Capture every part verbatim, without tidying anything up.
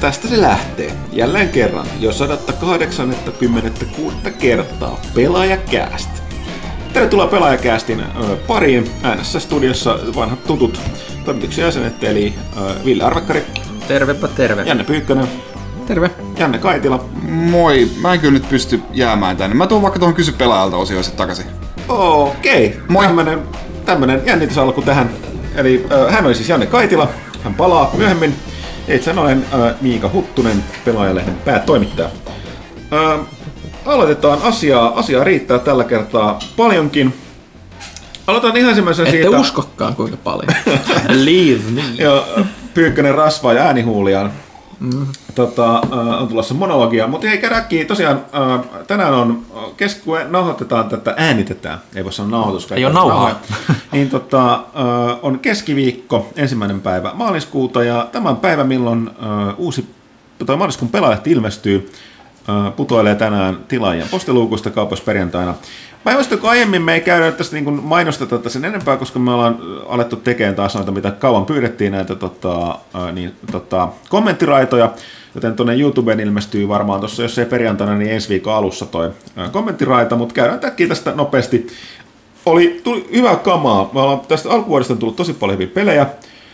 tästä se lähtee. Jälleen kerran, jo sata kahdeksankymmentäkuusi kertaa Pelaajakääst. Tervetuloa Pelaajakäästin ö, pariin. Äänessä studiossa vanhat tutut toimituksen jäsenet, eli ö, Ville Arvekkari. Tervepä terve. Janne Pyykkönen. Terve. Janne Kaitila. Moi, mä en kyllä nyt pysty jäämään tänne. Mä tuun vaikka tuohon Kysy pelaajalta osioon sitten takaisin. Okei, Moi. Tämmönen, tämmönen jännitysalku tähän. Eli ö, hän oli siis Janne Kaitila. Hän palaa myöhemmin. Itse olen ö, Miika Huttunen, Pelaajalehden päätoimittaja. Ö, aloitetaan asiaa. Asiaa riittää tällä kertaa paljonkin. Aloitetaan ihan ensimmäisen Ette siitä. Ette uskokaan kuinka paljon. Leave me. Joo, Pyykkönen rasvaa ja äänihuuliaan. Mm. Tota, äh, on tulossa monologia, mutta hei käräkkiä, tosiaan äh, tänään on, kun nauhoitetaan tätä, äänitetään, ei voi sanoa nauhoitus. Ei ole nauhaa. Niin tota, äh, on keskiviikko, ensimmäinen päivä maaliskuuta, ja tämän päivän, milloin äh, uusi tai maaliskuun Pelaajalehti ilmestyy, äh, putoilee tänään tilaajien postiluukuista kaupoissa perjantaina. Päivästä, kun aiemmin me ei käydä tästä niin mainosteta tätä sen enempää, koska me ollaan alettu tekemään taas noita, mitä kauan pyydettiin, näitä tota, niin, tota, kommenttiraitoja, joten tuonne YouTubeen ilmestyy varmaan tuossa, jos ei perjantaina, niin ensi viikon alussa toi kommenttiraita, mutta käydään täkkiä tästä nopeasti. Oli tuli hyvää kamaa. Me ollaan tästä alkuvuodesta on tullut tosi paljon hyviä pelejä.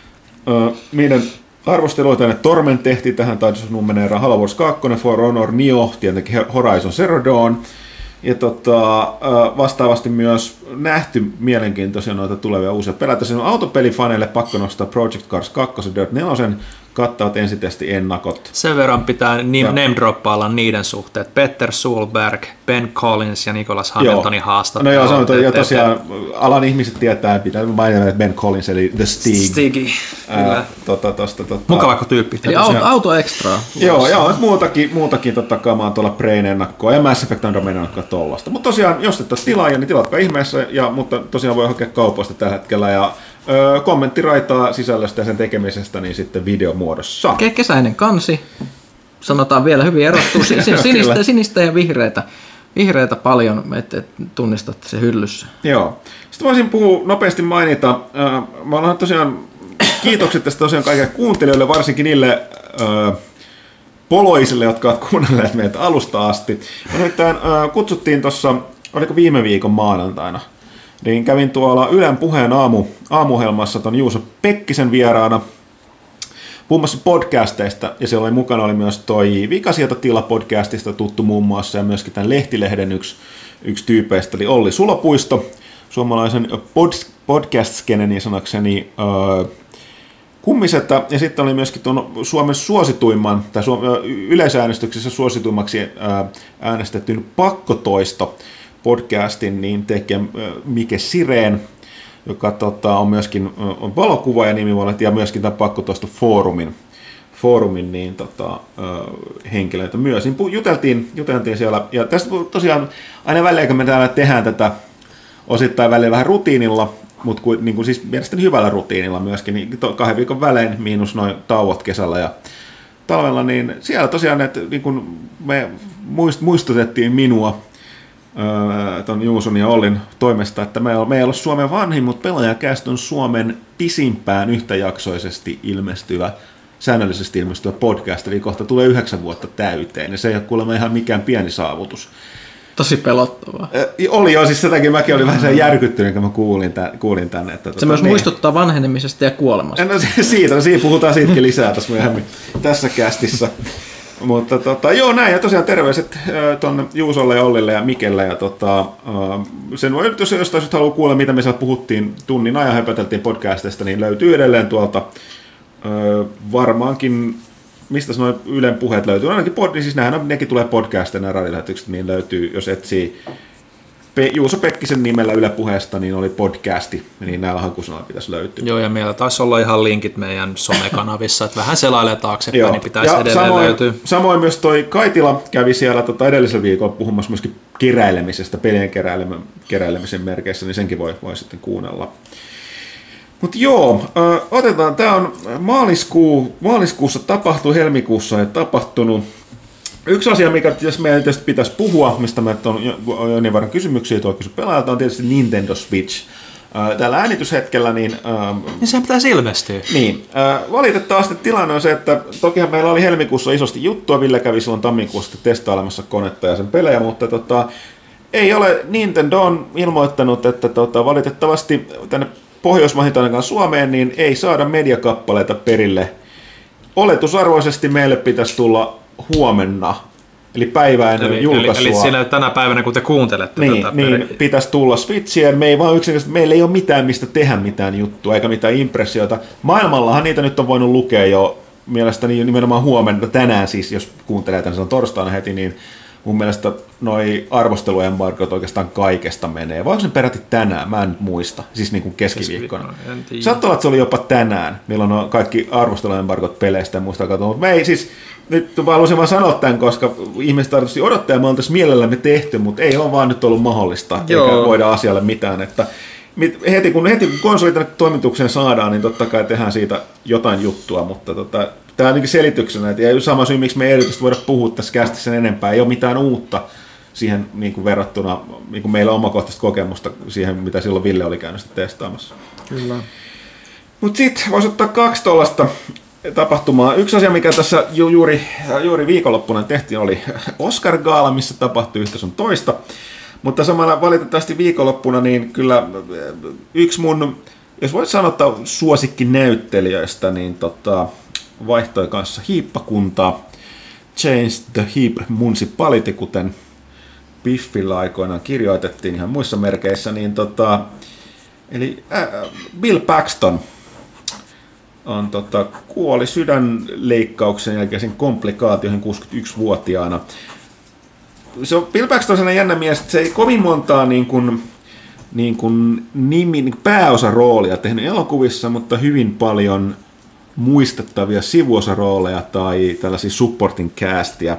Meidän arvosteluita tänne Torment tehtiin tähän, taisi numeneeraa Halo Wars kaksi, For Honor, Nioh, tietenkin Horizon Zero Dawn. Ja tota, vastaavasti myös nähty mielenkiintoisia noita tulevia uusia pelejä. Tässä on autopelifaneille pakko nostaa Project Cars kaksi ja Dirt neljä kattavat ensitesti ennakot. Sen verran pitää name-droppailla niiden suhteet. Peter Solberg, Ben Collins ja Nicholas Hamiltonin haastattelut. No joo, sanotaan, ja tosiaan alan ihmiset tietää, pitää mainita, että Ben Collins eli The Stig. Stigi, kyllä. Tota, tosta, tota. Mukava kuin tyyppi. Eli auto, auto extra. Joo, joo, muutakin, muutakin tota, kamaa tuolla Brain ennakkoa ja Mass Effect Andromeda ennakkoa tollasta. Mutta tosiaan, jos et ole tilaaja, niin tilatkaa ihmeessä, ja, mutta tosiaan voi hakea kaupoista tällä hetkellä. Ja Öö, kommenttiraitaa sisällöstä ja sen tekemisestä niin sitten videomuodossa. Kesäinen kansi, sanotaan vielä hyvin erottuu, sinistä, sinistä ja vihreitä, vihreitä paljon, että tunnistatte se hyllyssä. Joo. Sitten voisin puhua nopeasti mainita, öö, mä olen tosiaan kiitokset tästä tosiaan kaikille kuuntelijoille, varsinkin niille öö, poloisille, jotka ovat kuunnelleet meitä alusta asti. Me nimittäin öö, kutsuttiin tuossa, oliko viime viikon maanantaina, niin kävin tuolla Ylen Puheen aamu, aamuhelmassa ton Juuso Pekkisen vieraana puhumassa podcasteista, ja siellä oli mukana oli myös toi Vikasietotila-podcastista tuttu muun muassa, ja myöskin tämän Lehtilehden yksi, yksi tyypeistä, eli Olli Sulopuisto, suomalaisen pod, podcast-skenen niin sanakseni öö, kummisetta, ja sitten oli myöskin tuon Suomen suosituimman, tai Suom- yleisäänestyksessä suosituimmaksi öö, äänestetyn Pakkotoisto podcastin niin tekijä Mike Sireen, joka tota, on myöskin on valokuvaaja nimivuolet ja myöskin tämän Pakkotoisto foorumin, foorumin niin, tota, henkilöitä myös. Niin juteltiin, juteltiin siellä, ja tästä tosiaan aina väliin, kun me täällä tehdään tätä osittain väliin vähän rutiinilla, mutta niin kuin siis mielestäni hyvällä rutiinilla myöskin, niin kahden viikon välein miinus noin tauot kesällä ja talvella, niin siellä tosiaan, että niin kuin me muistutettiin minua tuon Juuson ja Ollin toimesta, että me ei ole Suomen vanhin, mutta Pelaajakääst on Suomen pisimpään yhtäjaksoisesti ilmestyvä, säännöllisesti ilmestyvä podcast, eli kohta tulee yhdeksän vuotta täyteen, ja se ei ole kuulemma ihan mikään pieni saavutus. Tosi pelottavaa. Oli jo, siis sitäkin mäkin olin vähän sen järkyttynyt, kun mä kuulin, tämän, kuulin tänne. Että, se tota, myös niin. Muistuttaa vanhenemisesta ja kuolemasta. No siitä, no, siitä puhutaan siitäkin lisää tässä myöhemmin tässä kästissä. Mutta tota, joo näin, ja tosiaan terveiset äh, tuonne Juusolle ja Ollille ja Mikelle, ja tota, äh, sen voi, jos jostain haluaa kuulla, mitä me siellä puhuttiin, tunnin ajan höpöteltiin podcastista, niin löytyy edelleen tuolta äh, varmaankin, mistä noin Ylen puheet löytyy, ainakin pod, niin siis nämähän nekin tulee podcastina ja radiolähetykset, niin löytyy, jos etsii Pe- Juuso Pekkisen nimellä Yle Puheesta, niin oli podcasti, niin näillä hakusanalla pitäisi löytyä. Joo, ja meillä taisi olla ihan linkit meidän somekanavissa, että vähän selailee taaksepäin, niin pitäisi ja edelleen samoin, löytyä. Samoin myös toi Kaitila kävi siellä tota edellisellä viikolla puhumassa myöskin keräilemisestä, pelien keräilemisen merkeissä, niin senkin voi, voi sitten kuunnella. Mutta joo, ö, otetaan, tämä on maaliskuu, maaliskuussa tapahtuu, helmikuussa ei tapahtunut. Yksi asia, mikä meidän pitäisi puhua, mistä me on jo niin verran kysymyksiä tuolla kysy pelaajalta, on tietysti Nintendo Switch. Tällä äänityshetkellä, niin... Niin sehän pitäisi ilmestyä. Niin. Valitettavasti tilanne on se, että tokihan meillä oli helmikuussa isosti juttua, Ville kävi silloin tammikuussa testailemassa konetta ja sen pelejä, mutta tota, ei ole, Nintendo on ilmoittanut, että tota, valitettavasti tänne Pohjoismaihin ainakaan Suomeen, niin ei saada mediakappaleita perille. Oletusarvoisesti meille pitäisi tulla huomenna, eli päivää ennen eli, julkaisua. Eli, eli siinä tänä päivänä, kun te kuuntelette niin, tätä. Niin, peri... pitäisi tulla Switchien. Me ei vaan yksinkertaisesti, meillä ei ole mitään, mistä tehdä mitään juttua, eikä mitään impressioita. Maailmallahan niitä nyt on voinut lukea jo mielestäni nimenomaan huomenna, tänään siis, jos kuuntelee tämän torstaina heti, niin mun mielestä noi arvosteluembargot oikeastaan kaikesta menee. Vai onko se peräti tänään? Mä en nyt muista. Siis niin kuin keskiviikkona. Saattaa olla, että se oli jopa tänään, milloin on kaikki arvosteluembargot peleistä ja muista katsoa. Mutta me ei siis, nyt haluaisin vaan sanoa tämän, koska ihmiset tarvitsisi odottaa ja me oltaisiin mielellämme tehty, mutta ei ole vaan nyt ollut mahdollista. Joo. Eikä voida asialle mitään. Että heti kun, heti kun konsoli tänne toimitukseen saadaan, niin totta kai tehdään siitä jotain juttua, mutta tota, tämä on selityksenä, että ja sama syy, miksi me ei erityisesti voida puhua tässä kästissä sen enempää, ei ole mitään uutta siihen niin kuin verrattuna, niin kuin meillä on omakohtaista kokemusta siihen, mitä silloin Ville oli käynyt testaamassa. Kyllä. Mutta sitten voisi ottaa kaksi tuollaista tapahtumaa. Yksi asia, mikä tässä ju- juuri, juuri viikonloppuna tehtiin, oli Oscar-gaala, missä tapahtui yhtä sun toista. Mutta samalla valitettavasti viikonloppuna, niin kyllä yksi mun, jos voit sanoa suosikkinäyttelijöistä, niin tota, vaihtoi kanssa hiippakuntaa. Change the Heap Municipality, kuten Biffillä aikoinaan kirjoitettiin ihan muissa merkeissä, niin tota, eli äh, Bill Paxton on, tota, kuoli sydänleikkauksen jälkeisen komplikaatioihin kuusikymmentäyksivuotiaana. Se on, Bill Paxton on sellainen jännä mies, että se ei kovin montaa niin kuin, niin kuin nimi, niin kuin pääosaroolia tehnyt elokuvissa, mutta hyvin paljon muistettavia sivuosarooleja tai tällaisia supporting castia.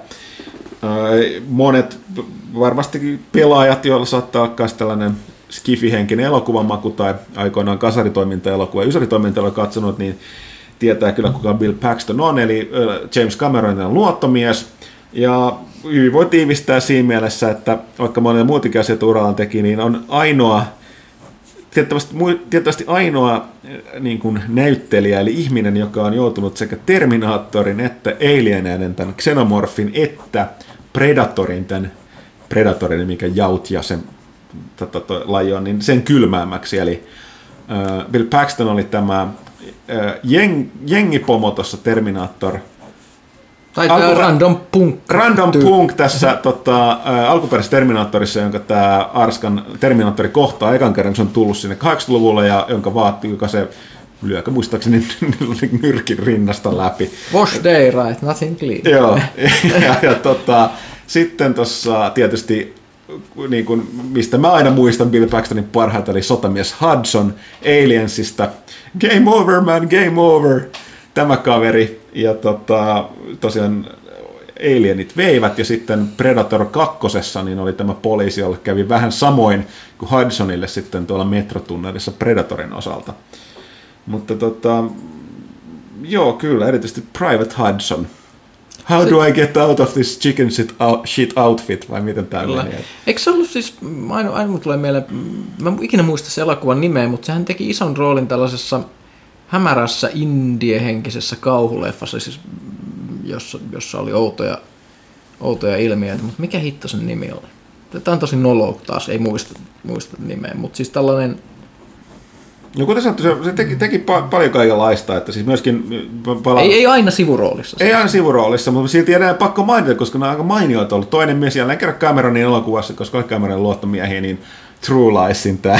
Monet varmasti pelaajat, joilla saattaa olla myös tällainen skifi-henkinen elokuvamaku tai aikoinaan kasaritoiminta-elokuva ja ysäritoiminta katsonut, niin tietää kyllä kuka Bill Paxton on, eli James Cameronin luottomies. Ja hyvin voi tiivistää siinä mielessä, että vaikka monen muutakin asioita urallaan teki, niin on ainoa, tietysti, tietysti ainoa niin kuin näyttelijä, eli ihminen, joka on joutunut sekä Terminaattorin että Alieneiden, tämän Xenomorphin, että Predatorin, tämän Predatorin, mikä jaut ja sen tota, to, laji on, niin sen kylmäämäksi. Eli äh, Bill Paxton oli tämä äh, jeng, jengipomo tuossa Terminaattor. Tai Alku... Random Punk. Random Punk tässä tota, ä, alkuperäisessä Terminaattorissa, jonka tämä Arskan Terminaattori kohtaa ekan kerran, kun se on tullut sinne kahdeksankymmentäluvulle ja jonka vaatii, joka se lyökä muistaakseni nyrkin rinnasta läpi. Wash day, right, nothing clean. Joo, ja, ja tota, sitten tuossa tietysti, niin kuin, mistä mä aina muistan Bill Paxtonin parhaita, eli sotamies Hudson Aliensista. Game over, man, game over. Tämä kaveri, ja tota, tosiaan Alienit veivät, ja sitten Predator kakkosessa niin oli tämä poliisi, jolle kävi vähän samoin kuin Hudsonille sitten tuolla metrotunnelissa Predatorin osalta. Mutta tota, joo, kyllä, erityisesti Private Hudson. How do I get out of this chicken shit, out, shit outfit, vai miten tämä meni? Eikö se ollut siis, aina, aina tulee mieleen, mä en ikinä muista se elokuvan nimeä, mutta sehän teki ison roolin tällaisessa hämärässä indie-henkisessä kauhuleffassa, siis jossa, jossa oli outoja, outoja ilmiöitä, mutta mikä hitto sen nimi oli? Tämä on tosi noloa taas, ei muista, muista nimeä, mutta siis tällainen... No kuten sanottu, se, se teki, teki pa- paljon kaikenlaista, että siis myöskin... Pala- ei, ei aina sivuroolissa. Ei aina sivuroolissa, mutta silti enää pakko mainita, koska ne on aika mainioita ollut. Toinen mies, jälleen kerran Cameronin elokuvassa, koska oli Cameronin luottomiehiä, niin True Liesin tämä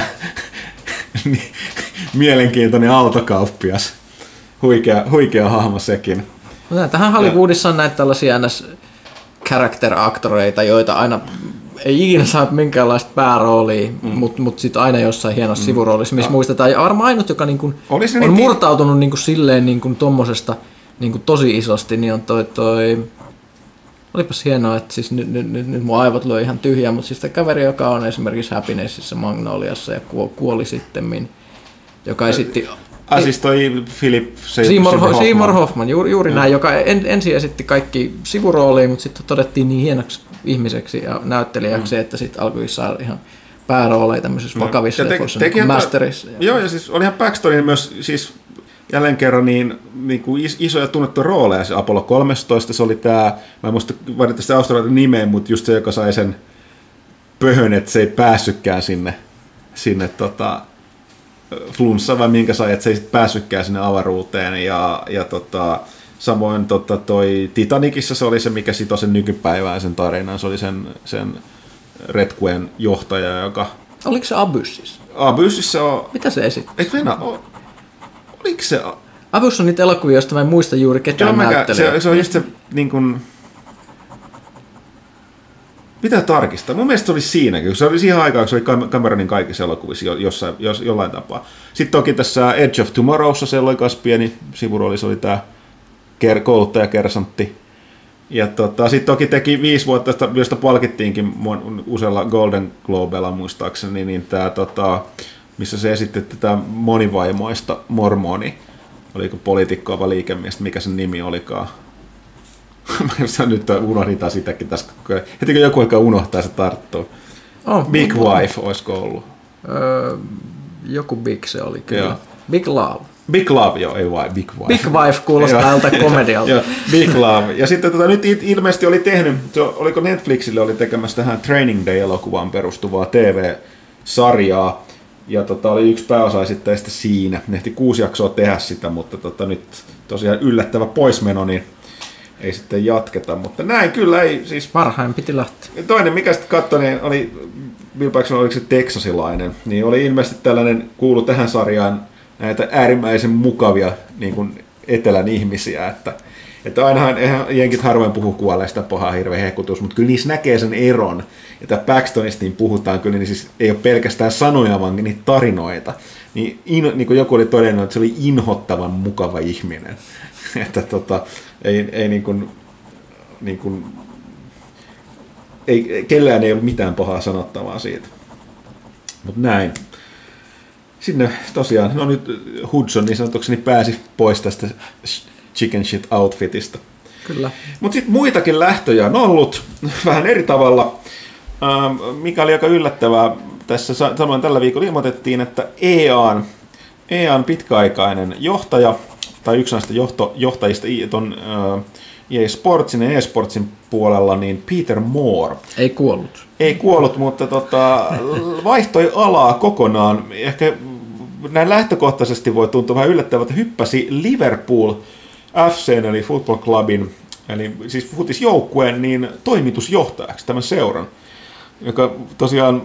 mielenkiintoinen autokauppias. Huikea, huikea hahmo sekin. No, tähän Hollywoodissa on näitä tällaisia ns. Character-aktoreita, joita aina ei ikinä saa minkäänlaista pääroolia, mm. mutta mut sitten aina jossain hienossa mm. sivuroolissa, missä no. muistetaan. Ja varmaan ainut, joka niinku on niin murtautunut niinku silleen niinku tommosesta niinku tosi isosti, niin on toi, toi... Olipas hienoa, että siis nyt, nyt, nyt, nyt mun aivot lyö ihan tyhjää, mutta siis tämä kaveri, joka on esimerkiksi Happinessissa Magnoliassa ja kuoli sittemmin, joka esitti... Ah, siis toi Philip Seymour Hoffman, Seymour Hoffman juuri, juuri näin, joka en, ensin esitti kaikki sivuroolia, mutta sitten todettiin niin hienoksi ihmiseksi ja näyttelijäksi, mm. että sitten alkoi saada ihan päärooleja tämmöisissä No. vakavissa Ja te- leffoissa, teki- niin kuin Masterissa. Joo, ja siis olihan Paxtonin myös siis jälleen kerran niin, niin kuin is- isoja tunnettuja rooleja. Se Apollo kolmetoista, se oli tämä, mä en muista valita sitä australialaisen nimeä, mutta just se, joka sai sen pöhön, että se ei päässytkään sinne, sinne tota, flunssa vai minkä sai, että se ei sit päässytkään sinne avaruuteen. Ja, ja tota, samoin tota, toi Titanicissa se oli se, mikä sitoi sen nykypäivään sen tarinan. Se oli sen, sen retkujen johtaja, joka... Oliko se Abyssissa? Abyssissä on... Mitä se esitti? Eikö mennä? O, oliko se... Abyss on niitä elokuvia, joista mä en muista juuri ketään näyttelijää. Se, se on just se niin kuin... Mitä tarkistaa? Mun mielestä se oli siinäkin. Se oli siihen aikaan, kun se oli Cam- Cameronin kaikissa elokuvissa jo- jossain, jos, jollain tapaa. Sitten toki tässä Edge of Tomorrowssa se oli myös pieni sivurooli, se oli tämä ker- kouluttajakersantti. Ja tota, sitten toki teki viisi vuotta, josta palkittiinkin mon- usealla Golden Globella muistaakseni, niin, niin tämä, tota, missä se esitti tätä monivaimaista mormoni, oliko poliitikkoa vai liikemiestä, mikä sen nimi olikaan. Mä nyt unohditaan sitäkin tässä. Heti kun joku aika unohtaa, se tarttuu. Oh, Big oh, Wife olisiko ollut? Öö, joku Big se oli kyllä. Joo. Big Love. Big Love, joo, ei vai Big Wife. Big Wife kuulostaa tältä komedialta. Joo, Big Love. Ja sitten tota, nyt ilmeisesti oli tehnyt, se, oliko Netflixille oli tekemässä tähän Training Day-elokuvaan perustuvaa T V-sarjaa. Ja tota, oli yksi pääosaisitteistä siinä. Ne ehti kuusi jaksoa tehdä sitä, mutta tota, nyt tosiaan yllättävä poismeno, niin ei sitten jatketa. Mutta näin kyllä ei siis... Parhain piti lähteä. Toinen, mikä sitten katsoi, niin oli Bill Paxton, oliko se teksasilainen, niin oli ilmeisesti tällainen, kuulu tähän sarjaan näitä äärimmäisen mukavia niin kuin etelän ihmisiä, että, että ainahan eihän jenkit harvoin puhu kuolleista pahaa hirveä hehkutus, mutta kyllä niissä näkee sen eron, että Paxtonista niin puhutaan kyllä, niin siis ei ole pelkästään sanoja, vaan niitä tarinoita. Niin, in, niin kuin joku oli todennut, että se oli inhottavan mukava ihminen, että tota, ei, ei niin kuin, niin kuin, ei, kellään ei ole mitään pahaa sanottavaa siitä. Mutta näin. Sinne tosiaan, no nyt Hudson niin sanotukseni pääsi pois tästä chicken shit outfitista. Kyllä. Mutta sitten muitakin lähtöjä on ollut vähän eri tavalla, ähm, mikä oli aika yllättävää. Tässä samoin tällä viikolla ilmoitettiin, että E A:n, E A:n pitkäaikainen johtaja, tai yksi näistä johto, johtajista ton, äh, E A Sportsin ja eSportsin puolella, niin Peter Moore. Ei kuollut. Ei kuollut, mutta tota, vaihtoi alaa kokonaan. Ehkä näin lähtökohtaisesti voi tuntua vähän yllättävältä, hyppäsi Liverpool F C:n eli Football Clubin, eli siis futisjoukkueen, niin toimitusjohtajaksi tämän seuran, joka tosiaan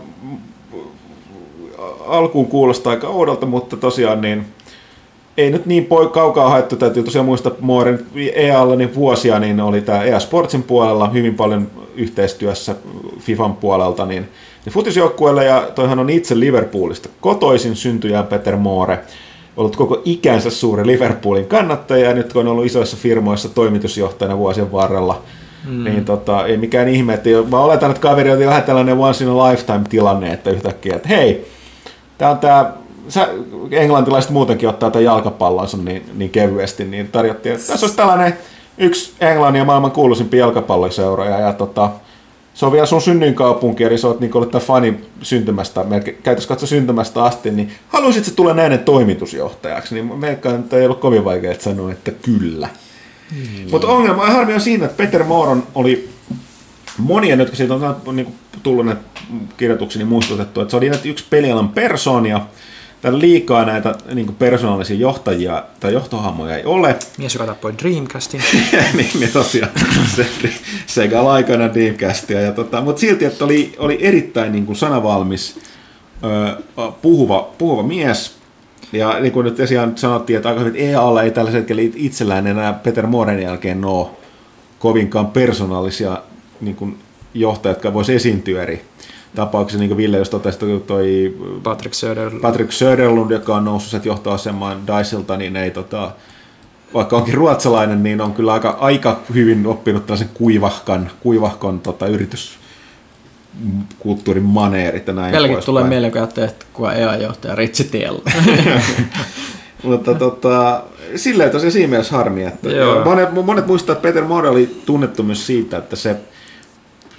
alkuun kuulostaa aika oudolta, mutta tosiaan niin ei nyt niin poi kaukaa haettu, täytyy tosiaan muistaa Mooren E A:lla niin vuosia, niin oli tämä E A Sportsin puolella hyvin paljon yhteistyössä FIFAn puolelta, niin, niin futisjoukkueelle, ja toihan on itse Liverpoolista kotoisin syntyjä Peter Moore, ollut koko ikänsä suuri Liverpoolin kannattaja, ja nyt kun on ollut isoissa firmoissa toimitusjohtajana vuosien varrella, mm. niin tota, ei mikään ihme, että jo, mä oletan, että kaveri on vähän tällainen once in a lifetime tilanne, että yhtäkkiä, että hei, tää on tää, sä, englantilaiset muutenkin ottaa tämän jalkapallonsa niin, niin kevyesti, niin tarjottiin, että tässä olisi tällainen yksi Englannin ja maailman kuuluisimpia jalkapalloseuroja, ja tota, se on vielä sun synnyinkaupunki, eli sä oot niin ollut tämän fanin syntymästä, käytössä katso syntymästä asti, niin haluaisit se tulla näiden toimitusjohtajaksi, niin meikään ei ollut kovin vaikea sanoa, että kyllä. Mm. Mutta ongelma ja harmi on siinä, että Peter Moore oli monia, jotka siitä on niin tullut näitä kirjoituksia, niin muistutettu, että se oli yksi pelialan persoonia. Täällä liikaa näitä niin persoonallisia johtajia tai johtohahmoja ei ole. Mies, joka tappoi Dreamcastin. niin, niin tosiaan, se Segalla aikana Dreamcastia. Ja tota, mutta silti, että oli, oli erittäin niin kuin sanavalmis, ö, puhuva, puhuva mies. Ja niin kuin nyt tosiaan sanottiin, että aika hyvin E A:lla ei tällä hetkellä itsellään enää Peter Mooren jälkeen ole kovinkaan persoonallisia niin kuin johtajia, jotka voisi esiintyä eri tapauksessa, niin kuin Ville just totesi, toi Patrick Söderlund. Patrick Söderlund, joka on noussut sieltä johtoasemaan Dicelta, niin ei tota, vaikka onkin ruotsalainen, niin on kyllä aika, aika hyvin oppinut tällaisen kuivahkan, kuivahkon tota, yrityskulttuurin maneerit ja näin Pelkit pois tulee päin. mieleen, kun ajattelee, että kuka E A-johtaja Ritsi Tiellä. Mutta tota, silleen tosiaan siinä mielessä harmi, että monet, monet muistaa, että Peter Moore oli tunnettu myös siitä, että se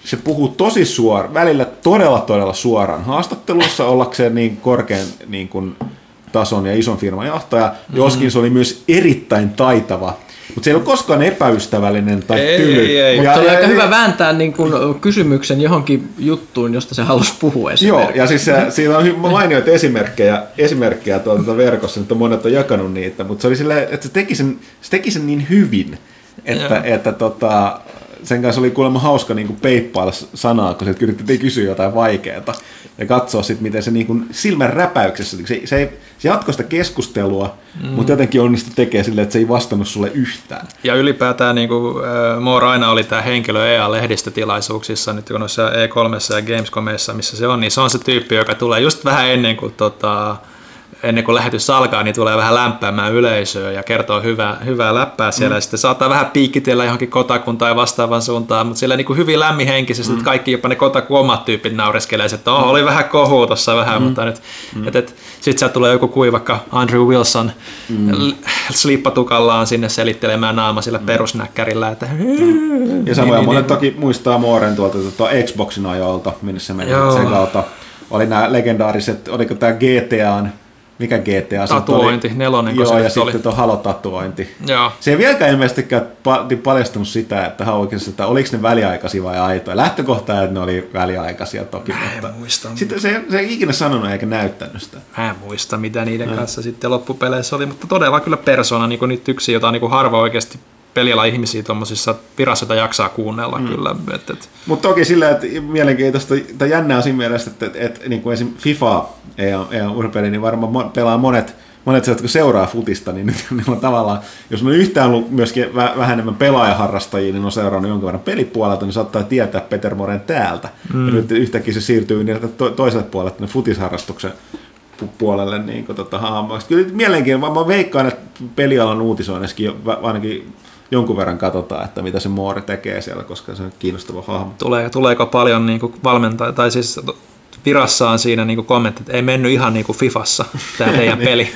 se puhuu tosi suoraan, välillä todella todella suoraan haastattelussa ollakseen niin korkean niin kuin, tason ja ison firman johtaja, mm-hmm. joskin se oli myös erittäin taitava. Mutta se ei ole koskaan epäystävällinen tai ei, tyly. Ei, ei. Mutta se oli aika hyvä vääntää niin kun kysymyksen johonkin juttuun, josta se halusi puhua Joo, ja siis se, siinä on mainioita esimerkkejä, esimerkkejä tuolta verkossa, nyt on monet on jakanut niitä, mutta se oli silleen, että se teki sen, se teki sen niin hyvin, että, että tota, sen kanssa oli kuulemma hauska niin kuin peippailla sanaa, kun se yritettiin kysyä jotain vaikeaa ja katsoa sitten, miten se niin kuin silmän räpäyksessä, se, se, ei, se jatkoi sitä keskustelua, mm. mutta jotenkin onnistui tekemään silleen, että se ei vastannut sulle yhtään. Ja ylipäätään niin kuin, äh, Moore aina oli tämä henkilö E A-lehdistötilaisuuksissa, nyt kun noissa E kolme ja Gamescomissa, missä se on, niin se on se tyyppi, joka tulee just vähän ennen kuin tota, ennen kuin lähetys alkaa, niin tulee vähän lämpäämään yleisöä ja kertoo hyvää, hyvää läppää siellä. Mm. Ja sitten saattaa vähän piikitellä johonkin kotakuntaan ja vastaavan suuntaan, mutta siellä niin kuin hyvin lämminhenkisesti, mm. että kaikki jopa ne kotakun omat tyypit naureskelee, että oh, oli vähän kohua tuossa vähän, mm. mutta nyt mm. että, että, sitten sieltä tulee joku kuivakka Andrew Wilson mm. slippatukallaan sinne selittelemään naama sillä mm. perusnäkkärillä. Että, mm. Ja samoin monet toki muistaa Mooren tuolta tuota Xboxin ajoilta, minne se meni sen kautta. Oli nämä legendaariset, oliko tämä G T A:n mikä G T A? Tatuointi, nelonen. Joo, se ja sitten oli. tuo Halo-tatuointi. Joo. Se ei vieläkään ilmeisestikään paljastunut sitä, että, että oliko ne väliaikaisia vai aitoja. Lähtökohtaa, että ne oli väliaikaisia toki. Mä en mutta muista. Sitten se, se ei ikinä sanonut eikä näyttänyt sitä. Mä en muista, mitä niiden hmm. kanssa sitten loppupeleissä oli, mutta todella kyllä persona, niin kuin nyt yksi, jota niin kuin harva oikeasti peliala ihmisiä tuommoisissa virassa, jota jaksaa kuunnella mm. kyllä. Et, et. Mutta toki sillä, että mielenkiintoista tai jännää siinä mielessä, että, että, että niin kuin esim. FIFA ei ole urheilu, niin varmaan pelaa monet, monet jotka seuraa futista, niin nyt niin on tavallaan, jos on yhtään ollut myöskin vähän enemmän pelaajaharrastajia, niin on seurannut jonkin verran pelipuolelta, niin saattaa tietää Peter Moren täältä. Mm. Ja nyt yhtäkkiä se siirtyy niin, että to, toiselle puolelle, tänne futisharrastuksen puolelle niin kuin, tota, hahmoiksi. Kyllä mielenkiintoista, mä veikkaan, että pelialan uutisoinnissakin ainakin jonkun verran katsotaan, että mitä se Moore tekee siellä, koska se on kiinnostava hahmo. Tulee, tuleeko paljon niin kuin valmentajia, tai siis virassaan siinä niin kuin kommentti, että ei mennyt ihan niin kuin Fifassa tämä teidän peli.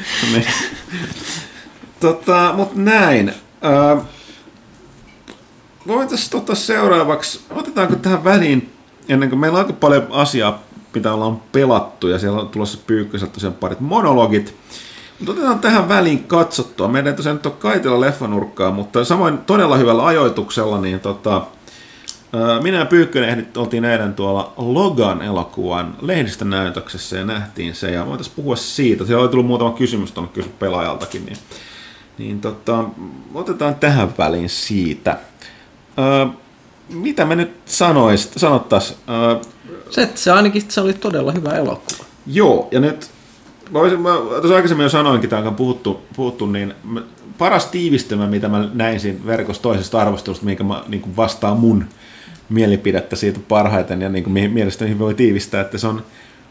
tota, mutta näin. Äh, voitaisiin tota seuraavaksi, otetaanko tähän väliin, ennen kuin meillä on aika paljon asiaa, mitä ollaan pelattu, ja siellä on tulossa Pyykköseltä tosiaan parit monologit. Mutta otetaan tähän väliin katsottua. Meidän ei tosiaan nyt ole kaitella leffanurkkaa, mutta samoin todella hyvällä ajoituksella, niin tota, minä ja Pyykkönen oltiin eilen tuolla Logan-elokuvan lehdistönäytöksessä ja nähtiin se, ja voitaisiin puhua siitä. Siellä oli tullut muutama kysymys tuonne kysy pelaajaltakin, niin, niin tota, otetaan tähän väliin siitä. Ö, mitä me nyt sanois, sanottaisiin? Se, se ainakin se oli todella hyvä elokuva. Joo, ja nyt Mä voisin, mä, tuossa aikaisemmin jo sanoinkin, tämä on puhuttu, puhuttu, niin paras tiivistelmä, mitä mä näin siinä verkossa toisesta arvostelusta, mikä mä, niin kuin vastaa mun mielipidettä siitä parhaiten, ja niin kuin mielestäni voi tiivistää, että se on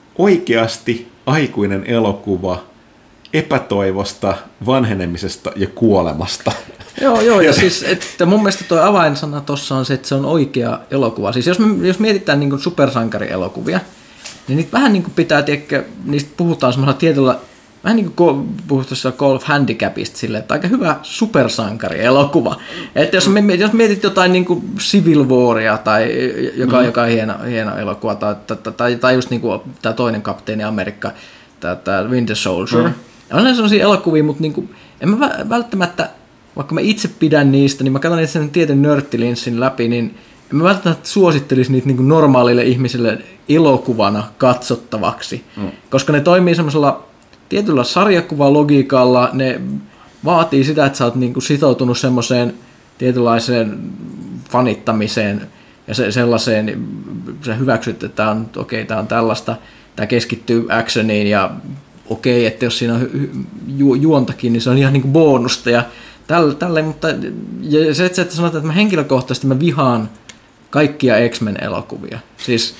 oikeasti aikuinen elokuva epätoivosta, vanhenemisesta ja kuolemasta. Joo, joo, ja siis että mun mielestä tuo avainsana tuossa on se, että se on oikea elokuva. Siis jos, me, jos mietitään niin kuin supersankarielokuvia, niin niitä vähän niin kuin pitää, tiedäkö, niistä puhutaan semmoisella tietyllä, vähän niin kuin puhutaan Call of Handicapista silleen, että aika hyvä supersankarielokuva. Että jos, jos mietit jotain niin kuin Civil Waria, tai joka, mm. joka on hieno, hieno elokuva, tai, tai, tai, tai just niin kuin tämä toinen Kapteeni Amerikka, tämä, tämä Winter Soldier. Mm. On sellaisia elokuvia, mutta niin kuin, en mä välttämättä, vaikka mä itse pidän niistä, niin mä katson niitä sen tietyn nörttilinssin läpi, niin en mä välttämättä suosittelisi niitä niin kuin normaalille ihmiselle elokuvana katsottavaksi, mm. koska ne toimii semmoisella tietyllä sarjakuvalogiikalla, ne vaatii sitä, että sä oot niin kuin sitoutunut semmoiseen tietynlaiseen fanittamiseen ja se, sellaiseen, sä hyväksyt, että tää on, okei, tää on tällaista, tää keskittyy actioniin ja okei, että jos siinä on ju, juontakin, niin se on ihan niin kuin bonusta ja tälle, tälle mutta ja se, että sanotaan, että mä henkilökohtaisesti mä vihaan kaikkia X-Men elokuvia. Siis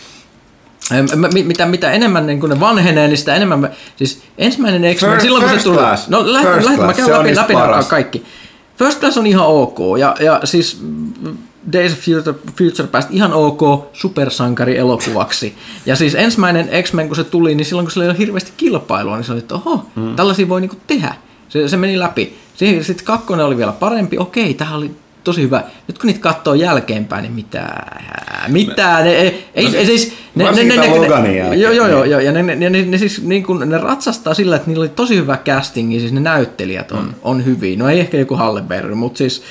mitä, mitä enemmän niin kun ne vanhenee, niin sitä enemmän... Siis ensimmäinen X-Men, first, silloin kun se tulee... No lähden, lähden, mä käyn läpi, läpi kaikki. First Class on ihan ok, ja, ja siis Days of Future, Future Past ihan ok supersankari-elokuvaksi. Ja siis ensimmäinen X-Men, kun se tuli, niin silloin kun sillä ei ole hirveästi kilpailua, niin se oli, että oho, mm. tällaisia voi niinku tehdä. Se, se meni läpi. Sitten kakkonen oli vielä parempi, okei, tähän oli tosi hyvä. Nyt kun niitä katsoo jälkeenpäin, niin mitä, mitä, ne, ei, ei, ei siis, ne, ne, ne, ne, Loganin jälkeen. Joo, joo, joo, joo, ja ne, ne, ne, ne, siis niin kuin, ne ratsastaa sillä, että niillä oli tosi hyvä casting, siis ne näyttelijät on, mm. on hyviä. No ei ehkä joku Halle Berry, mutta siis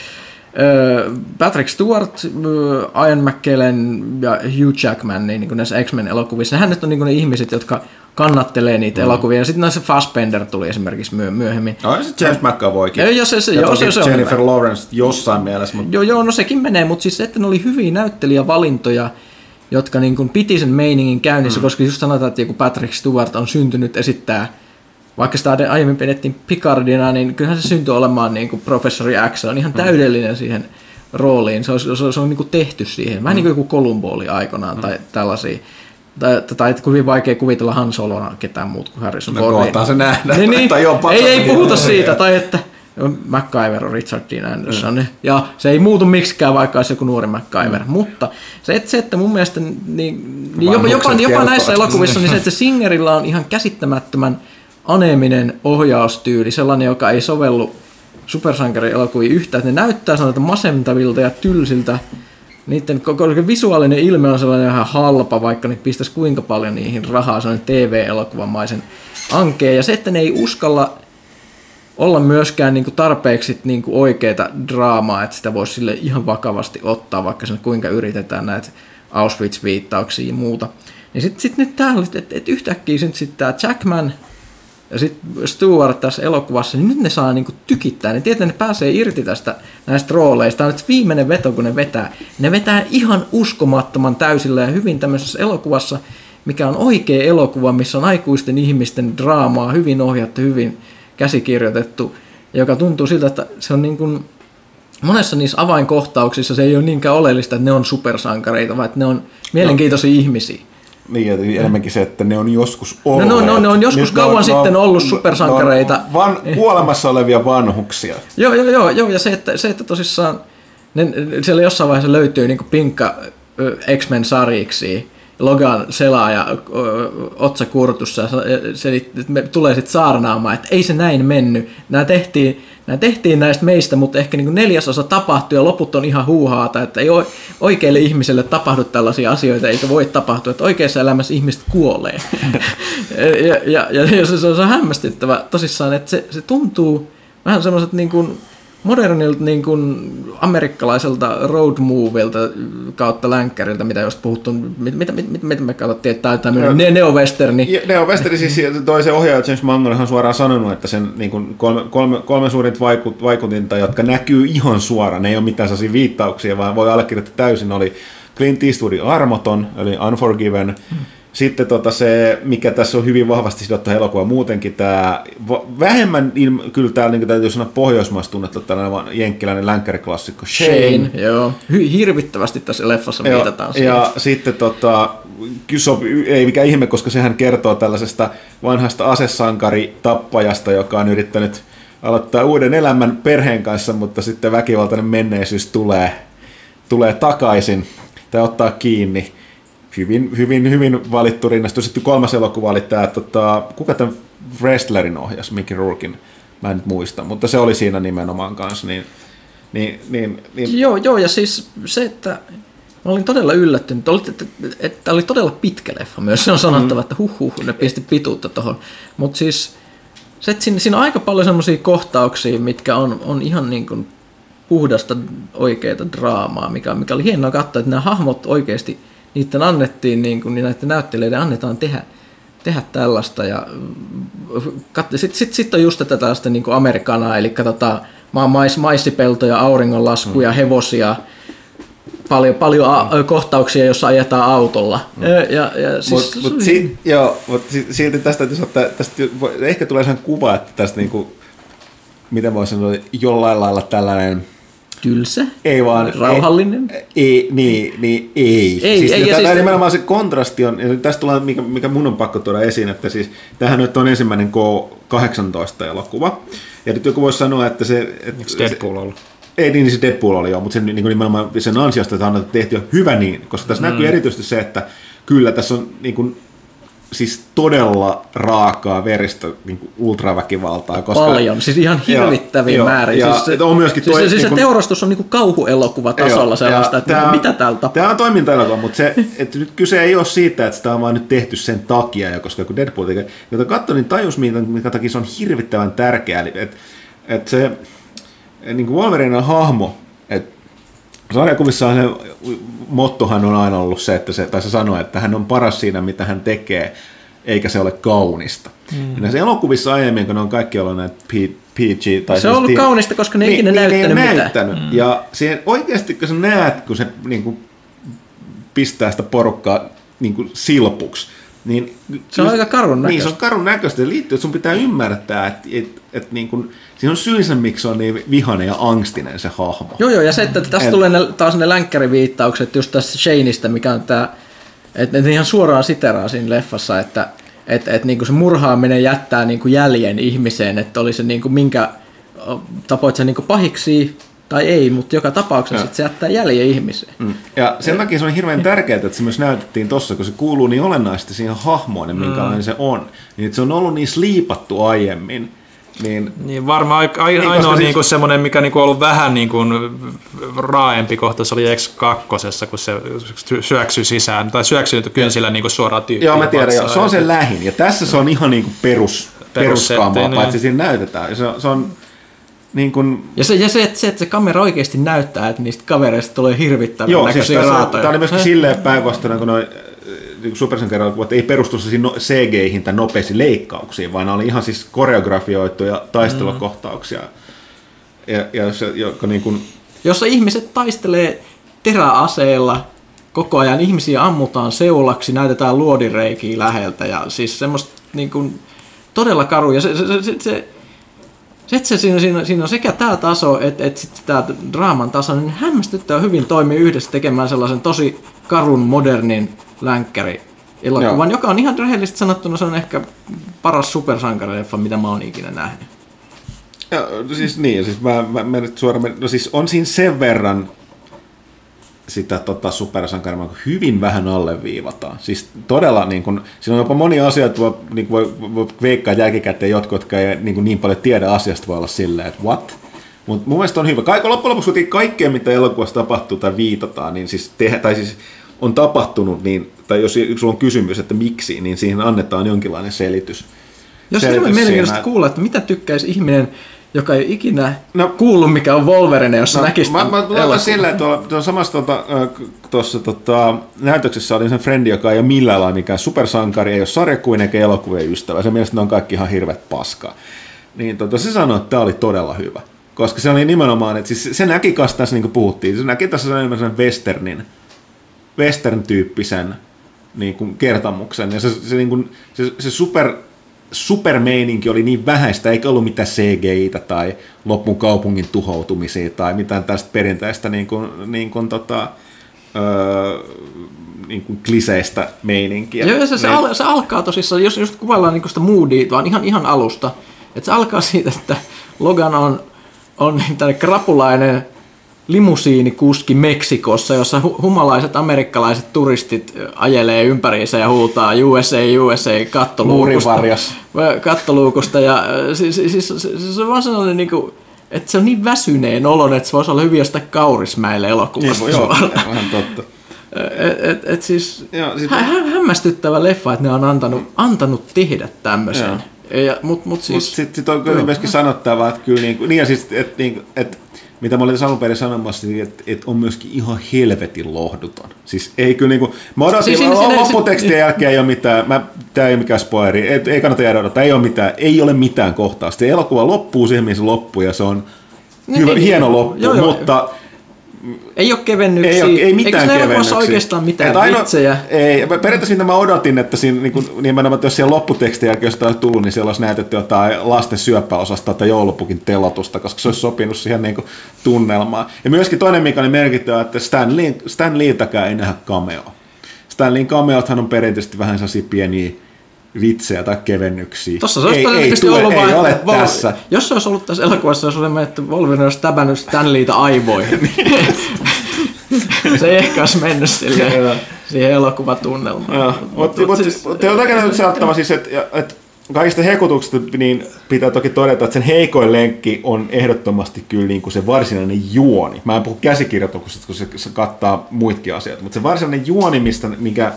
Patrick Stewart, Ian McKellen ja Hugh Jackman niin, niin kuin näissä X-Men elokuvissa, nehän nyt on niin kuin ne ihmiset, jotka kannattelee niitä mm. elokuvia. Ja sitten näissä Fassbender tuli esimerkiksi myö- myöhemmin. No se James McAvoykin. Ja, se, se, ja joo, se, se on Jennifer hyvä. Lawrence jossain mielessä. Mutta... Joo, joo, no sekin menee, mutta siis se, että ne oli hyviä näyttelijävalintoja, jotka niin kuin piti sen meiningin käynnissä, mm. koska just sanotaan, että joku Patrick Stewart on syntynyt esittää, vaikka sitä aiemmin pidettiin Picardina, niin kyllähän se syntyi olemaan niin kuin professori X, se on ihan täydellinen mm. siihen rooliin, se on, se on, se on niin kuin tehty siihen, vähän mm. niin kuin joku Columbo oli aikanaan mm. tai tällaisia. Tai, tai että hyvin vaikea kuvitella Han Solona ketään muut kuin Harrison Ford. No kohtaan se nähdä. Niin, niin. ei, ei puhuta siitä, tai että MacGyver on Richard Dean Anderson, mm. ja se ei muutu miksikään, vaikka olisi joku nuori MacGyver, mm. mutta se että, se, että mun mielestä niin, niin jopa, jopa, jopa näissä elokuvissa, niin se, että Singerillä on ihan käsittämättömän aneeminen ohjaustyyli, sellainen, joka ei sovellu supersankarielokuviin yhtään, että ne näyttää sellailta masentavilta ja tylsiltä. Niiden koko visuaalinen ilme on sellainen vähän halpa, vaikka ne pistäisi kuinka paljon niihin rahaa, sellainen T V-elokuvamaisen ankeen. Ja se, että ne ei uskalla olla myöskään niinku tarpeeksi niinku oikeaa draamaa, että sitä voisi sille ihan vakavasti ottaa, vaikka sen kuinka yritetään näitä Auschwitz-viittauksia ja muuta. Niin sitten sit nyt täällä, että et yhtäkkiä sitten tämä Jackman ja sitten Stewart tässä elokuvassa, niin nyt ne saa niinku tykittää. Ne tietää, ne pääsee irti tästä näistä rooleista. Tämä on nyt viimeinen veto, kun ne vetää. Ne vetää ihan uskomattoman täysillä ja hyvin tämmöisessä elokuvassa, mikä on oikea elokuva, missä on aikuisten ihmisten draamaa, hyvin ohjattu, hyvin käsikirjoitettu, joka tuntuu siltä, että se on niin kuin, monessa niissä avainkohtauksissa se ei ole niinkään oleellista, että ne on supersankareita, vaan että ne on mielenkiintoisia no. ihmisiä. Niin, enemmänkin se, että ne on joskus olleet. No, no, no ne on joskus Nyt kauan on, sitten no, ollut supersankareita. No, van, kuolemassa olevia vanhuksia. Joo, joo, joo, joo. Ja se, että, se, että tosissaan ne, siellä jossain vaiheessa löytyy niin kuin pinkka X-Men sarjiksi, Logan selaa ja otsa kurtussa, ja se me tulee sitten saarnaamaan, että ei se näin mennyt. Nämä tehtiin, nämä tehtiin näistä meistä, mutta ehkä niin kuin neljäsosa tapahtui ja loput on ihan huuhaata, että ei oikeille ihmiselle tapahdu tällaisia asioita, eikä voi tapahtua, että oikeassa elämässä ihmiset kuolee. ja, ja, ja, ja se, se on hämmästyttävä tosissaan, että se, se tuntuu vähän semmoiset niin kuin modernilta niin kuin amerikkalaiselta road movilta kautta länkkäriltä, mitä just puhuttu, mitä, mitä, mitä, mitä me katsottiin, että tämä on tämmöinen neo-westerni. Neo-westerni, siis toisen ohjaaja James Mangold on suoraan sanonut, että sen niin kuin kolme, kolme, kolme suurinta vaikut, vaikutinta, jotka näkyy ihan suoraan, ne ei ole mitään sellaisia viittauksia, vaan voi allekirjoittaa täysin, oli Clint Eastwoodin Armoton, eli Unforgiven, hmm. Sitten tota se, mikä tässä on hyvin vahvasti sidottu elokuva muutenkin, tämä vähemmän, kyllä täällä niin täytyy sanoa pohjoismaista tunnettu tällainen jenkkiläinen länkkäriklassikko Shane. Shane, joo. Hirvittävästi tässä leffassa ja, viitataan siihen. Ja sitten tota, ei mikään ihme, koska sehän kertoo tällaisesta vanhasta asesankaritappajasta, joka on yrittänyt aloittaa uuden elämän perheen kanssa, mutta sitten väkivaltainen menneisyys tulee, tulee takaisin tai ottaa kiinni. Hyvin, hyvin, hyvin valittu rinnastus. Sitten kolmas elokuva oli tämä, tota, kuka tämän wrestlerin ohjasi, Mickey Rourken, mä en nyt muista, mutta se oli siinä nimenomaan kanssa. Niin, niin, niin, niin. Joo, joo, ja siis se, että mä olin todella yllättynyt, että, että oli todella pitkä leffa myös, se on sanottava, mm. että huh huh, ne pisti pituutta tuohon, mutta siis se, että siinä, siinä on aika paljon semmoisia kohtauksia, mitkä on, on ihan niin kuin puhdasta oikeaa draamaa, mikä, mikä oli hienoa katsoa, että nämä hahmot oikeasti niiden annettiin, niin, kuin, niin näiden näyttelijöiden annetaan tehdä, tehdä tällaista. Ja sitten sit, sit on just tätä tällaista niin kuin amerikanaa, eli tota, mais, maissipeltoja, auringonlaskuja, hevosia, paljon, paljon a- kohtauksia, joissa ajetaan autolla. Mm. Ja, ja, ja siis, mut, mut si- joo, mutta silti tästä, ottaa, tästä ehkä tulee sellainen kuva, että tästä, niin kuin, miten voisi sanoa, jollain lailla tällainen tylsä? Ei vaan. Rauhallinen? Ei, ei niin, niin ei. ei, siis ei tämä siis nimenomaan se kontrasti on, ja tästä tulee, mikä, mikä mun on pakko tuoda esiin, että siis tämähän nyt on ensimmäinen K kahdeksantoista elokuva. Ja nyt joku voisi sanoa, että se... Että Eikö Deadpool ollut? Ei, niin se Deadpool oli jo, mutta sen, niin nimenomaan sen ansiosta, että on tehty jo hyvä niin, koska tässä mm. näkyy erityisesti se, että kyllä tässä on niin kuin, siis todella raakaa veristä niin ultraväkivaltaa. Koska, paljon, siis ihan hirvittäviä määriä. Ja, siis se, ja on myöskin toi, siis, siis niin se teurastus on niin kuin kauhuelokuvatasolla joo, sellaista, että tämä, mitä täällä tapahtuu. Tämä on toimintaelokuva, mutta se, että nyt kyse ei ole siitä, että sitä on vaan nyt tehty sen takia, ja koska kun Deadpool tekee, jota katsoin, niin tajus, minkä takia se on hirvittävän tärkeä. Että et se niin kuin Wolverinen hahmo, että sarjakuvissa se mottohan on aina ollut se, että se, tai se sanoo, että hän on paras siinä, mitä hän tekee, eikä se ole kaunista. Mm. Ja näissä elokuvissa aiemmin, kun ne on kaikki ollut näitä P G... Tai se on ollut kaunista, koska ne ei niin, ikinä niin, näyttänyt niin, mitään. näyttänyt. Mm. Ja siihen, oikeasti, kun sä näet, kun se niin kuin, pistää sitä porukkaa niin kuin silpuksi, niin se on just, aika karun näköistä. Niin, se on karun näköistä. Se liittyy, että sun pitää ymmärtää, että et, et, niin kuin, siinä on syynsä, miksi se on niin vihainen ja angstinen se hahmo. Joo, joo, ja se, että tästä et, tulee ne, taas ne länkkäriviittaukset just tästä Shaneista, mikä on tämä, että ne ihan suoraan siteraa siinä leffassa, että et, et, niin kuin se murhaaminen jättää niin kuin jäljen ihmiseen, että oli se niin kuin minkä, tapoit se niin kuin pahiksi tai ei, mutta joka tapauksessa se jättää jäljen ihmiseen. Mm. Ja sen takia se on hirveän tärkeää, että se myös näytettiin tossa, kun se kuuluu niin olennaisesti siihen hahmoon, minkälainen mm. se on. Niin, että se on ollut niin sliipattu aiemmin. Niin, niin varmaan ainoa niin, siis, niinku semmoinen, mikä niinku on ollut vähän niinku raaempi kohta, se oli X kaksi, kun se syöksyi sisään, tai syöksyi kynsillä niinku suoraan tyyppiin. Joo, mä tiedän, joo, se on se lähin, ja tässä se on ihan niinku perus, peruskaamaa, paitsi siinä näytetään. Se, se on, niin kun... Ja, se, ja se, että se, että se kamera oikeasti näyttää, että niistä kavereista tulee hirvittävän joo, näköisiä siis raatoja. Tämä oli myöskin silleen päinvastoin, kun noi supersankarielokuvat ei perustu C G-ihin tai nopeisiin leikkauksiin, vaan ne oli ihan siis koreografioituja taistelukohtauksia. Ja, ja se, joka niin kun... Jossa ihmiset taistelee teräaseella koko ajan, ihmisiä ammutaan seulaksi, näytetään luodireikiä läheltä ja siis semmoista niin kun, todella karu. Ja se, se, se, se, se, se siinä, siinä, siinä on sekä tämä taso että, että sitten tämä draaman taso, niin hämmästyttävän hyvin toimii yhdessä tekemään sellaisen tosi karun modernin länkkäri elokuvan, joka on ihan rehellisesti sanottuna se on ehkä paras supersankarileffa, mitä mä oon ikinä nähnyt. Ja, siis niin, siis mä, mä, mä nyt suoraan, no siis on siinä sen verran sitä tota, supersankaria hyvin vähän alleviivataan. Siis todella, niin kun, siinä on jopa monia asioita, voi, niin voi, voi veikkaa jälkikäteen jotkut, jotka ei niin, niin paljon tiedä asiasta, voi olla silleen, että what? Mutta mun mielestä on hyvä. Kaiken loppujen lopuksi kaikkea, mitä elokuvassa tapahtuu tai viitataan, niin siis, tehdä, tai siis on tapahtunut, niin, tai jos sulla on kysymys, että miksi, niin siihen annetaan jonkinlainen selitys. Jos on hirveän mielenkiintoista kuulla, että mitä tykkäisi ihminen, joka ei ikinä no, kuullut, mikä on Wolverine, jos no, näkisi mä, mä laitan sillä, että tuolla samassa tuota, tuossa tota, näytöksessä oli sen frendi, joka ei ole millään lailla mikään supersankari, ei ole sarjakuvien eikä elokuvien ystävä. Se mielestä ne on kaikki ihan hirveät paskaa. Niin tota, se sanoi, että tämä oli todella hyvä. Koska se oli nimenomaan, että siis se näki kanssa tässä, niin kuin puhuttiin, se näki tässä enemmän sen westernin, western-tyyppisen niin kuin kertomuksen. Ja se, se, niin kuin, se, se super... supermeininki oli niin vähäistä, eikä ollut mitään C G I-tä tai loppun kaupungin tuhoutumisia tai mitään tästä perinteistä niin kuin, niin kuin, tota, öö, niin kuin kliseistä meininkiä. Joo, se, se, al, se alkaa tosissaan, jos just kuvaillaan niin sitä moodia, vaan ihan, ihan alusta, että se alkaa siitä, että Logan on, on tämmöinen krapulainen limusiinikuski Meksikossa, jossa humalaiset amerikkalaiset turistit ajelee ympäriinsä ja huutaa U S A, U S A kattoluukusta. kattoluukusta ja siis, siis, siis, se on vaan sellainen, niin kuin, että se on niin väsyneen olon, että se voisi olla hyvin jostain Kaurismäelle elokuvasta. Niin, joo, vähän totta. Et, et, et siis, joo, siis hä- hä- hämmästyttävä leffa, että ne on antanut, antanut tehdä tämmöisen. Mutta mut siis, mut sitten sit on kyllä myöskin sanottava, että kyllä niin, niin ja siis, että niin, et, mitä mä olin alun perin sanomassa, että et on myöskin ihan helvetin lohduton. Siis ei kyllä niinku, mä odotin, siis lopputekstien jälkeen ei ole mitään, mä, tää ei ole mikään spoileri, ei, ei kannata jäädä odottaa, ei ole mitään, ei ole mitään kohtaa. Sitten elokuva loppuu siihen, mihin se loppuu, ja se on niin, hyvä, niin, hieno loppu, joo, joo, mutta... Ei ole kevennyksiä, ei, ole, ei mitään eikö kevennyksiä. Oikeastaan mitään aino, vitsejä? Ei, periaatteessa mitä mä odotin, että siinä, niin kuin, nimenomaan, että jos siellä lopputekstin jälkeen jostain olisi tullut, niin siellä olisi näytetty jotain lasten syöpäosasta tai joulupukin telotusta, koska se olisi sopinut siihen niin kuin, tunnelmaan. Ja myöskin toinen, mikä oli merkittävä, että Stan, Lee, Stan Leeltäkään ei nähdä cameoa. Stan Leen cameothan on perinteisesti vähän sellaisia pieniä vitsejä tai kevennyksiä. Tossa se olisi ei, ei, ollut ei vain, ole Vol- tässä. Jos se olisi ollut tässä elokuvassa, olisi ollut, että Wolverine olisi täbännyt Stan Leeltä aivoihin. Se ei ehkä olisi mennyt silleen. siihen elokuvatunnelmaan. Joo, mutta mut, siis, jotakin saattava siis, että et, kaikista hekutuksista niin pitää toki todeta, että sen heikoin lenkki on ehdottomasti kyllä niin kuin se varsinainen juoni. Mä en puhu käsikirjoituksesta, kun se, se kattaa muitkin asiat, mutta se varsinainen juoni, mistä, mikä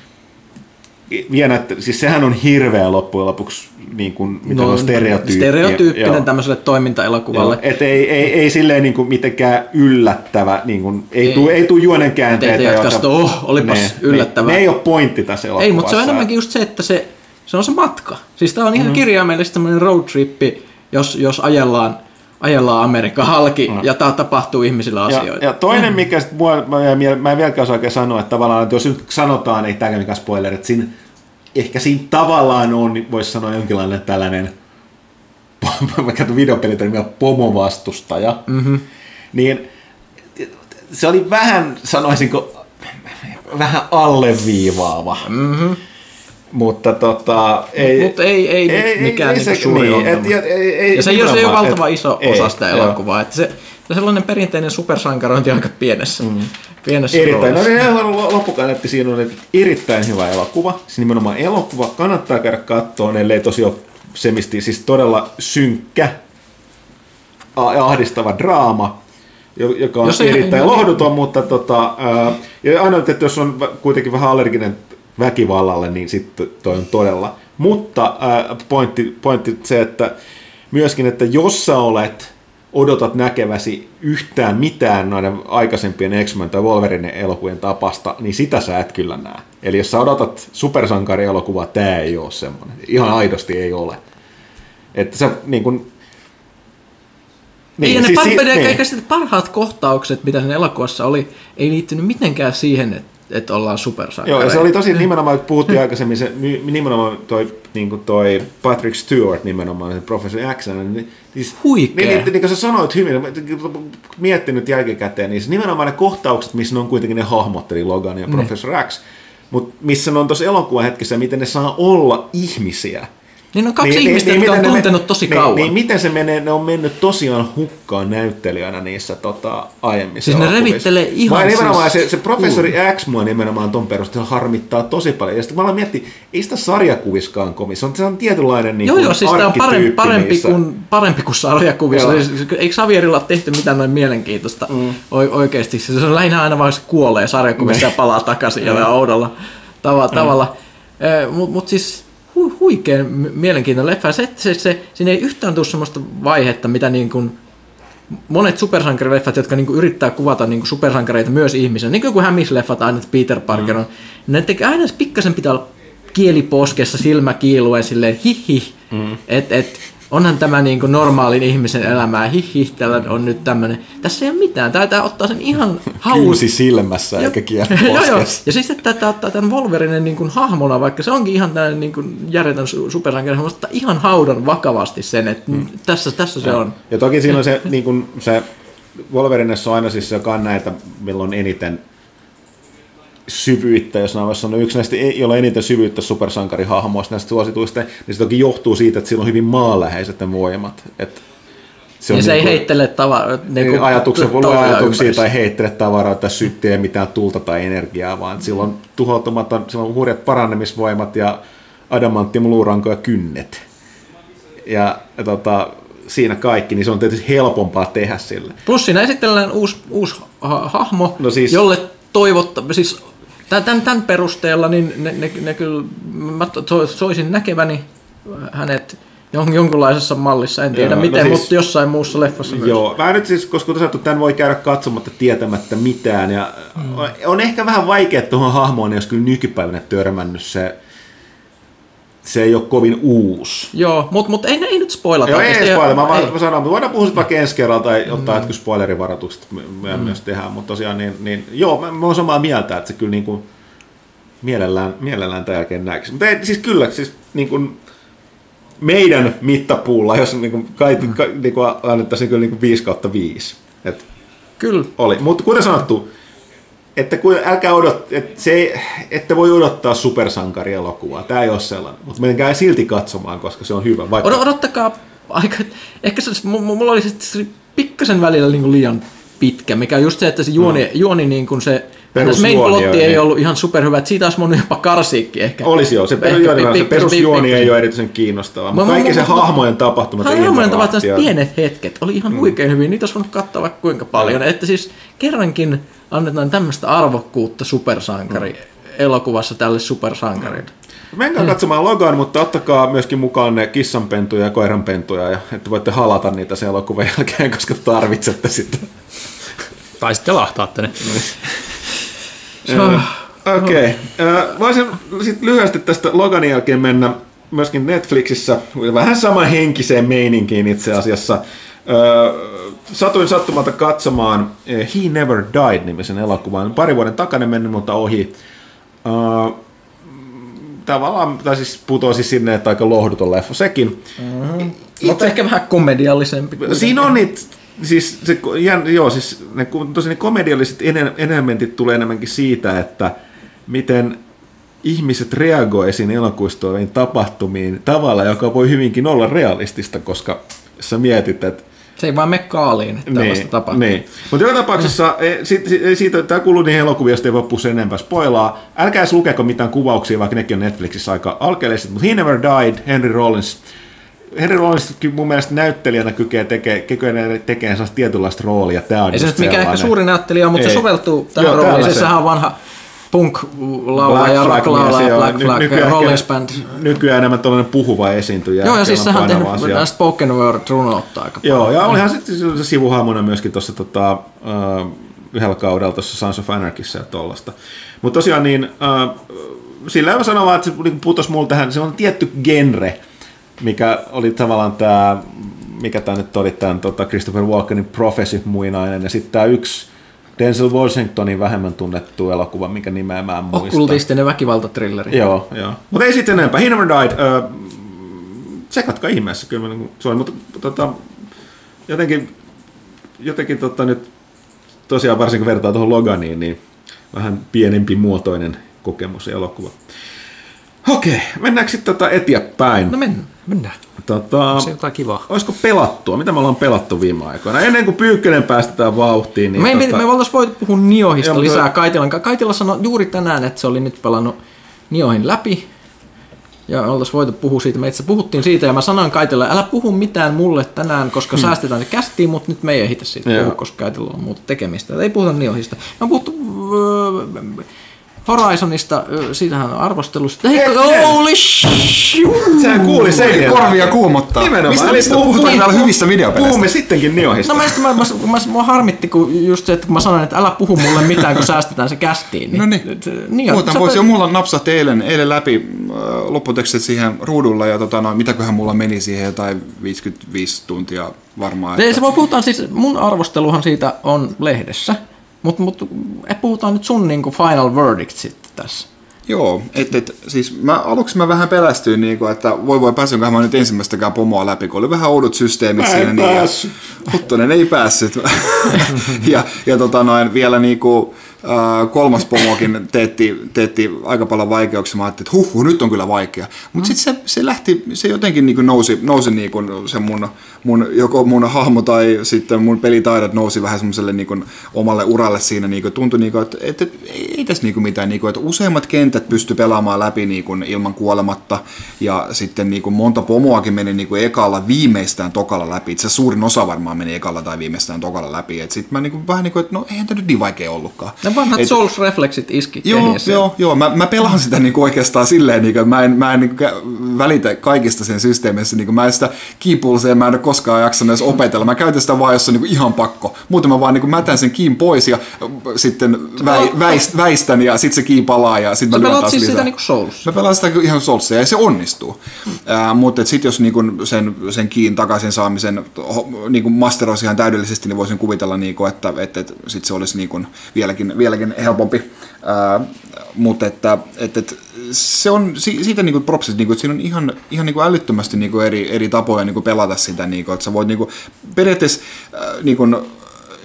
vie näitä, siis sehän on hirveä loppujen lopuksi niin kuin, mitä no, on stereotyyppi. Stereotyyppinen joo. Tämmöiselle toimintaelokuvalle. Et ei, ei, ei silleen niin kuin mitenkään yllättävä, niin kuin, ei, ei. tule tuu juonen käänteitä. Jotka joita, oh, olipas ne, yllättävää. Ne, ne ei ole pointti tässä elokuvassa. Ei, mutta se on enemmänkin just se, että se, se on se matka. Siis tää on ihan mm-hmm. kirjaimellisesti tämmöinen roadtrippi, jos, jos ajellaan, ajellaan Amerikan halki no. ja tää tapahtuu ihmisillä asioita. Ja, ja toinen, mikä sit mua, mä, mä en vieläkään osaa oikein sanoa, että tavallaan, että jos nyt sanotaan, ei tämäkään mikään spoiler, että siinä, ehkä siinä tavallaan on, niin voisi sanoa jonkinlainen tällainen, vaikka videopelit on vielä pomovastustaja, mm-hmm. niin se oli vähän, sanoisinko, vähän alleviivaava. Mm-hmm. Mutta tota, ei, Mut ei, ei, ei mikään ei, niinku suuri niin, ongelma. Et, ei, ei, ja se ei ole valtava et, iso ei, osa sitä elokuvaa. Että se, se sellainen perinteinen supersankarointi aika pienessä, mm. pienessä erittäin, roolissa. No, loppukaneetti siinä on erittäin hyvä elokuva. Se nimenomaan elokuva kannattaa käydä katsoa, ellei tosiaan semisti, siis todella synkkä, ahdistava draama, joka on jos erittäin ei, lohduton, niin. mutta tota, ja aina, että jos on kuitenkin vähän allerginen väkivallalle, niin sitten toi on todella. Mutta äh, pointti, pointti se, että myöskin, että jos sä olet, odotat näkeväsi yhtään mitään noiden aikaisempien X-Men tai Wolverine-elokuvien tapasta, niin sitä sä et kyllä näe. Eli jos sä odotat supersankarielokuvaa, tää ei ole semmoinen. Ihan aidosti ei ole. Että sä niin kun... Niin, ei, siis, ne par- si- niin. parhaat kohtaukset, mitä sen elokuvassa oli, ei liittynyt mitenkään siihen, että että ollaan supersankareita. Joo, ja se oli tosi nimenomaan, että puhuttiin aikaisemmin, se, nimenomaan toi, niin kuin toi Patrick Stewart nimenomaan, se Professor X, niin, siis, huikea. Niin, niin, niin kuin sä sanoit hyvin, miettinyt jälkikäteen, niin se nimenomaan ne kohtaukset, missä ne on kuitenkin ne hahmotteli Logan ja Professor mm. X, mutta missä ne on tuossa elokuvahetkessä, miten ne saa olla ihmisiä. Niin on kaksi niin, ihmistä, niin, jotka on tuntenut me, tosi niin, kauan. Niin miten se menee, ne on mennyt tosiaan hukkaan näyttelijänä niissä tota, aiemmissa siis elokuvissa. Ne revittelee ihan siis... Nimenomaan se, se professori uh. X mua nimenomaan ton perusteella harmittaa tosi paljon. Ja sitten mä aloin miettiä, ei sitä sarjakuviskaan komi. Se on, se on tietynlainen niin joo, joo, siis tämä on parempi, parempi, kuin, parempi kuin sarjakuvissa. Siis, eikö Xavierilla ole tehty mitään noin mielenkiintoista mm. oikeasti? Se on lähinnä aina vaan se kuolee sarjakuvissa ja palaa takaisin ja oudolla tavalla. Mm. tavalla. Eh, Mutta mut siis... Hu- huikean mielenkiintoinen leffa. Se, se, se, siinä ei yhtään tule sellaista vaihetta, mitä niin kuin monet supersankarileffat, jotka niin kuin yrittää kuvata niin kuin supersankareita myös ihmisenä, niin kuin Hämis-leffat aina, että Peter Parker on, mm. ne tekee aina pikkasen pitää olla kieli poskessa, silmä kiiluen silleen hihi, mm. että et, onhan tämä niin kuin normaalin ihmisen elämää, hihi, tällä on nyt tämmöinen. Tässä ei ole mitään, tämä ottaa sen ihan haus. Kynsi silmässä eikä kieli poskessa. Ja siis, että tämä ottaa tämän Wolverinen niin kuin hahmona, vaikka se onkin ihan tämmöinen niin kuin järjetön supersankari, mutta ottaa ihan haudan vakavasti sen, että mm. tässä, tässä se ja. on. Ja toki siinä on se, niin kuin se Wolverinessa on aina siis se, joka on näitä, milloin eniten syvyyttä, jos näin on yksi näistä, jolla eniten syvyyttä supersankarihahmoista näistä suosituista, niin se toki johtuu siitä, että sillä on hyvin maanläheiset ne voimat. Että se, niin se niin ei heittele tavaraa. Niin ajatuksia, voi ajatuksia tai heittele tavaraa tai syttiä mitään tulta tai energiaa, vaan sillä on tuhoutumaton, sillä on hurjat parannemisvoimat ja adamanttium, luuranko ja kynnet. Ja, ja tota, siinä kaikki, niin se on tietysti helpompaa tehdä sille. Plus siinä esitellään uusi, uusi ha- hahmo, no siis, jolle toivotta, siis tämän, tämän perusteella niin ne, ne, ne kyllä, mä soisin näkeväni hänet jonkunlaisessa mallissa, en tiedä joo, miten, no siis, mutta jossain muussa leffassa myös. Joo, mä nyt siis, koska sanottu, tämän voi käydä katsomatta tietämättä mitään, ja mm. on ehkä vähän vaikea tuohon hahmoon, jos kyllä nykypäivänä törmännyt se, se ei ole kovin uusi. Joo, mutta mut ei, ei nyt spoilata. Joo, ei spoilata, mä, vaan, mä sanon, mutta voidaan puhua vaikka ensi kerralla tai ottaa mm. jotkut spoilerivaroitukset me, mm. myös tehdään, mutta tosiaan niin, niin joo, mä, mä oon samaa mieltä, että se kyllä niin kuin mielellään, mielellään tämän jälkeen näkisi. Mutta ei, siis kyllä, siis niin kuin meidän mittapuulla, jos niin kuin, kai, mm. ka, niin kuin annettaisiin kyllä niin kuin viisi kautta viisi. Et kyllä. Oli, mutta kuten sanottu, että kun, älkää odot, että se, ette voi odottaa supersankarielokuvaa, tämä ei ole sellainen, mutta menkää silti katsomaan, koska se on hyvä. Vaikka... Odottakaa aika, ehkä se, mulla oli se pikkasen välillä niin kuin liian pitkä, mikä on just se, että se juoni, mm. juoni niin kuin se perusjuoni ei ollut ihan superhyvä, että siitä olisi voinut jopa karsiikki ehkä. Olisi joo, se perusjuoni, se perusjuoni ei ole erityisen kiinnostavaa, mutta kaikki se hahmojen tapahtumat. Hahmojen tapahtumat, pienet hetket, oli ihan huikein hyvin, niitä olisi voinut katsoa vaikka kuinka paljon, mm. että siis kerrankin annetaan tämmöistä arvokkuutta supersankari mm. elokuvassa tälle supersankarille. Menkää katsomaan Logan, mutta ottakaa myöskin mukaan ne kissanpentuja ja koiranpentuja, ja että voitte halata niitä sen elokuvan jälkeen, koska tarvitsette sitä. Tai sitten lahtaatte ne. Okei. Okay. Voisin sitten lyhyesti tästä Loganin jälkeen mennä myöskin Netflixissä vähän saman henkiseen meininkiin itse asiassa. Satuin sattumalta katsomaan He Never Died-nimisen elokuvan. Pari vuoden takana mennyt, mutta ohi. Tavallaan, tai siis putosi sinne, että aika lohduton leffa sekin. Mm-hmm. Mutta ehkä vähän komediallisempi. Siinä on niitä, siis, se, joo, siis ne, tosi ne komedialliset elementit tulee enemmänkin siitä, että miten ihmiset reagoi siinä elokuvistoihin tapahtumiin tavalla, joka voi hyvinkin olla realistista, koska sä mietit, että se ei vaan mene kaaliin, että tällaista niin, tapahtuu. Niin. Mutta joka tapauksessa, siitä, siitä, tämä kuuluu niihin elokuvia, joista ei voi puhua enempää spoilaa. Älkää edes lukeko mitään kuvauksia, vaikka nekin on Netflixissä aika alkeellisesti. Mutta He Never Died, Henry Rollins. Henry Rollins mun mielestä näyttelijänä kykenee tekemään tekee sellaista tietynlaista roolia. Tämä on ei se nyt mikään ehkä suuri näyttelijä, mutta ei. Se soveltuu tähän Joo, rooliin. Sehän on vanha punk-laulaja, rock-laulaja, Black Flag, Rollins Band. Nykyään enemmän tällainen puhuva esiintyjä. Joo, ja siis sehän on tehnyt nämä spoken word-runoutta aika paljon. Joo, ja olihan sitten se sivuhahmona myöskin tuossa tota, uh, yhdellä kaudella tuossa Sons of Anarchyssä ja tollaista. Mutta tosiaan niin, uh, sillä ei sanoa vaan, että se putosi mulle tähän, se on tietty genre, mikä oli tavallaan tämä, mikä tämä nyt oli, tämän tota Christopher Walkenin Prophecy-muinainen, ja sitten tämä yksi Denzel Washingtonin vähemmän tunnettu elokuva, minkä nimeä mä en muista. Okkultistinen väkivaltatrilleri. Joo, joo. Mutta ei sitten enempää. He Never Died, äh, tsekatkaa ihmeessä kyllä, se on, mutta tota, jotenkin, jotenkin tota, nyt tosiaan varsinkin vertaa tuohon Loganiin, niin vähän pienempi muotoinen kokemus ja elokuva. Okei, mennäänkö sitten tota eteenpäin? No mennään, mennään. Tota, se on jotain kivaa. Olisiko pelattua? Mitä me ollaan pelattu viime aikoina? Ennen kuin Pyykkönen päästetään vauhtiin. Niin me, tota... me voitaisiin voitu puhua Niohista ja, lisää Kaitilan. Kaitila sanoi juuri tänään, että se oli nyt pelannut Niohin läpi. Ja me oltaisiin voitu puhua siitä. Me itse puhuttiin siitä ja mä sanoin Kaitilalle, älä puhu mitään mulle tänään, koska hmm. säästetään se kästiin, mutta nyt me ei ehitä siitä Joo. puhua, koska Kaitilalla on muuta tekemistä. Ei puhuta Niohista. Me on puhuttu äh, Horizonista, siitähän on arvostelusta. Holy shit! Sehän kuuli sen. Korvia kuumottaa. Nimenomaan. Mistä puhutaan täällä hyvistä videopeleistä? Puhumme sittenkin Niohista. No mä, mä, mä, mua harmitti, kun just se, että kun mä sanoin, että älä puhu mulle mitään, kun säästetään se kästiin. Niin, no niin. Puhutaan pois. Jo mulla napsahti eilen, eilen läpi äh, lopputekstit siihen ruudulla ja tota, no, mitäköhän mulla meni siihen jotain viisikymmentäviisi tuntia varmaan. Että... Se voi puhutaan siis, mun arvosteluhan siitä on lehdessä. Mutta mut, puhutaan nyt sun niinku final verdict sitten tässä. Joo, et, et, siis mä, aluksi mä vähän pelästyin, niinku, että voi voi pääsinköhän mä nyt ensimmäistäkään pomoa läpi, kun oli vähän oudot systeemit siinä. Niin, ja, Huttonen ei päässyt. ja ja tota noin, vielä niinku, äh, kolmas pomokin teetti, teetti aika paljon vaikeuksia. Mä ajattelin, että huh, huh, nyt on kyllä vaikea. Mutta mm. sitten se, se lähti, se jotenkin niinku nousi, nousi niinku se mun, mun, joko mun hahmo tai sitten mun pelitaidot nousi vähän semmoiselle niinku omalle uralle siinä. Niinku, tuntui, niinku, että et, et, ei tässä niinku mitään, niinku, että useimmat kentät pystyi pelaamaan läpi niinku, ilman kuolematta. Ja sitten niinku, monta pomoakin meni niinku, ekalla viimeistään tokalla läpi. Itse suurin osa varmaan meni ekalla tai viimeistään tokalla läpi. Sitten mä niinku, vähän niin kuin, että no eihän tämä nyt niin vaikea ollutkaan. Ne vanhat et, Souls-refleksit iski Joo, joo, joo. Mä, mä pelaan sitä niinku oikeastaan silleen, niinku, että mä en, mä en niinku välitä kaikista sen systeemissä. Niinku, mä en sitä kiipulseen, mä en ole koskaan jaksanut edes opetella. Mä käytän sitä vaan, jos on niinku ihan pakko. Muuten mä vaan niinku mätän sen kiin pois ja sitten väi, väist, väistän ja sitten se kii palaa ja sitten mä lyön taas siis lisää. Sitä niinku Souls? Mä pelaan sitä ihan Soulsia ja se onnistuu. Hmm. Äh, mutta sitten jos niinku sen, sen kiin takaisin saamisen niinku masteroisi ihan täydellisesti, niin voisin kuvitella, niinku, että, että, että sit se olisi niinku vieläkin, vieläkin helpompi. Äh, mutta että, että, että se on siitä niinku propsit, niinku, että siinä on ihan, ihan niinku älyttömästi niinku eri, eri tapoja niinku pelata sitä, niinku, että sä voit niinku, periaatteessa äh, niinku,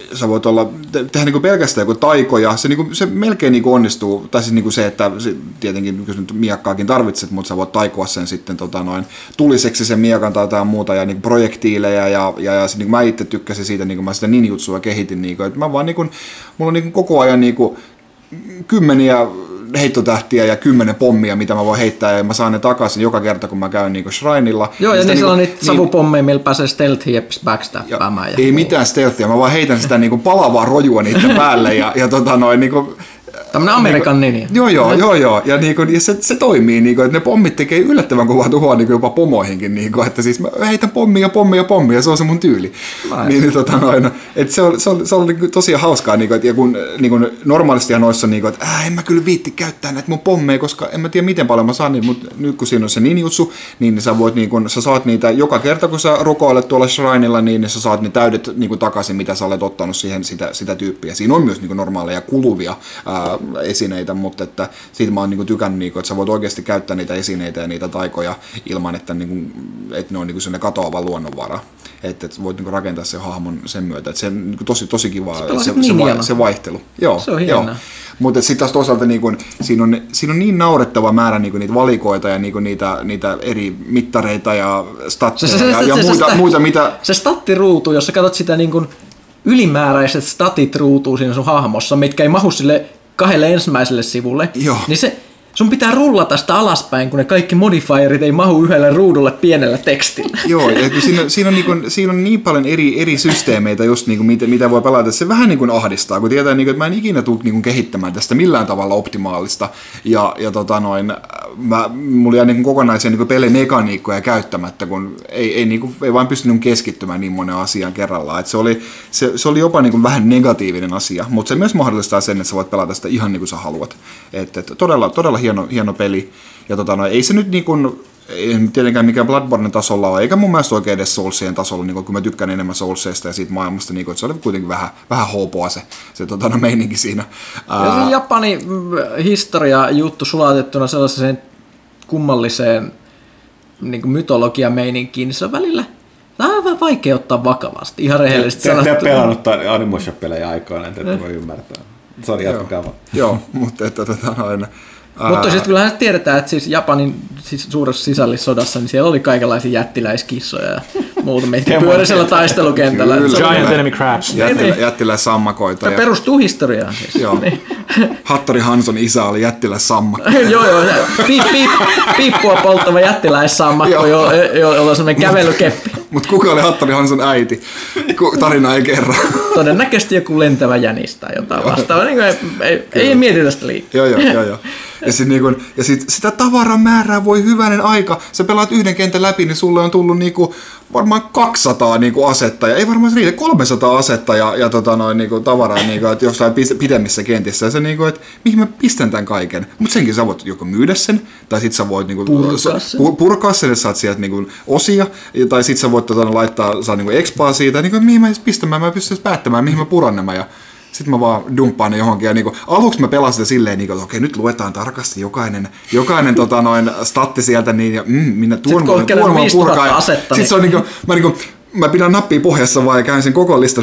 sä voit olla, te, tehdä niinku pelkästään joku taikoja, se, niinku, se melkein niinku onnistuu, tai siis niinku se, että se, tietenkin jos nyt miekkaakin tarvitset, mutta sä voit taikoa sen sitten tota noin, tuliseksi sen miekan tai jotain muuta, ja niinku projektiileja, ja, ja, ja se, niinku mä itse tykkäsin siitä, niinku mä sitä ninjutsua kehitin, niinku, että mä vaan niinku, mulla on niinku koko ajan niinku, kymmeniä heittotähtiä ja kymmenen pommia, mitä mä voin heittää, ja mä saan ne takaisin joka kerta, kun mä käyn niinku Shrinella. Joo, ja niin niissä niinku, on niitä savupommeja, millä pääsee stealthiin ja backstappaamaan. Ei mitään stealthia, mä vaan heitän sitä niinku palavaa rojua niiden päälle, ja, ja tota noin niinku... Tämmönen Amerikan niinku, ninja. Joo, joo, joo, joo. Ja, niinku, ja se, se toimii, niinku, että ne pommit tekee yllättävän kovaa tuhoa niinku jopa pomoihinkin. Niinku, että siis mä heitän pommia, pommia, pommia, se on se mun tyyli. Niin, niin, tota, noin, että se on, se on, se on niinku, tosiaan hauskaa, niinku, että ja kun niinku, normaalistihan noissa on, niinku, että äh, en mä kyllä viitti käyttää näitä mun pommeja, koska en mä tiedä miten paljon mä saan niitä, mutta nyt kun siinä on se ninjutsu, niin sä, voit, niinku, sä saat niitä joka kerta, kun sä rukoilet tuolla Shrinella, niin sä saat ne täydet niinku, takaisin, mitä sä olet ottanut siihen sitä, sitä tyyppiä. Siinä on myös niinku, normaaleja kuluvia ää, esineitä, mutta että siitä mä oon niinku tykännyt, niinku, että sä voit oikeasti käyttää niitä esineitä ja niitä taikoja ilman, että, niinku, että ne on niinku sellainen katoava luonnonvara. Että et voit niinku rakentaa sen hahmon sen myötä. Että se on niinku tosi, tosi kiva se, se, se, vai, se vaihtelu. Joo, se on hienoa. Mutta sitten taas toisaalta niinku, siinä, on, siinä on niin naurettava määrä niinku, niitä valikoita ja niinku, niitä, niitä eri mittareita ja statteja se, se, ja, se, ja se, muita, se, muita, mitä... Se stattiruutu, jos sä katsot sitä niinku ylimääräiset statit ruutuu siinä sun hahmossa, mitkä ei mahu sille kahdelle ensimmäiselle sivulle, Joo. niin se, sun pitää rullata sitä alaspäin, kun ne kaikki modifierit ei mahu yhdelle ruudulle pienellä tekstillä. Joo, ja siinä, siinä, on niin kuin, siinä on niin paljon eri, eri systeemeitä, just niin kuin, mitä, mitä voi pelata, se vähän niin kuin ahdistaa, kun tietää, niin kuin, että mä en ikinä tule niin kuin kehittämään tästä millään tavalla optimaalista, ja, ja tota noin, mä, mulla jää niin kokonaisia niin pelimekaniikkoja käyttämättä, kun ei, ei, niin kuin, ei vain pystynyt keskittymään niin monen asian kerrallaan. Et se, oli, se, se oli jopa niin kuin vähän negatiivinen asia, mutta se myös mahdollistaa sen, että sä voit pelata sitä ihan niin kuin sä haluat. Et, et, todella, todella hieno, hieno peli. Ja tota, no, ei se nyt niin kuin, ei tietenkään mikään Bloodborne tasolla ole, eikä mun mielestä oikein edes Soulsien tasolla, niin kun mä tykkään enemmän Soulsista ja siitä maailmasta, niin kun, että se oli kuitenkin vähän, vähän hoopoa se, se tota, no, meininki siinä. Ja se Japanin historia juttu sulatettuna sellaiseen kummalliseen niin kuin mytologia-meininkiin, niin se on välillä vähän vaikea ottaa vakavasti, ihan rehellisesti sanottu. Te ette pelannut Animation-pelejä aikaa, en te voi ymmärtää. Sori, jatkakaa vaan. Joo, mutta että tota noin... Mutta sitten kyllähän tiedetään, että siis Japanin siis suuressa sisällissodassa niin siellä oli kaikenlaisia jättiläiskissoja ja muuta, mitkä pyörisellä taistelukentällä. Giant enemy crabs. Jättilä, jättiläissammakoita. Se ja... perustuu historiaan siis. Joo. Hattori Hanson isä oli jättiläissammakko. joo, joo. Piip, piip, piippua polttava jättiläissammakko, jolla jo, jo, on sellainen kävelykeppi. Mutta kuka oli Hattori Hanson äiti? Tarina ei kerro. Todennäköisesti joku lentävä jänis tai jotain vastaavaa. Niin ei, ei, ei mietitä sitä liikaa. Joo, joo, joo. joo. Ja, sit niinku, ja sit sitä tavaramäärää voi hyvänen aika. Sä pelaat yhden kentän läpi, niin sulle on tullut niinku varmaan kaksisataa niinku asetta, ja ei varmaan riitä, kolmesataa asetta ja, ja tota noin, niinku tavaraa niinku, että jossain pidemmissä kentissä. Ja se niinku, että mihin mä pistän tämän kaiken. Mutta senkin sä voit joko myydä sen, tai sit sä voit niinku, purkaa sen, pu, purkaa sen, että saat sieltä niinku osia, tai sit sä voit tota, laittaa, saa niinku expaa siitä, niinku, mihin mä pistämään, mä pystyn päättämään, mihin mä puran nämä. Ja sitten mä vaan dumppaan ne johonkin. Ja niinku, aluksi mä pelasin silleen, niinku, että okei, nyt luetaan tarkasti jokainen, jokainen tota, noin, statti sieltä. Niin, ja, mm, minä tuon voin purkaa. Sitten se on niinku, mä, niinku, mä pidän nappia pohjassa vaan ja käyn sen koko listan.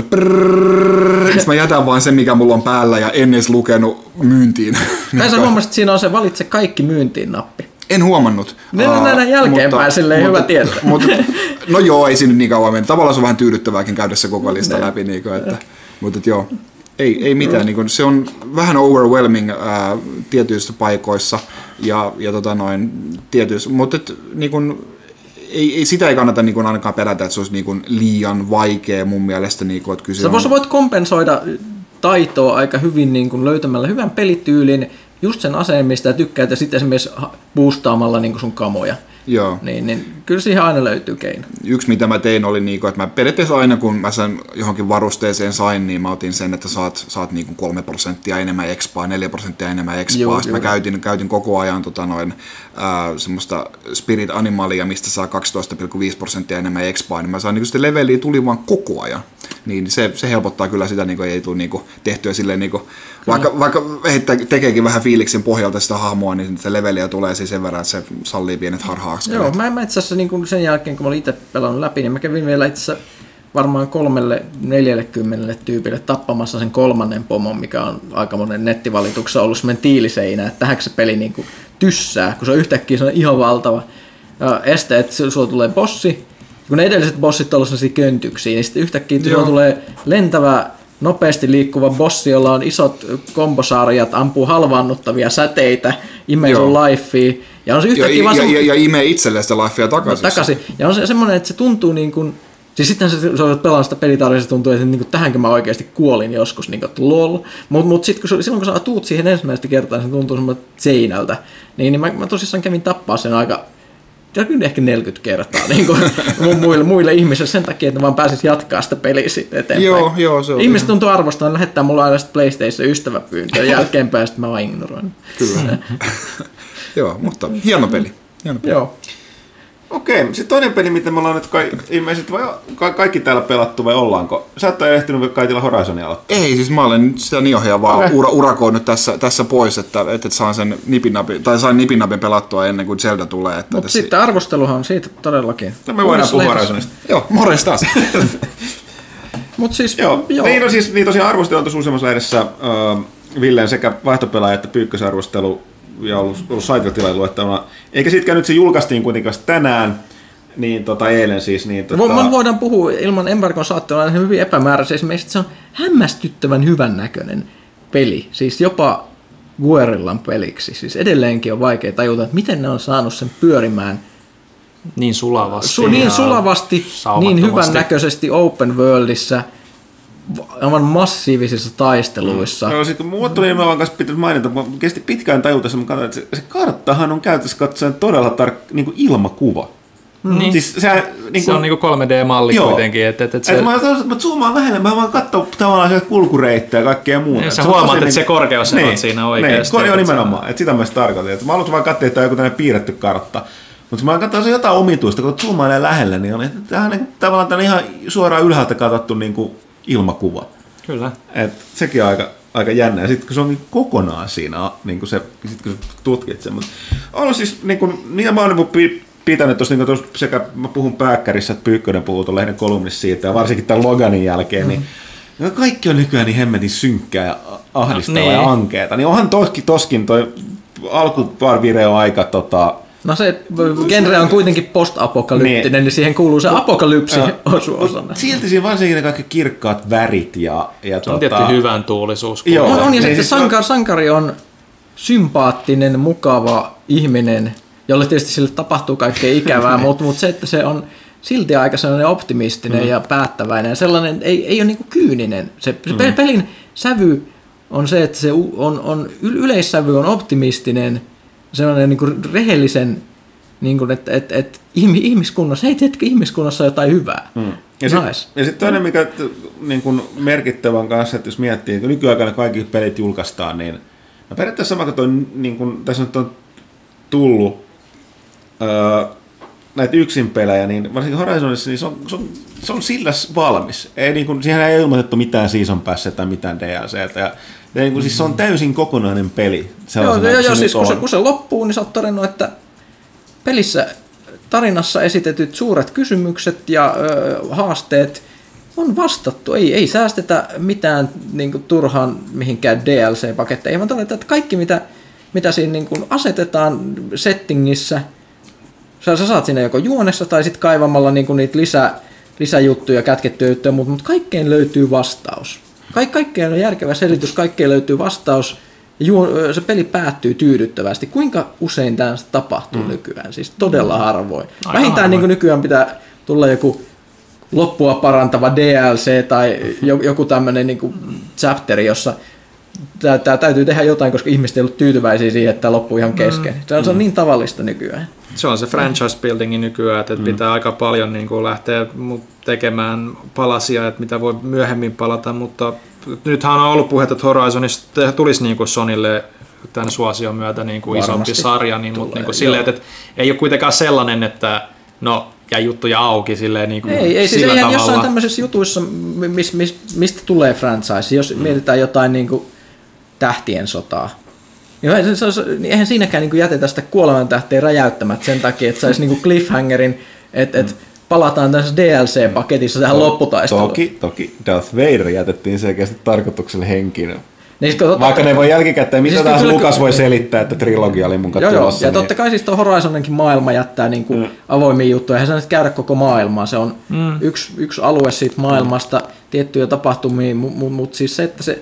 Sitten mä jätän vaan sen, mikä mulla on päällä ja en edes lukenut myyntiin. Tai sä huomasit, että siinä on se valitse kaikki myyntiin nappi. En huomannut. Ne on nähdään jälkeenpäin, silleen mutta, hyvä tietää. Mutta, no joo, ei siinä nyt niin kauan mennä. Tavallaan se on vähän tyydyttävääkin käydä se koko lista läpi. Niin kuin, että, mutta että joo. Ei, ei mitään, niin kuin, se on vähän overwhelming ää, tietyissä paikoissa ja, ja tota noin, tietyissä, mutta et, niin kuin, ei, ei, sitä ei kannata niin kuin, ainakaan pelätä, että se olisi niin kuin, liian vaikea mun mielestä. Niin kuin, että kyse sä on... voit kompensoida taitoa aika hyvin niin kuin, löytämällä hyvän pelityylin, just sen aseen, mistä tykkäät, ja sitten esimerkiksi boostaamalla niin kuin sun kamoja. Joo. Niin, niin kyllä siihen aina löytyy keino. Yksi mitä mä tein oli, niinku, että mä periaatteessa aina kun mä sen johonkin varusteeseen sain, niin mä otin sen, että saat, saat niinku kolme prosenttia enemmän expaa, neljä prosenttia enemmän expaa. Sitten mä käytin, käytin koko ajan tota noin, äh, semmoista Spirit Animalia, mistä saa kaksitoista pilkku viisi prosenttia enemmän expaa, niin mä saan niinku sitä leveliä tuli vaan koko ajan. Niin se, se helpottaa kyllä sitä, niin ei tule niin tehtyä silleen, niin kuin, vaikka, vaikka tekeekin vähän fiiliksen pohjalta sitä hahmoa, niin se leveliä tulee siis sen verran, että se sallii pienet harha-askeleet. Joo, mä, mä itse asiassa niin sen jälkeen, kun mä olin itse pelannut läpi, niin mä kävin vielä itse asiassa varmaan kolmelle, neljällekymmenelle tyypille tappamassa sen kolmannen pomon, mikä on aika monen nettivalituksessa ollut semmoinen tiiliseinä, että tähänkö se peli niin kuin tyssää, kun se on yhtäkkiä se on ihan valtava este, että sulla tulee bossi, kun ne edelliset bossit on ollut sellaisia köntyksiä, niin sitten yhtäkkiä sulla tulee lentävä, nopeasti liikkuva bossi, jolla on isot kombosarjat, ampuu halvaannuttavia säteitä, imee sun lifea. Ja on se yhtäkkiä ja, vaan ja, sun... ja, ja imee itselleen sitä lifea takaisin. No, takaisin. Ja on se semmoinen, että se tuntuu niin kuin... Siis sitten se, se olet pelannut sitä pelitarjaa, se tuntuu, että niin kuin, tähänkö mä oikeasti kuolin joskus, niin kuin, lol. Mutta mut sitten kun, silloin kun sä tuut siihen ensimmäistä kertaa, niin se tuntuu semmoinen seinältä. Niin, niin mä, mä tosissaan kävin tappaa sen aika... Kyllä ehkä neljäkymmentä kertaa niin kuin, muille, muille ihmisille sen takia, että ne vaan pääsis jatkaa sitä peliä sitten eteenpäin. Joo, joo, se on. Ihmiset tuntuu arvostamaan, lähettää mulle aina sitten PlayStation ystäväpyyntöä jälkeenpäin, sitten mä vaan ignoroin. Kyllä. Joo, mutta hieno peli. Hieno peli. Joo. Okei, sitten toinen peli, mitä me ollaan nyt kai, ilmeisesti vai ka- kaikki täällä pelattu vai ollaanko? Sä et ole ehtinyt kaitilla Horizonia aloittaa. Ei, siis mä olen nyt sitä Niohia vaan okay. ura, urakoinut tässä, tässä pois, että, että saan sen nipinapin, tai sain nipinapin pelattua ennen kuin Zelda tulee. Mutta sitten arvosteluhan on siitä todellakin. No me voidaan puhua Horizonista. Joo, morjens taas. Mut siis, joo, joo. Niin, no siis, niin tosiaan arvostelu on tuossa useammassa lehdessä äh, Villeen sekä vaihtopelaaja että pyykkösarvostelu ja ollut, ollut saiteltilailla luettavana. Eikä siitäkään nyt se julkaistiin kuitenkaan tänään, niin tota eilen siis. Niin, tota... Me voidaan puhua ilman embargon saattelua hyvin epämääräisiä. Esimerkiksi se on hämmästyttävän hyvän näköinen peli. Siis jopa Guerrillan peliksi. Siis edelleenkin on vaikea tajuta, että miten ne on saanut sen pyörimään niin sulavasti. Su, niin sulavasti, niin hyvän näköisesti open worldissa, aivan massiivisissa taisteluissa. Mm. No, sitten kun muut tuli nimenomaan kanssa pitäisi mainita, kun kesti pitkään tajuta sen, että se, se karttahan on käytössä katsoen todella tarkka niin kuin ilmakuva. Niin. Siis sehän, niin se on niin kuin kolme D-malli joo. kuitenkin. Että, että, että se... et mä, mä zoomaan lähelle, mä vaan katson tavallaan sieltä kulkureittejä ja kaikkea muuta. Ja sä huomaat, että niin, se korkeus niin, on siinä oikeasti. Niin, joo nimenomaan. Että sitä mä sitä tarkoitin. Että mä haluaisin vaan katsoa, että on joku tämmöinen piirretty kartta. Mutta kun mä katson jotain omituista, kun zoomailee lähelle, niin on tämähän niin, tavallaan tämän ihan suoraan ylhäältä katsottu niin kuin ilmakuva. Kyllä. Et sekin on aika, aika jännä. Ja sitten kun se on kokonaan siinä, niin kun se, sit kun sä tutkit sen. Mutta on siis, niin kuin, niin mä oon pitänyt tuossa, niin sekä mä puhun Pääkkärissä, että Pyykkönen puhuu tuon lehden kolumnissa siitä, ja varsinkin tämän Loganin jälkeen, mm. niin kaikki on nykyään niin hemmetin synkkää ja ahdistavaa no, niin. ja ankeeta. Niin onhan toskin, toskin toi alkuvideo aika tota... No se genre on kuitenkin post-apokalyptinen, niin, niin siihen kuuluu se apokalypsi osuosana. Silti siinä varsinkin ne kaikki kirkkaat värit ja... ja on tota... tietty hyvän tuulisuus. Joo, on, on, ja sitten sankar, sankari on sympaattinen, mukava ihminen, jolle tietysti sille tapahtuu kaikkea ikävää, mutta mut se, että se on silti aika sellainen optimistinen mm. ja päättäväinen ja sellainen, ei, ei ole niinku kyyninen. Se, se mm. pelin sävy on se, että se on, on, yleissävy on optimistinen, sellainen niin kuin rehellisen, niin kuin, että, että, että ihmiskunnassa, hei tiedätkö, ihmiskunnassa on jotain hyvää. Mm. Ja nice. sitten sit toinen, mikä niin kuin merkittävän kanssa, että jos miettii, että nykyaikana kaikki pelit julkaistaan, niin no periaatteessa sama kuin toi, niin kuin tässä nyt on tullut öö, näitä yksin pelejä, niin varsinkin Horizonissa niin se, on, se, on, se on sillä valmis. Ei, niin kuin, siihen ei ilmoitettu mitään season passia tai mitään D L C:tä. Ja, ja niin kuin, siis se on täysin kokonainen peli. Joo, joo, joo siis kun se, kun se loppuu, niin sä oot todennut, että pelissä tarinassa esitetyt suuret kysymykset ja ö, haasteet on vastattu. Ei, ei säästetä mitään niin kuin, turhaan mihinkään D L C-paketteihin, vaan todetaan, että kaikki mitä, mitä siinä niin kuin, asetetaan settingissä, sä, sä saat siinä joko juonessa tai sitten kaivamalla niin kuin, niitä lisä, lisäjuttuja, kätkettyjä juttuja, mutta, mutta kaikkeen löytyy vastaus. Kaik, kaikkeen on järkevä selitys, kaikkeen löytyy vastaus. Ju, se peli päättyy tyydyttävästi. Kuinka usein tämä tapahtuu mm. nykyään? Siis todella harvoin. Aika Vähintään niin kuin nykyään pitää tulla joku loppua parantava D L C tai joku tämmöinen niin kuin chapteri, jossa tämä täytyy tehdä jotain, koska ihmiset ei ollut tyytyväisiä siihen, että tämä loppuu ihan kesken. Mm. Se on, se on niin tavallista nykyään. Se on se franchise buildingi nykyään, että mm. pitää aika paljon niin kuin lähteä tekemään palasia, että mitä voi myöhemmin palata, mutta nythän on ollut puhetta, että Horizonista tulisi niin kuin Sonylle tämän suosion myötä niin kuin isompi sarja, niin, mutta niin kuin silleen, että, että ei ole kuitenkaan sellainen, että no, ja juttuja auki silleen niin kuin ei, ei, sillä siis tavalla. Jossain tämmöisissä jutuissa, mis, mis, mistä tulee franchise, jos mm. mietitään jotain niin kuin tähtien sotaa, niin se, se, niin eihän siinäkään niin kuin jätetä sitä kuoleman tähteen räjäyttämät sen takia, että saisi niin kuin cliffhangerin, että mm. et, palataan tässä D L C-paketissa tähän lopputaisteluun. Toki, toki Darth Vader jätettiin selkeästi tarkoitukselle henkiin. Niin, totta, Vaikka ne voi jälkikäteen, mitä siis taas kyllä, Lukas voi selittää, että trilogia oli mun joo, tulossa. ja niin... totta kai siis tuo Horizoninkin maailma jättää niinku mm. avoimia juttuja, eihän sä nyt käydä koko maailmaa, se on mm. yksi, yksi alue siitä maailmasta, mm. tiettyjä tapahtumia, mutta mut siis se, että se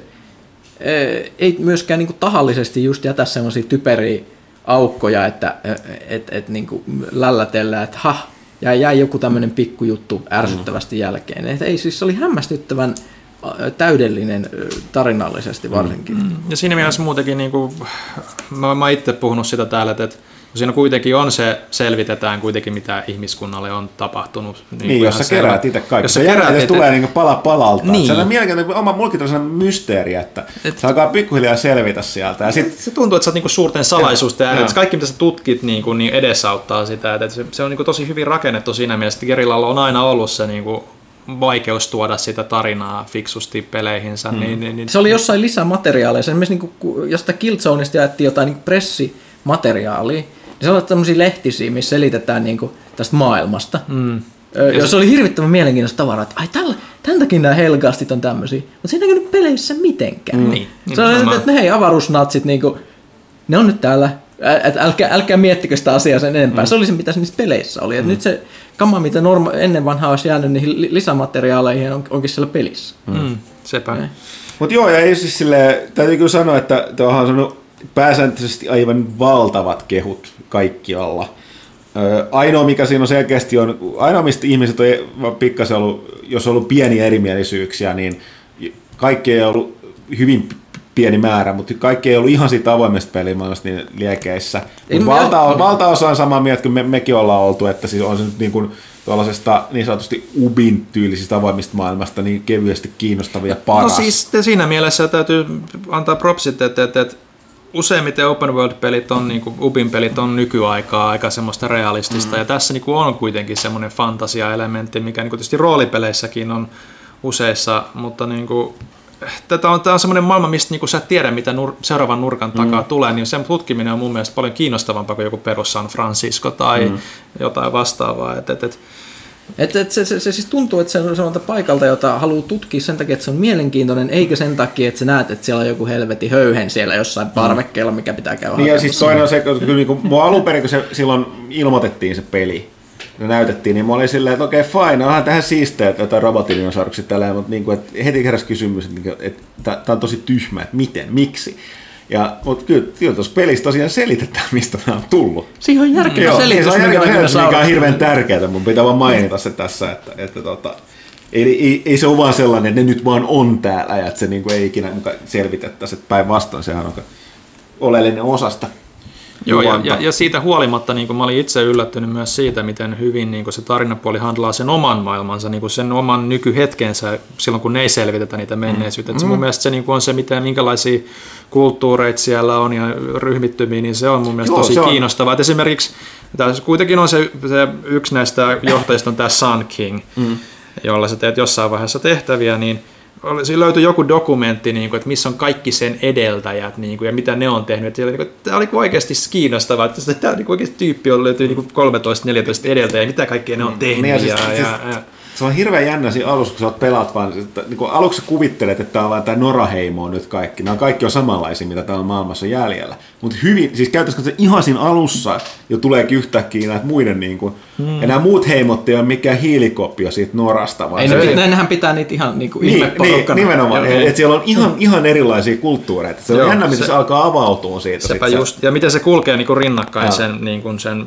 ei myöskään niinku tahallisesti just jätä semmoisia typeriä aukkoja, että et, et, niinku lällätellään, että ha, jäi, jäi joku tämmöinen pikkujuttu ärsyttävästi jälkeen. Et ei siis, se oli hämmästyttävän täydellinen tarinallisesti varsinkin. Mm. Ja siinä mielessä muutenkin, niin kuin, mä, mä itse puhunut sitä täällä, että siinä kuitenkin on se, selvitetään kuitenkin mitä ihmiskunnalle on tapahtunut. Niin, niin jos sä keräät itse kaikki. Jos se keräät, jos tulee niin pala palalta. Niin. Se on mielenkiintoinen, oma mulkin on sellainen mysteeri, että et, se alkaa pikkuhiljaa selvitä sieltä. Ja sit, se tuntuu, että sä oot niin suurten salaisuusta ja että kaikki mitä sä tutkit niin kuin, niin edesauttaa sitä. Että se, se on niin kuin, tosi hyvin rakennettu siinä mielessä, että Gerillalla on aina ollut se niin kuin, vaikeus tuoda sitä tarinaa fiksusti peleihinsä. Hmm. Niin, niin, niin, se oli jossain lisämateriaaleissa. Esimerkiksi niin kuin, jostain Killzoneista jaettiin jotain niin pressimateriaalia. Niin se on tämmöisiä lehtisiä, missä selitetään niin kuin, tästä maailmasta. Hmm. Öö, ja se oli hirvittävän mielenkiintoista tavaraa, että ai tällä, tämän takia nämä Helgastit on tämmöisiä. Mutta se ei näkynyt peleissä mitenkään. Hmm. Niin, se oli, että, että hei, avaruusnatsit, niin kuin, ne on nyt täällä. Ä, älkää, älkää miettikö sitä asiaa sen enempää. Mm. Se oli se, mitä se niissä peleissä oli. Mm. Nyt se kama, mitä norma- ennen vanhaa olisi jäänyt niihin lisämateriaaleihin, on, onkin siellä pelissä. Mm. Sepä. Mutta joo, ja ei siis silleen, täytyy kyllä sanoa, että tuohan on sanonut pääsääntöisesti aivan valtavat kehut kaikkialla. Öö, ainoa, mikä siinä on selkeästi on, ainoa mistä ihmiset on pikkasen ollut, jos on ollut pieniä erimielisyyksiä, niin kaikki ei ollut hyvin pieni määrä, mutta kaikki ei ollut ihan siitä avoimesta pelimaailmasta niin liekeissä. Mutta valta, valtaosa on samaa mieltä, kun me, mekin ollaan oltu, että siis on se nyt niin kuin tuollaisesta niin sanotusti Ubin tyylisistä avoimista maailmasta niin kevyesti kiinnostava ja paras. No siis siinä mielessä täytyy antaa propsit, että, että, että useimmiten open world-pelit on, niin kuin Ubin pelit on nykyaikaa aika semmoista realistista, mm. ja tässä niin kuin on kuitenkin semmoinen fantasia-elementti, mikä niin kuin tietysti roolipeleissäkin on useissa, mutta niin kuin Tätä on, tämä on semmoinen maailma, mistä niin sä et tiedä, mitä nur, seuraavan nurkan takaa mm. tulee, niin sen tutkiminen on mun mielestä paljon kiinnostavampaa kuin joku perus San Francisco tai mm. jotain vastaavaa. Et, et, et. Et, et se, se, se siis tuntuu, että se on sellaista paikalta, jota haluaa tutkia sen takia, että se on mielenkiintoinen, eikä sen takia, että sä näet, että siellä on joku helvetin höyhen siellä jossain parvekkeella, mikä pitää käydä niin ja siis toinen on se, että kyllä niin mua alun perin, kun se silloin ilmoitettiin se peli, ja näytettiin, niin mä olin silleen, että okei, okay, fine, onhan tähän siisteä, että jotain robotidinosauruksia tällä, mutta niin kuin, että heti heräsi kysymys, että, että tämä on tosi tyhmä, että miten, miksi. Ja, mutta kyllä, kyllä tuossa pelissä tosiaan selitetään, mistä nämä on tullut. Siihen on järkevä Joo, selitys. Se on järkevä selitys, mikä on hirveän tärkeää, mun pitää vaan mainita se tässä, että, että tota, ei, ei, ei se ole vaan sellainen, että ne nyt vaan on täällä, ja että se niin kuin ei ikinä selvitettäisi, että päinvastoin sehän on oleellinen osasta. Joo, ja, ja, ja siitä huolimatta niin mä olin itse yllättynyt myös siitä, miten hyvin niin se tarinapuoli handlaa sen oman maailmansa, niin sen oman nykyhetkensä silloin, kun ne ei selvitetä niitä menneisyyttä. Mm. Se mun mielestä se niin on se, miten, minkälaisia kulttuureita siellä on ja ryhmittymiä, niin se on mun mielestä Joo, tosi kiinnostavaa. Et esimerkiksi tässä kuitenkin on se, se yksi näistä johtajista on tämä Sun King, mm. jolla sä teet jossain vaiheessa tehtäviä, niin siinä löytyi joku dokumentti, niin kuin, että missä on kaikki sen edeltäjät niin kuin, ja mitä ne on tehnyt. Siellä, niin kuin, tämä oli oikeasti kiinnostavaa, että tämä niin oikeasti tyyppi on löytyy niin kolmetoista neljätoista edeltäjä ja mitä kaikkea ne on tehnyt. Mm, ja, siis, ja, siis, ja, ja. Se on hirveän jännä siinä alussa, kun sä oot pelaat vaan, että, niin kuin aluksi sä kuvittelet, että tämä on vain tämä Nora-heimo nyt kaikki. Nämä kaikki on samanlaisia, mitä täällä maailmassa on jäljellä. Mutta hyvin, siis käytännössä se ihan siinä alussa jo tuleekin yhtäkkiä näitä muiden, niin kuin, hmm. ja nämä muut heimot ei ole mikään hiilikopio siitä Norasta. Vaan ei, se, ne, nehän pitää niitä ihan niin kuin niin, niin, nimenomaan, että et siellä on ihan, ihan erilaisia kulttuureita. Se on Joo, jännä, miten se, se alkaa avautua siitä. Sepä just, se, ja miten se kulkee niin kuin rinnakkain sen, niin kuin sen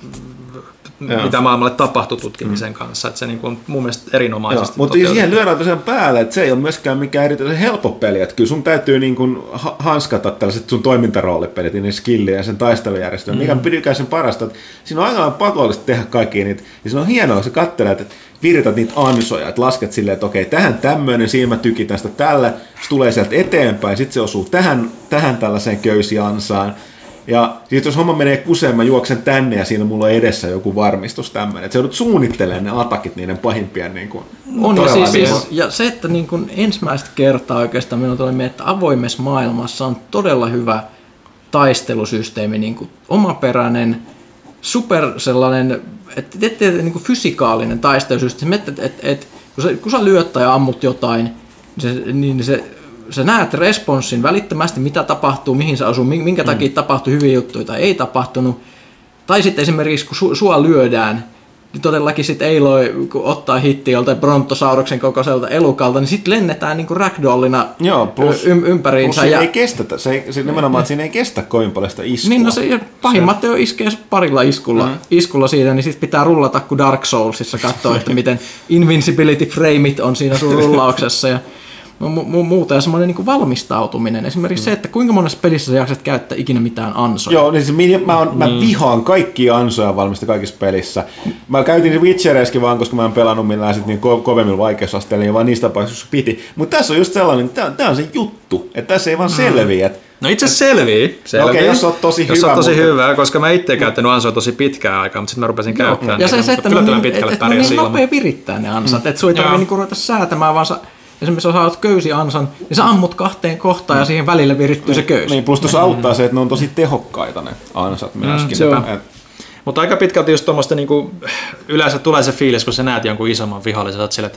Joo. mitä maailmalle tapahtui tutkimisen mm. kanssa, että se niin on mun mielestä erinomaisesti mutta siihen lyödään tosiaan päälle, että se ei ole myöskään mikään erityisen helppo peli, että kyllä sun täytyy niin kuin hanskata tällaiset sun toimintaroolipelit, niin skilliä ja sen taistelujärjestelmä, mm. mikä pidykään sen parasta, että siinä on aina pakollista tehdä kaikki niitä, ja se on hienoa, kun sä katselet, että virität niitä ansoja, että lasket silleen, että okei, tähän tämmöinen, siinä mä tykitän sitä tällä, se tulee sieltä eteenpäin, sitten se osuu tähän, tähän tällaiseen köysiansaan. Ja sitten jos homma menee kuseen, mä juoksen tänne ja siinä mulla on edessä joku varmistus tämmöinen. Että sä joudut suunnittelemaan ne atakit niiden pahimpien niin kuin, on ja, siis, siis, ja se, että niin kuin ensimmäistä kertaa oikeastaan minun tuli mieleen, että avoimessa maailmassa on todella hyvä taistelusysteemi, niin kuin omaperäinen, super sellainen että et, et, niin kuin fysikaalinen taistelu, että et, et, et, kun, sä, kun sä lyöt tai ammut jotain, niin se, niin se, sä näet responssin välittömästi, mitä tapahtuu, mihin se asuu, minkä takia mm. tapahtui hyviä juttuja tai ei tapahtunut. Tai sitten esimerkiksi, kun su, sua lyödään, niin todellakin sitten Aloy, kun ottaa hitti joltain Brontosauruksen kokoiselta elukalta, niin sitten lennetään niin kuin ragdollina Joo, plus, y- ympäriinsä. Plus ja ei kestä, se, ei, se nimenomaan, että siinä ei kestä kovin paljon sitä iskua. Niin, no se pahimmat teo iskee parilla iskulla, mm. iskulla siitä, niin sitten pitää rullata kuin Dark Soulsissa katsoa, että miten invincibility frameit on siinä sun rullauksessa ja mu- muuta. Ja semmoinen niin kuin valmistautuminen. Esimerkiksi mm. se, että kuinka monessa pelissä sä jaksat käyttää ikinä mitään ansoja. Joo, niin se, mä, on, mä vihaan kaikkia ansoja valmista kaikissa pelissä. Mä käytin Witchereissäkin vaan, koska mä en pelannut millään sit niin ko- kovemmilla vaikeusasteilla, niin vaan niistä tapauksissa piti. Mutta tässä on just sellainen, että tää on se juttu, että tässä ei vaan mm. selviä. No itse asiassa selvii. selvii. No okei, okay, jos oot tosi jos hyvä. Jos tosi mutta hyvä, koska mä itse käyttänyt ansoja tosi pitkään aikaa, mutta sitten mä rupesin Joo. käyttämään. Ja se, se että kyllä no niin, pitkälle et, et, no niin nopea virittää ne ansat. Mm. Että sun ei tarvitse niinku ruveta säätämään, vaan sä, esimerkiksi jos saat köysiansan, niin sä ammut kahteen kohtaan ja siihen välille virittyy se köysi. Niin, plus tuossa auttaa se, että ne on tosi tehokkaita ne ansat myöskin. Se on. Et, Mutta aika pitkälti just tuommoista niinku, yleensä tulee se fiilis, kun sä näet jonkun isomman vihollisen, sä oot sille, että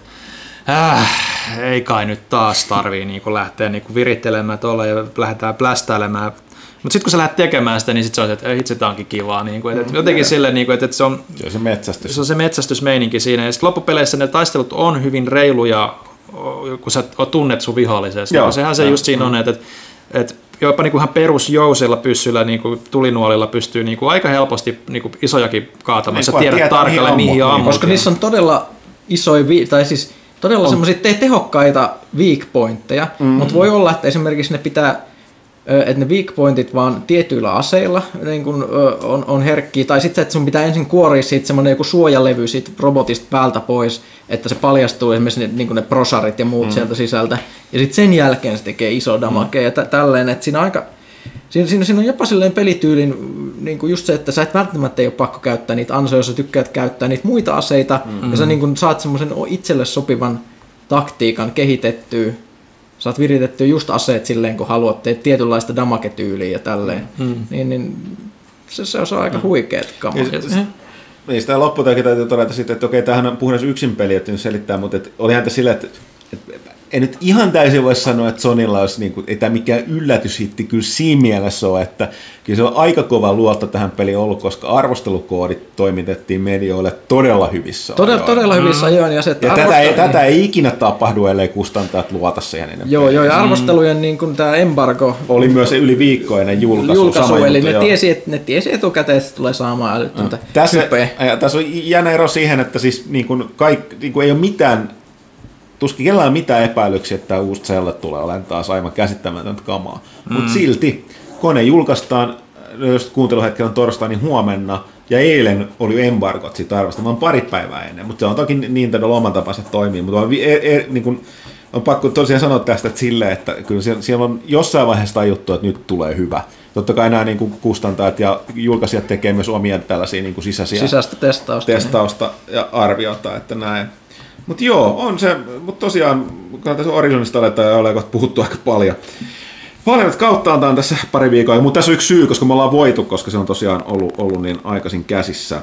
äh, ei kai nyt taas tarvii niinku lähteä niinku virittelemään tuolla ja lähdetään plästäilemään. Mutta sitten kun sä lähdet tekemään sitä, niin sit se on se, että itse tää onkin kivaa. Niinku, et, et jotenkin silleen, niinku, että et se on se on se metsästys. Se on se metsästysmeininki siinä. Ja sitten loppupeleissä ne taistelut on hyvin reiluja, kun sä tunnet sun vihollisesta. Joo, sehän se ja, just siinä mm. on, että, että jopa niinku ihan perusjousilla pyssyllä, niinku tulinuolilla pystyy niinku aika helposti niinku isojakin kaatamaan. Sä tiedät tarkalleen, mihin on ammut. Koska niissä on todella isoja, tai siis todella semmoisia te- tehokkaita weak pointteja, mm-hmm. mutta voi olla, että esimerkiksi ne pitää, että ne weak pointit vaan tietyillä aseilla niin kun, on, on herkkiä, tai sitten että sun pitää ensin kuoria siitä semmoinen joku suojalevy siitä robotista päältä pois, että se paljastuu esimerkiksi ne, niin ne prosarit ja muut mm. sieltä sisältä, ja sitten sen jälkeen se tekee iso damagea mm. ja t- tälleen, että siinä aika, siinä, siinä, siinä on jopa silleen pelityylin niin kuin just se, että sä et välttämättä ei ole pakko käyttää niitä ansoja, jos sä tykkäät käyttää niitä muita aseita, mm. ja sä niin kuin saat semmoisen itselle sopivan taktiikan kehitettyä, saat viritettyä just aseet silleen, kun haluat, teet tietynlaista damage-tyyliä ja tälleen, mm. niin, niin se, se on aika huikeet kamaa. Niin, sitä loppuun täytyy todeta sitten, että okei, tämähän on puhdas yksin peli, että nyt selittää, mutta et, olihan tässä silleen, että, että en nyt ihan täysin voi sanoa, että Sonylla olisi, niin kuin, ei tämä mikään yllätyshitti kyllä siinä mielessä ole, että kyllä se on aika kova luotto tähän peliin ollut, koska arvostelukoodit toimitettiin medioille todella hyvissä Todella, ajoin. todella hyvissä ajoin. Ja, se, ja tätä, ei, tätä ei ikinä tapahdu, ellei kustantajat luota siihen enemmän. Joo, joo, ja arvostelujen niin kuin tämä embargo oli myös yli viikko ennen julkaisu. julkaisu eli juttu, ne, tiesi, et, ne tiesi etukäteen, että se tulee saamaan älytöntä tässä, ja tässä on jännä ero siihen, että siis niin kuin kaikki, niin kuin ei ole mitään, tuskin kellään mitään epäilyksiä, että tämä uusi Zelda tulee olemaan taas aivan käsittämätöntä kamaa. Mm. Mutta silti, kone julkaistaan, jos kuunteluhetkellä on torstai, niin huomenna, ja eilen oli embargot siitä arvosta, vaan pari päivää ennen, mutta se on toki Nintendo oman tapansa toimii, mutta on, e, e, niin kuin, on pakko tosiaan sanoa tästä että silleen, että kyllä siellä, siellä on jossain vaiheessa tajuttu, että nyt tulee hyvä. Totta kai nämä niin kuin kustantajat ja julkaisijat tekee myös omia tällaisia niin kuin sisäisiä sisäistä testausta, testausta ja arviota, että näin. Mutta joo, on se, mutta tosiaan, kun tässä Horizonista aletaan ja ollaan puhuttu aika paljon. Paljon kautta on tässä pari viikkoa, mutta tässä on yksi syy, koska me ollaan voitu, koska se on tosiaan ollut, ollut niin aikaisin käsissä.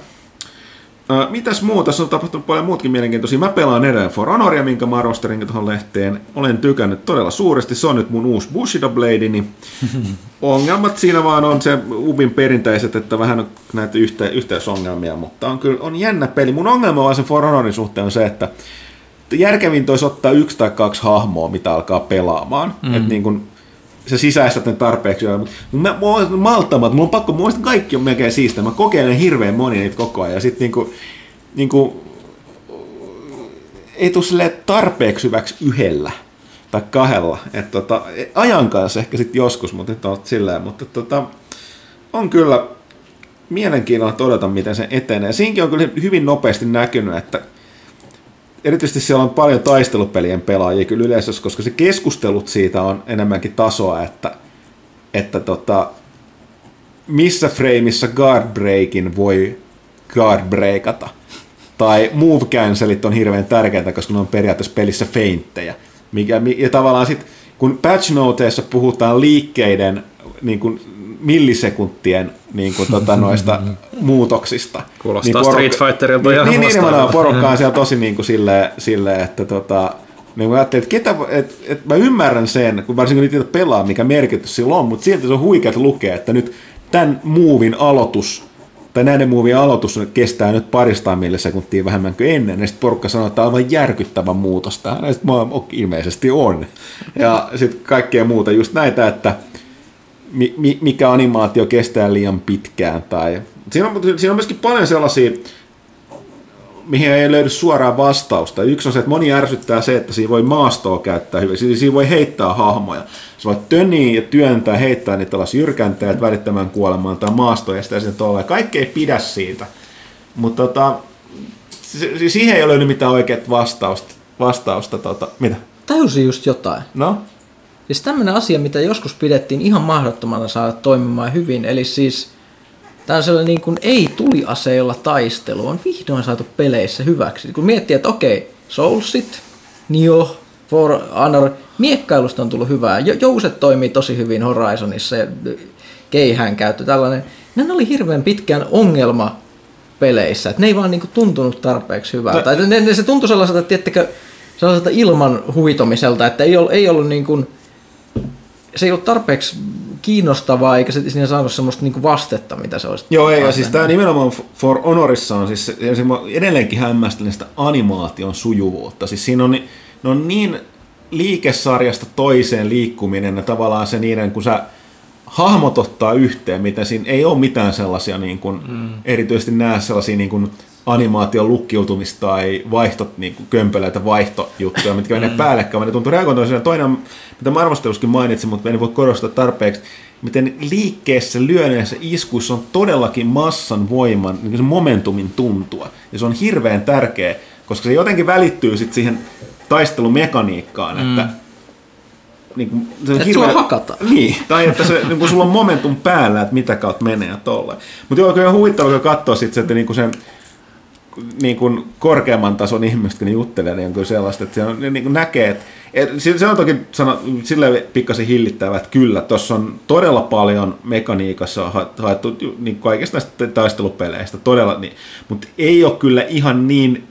Ää, mitäs muuta? Tässä on tapahtunut paljon muutkin mielenkiintoisia. Mä pelaan edelleen For Honoria, minkä mä arvostelinkin tuohon lehteen. Olen tykännyt todella suuresti. Se on nyt mun uusi Bushido Bladeni. Ongelmat siinä vaan on se Ubin perinteiset, että vähän on näitä yhte- yhteysongelmia, mutta on kyllä on jännä peli. Mun ongelma vaan sen For Honorin suhteen on se, että järkevintä olisi ottaa yksi tai kaksi hahmoa, mitä alkaa pelaamaan. Mm. Että niin kun se sisäistät ne tarpeeksi. Mutta mä, mä oon malttamatta, mulla on pakko, muista kaikki on melkein siistä. Mä kokeilen hirveän moni niitä koko ajan. Ja sit niinku, niinku, ei tule silleen tarpeeksi hyväksi yhdellä tai kahdella. Et tota, ajan kanssa ehkä sitten joskus, mutta et on silleen. Mutta tota, on kyllä mielenkiinnolla todeta, miten se etenee. Siinkin on kyllä hyvin nopeasti näkynyt, että erityisesti siellä on paljon taistelupelien pelaajia kyllä yleensä, koska se keskustelut siitä on enemmänkin tasoa, että, että tota, missä frameissa guard breakin voi guard breakata. Tai move cancelit on hirveän tärkeää, koska ne on periaatteessa pelissä feinttejä. Mikä, ja tavallaan sitten, kun patch noteissa puhutaan liikkeiden niin kuin millisekuntien niin kuin, tota, noista muutoksista. Kuulostaa niin Street Fighterilta niin, ihan niin, niin, vastaavalta. niin, porukka on siellä tosi niin kuin silleen, silleen että tota, niin mä ajattelin, että, ketä, että, että mä ymmärrän sen, kun varsinkin niitä pelaa, mikä merkitys sillä on, mutta silti se on huikeaa lukea, että nyt tämän muuvin aloitus, tai näiden muuvin aloitus kestää nyt paristaan millisekuntia vähemmän kuin ennen, ja sitten porukka sanoo, että tämä on aivan järkyttävä muutos tähän, ja sitten mä ilmeisesti on. Ja sitten kaikkea muuta, just näitä, että mi, mikä animaatio kestää liian pitkään, tai siinä on, siinä on myöskin paljon sellaisia, mihin ei löydy suoraan vastausta. Yksi on se, että moni ärsyttää se, että siinä voi maastoa käyttää hyvin. Siinä voi heittää hahmoja. Se voi töniä ja työntää, heittää niitä alas jyrkänteet välittämään kuolemaan tai maastoa ja sitä sitten tuolla. Kaikki ei pidä siitä. Mutta tota, siihen ei ole löydy mitään oikeaa vastausta. vastausta tota. Mitä? Tajusin just jotain. No? Siis tämmöinen asia, mitä joskus pidettiin ihan mahdottomana saada toimimaan hyvin, eli siis tällaisella niin kuin ei-tuliaseilla taistelu on vihdoin saatu peleissä hyväksi. Kun miettii, että okei, Soulsit, Nioh, For Honor, miekkailusta on tullut hyvää. Jouset toimii tosi hyvin Horizonissa ja keihään käyttö, tällainen. Ne oli hirveän pitkään ongelma peleissä, että ne ei vaan niin kuin tuntunut tarpeeksi hyvältä. Tai ne, ne, se tuntui sellaiselta, tiettäkö, sellaiselta ilman huitomiselta, että ei ollut, ei ollut niin kuin, se ei ollut tarpeeksi kiinnostavaa, eikä se siinä saanut semmoista niinku vastetta, mitä se olisi. Joo, ei, ja siis tämä nimenomaan For Honorissa on siis, ja se, edelleenkin hämmästelen sitä animaation sujuvuutta. Siis siinä on, ne on niin liikesarjasta toiseen liikkuminen, ja tavallaan se niiden, kun sä hahmot ottaa yhteen, mitä siinä ei ole mitään sellaisia, niin kuin, mm. erityisesti näe sellaisia niin kuin animaation lukkiutumista tai vaihtot, niin kuin kömpelöitä vaihtojuttuja, mitkä menee mm. päällekkäin, vaan ne tuntuu reagointoisena. Toinen, mitä mä arvosteluskin mainitsin, mutta en voi korostaa tarpeeksi, miten liikkeessä, lyöneessä iskuissa on todellakin massan voiman, niin se momentumin tuntua. Ja se on hirveän tärkeä, koska se jotenkin välittyy sit siihen taistelumekaniikkaan, mm. että niin kuin, se on että hirveän, sua hakataan. Niin, tai että se, niin kuin sulla on momentum päällä, että mitä kautta menee ja tolleen. Mutta joo, kyllä on huvittavaa katsoa sit, että niin kuin sen niin kuin korkeamman tason ihmiset, kun ne juttelee, niin on kyllä sellaista, että se on, niin kuin näkee, että, että se on toki sano, silleen pikkasen hillittävä, että kyllä, tuossa on todella paljon mekaniikassa haettu niin kaikista näistä taistelupeleistä, todella niin, mutta ei ole kyllä ihan niin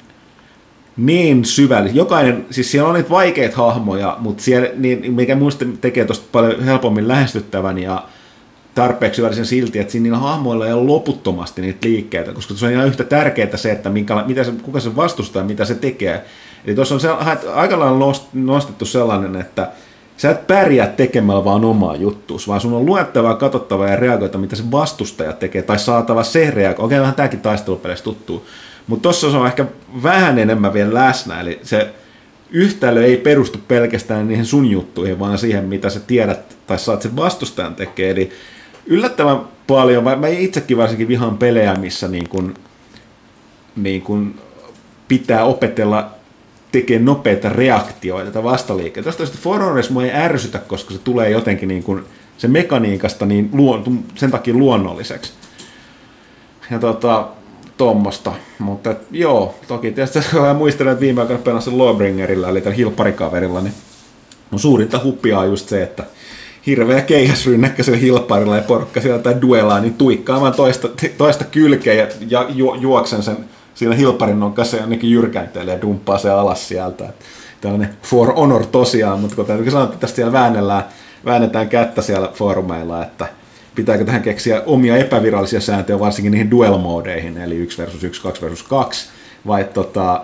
niin syvällistä. Jokainen, siis siellä on niitä vaikeita hahmoja, mutta siellä, niin, mikä minusta tekee tuosta paljon helpommin lähestyttävän ja tarpeeksi syvällisen silti, että siinä niillä hahmoilla ei ole loputtomasti niitä liikkeitä, koska se on ihan yhtä tärkeää se, että minkä, mitä se, kuka se vastustaa ja mitä se tekee. Eli tuossa on se, aika lailla nostettu sellainen, että sä et pärjää tekemällä vaan omaa juttuus, vaan sun on luettavaa, katsottavaa ja reagoita, mitä se vastustaja tekee, tai saatava se reagoida. Okei, vähän tämäkin taistelupeleissä tuttuu. Mutta tuossa se on ehkä vähän enemmän vielä läsnä, eli se yhtälö ei perustu pelkästään niihin sun juttuihin, vaan siihen, mitä sä tiedät tai saat sen vastustajan tekee. Eli yllättävän paljon, mä itsekin varsinkin vihaan pelejä, missä niin kun, niin kun pitää opetella tekemään nopeita reaktioita tai vastaliikkeitä. Tästä For Honorissa mua ei ärsytä, koska se tulee jotenkin niin kun sen mekaniikasta niin luon, sen takia luonnolliseksi. Ja tota, tuommoista, mutta et, joo, toki tietysti kun muistelen, että viime aikoina pelasin Lawbringerilla, eli tällä hilpparikaverilla, niin no suurinta huppia on just se, että hirveä keihäsrynnäkkä sillä hilpparilla ja porukka sieltä duelaa, niin tuikkaamaan toista, toista kylkeä ja, ja ju, juoksen sen siinä hilpparin nokkassa jonnekin jyrkänteelle ja dumppaa se alas sieltä. Et tällainen For Honor tosiaan, mutta kun täytyy sanoa, että tästä siellä väännellään, väännetään kättä siellä foorumeilla, että pitääkö tähän keksiä omia epävirallisia sääntöjä, varsinkin niihin duel-moodeihin, eli yksi versus yksi, kaksi versus kaksi, vai tota,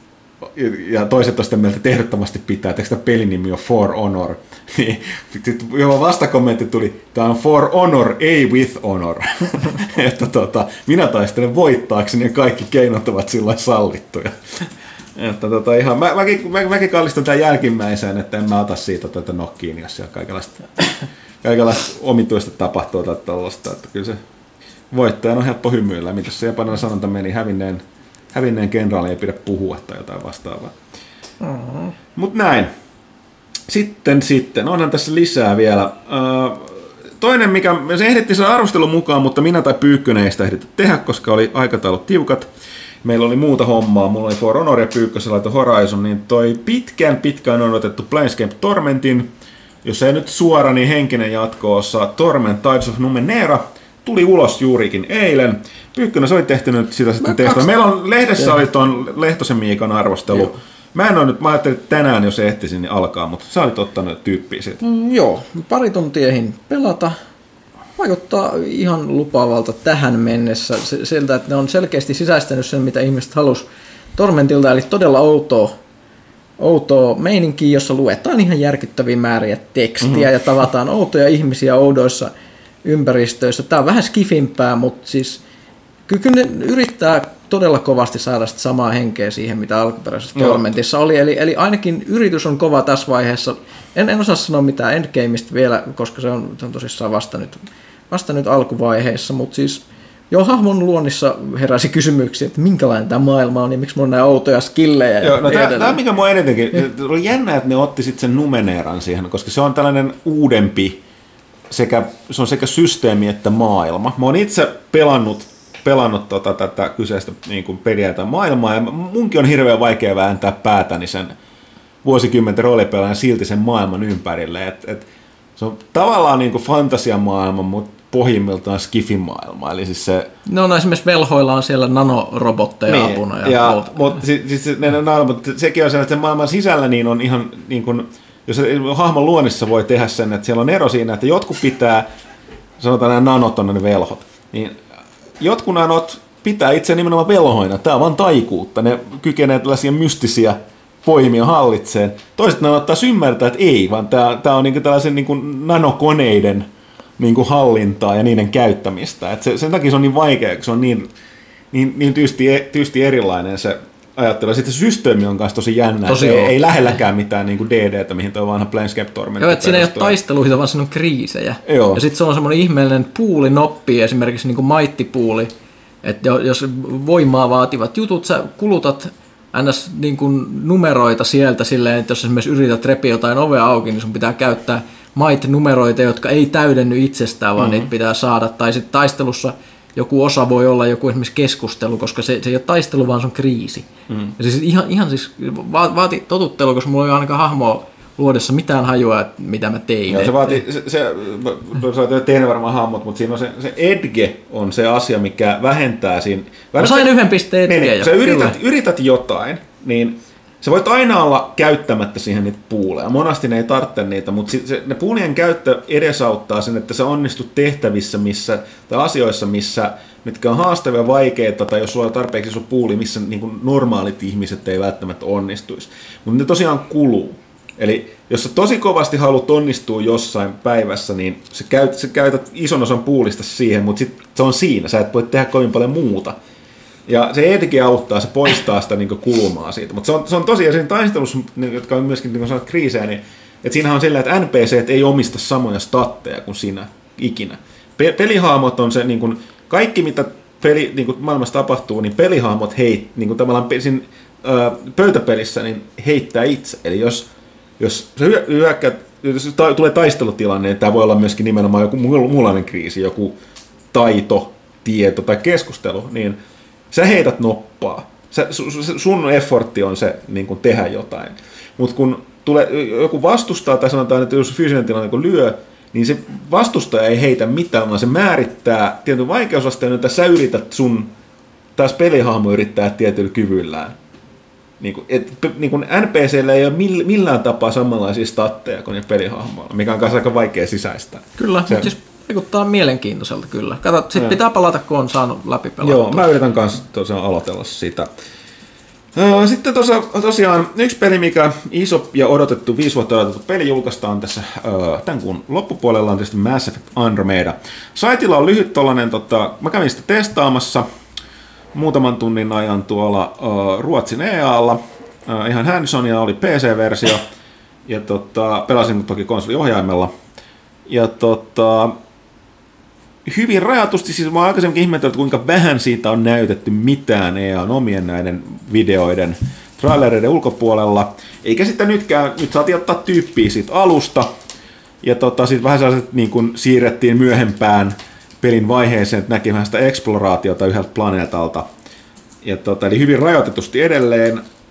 ja toiset on sitä mieltä, että ehdottomasti pitää, että tämä pelinimi on For Honor. Niin, sitten vastakommentti tuli, tämä on For Honor, ei with honor. Että tota, minä taistelen voittaakseni ja kaikki keinot ovat silloin sallittuja. Että tota, ihan, mä, mäkin, mä, mäkin kallistun tämän jälkimmäiseen, että en mä ota siitä tätä nokkiin, jos siellä kaikenlaista, kaikenlaista omituista tapahtuu tai tällaista. Että kyllä se voittajan on helppo hymyillä. Mitä se japanilainen sanonta meni, hävinneen, hävinneen kenraali ei pidä puhua tai jotain vastaavaa. Mm-hmm. Mut näin. Sitten, sitten. Onhan tässä lisää vielä. Toinen, mikä se ehdittiin sen arvostelun mukaan, mutta minä tai Pyykkönen ei sitä ehditty tehdä, koska oli aikataulut tiukat. Meillä oli muuta hommaa. Mulla oli For Honor ja Pyykkösen laito Horizon, niin toi pitkään pitkään odotettu Planescape Tormentin jos ei nyt suora, niin henkinen jatko-osa Torment Tides of Numenera tuli ulos juurikin eilen. Pyykkönen, se oli tehty nyt sitä sitten testaa. Meillä on lehdessä oli tuon Lehtosen Miikan arvostelu. Joo. Mä en ole nyt, mä ajattelin, että tänään jos ehtisin, niin alkaa, mutta sä olit ottanut tyyppiä siitä. Mm, joo, pari tuntia ehdin pelata. Vaikuttaa ihan lupaavalta tähän mennessä siltä, että ne on selkeästi sisäistänyt sen, mitä ihmiset halusi Tormentilta, eli todella outoa, outoa meininkiä, jossa luetaan ihan järkyttäviä määriä tekstiä mm-hmm. ja tavataan outoja ihmisiä oudoissa ympäristöissä. Tämä on vähän skifimpää, mutta siis kyllä ne yrittää todella kovasti saada sitä samaa henkeä siihen, mitä alkuperäisessä Tormentissa oli. Eli, eli ainakin yritys on kova tässä vaiheessa. En, en osaa sanoa mitään Endgameista vielä, koska se on, se on tosissaan vasta nyt, vasta nyt alkuvaiheessa, mutta siis jo hahmon luonnissa heräsi kysymyksiä, että minkälainen tämä maailma on ja miksi mulla on nämä outoja skillejä. Joo, no tämä mikä mua edentenkin, oli jännä, että ne otti sitten sen Numeneran siihen, koska se on tällainen uudempi, sekä, se on sekä systeemi että maailma. Mä oon itse pelannut pelannut tota, tätä kyseistä niin kuin peliä tai maailmaa, ja munkin on hirveän vaikea vääntää päätäni sen vuosikymmenten roolipelaajan silti sen maailman ympärille. Et, et, se on tavallaan niin kuin fantasiamaailma, mutta pohjimmiltaan skifimaailma. Eli siis se... No, no esimerkiksi velhoilla on siellä nanorobotteja niin, apuna. Ja ja, mutta siis, siis, ne, no, mutta sekin on sellainen, että maailman sisällä niin on ihan, niin kuin, jos hahmon luonnissa voi tehdä sen, että siellä on ero siinä, että jotkut pitää, sanotaan nämä nanot on ne velhot, niin jotkut nanot pitää itse nimenomaan velhoina. Tämä on vaan taikuutta. Ne kykenee tällaisia mystisiä voimia hallitseen. Toiset nanot taas ymmärtää, että ei, vaan tämä, tämä on niinku tällaisen niinku nanokoneiden niinku hallintaa ja niiden käyttämistä. Et se, sen takia se on niin vaikea, kun se on niin, niin, niin tyysti, tyysti erilainen se ajattelu. Sitten se systeemi on myös tosi jännä. Tosi ei, ei lähelläkään mitään niinku D D:tä, mihin tuo vanha Planescape Torment. Joo, että siinä ei ole taisteluita, vaan siinä on kriisejä. Joo. Ja sitten se on semmoinen ihmeellinen puulinoppi, esimerkiksi niinku maittipuuli, että jos voimaa vaativat jutut, sä kulutat ns. Niin kuin numeroita sieltä silleen, että jos esimerkiksi yrität repiä jotain ovea auki, niin sun pitää käyttää might-numeroita, jotka ei täydenny itsestään, vaan mm-hmm. niitä pitää saada. Tai sitten taistelussa joku osa voi olla joku esimerkiksi keskustelu, koska se, se ei ole taistelu, vaan se on kriisi. Mm. Ja siis ihan, ihan siis va- vaati totuttelua, koska mulla ei ole ainakaan hahmoa luodessa mitään hajua, että mitä mä tein. Joo, se vaatii, se, se, se on tehnyt varmaan hahmot, mutta siinä on se, se edge on se asia, mikä vähentää siinä. Mä sain yhden pisteen edgeä. Niin, sä yrität, yrität jotain, niin sä voit aina olla käyttämättä siihen niitä puuleja. Monasti ne ei tarvitse niitä, mutta se, ne puulien käyttö edesauttaa sen, että sä onnistut tehtävissä missä, tai asioissa, missä, mitkä on haastavia, vaikeita, tai jos sulla on tarpeeksi sun puuli, missä niin kuin normaalit ihmiset ei välttämättä onnistuisi. Mutta ne tosiaan kuluu. Eli jos sä tosi kovasti haluat onnistua jossain päivässä, niin sä, käyt, sä käytät ison osan puulista siihen, mutta sit se on siinä. Sä et voi tehdä kovin paljon muuta. Ja se etikin auttaa, se poistaa sitä niin kulmaa siitä. Mutta se on, se on tosiaan siinä taistelussa, jotka on myöskin niin sanot, kriisejä, niin että siinähän on sillä, että N P C:t ei omista samoja statteja kuin sinä ikinä. Pe- pelihahmot on se, niin kuin, kaikki mitä peli, niin kuin maailmassa tapahtuu, niin pelihahmot heit, niin kuin tavallaan siinä, ö, pöytäpelissä niin heittää itse. Eli jos Jos se hyökkää, jos tulee taistelutilanne, niin tämä voi olla myöskin nimenomaan joku muunlainen kriisi, joku taito, tieto tai keskustelu, niin sä heität noppaa. Sä, sun effortti on se niin kun tehdä jotain. Mutta kun tulee, joku vastustaa, tai sanotaan, että jos fyysinen tilanne kun lyö, niin se vastustaja ei heitä mitään, vaan se määrittää tietyn vaikeusasteen, jota sä yrität sun, taas pelihahmo yrittää tietyllä kyvyllään. Niin kuin, et, niin kuin N P C:llä ei ole millään tapaa samanlaisia statteja kuin pelihahmoilla, mikä on kanssa aika vaikea sisäistää. Kyllä, mutta siis vaikuttaa mielenkiintoiselta kyllä. Kato, sit ja. Pitää palata, kun on saanut läpi pelattua. Joo, mä yritän kanssa tosiaan aloitella sitä. Sitten tosa, tosiaan yksi peli, mikä iso ja odotettu, viisi vuotta odotettu peli julkaistaan tässä tämän kuun loppupuolella on tietysti Mass Effect Andromeda. Saitilla on lyhyt tollanen, tota, mä kävin sitä testaamassa muutaman tunnin ajan tuolla uh, Ruotsin E A:lla. Uh, ihan hands-onia oli P C-versio ja tota, pelasin toki konsoliohjaimella. Ja tota, hyvin rajatusti, siis mä oon aikaisemminkin ihmetellyt, kuinka vähän siitä on näytetty mitään E A:n omien näiden videoiden trailereiden ulkopuolella. Eikä sitä nytkään, nyt saatiin ottaa tyyppiä siitä alusta. Ja tota, sitten vähän sellaiset niin kun siirrettiin myöhempään pelin vaiheeseen, että näki vähän sitä eksploraatiota yhdeltä planeetalta. Ja tota, eli hyvin rajoitetusti edelleen.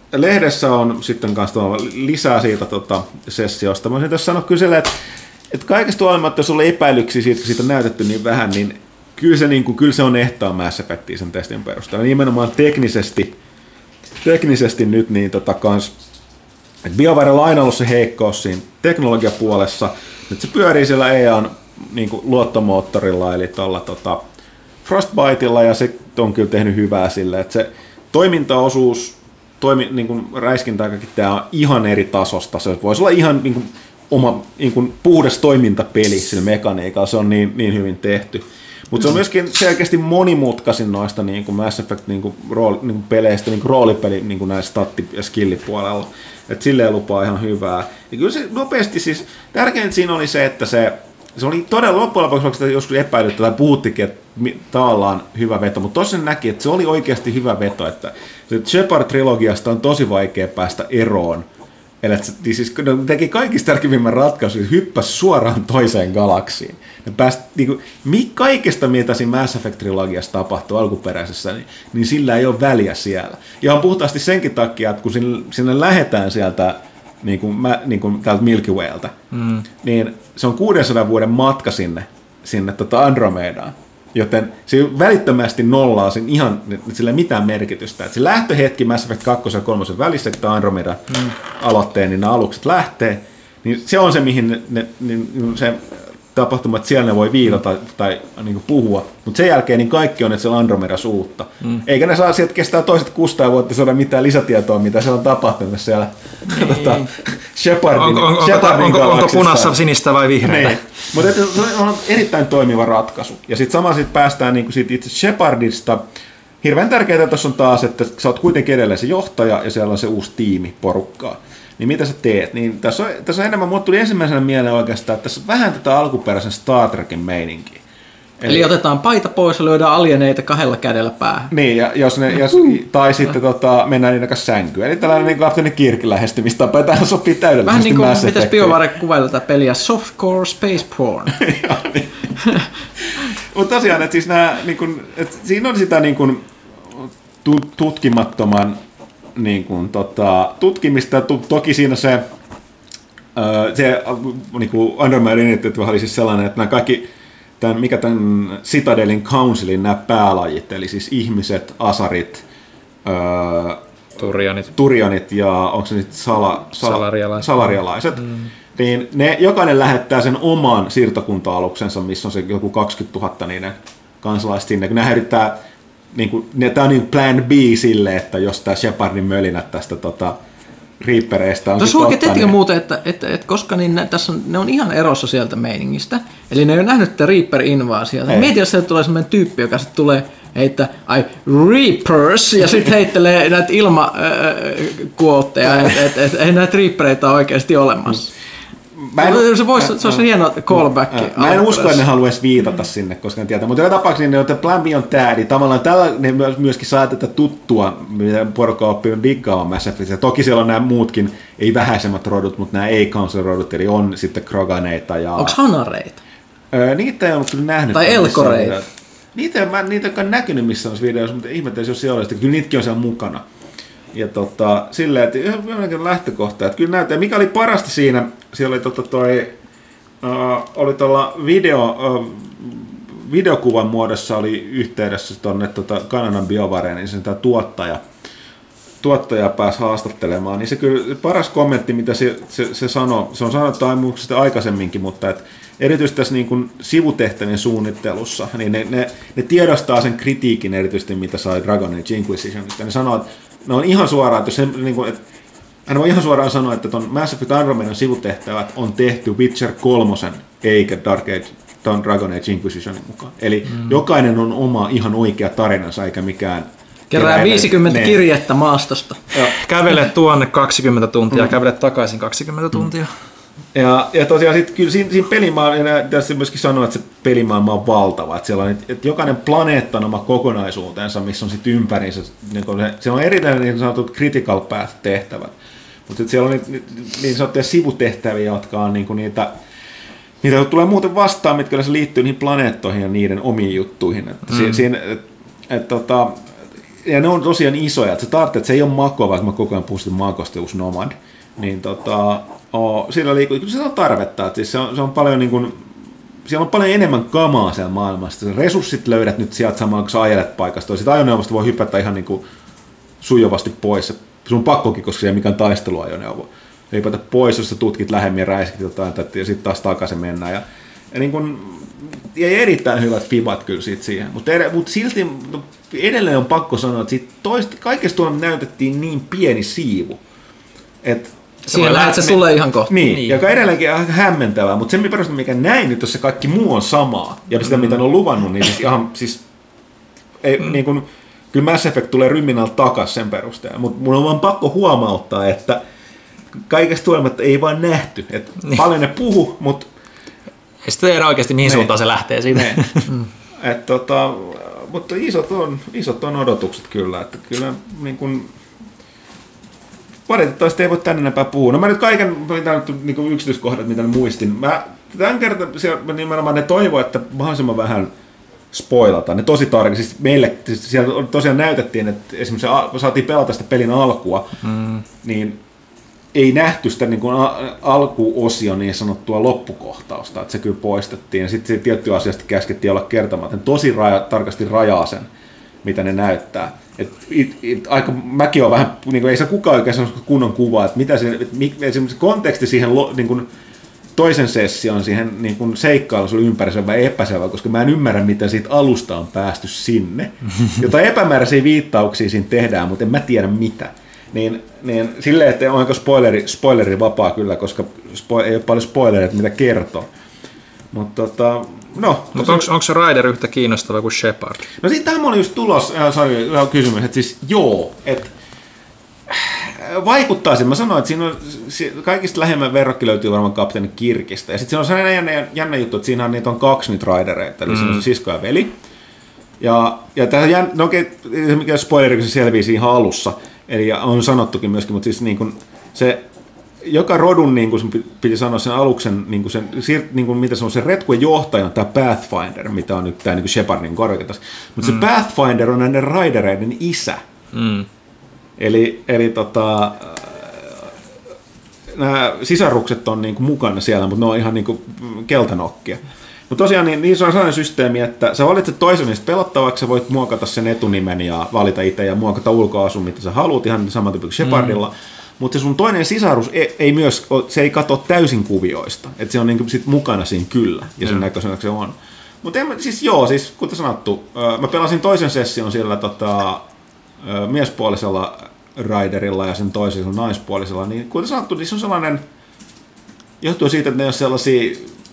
lehdessä on sitten kanssa lisää siitä tota, sessiosta. Mä olisin tässä sanoa kyllä, että, että kaikesta huolimatta, jos on epäilyksiä siitä, kun siitä on näytetty niin vähän, niin kyllä se, niin kuin, kyllä se on ehtaa Mass Effectia sen testin perusteella. Nimenomaan teknisesti, teknisesti nyt niin tota kans, että BioWarella on aina ollut se heikkous siinä teknologiapuolessa, että se pyörii siellä E A:n niin kuin luottomoottorilla, eli tuolla tota, Frostbiteilla, ja se on kyllä tehnyt hyvää sille, että se toimintaosuus, toimi, niin kuin räiskintä ja kaikki tämä on ihan eri tasosta. Se voisi olla ihan niin kuin, oma niin kuin, puhdas toimintapeli sillä mekaniikalla, se on niin, niin hyvin tehty. Mutta se on myöskin selkeästi monimutkaisin noista niin kuin Mass Effect niin kuin, rooli, niin kuin peleistä, niin kuin roolipeli niin kuin näissä statti- ja skillipuolella. Että silleen lupaa ihan hyvää. Ja kyllä se nopeasti siis, tärkeintä siinä oli se, että se, se oli todella loppujen lopuksi joskus epäilyttä tai puhuttikin, että tavallaan hyvä veto, mutta tosiaan näki, että se oli oikeasti hyvä veto, että Shepard-trilogiasta on tosi vaikea päästä eroon. Eli että se siis, ne teki kaikista tärkeimmän ratkaisun, hyppäsi suoraan toiseen galaksiin. Ne päästi, niin kuin, kaikesta, mitä siinä Mass Effect-trilogiassa tapahtui alkuperäisessä, niin, niin sillä ei ole väliä siellä. Ihan puhtaasti senkin takia, että kun sinne, sinne lähdetään sieltä niin kuin, niin kuin täältä Milky Wayltä, mm. niin se on kuudensadan vuoden matka sinne, sinne tota Andromedaan. Joten se välittömästi nollaa sen ihan, sillä ei mitään merkitystä. Et se lähtöhetki Mass Effect kaksi ja kolme välissä, että Andromeda mm. aloitteen, niin nämä alukset lähtee, niin se on se, mihin ne, ne, ne, se tapahtuma, että siellä ne voi viitata mm. tai niin puhua. Mutta sen jälkeen niin kaikki on, että siellä Andromedassa uutta. Mm. Eikä ne saa sieltä kestää toiset kuusisataa vuotta saada mitään lisätietoa, mitä siellä on tapahtunut siellä tota, Shepardin, onko, onko, Shepardin onko, onko punassa, sinistä vai vihreitä? Niin. Mutta se on erittäin toimiva ratkaisu. Ja sitten samalla sit päästään niinku siitä itse Shepardista. Hirveän tärkeää tässä on taas, että sä oot kuitenkin edelleen se johtaja ja siellä on se uusi tiimi porukkaa. Niin mitä sä teet? Niin tässä on, tässä on enemmän, mulle tuli ensimmäisenä mieleen oikeastaan, että tässä on vähän tätä alkuperäisen Star Trekin meininkiä. Eli, Eli otetaan paita pois ja lyödään alieneita kahdella kädellä päähän. Niin, ja jos ne, jos, tai sitten tota, mennään niiden kanssa sänkyyn. Eli tällainen niin Kapteeni Kirk lähestymistapa, ja tähän sopii täydellisesti. Vähän niin kuin, mitäs BioWare kuvaili tätä peliä, softcore space porn. niin. Mutta tosiaan, että siis nämä, niin kun, että siinä on sitä niin kun, tutkimattoman niin kun, tota, tutkimista. Toki siinä se, se niin Andromeda Initiative oli siis sellainen, että nämä kaikki Tämän, mikä tämän Citadelin Councilin nämä päälajit, eli siis ihmiset, asarit, öö, Turianit. Turianit ja onko se nyt sala, sala, salarialaiset, salarialaiset mm. niin ne, jokainen lähettää sen oman siirtokunta-aluksensa, missä on se joku kaksikymmentätuhatta niiden kansalaista sinne. Nämä yrittää, niin kuin, ne, tämä on niin plan B sille, että jos tämä Shepardin mölinät tästä tota, Reapereista on tuossa oikein tehtikö muuten, että, että, että koska niin ne, tässä on, ne on ihan erossa sieltä meiningistä, eli ne ei ole nähnyt tätä Reaper-invaasiota. Mietin, jos sieltä tulee sellainen tyyppi, joka sitten tulee heittää ai Reapers, ja sitten heittelee näitä ilmakuotteja, että et, et, ei näitä Reapereita ole oikeasti olemassa. En, se voisi, se olisi hieno callback. Mä, mä en usko, että ne haluaisi viitata sinne, koska ne tietää. Mutta joka tapauksessa niin, että Plan B on tämä, niin tavallaan tällä ne myöskin saa tätä tuttua, mitä porukka on oppinut diggaamaan Mass Effectia. Toki siellä on nämä muutkin, ei vähäisemmät rodut, mutta nämä ei-council-rodut, eli on sitten Kroganeita. Ja onko hanareita? Öö, niitä ei ole kyllä nähnyt. Tai elkoreita. Niitä, mä, niitä ei ole näkynyt missään videoissa, mutta ihmettäisiin, jos siellä olisi. Kyllä niitäkin on siellä mukana. Ja tota, silleen, että ihan lähtökohta, että kyllä näyttää, mikä oli parasta siinä, siellä oli tota toi, uh, oli tuolla video, uh, videokuvan muodossa oli yhteydessä tuonne tota Kanadan BioWareen, niin sen tämä tuottaja, tuottaja pääsi haastattelemaan, niin se kyllä paras kommentti, mitä se, se, se sanoi, se on sanottu aikaisemminkin, mutta et erityisesti tässä niin kuin sivutehtävien suunnittelussa, niin ne, ne, ne tiedostaa sen kritiikin erityisesti, mitä sai Dragon Age Inquisitionista. Ne sanoo, että ne on ihan suoraan, että, se, niin kuin, että hän voi ihan suoraan sanoa, että ton Mass Effect Andromedan sivutehtävät on tehty Witcher kolme eikä Dark Age, ton Dragon Age Inquisitionin mukaan. Eli mm. jokainen on oma ihan oikea tarinansa, eikä mikään kerää viisikymmentä ne. Kirjettä maastosta. Kävele tuonne kaksikymmentä tuntia, mm. kävele takaisin kaksikymmentä tuntia. Ja, ja tosiaan sit, kyllä siinä, siinä pelimaailma, ja tässä myöskin sanoa, että se pelimaailma on valtava, että, siellä on, että jokainen planeetta on oma kokonaisuutensa, missä on sitten ympäriinsä, niin se, siellä on erittäin niin sanotut critical path-tehtävät, mutta siellä on niin, niin sanottuja sivutehtäviä, jotka on niin niitä, niitä tulee muuten vastaan, mitkä liittyy niihin planeettoihin ja niiden omiin juttuihin. Että mm. siinä, et, et, tota, ja ne on tosiaan isoja, että sä tarvitset, että se ei ole makoa, vaikka mä koko ajan puhun makosta uusi Nomad, niin tota, oh, sillä liikkuu, se on tarvetta, että siis se on, se on paljon niin kuin, siellä on paljon enemmän kamaa siellä maailmassa. Resurssit löydät nyt sieltä samalla, kun sä ajelet paikasta. Sitten ajoneuvosta voi hypätä ihan niin kuin sujuvasti pois. Sun on pakkokin, koska se ei mikään taisteluajoneuvo. Hypätä pois, jos sä tutkit lähemmin, räiskit jotain, ja sitten taas takaisin mennään. Ja, ja niin kuin, ja erittäin hyvät fibat kyllä siitä siihen. Mutta mut silti no, edelleen on pakko sanoa, että siitä toista, kaikesta tuolla näytettiin niin pieni siivu. Että siihen lähdet se tulee ihan kohta. Niin, niin, joka edelleenkin on hämmentävää, mutta se perusteella, mikä näin nyt, jos se kaikki muu on samaa, ja sitä, mm. mitä ne on luvannut, niin siis ihan, siis, ei, mm. niin kuin, kyllä Mass Effect tulee rymin alta takaisin sen perusteella, mutta mun on vaan pakko huomauttaa, että kaikesta huolimatta ei vaan nähty, että niin. Paljon ne puhu, mutta ei sitten tiedä oikeasti mihin suuntaan se lähtee siitä. mm. Et, tota, mutta isot on, isot on odotukset kyllä, että kyllä niin kuin, valitettavasti ei voi tänne enempää puhua. No mä nyt kaiken mitä nyt, niin kuin yksityiskohdat, mitä muistin. Mä tämän kerran nimenomaan ne toivoo, että mahdollisimman vähän spoilata. Ne tosi tarkasti. Siis meille siis siellä tosiaan näytettiin, että esimerkiksi se, saatiin pelata sitä pelin alkua, mm. niin ei nähty sitä niin kuin alkuosio niin sanottua loppukohtausta, että se kyllä poistettiin. Ja sitten tiettyä asiasta käskettiin olla kertomatta. Tosi raja, tarkasti rajaa sen, mitä ne näyttää. Et, it, it, aika, mäkin on vähän, niin kuin, ei saa kukaan oikein sanoa kunnon kuvaa, että mitä se, et, esimerkiksi konteksti siihen niin kuin, toisen session, siihen niin kuin, seikkailuun oli ympäristöön vähän epäselvä, koska mä en ymmärrä, miten siitä alusta on päästy sinne. Jotain epämääräisiä viittauksia siinä tehdään, mutta en mä tiedä mitä. Niin, niin silleen, että onko spoileri, spoileri vapaa kyllä, koska spo, ei ole paljon spoilereita, mitä kertoo. Mutta tota, no, Mutta onko, onko se Ryder yhtä kiinnostava kuin Shepard? No siitä tähän oli just tulos, äh, sorry, kysymys, että siis joo, että vaikuttaisin, mä sanoin, että siinä on, kaikista lähemmän verrokki löytyy varmaan kapteeni Kirkistä, ja sitten siinä on sellainen jännä, jännä juttu, että siinä on, niitä on kaksi niitä Rydereita, eli mm. siinä on se sisko ja veli, ja, ja tähän jänn, no okei, mikä spoileri, kun se selvii siinä alussa, eli on sanottukin myöskin, mutta siis niin kuin se, joka rodun, niin kuin piti sanoa sen aluksen, niin kuin sen, niin kuin mitä se on, se retkuen johtaja on tämä Pathfinder, mitä on nyt tämä niin kuin Shepardin korkeatas. Mutta mm. se Pathfinder on näiden Ridereiden isä. Mm. Eli, eli tota, nämä sisarukset on niin kuin mukana siellä, mutta ne on ihan niin kuin keltanokkia. Mutta tosiaan niin, niin se on sellainen systeemi, että sä valitset toisen niistä pelattavaksi, sä voit muokata sen etunimen ja valita itse ja muokata ulkoasun, mitä sä haluat, ihan saman tyyppi kuin Shepardilla. Mm. Mutta se sun toinen sisarus ei, ei myös, se ei katso täysin kuvioista, että se on niinku sit mukana siinä kyllä, ja sen mm. näköisenä se on. Mutta siis joo, siis kuten sanottu, mä pelasin toisen session sillä tota, miespuolisella Riderilla ja sen toisen naispuolisella, niin kuten sanottu, niin se on sellainen, johtuu siitä, että ne on sellaisia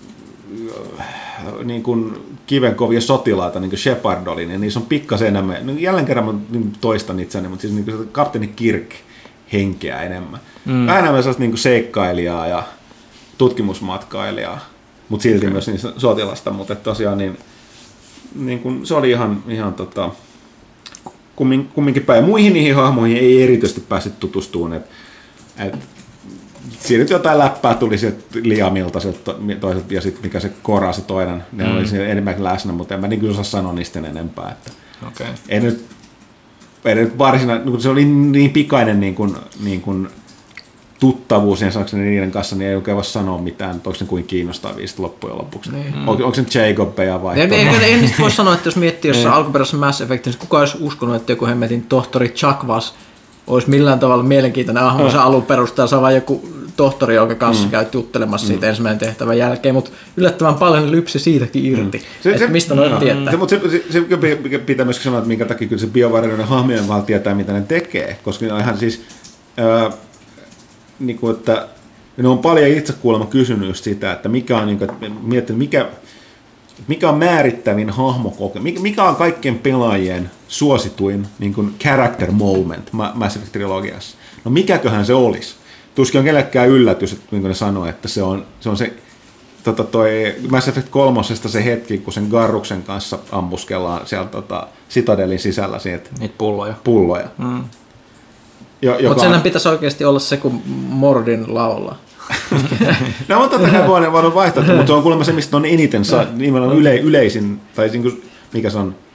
niin kuin kivenkovia sotilaita, niin kuin Shepard oli, niin niissä on pikkasen enemmän, no jälleen kerran mä toistan itseäni, mutta siis niin kuin kapteeni Kirk henkeä enemmän. Mm. Vähän enemmän sellaista niin kuin seikkailijaa ja tutkimusmatkailijaa, mutta silti okay. myös niin sotilasta, mutta tosiaan niin, niin kuin, se oli ihan, ihan tota, kummin, kumminkin päin. Muihin niihin hahmoihin ei erityisesti päässyt tutustumaan, että et, siinä nyt jotain läppää tuli sieltä Liamilta toiselta, ja sitten mikä se Kora se toinen, ne mm. oli siinä enemmän läsnä, mutta en mä niin kyllä osaa sanoa niistä enempää. Että okay. Ei nyt, ei nyt varsinainen, se oli niin pikainen niin kuin, niin kuin tuttavuus ja saakseni niiden kanssa, niin ei oikein voi sanoa mitään, että onko ne kuin kiinnostavia loppujen lopuksi. Mm. Onko, onko se Jacobeja vai? En, en, en, en voi sanoa, että jos miettii jossain alkuperäisessä Mass Effectissä, kukaan olisi uskonut, että joku hemmetin tohtori Chakwas olisi millään tavalla mielenkiintoinen ahmo se alun perusteella, se on vain joku tohtori, jonka kanssa mm. käyt juttelemassa siitä mm. ensimmäinen tehtävän jälkeen, mutta yllättävän paljon lypsi siitäkin irti, mm. se, että se, mistä noin tietää. Se, mutta se, se, se pitää myös sanoa, että minkä takia kyllä se biovarioiden hahmojen vaan tietää, mitä ne tekee, koska ne on ihan siis, ää, niin kuin, että ne on paljon itse kuulemma kysynyt just sitä, että mikä on, niin kuin, että miettinyt, mikä, mikä on määrittävin hahmokoke, mikä, mikä on kaikkien pelaajien suosituin niin kuin character moment Mass Effect-trilogiassa. No mikäköhän se olisi? Tuskin on kellekään yllätys, että niin kuin ne sanoo, että se on se, on se tota, toi Mass Effect kolmosesta se hetki, kun sen Garruksen kanssa ammuskellaan siellä tota, Citadelin sisällä siitä niitä pulloja. pulloja. Mm. Mutta senhän pitäisi oikeasti olla se, kun Mordin laulaa. No on totta kai voinut, voinut vaihtaa, mutta se on kuulemma se, mistä on eniten, nimenomaan yle, yleisin, tai niin kuin, mikä se on,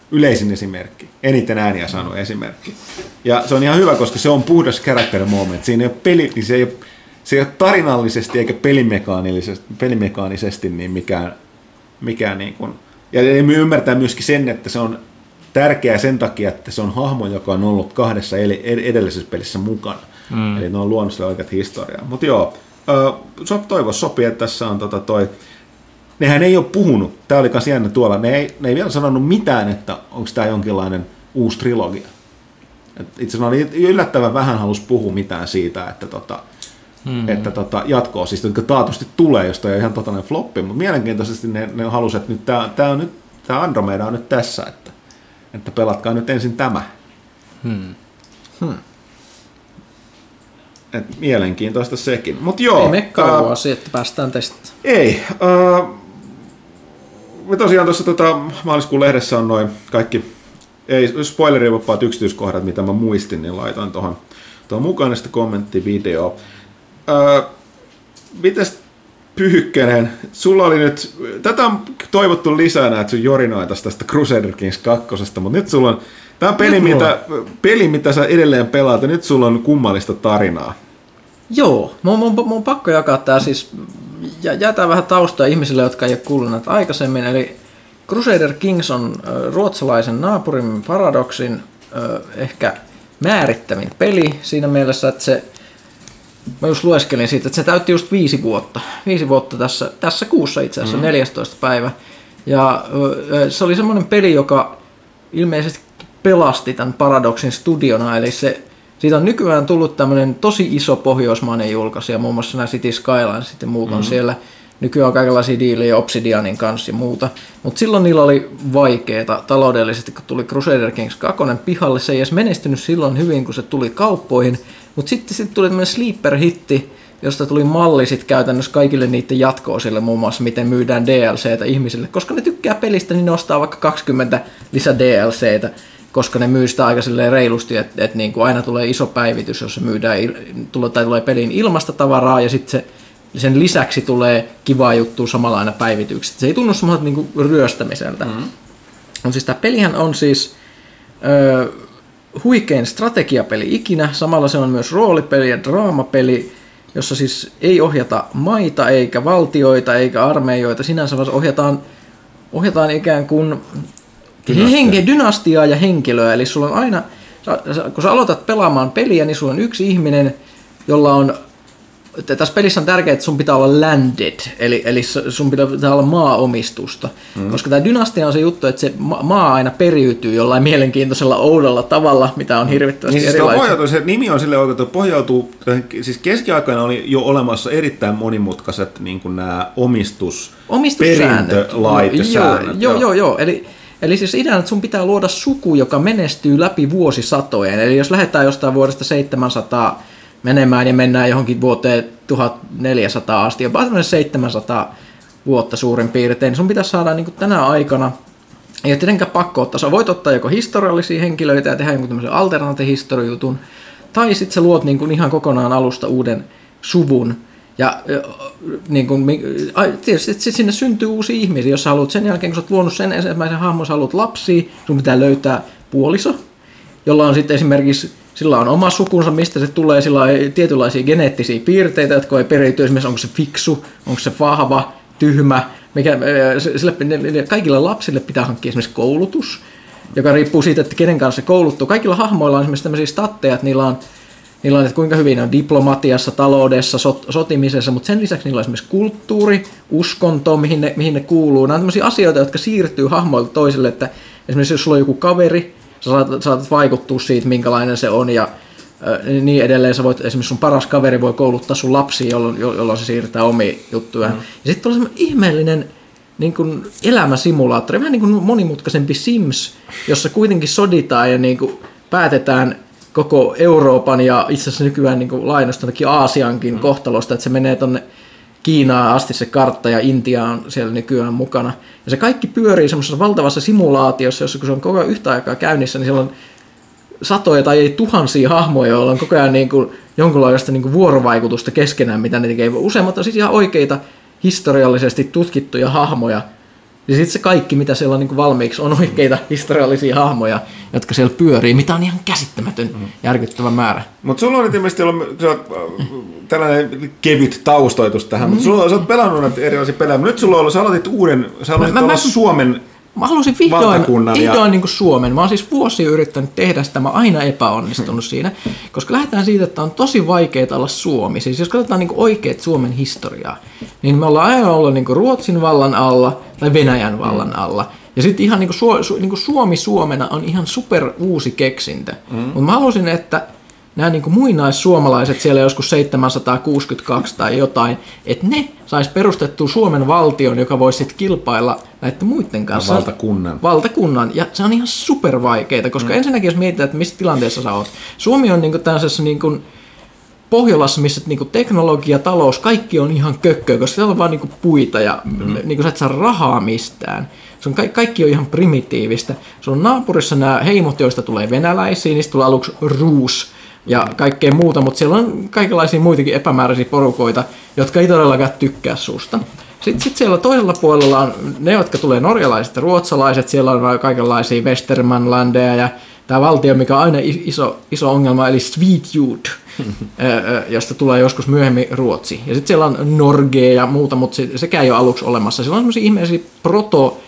yleisin esimerkki, eniten ääniä saanut esimerkki. Ja se on ihan hyvä, koska se on puhdas character moment. Siinä ei ole peli, niin se, ei ole, se ei ole tarinallisesti eikä pelimekaanisesti, pelimekaanisesti niin mikään, mikään niin kuin, ja me ymmärtää myöskin sen, että se on tärkeää sen takia, että se on hahmo, joka on ollut kahdessa edellisessä pelissä mukana. Mm. Eli ne on luonut sille oikeat historiaa. Mutta joo, äh, toivo sopii, että tässä on tota toi. Nehän ei ole puhunut, tämä oli myös jännä tuolla, ne ei, ne ei vielä sanonut mitään, että onko tämä jonkinlainen uusi trilogia. Et itse asiassa oli yllättävän vähän halus puhua mitään siitä, että, tota, hmm. että tota, jatkoa, siis jotka taatusti tulee, jos toi on ihan totainen floppi, mutta mielenkiintoisesti ne, ne halusivat, että nyt tämä, tämä, on nyt, tämä Andromeda on nyt tässä, että, että pelatkaa nyt ensin tämä. Hmm. Hmm. Et mielenkiintoista sekin. Mut joo, ei mekkaa vuosi, että päästään testaamaan. Ei. Uh, me tosiaan tuossa tota, maaliskuun lehdessä on noin kaikki, ei spoilerivapaat yksityiskohdat, mitä mä muistin, niin laitoin tuohon mukaan sitten kommenttivideo. Uh, mites Pyykkönen, sulla oli nyt, tätä on toivottu lisää, että sun jorinoitaisi tästä Crusader Kings kakkosesta, mutta nyt sulla on, tämä on peli mitä, peli, mitä sä edelleen pelaat, ja nyt sulla on kummallista tarinaa. Joo, mun, mun, mun on pakko jakaa tää siis, ja jätää vähän taustaa ihmisille, jotka ei ole kuullut näitä aikaisemmin, eli Crusader Kings on äh, ruotsalaisen naapurin Paradoxin äh, ehkä määrittävin peli siinä mielessä, että se, mä just lueskelin siitä, että se täytti just viisi vuotta, viisi vuotta tässä, tässä kuussa itse asiassa, mm-hmm. neljästoista päivä, ja äh, se oli semmoinen peli, joka ilmeisesti pelasti tämän Paradoxin studiona, eli se, siitä on nykyään tullut tämmöinen tosi iso pohjoismainen julkaisija, muun muassa nämä City Skylines ja muut on mm-hmm. siellä. Nykyään on kaikenlaisia diilejä Obsidianin kanssa ja muuta, mutta silloin niillä oli vaikeaa taloudellisesti, kun tuli Crusader Kings kaksi pihalle. Se ei edes menestynyt silloin hyvin, kun se tuli kauppoihin, mutta sitten sit tuli tämmöinen sleeper-hitti, josta tuli malli sit käytännössä kaikille niiden jatko-osille, muun muassa miten myydään D L C:tä ihmisille. Koska ne tykkää pelistä, niin ne ostaa vaikka kaksikymmentä lisä D L C:tä, koska ne myy sitä aika reilusti, että et niinku aina tulee iso päivitys, jossa myydään il- tai tulee peliin ilmasta tavaraa, ja sitten se sen lisäksi tulee kivaa juttua samalla aina päivitykset. Se ei tunnu semmoiselta niinku ryöstämiseltä. Mm-hmm. On siis tämä pelihän on siis ö, huikein strategiapeli ikinä, samalla se on myös roolipeli ja draamapeli, jossa siis ei ohjata maita eikä valtioita eikä armeijoita, sinänsä vaan ohjataan, ohjataan ikään kuin henke, dynastiaa ja henkilöä, eli sulla on aina, kun sä aloitat pelaamaan peliä, niin sulla on yksi ihminen, jolla on, tässä pelissä on tärkeää, että sun pitää olla landed, eli, eli sun pitää olla maaomistusta, mm. koska tämä dynastia on se juttu, että se maa aina periytyy jollain mielenkiintoisella oudolla tavalla, mitä on hirvittävästi niin erilaisia. Pohjautuu, se nimi on sille oikein, että pohjautuu, siis keskiaikana oli jo olemassa erittäin monimutkaiset niin kuin nämä omistus, perintölait ja säännöt. Joo, joo, joo, joo, eli Eli siis ideana, että sun pitää luoda suku, joka menestyy läpi vuosisatojen. Eli jos lähdetään jostain vuodesta seitsemänsataa menemään ja mennään johonkin vuoteen tuhatneljäsataa asti, jopa seitsemänsataa vuotta suurin piirtein, niin sun pitäisi saada niin kuin tänä aikana, ei ole tietenkään pakko ottaa, sä voit ottaa joko historiallisia henkilöitä ja tehdä jonkun tämmöisen alternaate-historijutun, tai sitten sä luot niin kuin ihan kokonaan alusta uuden suvun. Ja niin kun, tietysti sit sinne syntyy uusia ihmisiä, jos sä haluat sen jälkeen, kun sä oot luonut sen ensimmäisen hahmon, sä haluat lapsia, sun pitää löytää puoliso, jolla on sitten esimerkiksi, sillä on oma sukunsa, mistä se tulee, sillä on tietynlaisia geneettisiä piirteitä, jotka ei periyty, esimerkiksi onko se fiksu, onko se vahva, tyhmä, mikä, sille, kaikilla lapsille pitää hankkia esimerkiksi koulutus, joka riippuu siitä, että kenen kanssa se kouluttuu. Kaikilla hahmoilla on esimerkiksi tämmöisiä statteja, että niillä on Niillä on, että kuinka hyvin ne on diplomatiassa, taloudessa, sot, sotimisessa, mutta sen lisäksi niillä on esimerkiksi kulttuuri, uskonto, mihin ne, mihin ne kuuluu. Nämä on tämmöisiä asioita, jotka siirtyy hahmoilta toiselle, että esimerkiksi jos sulla on joku kaveri, sä saatat, saatat vaikuttua siitä, minkälainen se on, ja äh, niin edelleen. Sä voit, esimerkiksi sun paras kaveri voi kouluttaa sun lapsia, jolloin, jolloin se siirtää omia juttuja. Mm. Ja sitten on semmoinen ihmeellinen niin kuin elämäsimulaattori, vähän niin kuin monimutkaisempi Sims, jossa kuitenkin soditaan ja niin kuin päätetään koko Euroopan ja itse asiassa nykyään niin lainostankin Aasiankin mm. kohtalosta, että se menee tonne Kiinaan asti se kartta ja Intia on siellä nykyään mukana. Ja se kaikki pyörii semmoisessa valtavassa simulaatiossa, jossa kun se on koko ajan yhtä aikaa käynnissä, niin siellä on satoja tai ei tuhansia hahmoja, joilla on koko ajan niin kuin jonkunlaista niin kuin vuorovaikutusta keskenään, mitä ne tekee. Useimmat on siis ihan oikeita historiallisesti tutkittuja hahmoja, Ja sitten se kaikki, mitä siellä on niin kuin valmiiksi, on oikeita historiallisia hahmoja, jotka siellä pyörii, mitä on ihan käsittämätön, mm. järkyttävä määrä. Mutta sulla on ilmeisesti ollut tällainen kevyt taustoitus tähän, mm. mutta sulla, sä oot pelannut näitä erilaisia pelejä, mutta nyt sulla on ollut, sä aloitit uuden, sä aloitit mä, olla mä, Suomen Mä halusin vihdoin, vihdoin ja... niin kuin Suomen. Mä oon siis vuosia yrittänyt tehdä sitä, mä oon aina epäonnistunut siinä, koska lähdetään siitä, että on tosi vaikeaa olla Suomi. Siis jos katsotaan niin kuin oikeat Suomen historiaa, niin me ollaan aina ollut niin kuin Ruotsin vallan alla tai Venäjän vallan alla. Ja sitten ihan niin kuin Su- Su- niin kuin Suomi Suomena on ihan super uusi keksintö. Mm. Mutta mä halusin, että nämä niin kuin muinaissuomalaiset siellä joskus seitsemänsataakuusikymmentäkaksi tai jotain, että ne sais perustettua Suomen valtion, joka voisi sitten kilpailla näiden muiden kanssa. Ja valtakunnan. Valtakunnan. Ja se on ihan supervaikeita, koska mm. ensinnäkin jos mietitään, että missä tilanteessa sä oot. Suomi on niin kuin tällaisessa niin kuin Pohjolassa, missä niin kuin teknologia, talous, kaikki on ihan kökköä, koska siellä on vaan niin kuin puita ja mm. niin kuin sä et saa rahaa mistään. Se on, kaikki on ihan primitiivistä. Se on naapurissa nämä heimot, joista tulee venäläisiä, niistä tulee aluksi ruus ja kaikkea muuta, mutta siellä on kaikenlaisia muitakin epämääräisiä porukoita, jotka ei todellakaan tykkää susta. Sitten sit siellä toisella puolella on ne, jotka tulee norjalaiset ja ruotsalaiset, siellä on kaikenlaisia Westermanlandeja ja tämä valtio, mikä on aina iso, iso ongelma, eli Sweetjud, josta tulee joskus myöhemmin Ruotsi. Ja sitten siellä on Norge ja muuta, mutta se, sekään ei ole aluksi olemassa. Siellä on sellaisia ihmeellisiä proto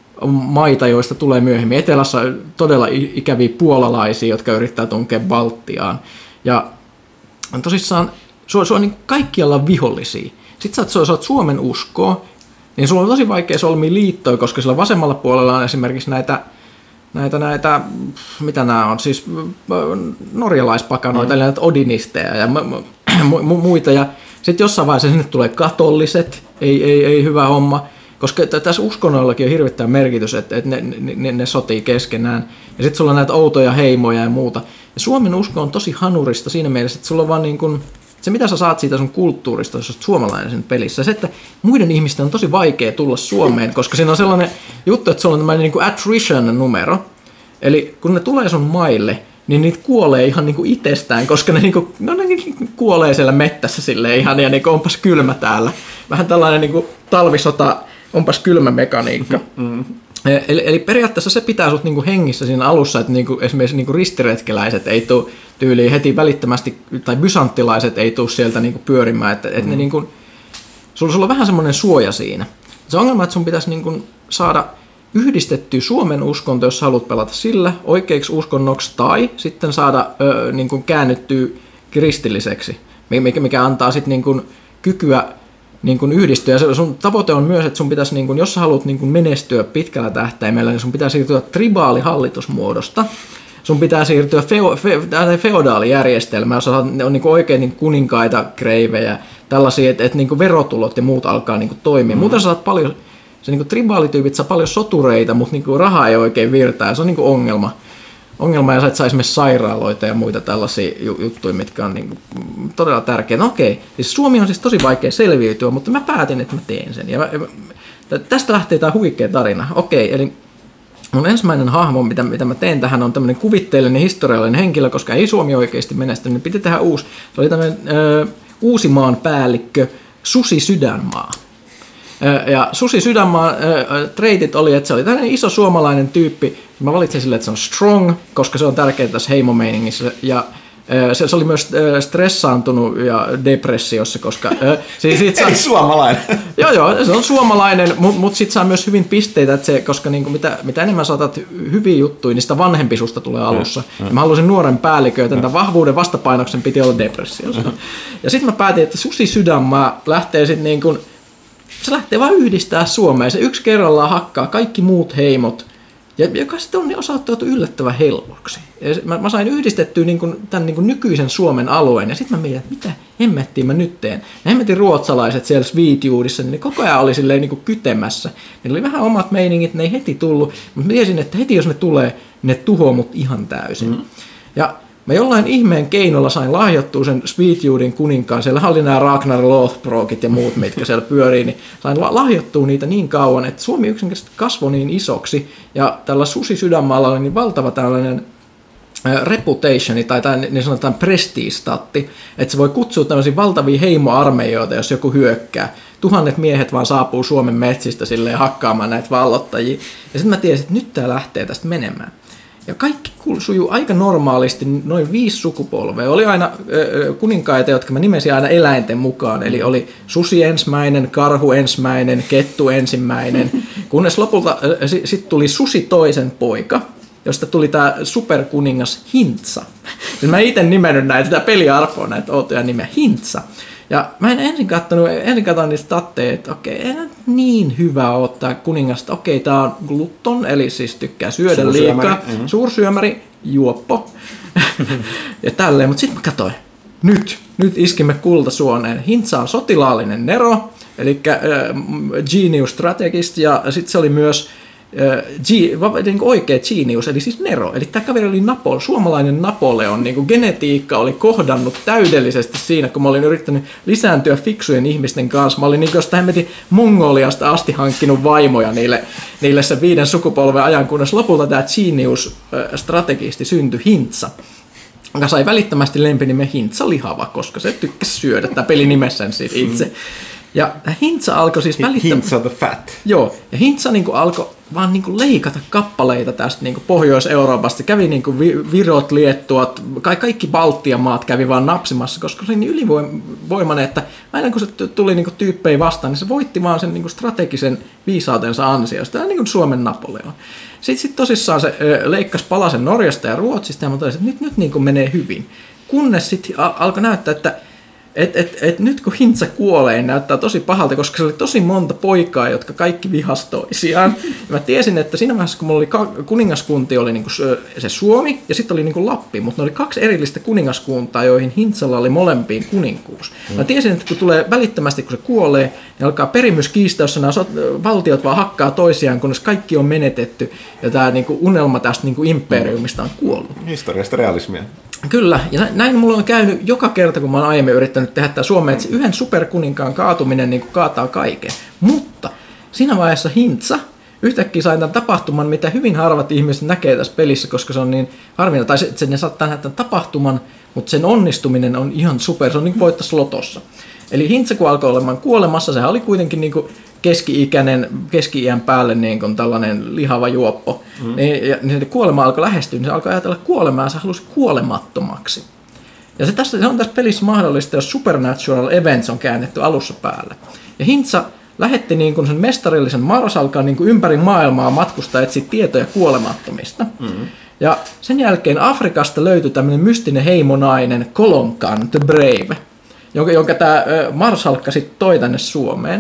maita, joista tulee myöhemmin. Etelässä on todella ikäviä puolalaisia, jotka yrittää tunkea Baltiaan. Ja tosissaan se on, se on niin kaikkialla vihollisia. Sitten sä, sä oot Suomen uskoa, niin sulla on tosi vaikea solmia liittoja, koska sillä vasemmalla puolella on esimerkiksi näitä, näitä, näitä mitä nämä on, siis norjalaispakanoita, mm. eli näitä odinisteja ja mu- mu- muita. Ja sitten jossain vaiheessa sinne tulee katolliset, ei, ei, ei hyvä homma. Koska tässä uskonnoillakin on hirvittävä merkitys, että ne, ne, ne sotii keskenään. Ja sitten sulla on näitä outoja heimoja ja muuta. Ja Suomen usko on tosi hanurista siinä mielessä, että sulla on vaan niin kuin, se mitä sä saat siitä sun kulttuurista, jos olet suomalainen sen pelissä. Se, että muiden ihmisten on tosi vaikea tulla Suomeen, koska siinä on sellainen juttu, että sulla on tämmöinen niin kuin attrition-numero. Eli kun ne tulee sun maille, niin niitä kuolee ihan niin kuin itsestään, koska ne, niin kuin, no ne kuolee siellä mettässä silleen ihan, ja niin kuin onpas kylmä täällä. Vähän tällainen niin kuin talvisota, onpas kylmä mekaniikka. Mm-hmm. Eli, eli periaatteessa se pitää sut niinku hengissä siinä alussa, että niinku, esimerkiksi niinku ristiretkeläiset ei tule tyyliin heti välittömästi, tai bysanttilaiset ei tule sieltä niinku pyörimään. Että, mm-hmm. et ne niinku, sulla, sulla on vähän semmoinen suoja siinä. Se ongelma, että sun pitäisi niinku saada yhdistettyä Suomen uskonto, jos haluat pelata sillä oikeiksi uskonnoksi, tai sitten saada ö, niinku käännyttyä kristilliseksi, mikä, mikä antaa sitten niinku kykyä niin kuin yhdistyä. Ja sun tavoite on myös, että sun pitäisi, niin kuin, jos sä haluat niin kuin menestyä pitkällä tähtäimellä, niin sun pitää siirtyä tribaalihallitusmuodosta. Sun pitää siirtyä feo, fe, feodaalijärjestelmään, jossa on niin kuin oikein niin kuin kuninkaita, kreivejä, tällaisia, että, että niin kuin verotulot ja muut alkaa niin kuin toimia. Mm. Muuten sä saat paljon, se niin kuin tribaalityypit saa paljon sotureita, mutta niin kuin rahaa ei oikein virtaa, ja se on niin kuin ongelma. Ongelma, ja sä et saa esimerkiksi sairaaloita ja muita tällaisia juttuja, mitkä on niin todella tärkeitä. No okei, siis Suomi on siis tosi vaikea selviytyä, mutta mä päätin, että mä teen sen. Ja mä, tästä lähtee tää huikea tarina. Okei, eli mun ensimmäinen hahmo, mitä, mitä mä teen tähän, on tämmöinen kuvitteellinen historiallinen henkilö, koska ei Suomi oikeasti menestynyt, niin piti tehdä uusi. Se oli tämmöinen ö, Uusimaan päällikkö Susi Sydänmaa. Ja Susi Sydänmaan äh, treitit oli, että se oli tällainen iso suomalainen tyyppi. Mä valitsin sille, että se on strong, koska se on tärkeää tässä heimomeiningissä. Ja äh, se, se oli myös äh, stressaantunut ja depressiossa, koska... Äh, siis sit saa, ei suomalainen. Joo, joo, se on suomalainen, mutta mut sit saa myös hyvin pisteitä, että se, koska niinku mitä, mitä enemmän saatat hyviä juttuja, niin sitä vanhempi susta tulee alussa. Mm, mm. Mä halusin nuoren päällikön, että tämän vahvuuden vastapainoksen piti olla depressiossa. Mm. Ja sitten mä päätin, että Susi Sydänmaa lähtee sitten niin kuin... Se lähtee vaan yhdistää Suomeen. Se yksi kerrallaan hakkaa kaikki muut heimot, ja joka sitten on osoittautunut yllättävän helpoksi. Ja mä, mä sain yhdistettyä niin kuin, tämän niin kuin nykyisen Suomen alueen, ja sitten mä mietin, että mitä hemmettiin mä nyt teen. Ja hemmetin ruotsalaiset siellä Sweetjudissa, niin ne koko ajan oli silleen niin kuin kytemässä. Niillä oli vähän omat meiningit, ne ei heti tullut, mutta mä tiesin, että heti jos ne tulee, ne tuhoaa mut ihan täysin. Mm. Ja mä jollain ihmeen keinolla sain lahjottua sen Sweetjudin kuninkaan. Siellä oli nämä Ragnar Lothbrokit ja muut, mitkä siellä pyörii. Niin sain lahjottua niitä niin kauan, että Suomi yksinkertaisesti kasvoi niin isoksi. Ja tällä Susi Sydänmaalla oli niin valtava tällainen reputationi tai tämä niin sanotaan prestige-statti, että se voi kutsua tämmöisiä valtavia heimoarmeijoita, jos joku hyökkää. Tuhannet miehet vaan saapuu Suomen metsistä silleen hakkaamaan näitä vallottajia. Ja sitten mä tiesin, että nyt tää lähtee tästä menemään. Ja kaikki sujuu aika normaalisti, noin viisi sukupolvea. Oli aina ö, kuninkaita, jotka mä nimesin aina eläinten mukaan. Eli oli susi ensimmäinen, karhu ensimmäinen, kettu ensimmäinen. Kunnes lopulta ö, sitten tuli susi toisen poika, josta tuli tämä superkuningas Hintsa. Mä itse nimennyt näitä, tämä peliarpoa näitä outoja nimeä, Hintsa. Ja mä en ensin katsonut, ensin katsoin niistä statteja, että okei, ei niin hyvä ottaa kuningasta. Okei, tää on glutton, eli siis tykkää syödä Suursyömäri. liikaa. Mm-hmm. Suursyömäri, juoppo. Ja tälleen, mutta sitten mä katsoin, nyt, nyt iskimme kultasuoneen. Hintsa on sotilaallinen nero, eli äh, genius strategist, ja sitten se oli myös G, niin oikea genius, eli siis Nero. Eli tämä kaveri oli Napole, suomalainen Napoleon. Niin kuin genetiikka oli kohdannut täydellisesti siinä, kun mä olin yrittänyt lisääntyä fiksujen ihmisten kanssa. Mä olin niin jostain metin Mongoliasta asti hankkinut vaimoja niille, niille sen viiden sukupolven ajan, kunnes lopulta tämä genius-strategisti syntyi Hintsa, joka sai välittömästi lempinimen Hintsa lihava, koska se tykkäsi syödä. Tämä peli nimessään siis itse. Ja Hintsa alkoi siis välittömästi... Hintsa the fat. Joo, ja Hintsa niin alkoi vaan niin leikata kappaleita tästä niin Pohjois-Euroopasta. Kävi niin Virot, Liettuat, kaikki Baltian maat kävi vaan napsimassa, koska se oli niin ylivoimainen, että aina kun se tuli niin tyyppejä vastaan, niin se voitti vaan sen niin strategisen viisautensa ansiosta. Tämä niin kuin Suomen Napoleon. Sitten sit tosissaan se leikkasi palasen Norjasta ja Ruotsista, ja mä totesin, että nyt, nyt niin menee hyvin. Kunnes sitten alkoi näyttää, että Et, et, et nyt kun Hintsa kuolee, näyttää tosi pahalta, koska se oli tosi monta poikaa, jotka kaikki vihasi toisiaan. Ja mä tiesin, että siinä vaiheessa, kun mulla oli kuningaskunti, oli niinku se Suomi ja sitten oli niinku Lappi, mutta ne oli kaksi erillistä kuningaskuntaa, joihin Hintsalla oli molempiin kuninkuus. Mä tiesin, että kun tulee välittömästi, kun se kuolee, niin alkaa perimyskiista, jossa nämä valtiot vaan hakkaa toisiaan, kunnes kaikki on menetetty ja tämä niinku unelma tästä niinku imperiumista on kuollut. Historiasta realismia. Kyllä, ja näin mulla on käynyt joka kerta, kun mä oon aiemmin yrittänyt tehdä tämä Suomeen, että se yhden superkuninkaan kaatuminen niin kuin kaataa kaiken. Mutta siinä vaiheessa Hintsa yhtäkkiä sai tämän tapahtuman, mitä hyvin harvat ihmiset näkee tässä pelissä, koska se on niin harvinainen, tai se, ne saattaa nähdä tämän tapahtuman, mutta sen onnistuminen on ihan super, se on niin kuin voittaisi lotossa. Eli Hintsa, kun alkoi olemaan kuolemassa, sehän oli kuitenkin niin kuin keski-ikäinen, keski-iän päälle niin kuin tällainen lihava juoppo. Mm. Niin, ja niin kuolema alkoi lähestyä, niin se alkoi ajatella kuolemaa ja se halusi kuolemattomaksi. Ja se, tässä, se on tässä pelissä mahdollista, jos supernatural events on käännetty alussa päälle. Ja Hintsa lähetti niin kuin sen mestarillisen Marsalkan niin kuin ympäri maailmaa matkustaa etsiä tietoja kuolemattomista. Mm. Ja sen jälkeen Afrikasta löytyi tämmöinen mystinen heimonainen Kolonkan the Brave, jonka, jonka tämä Marsalkka sitten toi tänne Suomeen.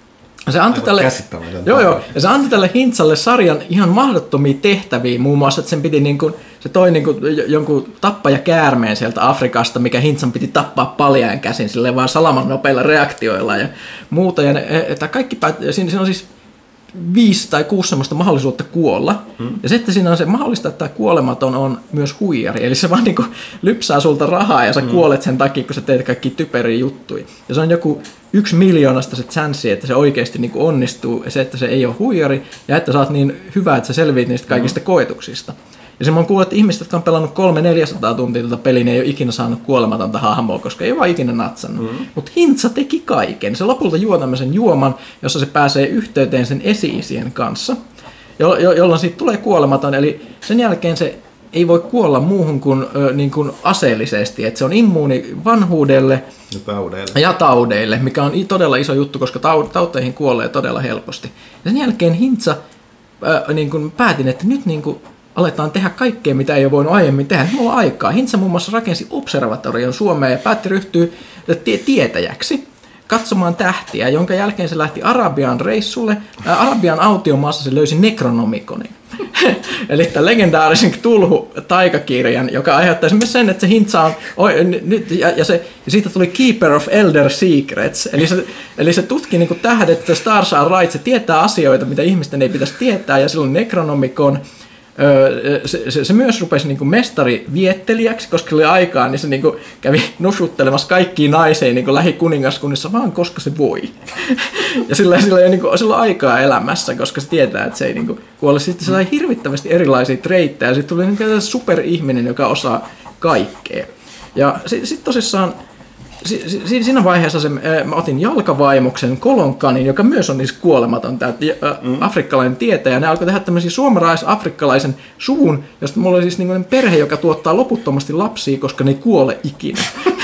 Se antoi tälle, joo, joo, ja se antoi tälle Hintsalle sarjan ihan mahdottomia tehtäviä, muun muassa, että sen piti niin kuin, se toi niin kuin jonkun tappaja käärmeen sieltä Afrikasta, mikä Hintsan piti tappaa paljain käsin, silleen vaan salaman nopeilla reaktioilla ja muuta. Ja ne, että kaikki päät, siinä, siinä on siis viisi tai kuusi semmoista mahdollisuutta kuolla. Hmm. Ja sitten siinä on se mahdollista, että tämä kuolematon on myös huijari. Eli se vaan niin kuin lypsää sulta rahaa ja sä hmm. kuolet sen takia, kun sä teet kaikki typeriä juttuja. Ja se on joku yksi miljoonasta se chanssi, että se oikeasti niin kuin onnistuu. Ja se, että se ei ole huijari ja että sä oot niin hyvä, että sä selviit niistä kaikista hmm. koetuksista. Ja se mä oon kuullut, että ihmiset, jotka on pelannut kolme neljäsataa tuntia tuota peliä, niin ei ole ikinä saanut kuolematonta hahmoa, koska ei ole vaan ikinä natsannut. Mm. Mutta Hintsa teki kaiken. Se lopulta juo tämmöisen juoman, jossa se pääsee yhteyteen sen esi-isien kanssa, jo- jo- jolloin siitä tulee kuolematon. Eli sen jälkeen se ei voi kuolla muuhun kuin, ö, niin kuin aseellisesti. Et se on immuuni vanhuudelle ja taudeille. ja taudeille, mikä on todella iso juttu, koska tau- tauteihin kuolee todella helposti. Ja sen jälkeen Hintsa ö, niin kuin päätin, että nyt niin kuin aletaan tehdä kaikkea, mitä ei ole voinut aiemmin tehdä. Mulla on aikaa. Hintsa muun muassa rakensi observatorion Suomeen ja päätti ryhtyä tie- tietäjäksi katsomaan tähtiä, jonka jälkeen se lähti Arabian reissulle. Ää, Arabian autiomaassa se löysi Necronomiconin. Eli tämän legendaarisen Tulhu-taikakirjan, joka aiheuttaisi myös sen, että se Hintsa on, oi, nyt, ja, ja, se, ja siitä tuli Keeper of Elder Secrets, eli se, eli se tutki niin kuin tähdet, että Stars are right, se tietää asioita, mitä ihmisten ei pitäisi tietää, ja silloin Necronomicon, se, se, se myös rupesi niin kuin mestariviettelijäksi, koska oli aikaa, niin se niin kuin kävi nusuttelemassa kaikkiin naisiin niin kuin lähikuningaskunnissa vaan koska se voi. Ja sillä, sillä ei ole niin kuin, sillä aikaa elämässä, koska se tietää, että se ei niin kuin kuole. Sitten se sai hirvittävästi erilaisia treittejä ja sitten tuli niin kuin superihminen, joka osaa kaikkea. Ja sitten sit tosissaan Si- si- siinä vaiheessa se, mä otin jalkavaimuksen Kolonkanin, joka myös on niissä kuolematon, tämä mm. afrikkalainen tietäjä. Ne alkoi tehdä tämmöisiä suomalais-afrikkalaisen suvun, josta mulla oli siis niin perhe, joka tuottaa loputtomasti lapsia, koska ne ei kuole ikinä.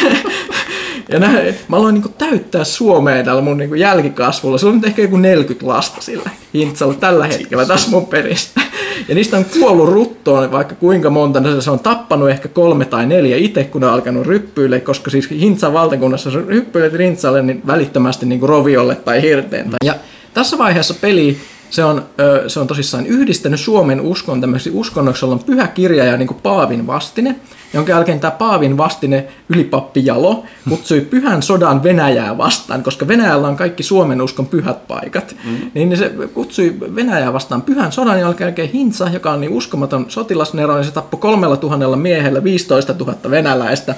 Ja nää, mä aloin niin täyttää Suomea tällä mun niin jälkikasvulla. Se on nyt ehkä joku neljäkymmentä lasta sillä Hintsalla tällä hetkellä tässä mun peristä. Ja niistä on kuollut ruttoon vaikka kuinka monta. Se on tappanut ehkä kolme tai neljä itse, kun ne on alkanut ryppyille, koska siis Hintsan valtakunnassa jos ryppyilet Rintsalle niin välittömästi niin roviolle tai hirteen. Ja tässä vaiheessa peli se on, se on tosissaan yhdistänyt Suomen uskon tämmöisiä uskonnoksi, jolla on pyhä kirja ja niin kuin Paavin vastine, jonka jälkeen tämä Paavin vastine ylipappi Jalo kutsui pyhän sodan Venäjää vastaan, koska Venäjällä on kaikki Suomen uskon pyhät paikat. Mm. Niin se kutsui Venäjää vastaan pyhän sodan, jonka jälkeen Hintsa, joka on niin uskomaton sotilasnero, niin se tappoi kolmella tuhannella miehellä viisitoista tuhatta venäläistä.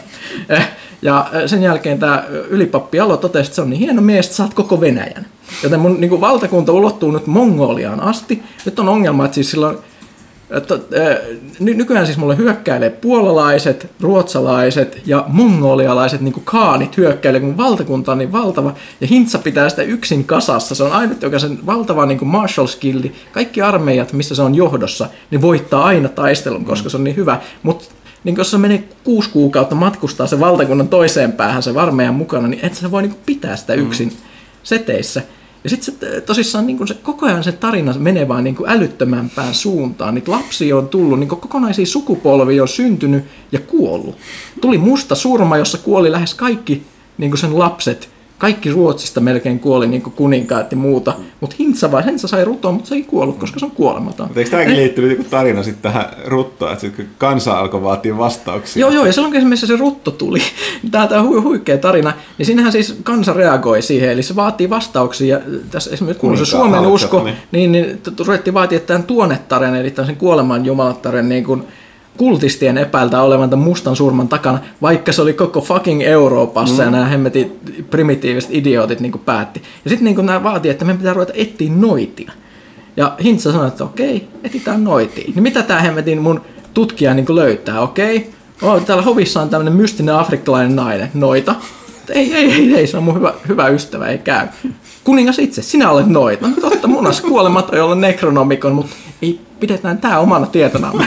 Ja sen jälkeen tämä ylipappi Jalo totesi, että se on niin hieno mies, että saat koko Venäjän. Joten mun niin kuin valtakunta ulottuu nyt Mongoliaan asti. Nyt on ongelma, että siis silloin, että, ää, nykyään siis mulle hyökkäilee puolalaiset, ruotsalaiset ja mongolialaiset niin kuin kaanit hyökkäilee, kun valtakunta on niin valtava. Ja Hintsa pitää sitä yksin kasassa. Se on ainut, joka sen valtava niin kuin martial skilli. Kaikki armeijat, missä se on johdossa, niin voittaa aina taistelun, koska se on niin hyvä. Mutta niin jos se menee kuusi kuukautta matkustaa se valtakunnan toiseen päähän se armeijan mukana, niin et sä voi niin kuin pitää sitä yksin mm. seteissä. Ja sitten se, tosissaan niin se, koko ajan se tarina menee vaan niin älyttömämpään suuntaan. Niitä lapsia on tullut, niin kokonaisia sukupolvia on syntynyt ja kuollut. Tuli musta surma, jossa kuoli lähes kaikki niin sen lapset. Kaikki Ruotsista melkein kuoli niin kuninkaat ja muuta. Mutta Hintsa vai Hintsa sai rutoon, mutta se ei kuollut, koska se on kuolematon. Mutta eikö tämäkin liittynyt joku tarina sitten tähän ruttoon, että sitten kansa alkoi vaatia vastauksia? Joo, joo, ja silloin esimerkiksi se rutto tuli, tämä on hu- huikea tarina, niin siinähän siis kansa reagoi siihen, eli se vaatii vastauksia. Tässä esimerkiksi kun se Suomen usko, niin, niin ruvettiin vaatia tämän tuonettaren, eli tämän kuoleman jumalattaren niin kuin kultistien epäiltä olevan tämän mustan surman takana, vaikka se oli koko fucking Euroopassa mm. ja nämä hemmetin primitiiviset idiootit niin kuin päätti. Ja sitten niin nämä vaatii, että meidän pitää ruveta etsiä noitia. Ja Hintsa sanoi, että okei, etsitään noitia. Niin mitä tämä hemmetin mun tutkija niin kuin löytää? Okei, oh, täällä hovissa on tämmöinen mystinen afrikkalainen nainen, noita. Ei, ei, ei, ei, se on mun hyvä, hyvä ystävä, ei käy. Kuningas itse, sinä olet noita. No totta, munas kuolematon, jolla on nekronomikon, mutta ei pidetään tämä omana tietonamme.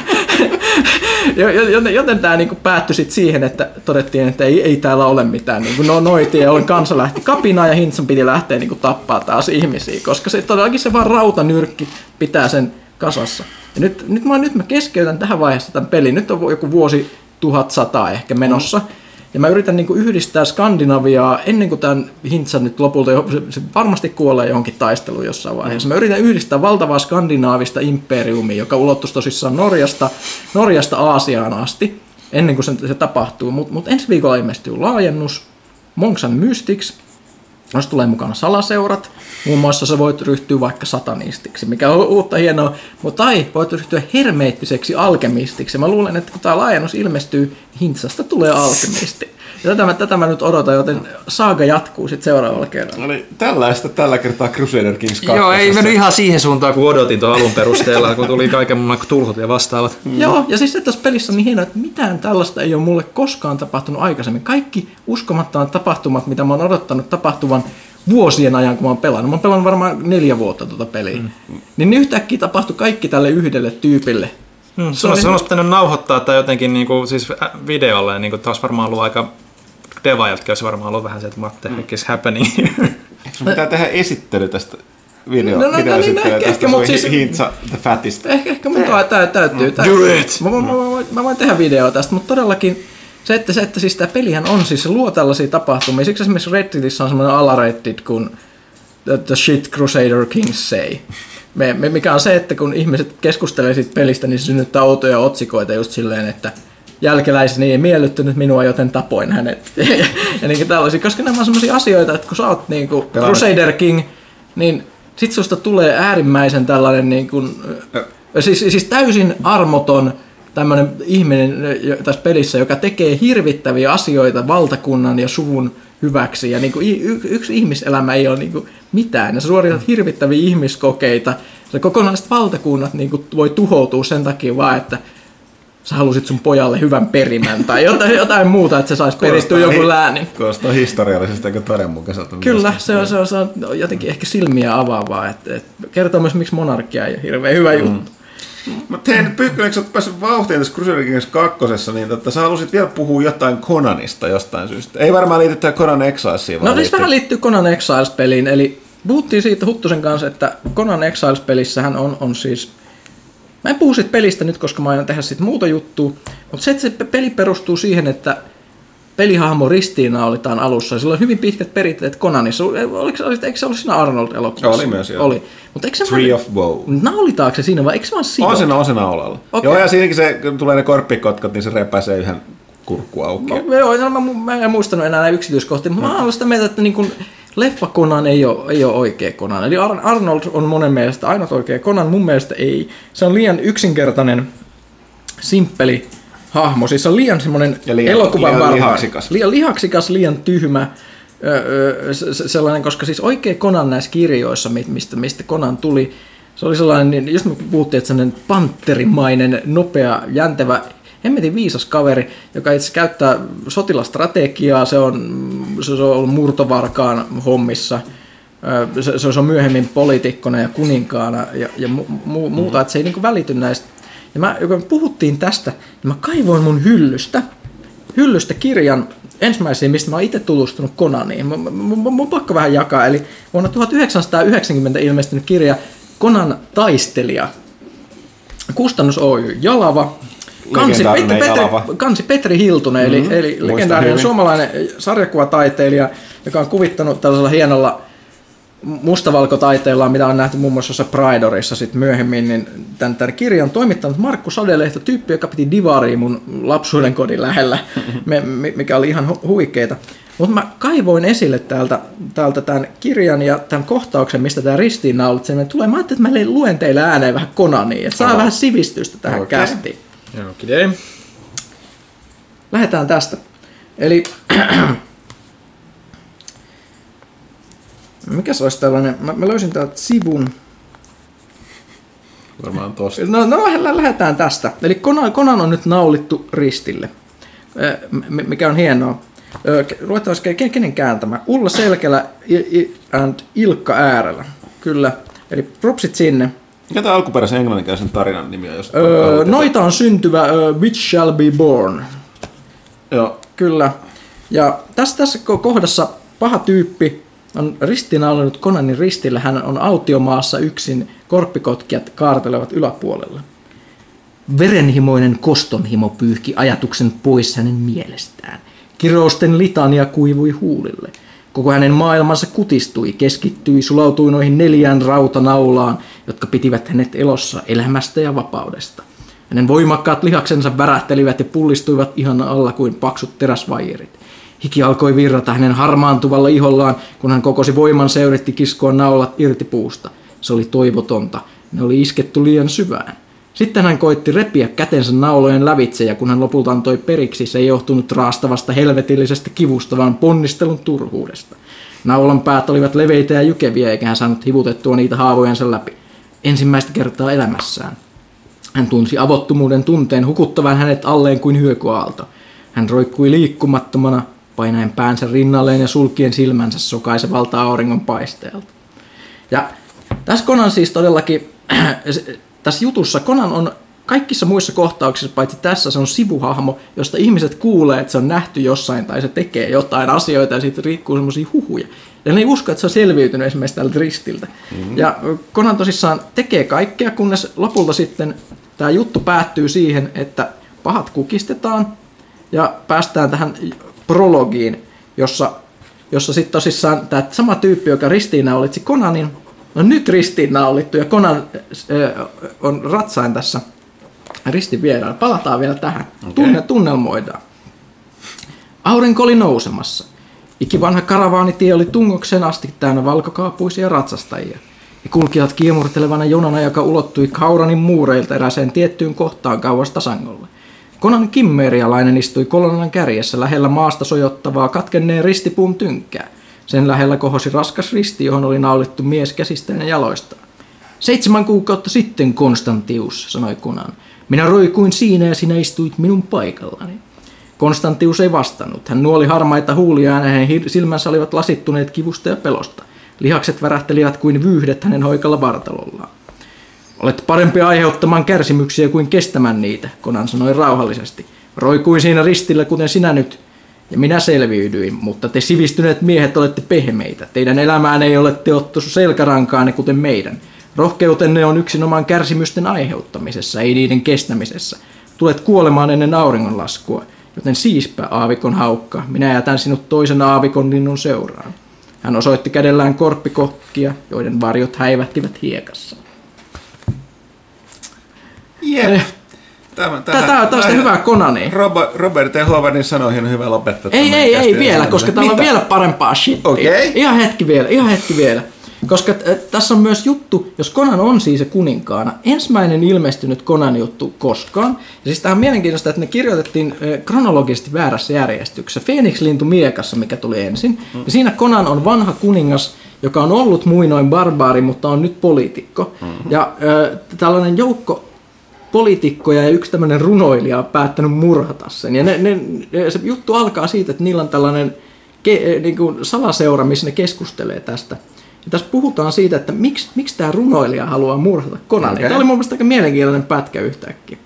Joten, joten tämä niinku päättyi sit siihen, että todettiin, että ei, ei täällä ole mitään niinku no, noitia, jolloin kansa lähti kapinaan ja Hintsan piti lähteä niinku tappaa taas ihmisiä, koska se todellakin se vaan rautanyrkki pitää sen kasassa. Ja nyt, nyt, mä, nyt mä keskeytän tähän vaiheessa tämän pelin, nyt on joku vuosi tuhatsata ehkä menossa, ja mä yritän niinku yhdistää Skandinaviaa ennen kuin tämän Hintsan nyt lopulta, se, se varmasti kuolee johonkin taisteluun jossain vaiheessa. Mä yritän yhdistää valtavaa skandinaavista imperiumia, joka ulottuisi tosissaan Norjasta, Norjasta Aasiaan asti, ennen kuin se, se tapahtuu. Mutta mut ensi viikolla ilmestyy laajennus, Monks and Mystics, jos tulee mukana salaseurat, muun muassa sä voit ryhtyä vaikka satanistiksi, mikä on uutta hienoa, mutta tai voit ryhtyä hermeettiseksi alkemistiksi. Mä luulen, että kun tämä laajennus ilmestyy, Hintsasta tulee alkemisti. Ja tätä mä, tätä mä nyt odotan, joten saaga jatkuu sitten seuraavalla kerralla. Eli tällaista tällä kertaa Crusader Kings kaksi. Joo, ei mennyt ihan siihen suuntaan, kun odotin tuon alun perusteella, kun tuli kaiken muun tulhut ja vastaavat. Mm. Joo, ja siis tässä pelissä on niin hienoa, että mitään tällaista ei ole mulle koskaan tapahtunut aikaisemmin. Kaikki uskomattomat tapahtumat, mitä mä oon odottanut tapahtuvan vuosien ajan, kun mä oon pelannut. Mä oon pelannut varmaan neljä vuotta tuota peliä. Mm. Niin yhtäkkiä tapahtui kaikki tälle yhdelle tyypille. Hmm, se olisi niin pitänyt nauhoittaa tai jotenkin niinku, siis videolle, ja niinku, olisi varmaan ollut aika, devaajatkin olisi varmaan ollut vähän se, että what the heck is happening. Eikö sun pitää tehdä esittely tästä video, no, no, videoesittelyä no, niin, tästä sun siis, Hintsa the Fattista? Ehkä, ehkä mun täytyy. täytyy. Do it! Mä, mä, mä, mä, mä voin tehdä video tästä, mutta todellakin se, että, se, että siis tämä pelihän on, siis se luo tällaisia tapahtumia. Siksi esimerkiksi Redditissä on semmoinen alareddit kuin The, the Shit Crusader Kings Say. Me, me, mikä on se, että kun ihmiset keskustelee siitä pelistä, niin se synnyttää outoja otsikoita just silleen, että jälkeläiseni ei miellyttänyt minua, joten tapoin hänet. Ja niin tällaisia, koska nämä on sellaisia asioita, että kun sä oot niin kuin Crusader King, niin sit susta tulee äärimmäisen tällainen niin kuin Siis, siis täysin armoton tämmöinen ihminen tässä pelissä, joka tekee hirvittäviä asioita valtakunnan ja suvun hyväksi. Ja niin kuin y- yksi ihmiselämä ei ole niin kuin mitään. Ja sä suoritat hirvittäviä ihmiskokeita. Se kokonaiset valtakunnat niin kuin voi tuhoutua sen takia vaan, että sä halusit sun pojalle hyvän perimän tai jotain, jotain muuta, että se saisi peristyä joku hi- läänin. Kuulostaa historiallisesti eikä todenmukaiselta. Kyllä, se on, se, on, se on jotenkin ehkä silmiä avaavaa. Että, että kertoo myös, miksi monarkia ei ole hirveän hyvä mm. juttu. Mutta hei, nyt Pyykkönen, kun sä oot päässyt vauhtiin tässä Crusader Kings kakkosessa, niin totta, sä halusit vielä puhua jotain Conanista jostain syystä. Ei varmaan liity tähän Conan Exilesiin. No siis vähän liittyy Conan Exiles-peliin, eli puhuttiin siitä Huttusen kanssa, että Conan Exiles-pelissähän on, on siis... Mä en puhu siitä pelistä nyt, koska mä aion tehdä siitä muuta juttua, mutta se, että se peli perustuu siihen, että pelihahmo ristiinnaulitaan alussa, ja sillä on hyvin pitkät perinteet Conanissa. Oliko, eikö se ollut siinä Arnold-elokuvassa? Oli myös, joo. Oli. Mutta eikö se Tree of Woe. Naulitaanko se siinä vai eikö se vaan sidota? On se, on se naulalla. Okay. Joo, ja siinäkin se, kun tulee ne korppikotkot, niin se repäisee yhden kurkku auki. No, joo, no, mä, mä en muistanut enää näitä yksityiskohtia, mutta mä olen sitä mieltä, että niin kun leffa Conan ei ole, ei ole oikea Conan. Eli Arnold on monen mielestä ainut oikea Conan, mun mielestä ei. Se on liian yksinkertainen, simppeli hahmo. Siis se on liian semmoinen elokuvan liian varma. lihaksikas. Liian lihaksikas, liian tyhmä. Öö, sellainen, koska siis oikea Conan näissä kirjoissa, mistä, mistä Conan tuli, se oli sellainen, just me puhuttiin, että sellainen panterimainen, nopea, jäntevä, hemmetin viisas kaveri, joka itse käyttää sotilastrategiaa, se on, se on ollut murtovarkaan hommissa, se, se on myöhemmin poliitikkona ja kuninkaana ja, ja mu, mu, muuta, että se ei niin kuin välity näistä. Ja mä, kun me puhuttiin tästä, niin mä kaivoin mun hyllystä, hyllystä kirjan ensimmäisiä, mistä mä oon itse tutustunut Conaniin. Mun on pakko vähän jakaa, eli vuonna tuhatyhdeksänsataayhdeksänkymmentä ilmestynyt kirja Conan taistelija, kustannus Oy Jalava, kansi Petri, Petri, kansi Petri Hiltunen, mm-hmm. eli, eli legendaarinen suomalainen sarjakuvataiteilija, joka on kuvittanut tällaisella hienolla mustavalkotaiteella, mitä on nähty muun muassa Pridorissa sit myöhemmin, niin tämän, tämän kirjan toimittanut Markku Sadelehto, tyyppi, joka piti divaria mun lapsuuden kodin lähellä, mikä oli ihan hu- huikeeta. Mutta mä kaivoin esille täältä, täältä tämän kirjan ja tämän kohtauksen, mistä tämä ristiinnaulitseminen tulee. Mä ajattelin, että mä luen teille ääneen vähän Conania, että saa Oho. vähän sivistystä tähän okay. kästiin. Okay. Lähdetään tästä. Eli mikä se olisi tällainen? Mä, mä löysin täältä sivun. Varmaan tosta. No, no lähdetään tästä. Eli Conan, Conan on nyt naulittu ristille, mikä on hienoa. Luetaan kenen kääntämä. Ulla Selkelä and Ilkka Äärälä. Kyllä. Eli propsit sinne. Mikä tämä alkuperäisen englanninkielisen tarinan nimi on? Jos öö, noita on syntyvä uh, Which Shall Be Born. Joo. Kyllä. Ja tässä, tässä kohdassa paha tyyppi on ristiinnaulannut Conanin ristillä. Hän on autiomaassa yksin. Korppikotkijat kaartelevat yläpuolella. Verenhimoinen kostonhimo pyyhki ajatuksen pois hänen mielestään. Kirousten litania kuivui huulille. Koko hänen maailmansa kutistui, keskittyi, sulautui noihin neljään rautanaulaan, jotka pitivät hänet elossa elämästä ja vapaudesta. Hänen voimakkaat lihaksensa värähtelivät ja pullistuivat ihan alla kuin paksut teräsvaijerit. Hiki alkoi virrata hänen harmaantuvalla ihollaan, kun hän kokosi voimansa ja yritti kiskoa naulat irti puusta. Se oli toivotonta. Ne oli isketty liian syvään. Sitten hän koitti repiä kätensä naulojen lävitse, ja kun hän lopulta antoi periksi, se ei johtunut raastavasta helvetillisestä kivusta, vaan ponnistelun turhuudesta. Naulan päät olivat leveitä ja jykeviä, eikä hän saanut hivutettua niitä haavojensa läpi. Ensimmäistä kertaa elämässään. Hän tunsi avottomuuden tunteen hukuttavan hänet alleen kuin hyökyaalto. Hän roikkui liikkumattomana, painaen päänsä rinnalleen ja sulkien silmänsä sokaisevalta auringon paisteelta. Ja tässä Conan siis todellakin... Tässä jutussa Conan on kaikissa muissa kohtauksissa, paitsi tässä se on sivuhahmo, josta ihmiset kuulee, että se on nähty jossain tai se tekee jotain asioita ja siitä riikkuu semmoisia huhuja. Ja ne ei usko, että se on selviytynyt esimerkiksi tältä ristiltä. Mm-hmm. Ja Conan tosissaan tekee kaikkea, kunnes lopulta sitten tämä juttu päättyy siihen, että pahat kukistetaan ja päästään tähän prologiin, jossa, jossa sitten tosissaan tämä sama tyyppi, joka ristiinnaulitsi Conanin, on nyt ristiinnaulittu ja Conan äh, on ratsain tässä ristin vieraan. Palataan vielä tähän. Okay. Tunne, tunnelmoidaan. Aurinko oli nousemassa. Ikivanha karavaanitie oli tungokseen asti täynnä valkokaapuisia ratsastajia. He kulkivat kiemurtelevana jonana, joka ulottui Kauranin muureilta eräseen tiettyyn kohtaan kauas tasangolle. Konan kimmerialainen istui kolonnan kärjessä lähellä maasta sojottavaa katkenneen ristipuun tynkkää. Sen lähellä kohosi raskas risti, johon oli naulittu mies käsistään ja jaloistaan. Seitsemän kuukautta sitten, Konstantius, sanoi Konan. Minä roikuin siinä ja sinä istuit minun paikallani. Konstantius ei vastannut. Hän nuoli harmaita huuliaan ja hänen silmänsä olivat lasittuneet kivusta ja pelosta. Lihakset värähtelivät kuin vyyhdet hänen hoikalla vartalollaan. Olet parempi aiheuttamaan kärsimyksiä kuin kestämään niitä, Konan sanoi rauhallisesti. Roikuin siinä ristillä kuten sinä nyt. Ja minä selviydyin, mutta te sivistyneet miehet olette pehmeitä. Teidän elämään ei ole teottu selkärankaanne kuten meidän. Rohkeutenne on yksinomaan kärsimysten aiheuttamisessa, ei niiden kestämisessä. Tulet kuolemaan ennen auringonlaskua, joten siispä aavikon haukka. Minä jätän sinut toisen aavikon linnun seuraan. Hän osoitti kädellään korppikokkia, joiden varjot häivähtivät hiekassa. Jep. Tämä, tämä on taas hyvä Konani. Robert, Robert E. Howardin sanoihin on hyvä lopettaa. Ei, ei, ei vielä, koska täällä on vielä parempaa shittiä. Okay. Ihan hetki vielä, ihan hetki vielä. Koska äh, tässä on myös juttu, jos Conan on siis se kuninkaana, ensimmäinen ilmestynyt Conan-juttu koskaan. Ja siis tämä on mielenkiintoista, että ne kirjoitettiin äh, kronologisesti väärässä järjestyksessä. Phoenix-lintu miekassa, mikä tuli ensin. Mm. Ja siinä Conan on vanha kuningas, joka on ollut muinoin barbaari, mutta on nyt poliitikko. Mm-hmm. Ja äh, tällainen joukko poliitikkoja ja yksi tämmöinen runoilija on päättänyt murhata sen. Ja ne, ne, se juttu alkaa siitä, että niillä on tällainen ke, niin kuin salaseura, missä ne keskustelee tästä. Ja tässä puhutaan siitä, että miksi, miksi tämä runoilija haluaa murhata Conanin. Okay. Tämä oli mun mielestä aika mielenkiintoinen pätkä yhtäkkiä.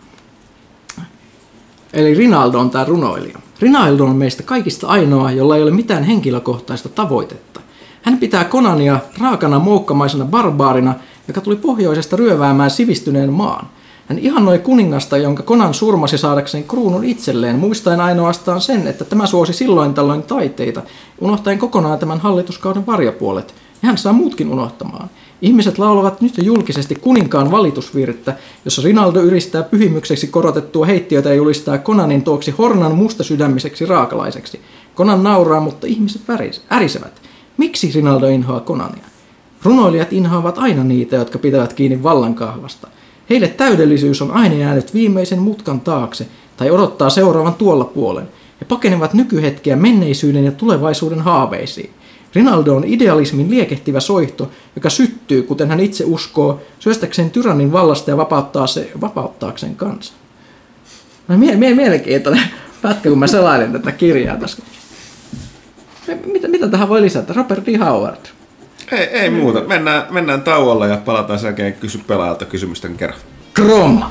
Eli Rinaldo on tämä runoilija. Rinaldo on meistä kaikista ainoa, jolla ei ole mitään henkilökohtaista tavoitetta. Hän pitää Conania raakana moukkamaisena barbaarina, joka tuli pohjoisesta ryöväämään sivistyneen maan. Hän ihannoi kuningasta, jonka Conan surmasi saadakseen kruunun itselleen, muistaen ainoastaan sen, että tämä suosi silloin tällöin taiteita, unohtaen kokonaan tämän hallituskauden varjopuolet. Ja hän saa muutkin unohtamaan. Ihmiset laulavat nyt jo julkisesti kuninkaan valitusvirttä, jossa Rinaldo yristää pyhimykseksi korotettua heittiötä ja julistaa Conanin tuoksi hornan mustasydämiseksi raakalaiseksi. Conan nauraa, mutta ihmiset ärisevät. Miksi Rinaldo inhoaa Conania? Runoilijat inhoavat aina niitä, jotka pitävät kiinni vallankahvasta. Heille täydellisyys on aina jäänyt viimeisen mutkan taakse tai odottaa seuraavan tuolla puolen. He pakenevat nykyhetkeä menneisyyden ja tulevaisuuden haaveisiin. Rinaldo on idealismin liekehtivä soihto, joka syttyy, kuten hän itse uskoo, syöstäkseen tyrannin vallasta ja vapauttaa se, vapauttaakseen kansan. No, mie- mie- mielenkiintoinen pätkä, kun mä selailin tätä kirjaa tässä. Mitä, mitä tähän voi lisätä? Robert E. Howard. Ei, ei muuta. Mennään, mennään tauolla ja palataan sen jälkeen kysy pelaajalta kysymysten kerran. Krom!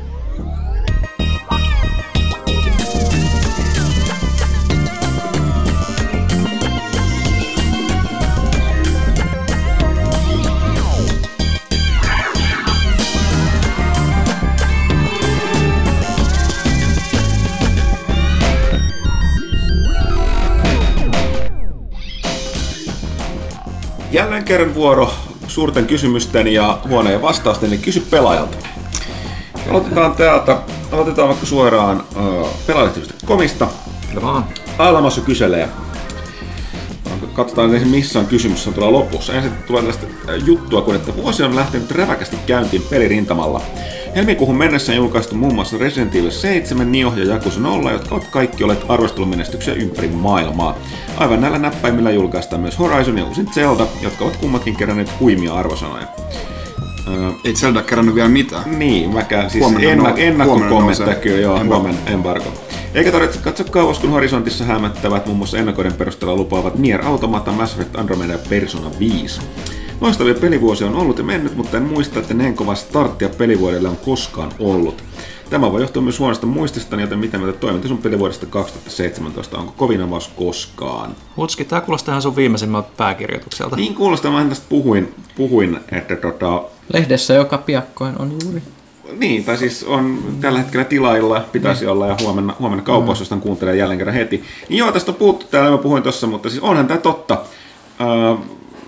Jälleen kerran vuoro suurten kysymysten ja huoneen vastausten, niin kysy pelaajalta. Aloitetaan täältä, aloitetaan vaikka suoraan uh, pelaajalehti piste comista. Kyllä vaan. Alamasu kyselee. Katsotaan ensin missä on kysymys, se on tuolla lopussa. Ensin tulee tällaista juttua, kun että vuosi on lähtenyt räväkästi käyntiin pelirintamalla. Helmikuuhun mennessä on julkaistu muun muassa Resident Evil seitsemän, Nioh ja Yakuza nolla, jotka ovat kaikki olleet arvostelumenestyksiä ympäri maailmaa. Aivan näillä näppäimillä julkaistaan myös Horizon ja uusin Zelda, jotka ovat kummatkin keränneet huimia arvosanoja. Ei Zelda kerännyt vielä mitään. Niin, mäkään. Siis ennak- ennakkokommentteja kyllä, joo, huomen embargo. Eikä tarvitse katsoa kauas, kun horisontissa hämättävät muun muassa ennakoiden perusteella lupaavat Nier Automata, Mass Effect Andromeda ja Persona viisi. Loistavia pelivuosia on ollut ja mennyt, mutta en muista, että näin kova starttia pelivuodelle on koskaan ollut. Tämä voi johtua myös huonosta muististani, joten mitä mieltä toiminta sun pelivuodesta kaksituhattaseitsemäntoista? Onko kovin avaus koskaan? Hutski, tää kuulostaa ihan sun viimeisimmältä pääkirjoitukselta. Niin kuulostaa, mä tästä puhuin, puhuin, että tota... Lehdessä joka piakkoin on juuri. Niin, tai siis on tällä hetkellä tilailla, pitäisi mm. olla, ja huomenna, huomenna kaupoissa, josta kuuntelee jälleen kerran heti. Niin joo, tästä on puhuttu täällä, mä puhuin tossa, mutta siis onhan tää totta. Uh,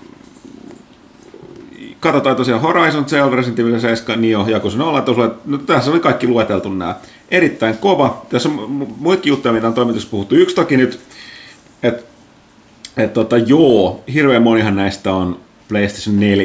katsotaan tosiaan Horizon, Zelda, Resident Evil seitsemän, Nioh, Yakuza nolla, no, tässä oli kaikki lueteltu nämä. Erittäin kova. Tässä on muitakin juttuja, mitä on toimituksessa puhuttu. Yksi toki nyt, että et, tota, joo, hirveän monihan näistä on PlayStation neljä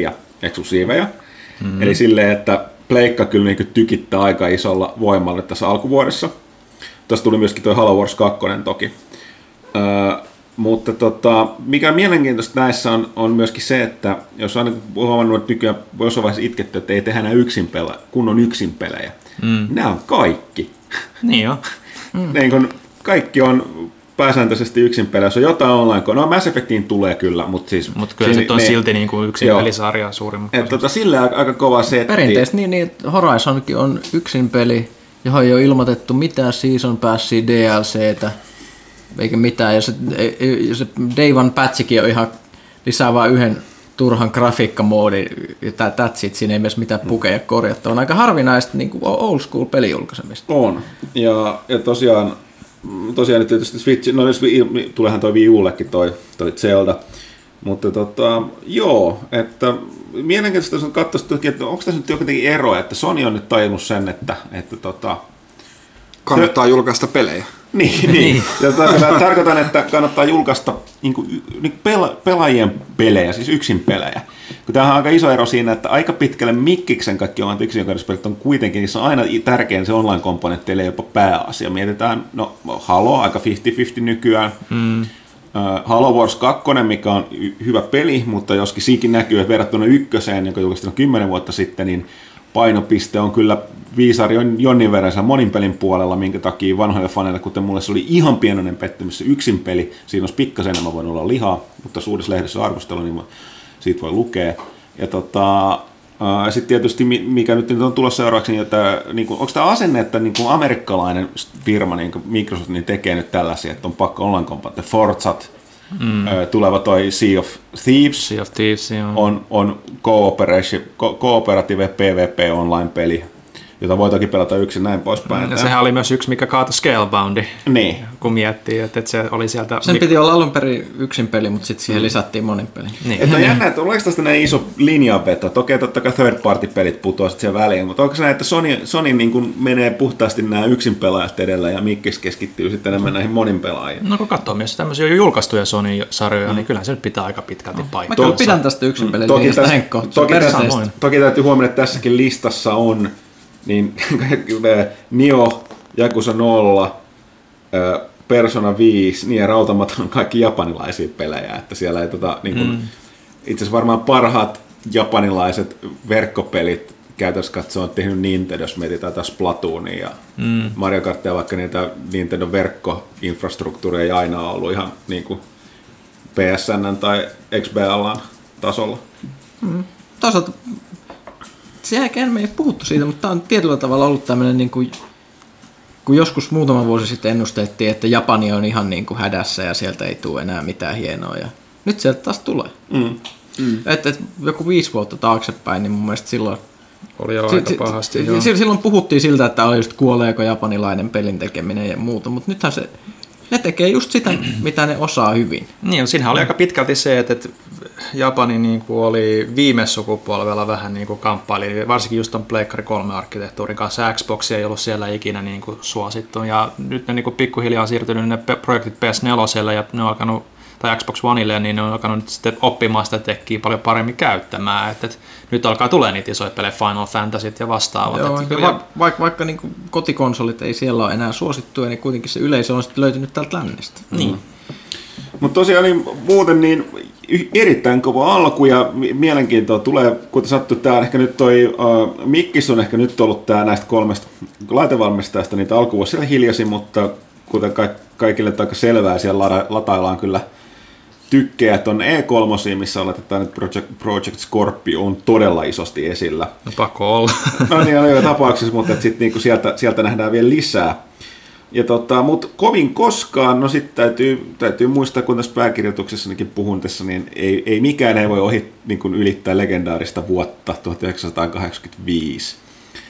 eksklusiiveja. Mm-hmm. Eli silleen, että pleikka kyllä niin tykittää aika isolla voimalla tässä alkuvuodessa. Tuossa tuli myöskin tuo Halo Wars kaksi toki. Öö, mutta tota, mikä on mielenkiintoista näissä on, on myöskin se, että jos on huomannut, että nykyään jossain vaiheessa itketty, että ei tehdä enää yksin pelejä, kun on yksin pelejä. Mm. Nämä on kaikki. Niin jo. Mm. Niin kun kaikki on pääsääntöisesti yksin pelejä. Jos on jotain online, no Mass Effectiin tulee kyllä, mutta siis... Mutta kyllä se on ne, silti niin kuin yksin joo. pelisarja suurimman. Tota, sillä aika, aika kova setti. Perinteisesti niin, niin Horizonkin on yksin peli, johon ei ole ilmoitettu mitään season passia, D L C:tä, eikä mitään. Ja se, se Day One patchikin on ihan lisää vain yhden turhan grafiikkamoodin, ja that's it, siinä ei myös mitään pukeja korjattua. On aika harvinaista niin kuin old school pelijulkaisemista. On, ja, ja tosiaan, tosiaan nyt tietysti Switch, no jos tuleehan toi Wii Ullekin toi, toi Zelda, mutta tota, joo, että mielenkiintoista jos on katsoa, että onko tässä nyt jotenkin ero, että Sony on nyt tajunnut sen, että, että tota, kannattaa julkaista pelejä. Niin, niin. Ja tarkoitan, että kannattaa julkaista niin kuin, niin pela, pelaajien pelejä, siis yksin pelejä. Kun tämähän on aika iso ero siinä, että aika pitkälle Mikkiksen kaikki omat yksinkertaispelit on kuitenkin, niissä on aina tärkein se online-komponentti, eli jopa pääasia. Mietitään, no Halo, aika viisikymmentä viisikymmentä nykyään. Mm. Uh, Halo Wars kaksi, mikä on hyvä peli, mutta joskin siinkin näkyy, että verrattuna ykköseen, joka julkaistiin kymmenen vuotta sitten, niin painopiste on kyllä viisari jonnin verran monin pelin puolella, minkä takia vanhoille faneille, kuten mulle se oli ihan pienoinen pettymys se yksin peli, siinä olisi pikkasen enemmän voinut olla lihaa, mutta uudessa lehdessä on arvostelu, niin siitä voi lukea. Ja tota, sitten tietysti, mikä nyt on tulossa seuraavaksi, niin että, niin kuin, onko tämä asenne, että niin kuin amerikkalainen firma, niin kuin Microsoft, niin tekee nyt tällaisia, että on pakko online kompatti, Forzat, Mm. tuleva toi Sea of Thieves, sea of Thieves on, on kooperative PvP online-peli, jota voi toki pelata yksin näin poispäin. Ja sehän oli myös yksi, mikä kaatoi Scaleboundi, niin. kun miettii, että se oli sieltä... Sen piti olla alun perin yksin peli, mutta sitten siihen mm. lisättiin monin peli. Niin. Että on jännä, että oliko tästä näin iso linjanveto? Toki totta kai third party pelit putoaa sitten siellä väliin, mutta onko se näin, että Sony, Sony niin kuin menee puhtaasti nämä yksin pelaajat edellä ja Mikkis keskittyy sitten enemmän näihin monin pelaajiin? No kun katsoo myös tämmöisiä jo julkaistuja Sony-sarjoja, mm. niin kyllähän se nyt pitää aika pitkälti no. paikkaa. Mä kyllä pidän tästä yksin pelin toki, linjasta, Henkko. Toki, toki täytyy huomioida, että tässäkin listassa on niin Nioh, Yakuza nolla, Persona viisi, niin ja Rautamat on kaikki japanilaisia pelejä, että siellä ei tota, niin kuin, mm. itse asiassa varmaan parhaat japanilaiset verkkopelit käytössä katsoen on tehnyt Nintendo, jos mietitään taas Splatoonia ja mm. Mario Kartia, vaikka niitä Nintendo verkkoinfrastruktuuria ei aina ollut ihan niin kuin P S N tai X B L:n tasolla. Mm. Toisaalta sen jälkeen me ei puhuttu siitä, mutta tämä on tietyllä tavalla ollut tämmöinen, niin kuin, kun joskus muutama vuosi sitten ennustettiin, että Japani on ihan niin kuin hädässä ja sieltä ei tule enää mitään hienoa. Ja nyt sieltä taas tulee. Mm. Mm. Että et, joku viisi vuotta taaksepäin, niin mun mielestä silloin... Oli jo aika pahasti. S- s- silloin puhuttiin siltä, että oli just kuoleeko japanilainen pelin tekeminen ja muuta, mutta nythän se... Ne tekee just sitä, mitä ne osaa hyvin. Niin, siinähän oli aika pitkälti se, että Japani niin kuin oli viime sukupolvella vähän niin kuin kamppaili, varsinkin just ton Pleikkari kolme arkkitehtuurin kanssa. Xbox ei ollut siellä ikinä niin kuin suosittu, ja nyt ne niin kuin pikkuhiljaa on siirtynyt ne projektit P S neljä ja ne on alkanut, tai Xbox Oneille, niin ne on alkanut nyt sitten oppimaan sitä tekkiä paljon paremmin käyttämään. Et, et, nyt alkaa tulee niitä isoja pelejä, Final Fantasyt ja vastaavat. Joo, et, ja va- vaikka, vaikka niin kuin kotikonsolit ei siellä ole enää suosittuja, niin kuitenkin se yleisö on sitten löytynyt täältä lännestä. Mm. Niin. Mutta tosiaan niin muuten niin erittäin kova alku ja mielenkiintoa tulee, kuten sattuu tää ehkä nyt toi uh, Mikkis on ehkä nyt ollut tää näistä kolmesta laitevalmistajasta niitä alkuvuosia siellä hiljaisin, mutta kuten ka- kaikille aika selvää, siellä lada- lataillaan kyllä tykkejä on E kolme, missä oletetaan, että Project, Project Scorpio on todella isosti esillä. No pakko olla. No niin, on joka tapauksessa, mutta sitten niinku sieltä, sieltä nähdään vielä lisää. Ja tota, mutta kovin koskaan, no sitten täytyy, täytyy muistaa, kun tässä pääkirjoituksessakin puhun tässä, niin ei, ei mikään ei voi ohi, niin kuin ylittää legendaarista vuotta tuhatyhdeksänsataakahdeksankymmentäviisi.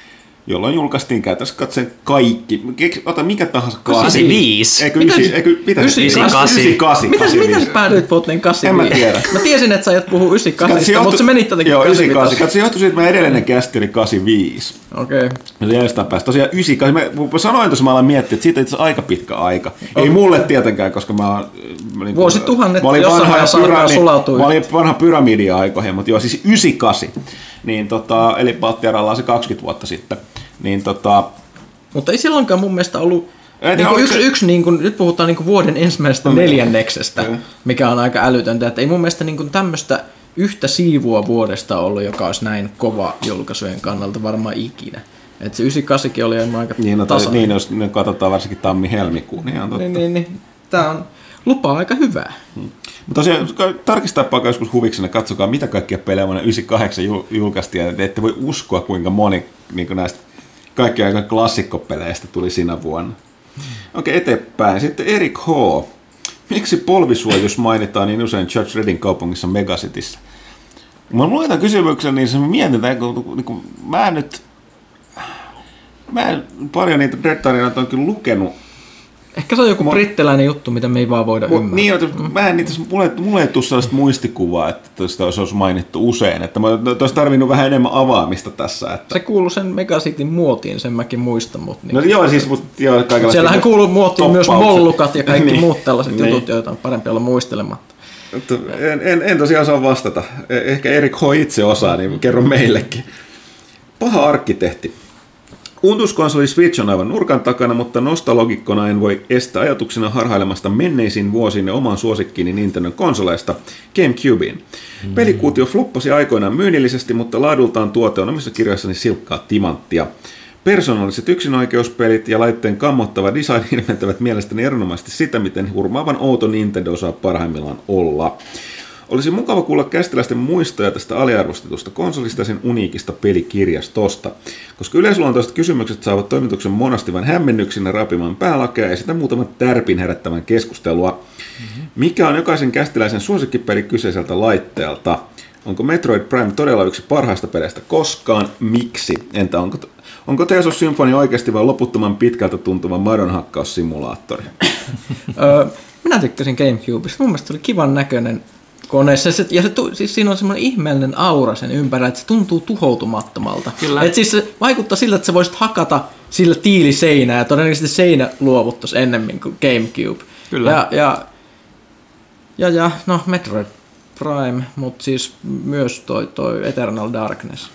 jolloin julkaistiin käytännössä katsoen kaikki. Ota mikä tahansa kahdeksankymmentäviisi. Eikö yhdeksänkymmentäkahdeksan? Miten päädyit vuoteen kahdeksankymmentäviisi? En mä tiedä. Mä tiesin, että sä aiot puhua yhdeksänkymmentäkahdeksan, mutta se meni jotenkin kahdeksankymmentäkahdeksan. Katso, johtui siitä, että mä edellinen kästi oli kahdeksankymmentäviisi. Okei. Ja se jostain päästä. Tosiaan yhdeksänkymmentäkahdeksan. Mä sanoin tuossa, mä aloin miettiä, että siitä on itse aika pitkä aika. Ei mulle tietenkään, koska mä oon... Niin vuosituhannet jossain vaiheessa alkaa sulautua. Mä olin vanha pyramidia aikoihin, mutta joo, siis yhdeksänkymmentäkahdeksan. Niin tota, eli Baltiaralla se kaksikymmentä vuotta sitten. Niin tota... Mutta ei silloinkaan mun mielestä ollut... Niin kuin yksi, se... yksi niin kuin, nyt puhutaan niin kuin vuoden ensimmäisestä mm. neljänneksestä, mm. mikä on aika älytöntä. Että ei mun mielestä niin kuin tämmöistä yhtä siivua vuodesta ollut, joka olisi näin kova julkaisujen kannalta varmaan ikinä. Että se yhdeksänkymmentäkahdeksan oli aika niin, no, tasainen. Niin, jos nyt katsotaan varsinkin tammi-helmikuun, niin on totta. Niin, niin, niin. Tämä on lupaa aika hyvää. Hmm. Mutta tosiaan, tarkistaa paikka joskus huviksena, katsokaa mitä kaikkia pelejä vuonna yhdeksänkymmentäkahdeksan julkaistiin, ja ette voi uskoa, kuinka moni niin näistä kaikkia aika klassikkopeleistä tuli siinä vuonna. Okei, okay, eteenpäin. Sitten Erik H. Miksi polvisuojus mainitaan niin usein Judge Reddin kaupungissa Megacityssä? Mä luin tämän kysymyksen, niin se mietin, että niin kuin, mä en nyt... Mä en paljon niitä Red-tarinoita on kyllä lukenut. Ehkä se on joku mä... brittiläinen juttu, mitä me ei vaan voida mä, ymmärtää. Niin, että mä en niitä, mulle, mulle ei tule sellaista muistikuvaa, että sitä olisi mainittu usein. Että mä olisi tarvinnut vähän enemmän avaamista tässä. Että... Se kuuluu sen Megacityn muotiin, sen mäkin muistan. Mutta niin... No joo, siis mutta joo, kaikenlaista... Siellähän kuuluu muotiin myös mollukat ja kaikki niin, muut tällaiset niin. jutut, joita on parempi olla muistelematta. En, en, en tosiaan osaa vastata. Ehkä Erik H. itse osaa, niin kerro meillekin. Paha arkkitehti. Uutuuskonsoli Switch on aivan nurkan takana, mutta nostalogikkona en voi estää ajatuksena harhailemasta menneisiin vuosiin ja oman suosikkiini Nintendo konsoleista GameCubeen. Mm. Pelikuutio floppasi aikoinaan myynnillisesti, mutta laadultaan tuote on omissa kirjoissani silkkaa timanttia. Persoonalliset yksinoikeuspelit ja laitteen kammottava design ilmentävät mielestäni erinomaisesti sitä, miten hurmaavan outo Nintendo osaa parhaimmillaan olla. Olisi mukava kuulla kästiläisten muistoja tästä aliarvostetusta konsolista ja sen uniikista pelikirjastosta. Koska yleisluontoiset kysymykset saavat toimituksen monasti vain hämmennyksinä rapimaan päälakea ja sitä muutaman tärpin herättävän keskustelua. Mm-hmm. Mikä on jokaisen kästiläisen suosikkipeli kyseiseltä laitteelta? Onko Metroid Prime todella yksi parhaista peleistä koskaan? Miksi? Entä onko, onko Tales of Symphonia oikeasti vain loputtoman pitkältä tuntuva madonhakkaussimulaattori? Minä tykkäsin GameCubesta. Mun mielestä se oli kivan näköinen koneessa. Ja se, siis siinä on semmoinen ihmeellinen aura sen ympärillä, että se tuntuu tuhoutumattomalta. Et siis se vaikuttaa siltä, että sä voisit hakata sillä tiiliseinää ja todennäköisesti seinä luovuttaisi ennemmin kuin GameCube. Kyllä. Ja, ja, ja, ja no Metroid Prime, mutta siis myös toi, toi Eternal Darkness.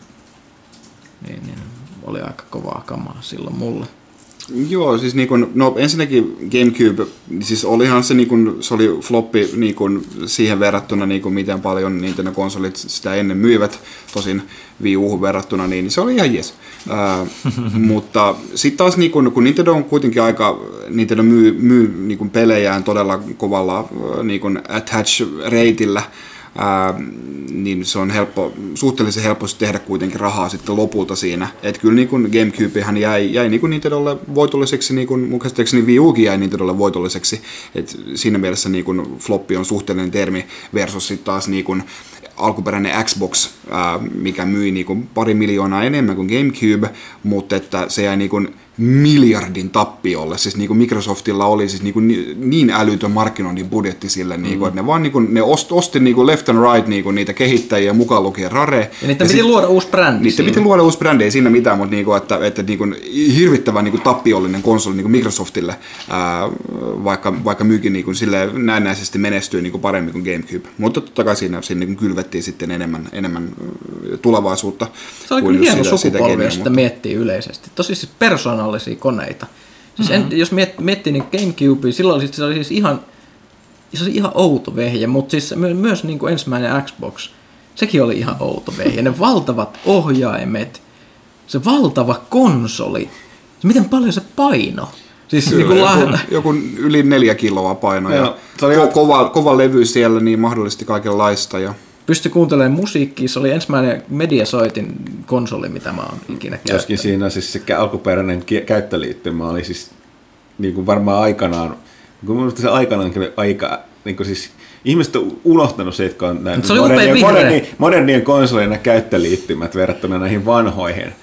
Niin, niin, oli aika kovaa kamaa silloin mulle. Joo, siis niin kun, no ensinnäkin GameCube, siis olihan se, niin kun, se oli floppi niin kun, siihen verrattuna, niin kun, miten paljon Nintendo-konsolit sitä ennen myivät, tosin Wii U:hun verrattuna, niin se oli ihan jes. Äh, mutta sitten taas, niin kun, kun Nintendo on kuitenkin aika, Nintendo myy, myy niin kun pelejään todella kovalla niin kun attach-reitillä, Ää, niin se on helppo, suhteellisen helposti tehdä kuitenkin rahaa sitten lopulta siinä. Että kyllä niin kuin GameCubehan jäi, jäi niin kuin Nintendolle voitolliseksi, niin kuin mun käsittääkseni Wii Ukin jäi Nintendolle voitolliseksi. Et siinä mielessä niin kuin floppi on suhteellinen termi versus sitten taas niin kuin alkuperäinen Xbox, ää, mikä myi niin kuin pari miljoonaa enemmän kuin GameCube, mutta että se jäi niin kuin miljardin tappiolle. Siis niin kuin Microsoftilla oli siis niin, kuin niin älytön markkinoinnin budjetti sille, mm-hmm. niin kuin, että ne vaan niin kuin, ne osti, osti niin kuin left and right niin kuin niitä kehittäjiä mukaan lukien Rare. Ja niitä piti sit, luoda uusi brändi. Niitä piti luoda uusi brändi, ei siinä mitään, mutta niin kuin, että, että niin kuin hirvittävän niin kuin tappiollinen konsoli niin kuin Microsoftille, ää, vaikka, vaikka myykin niin kuin sille näennäisesti menestyy niin kuin paremmin kuin GameCube. Mutta totta kai siinä, siinä niin kuin kylvettiin sitten enemmän, enemmän tulevaisuutta. Se oli kyllä hieno sukupolvi, jos sitä miettii yleisesti. Tosi siis persoonallisia koneita. Siis en, mm-hmm. jos miet, miettii niin GameCube, silloin siis, se oli siis ihan, se oli ihan outo vehje, mutta siis myös niin kuin ensimmäinen Xbox, sekin oli ihan outo vehje. Ne valtavat ohjaimet, se valtava konsoli, miten paljon se paino. Siis Kyllä, niin kuin joku, joku yli neljä kiloa paino ja, ja ko- kova, kova levy siellä, niin mahdollisesti kaikenlaista. Ja pystyi kuuntelemaan musiikkia, se oli ensimmäinen Mediasoitin konsoli, mitä mä oon ikinä käyttänyt. Joskin siinä siis se alkuperäinen käyttöliittymä oli siis niin kuin varmaan aikanaan, kun minusta se aikanaan aika, niin kuin siis ihmiset on unohtanut se, että on näin modernien, modernien, modernien konsolien käyttöliittymät verrattuna näihin vanhoihin.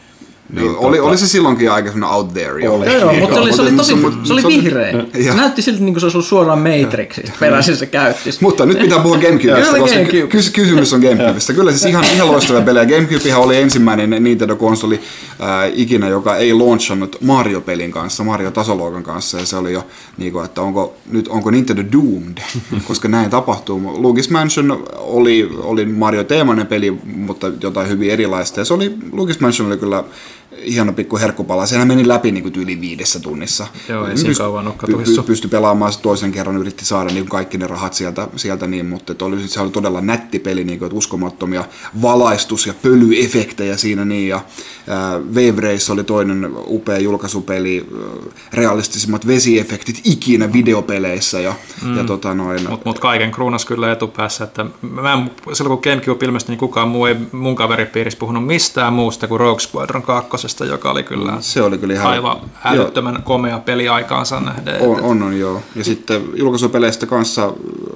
Niin, oli, tota... oli se silloinkin aika sellainen out there. Oli. Joo, joo, mutta se oli, se oli tosi, se oli vihreä. Se näytti siltä, niin kuin se olisi ollut suoraan Matrixista, peräisin se käyttis. Mutta nyt pitää puhua GameCubeista, koska Gamecube. kysymys on GameCubeista. Kyllä siis ihan, ihan loistavia pelejä. GameCubehan oli ensimmäinen Nintendo-konsoli äh, ikinä, joka ei launchannut Mario-pelin kanssa, Mario-tasoloikan kanssa, ja se oli jo, niin kuin, että onko, nyt, onko Nintendo doomed, koska näin tapahtuu. Luigi's Mansion oli, oli Mario-teemainen peli, mutta jotain hyvin erilaista, ja se oli, Luigi's Mansion oli kyllä hieno pikku herkkupala. Sehän meni läpi niin kuin yli viidessä tunnissa. Joo, ei siinä kauan ole katuhissu. Pystyi pelaamaan toisen kerran, yritti saada niin kaikki ne rahat sieltä, sieltä niin, mutta oli, se oli todella nätti peli, niin kuin, että uskomattomia valaistus- ja pölyefektejä siinä. Niin, ja ää, Wave Race oli toinen upea julkaisupeli, realistisimmat vesiefektit ikinä videopeleissä. Ja, mm. ja, tota noin, Mutta mut kaiken kruunas kyllä etupäässä. Että mä en, silloin kun GameCube ilmestyi, niin kukaan muu ei mun kaveripiirissä puhunut mistään muusta kuin Rogue Squadron kaksi, joka oli kyllä, se oli kyllä ihan, aivan älyttömän joo. komea peli aikaansa nähden. On, on, on, joo. Ja sitten julkaisupeleistä kanssa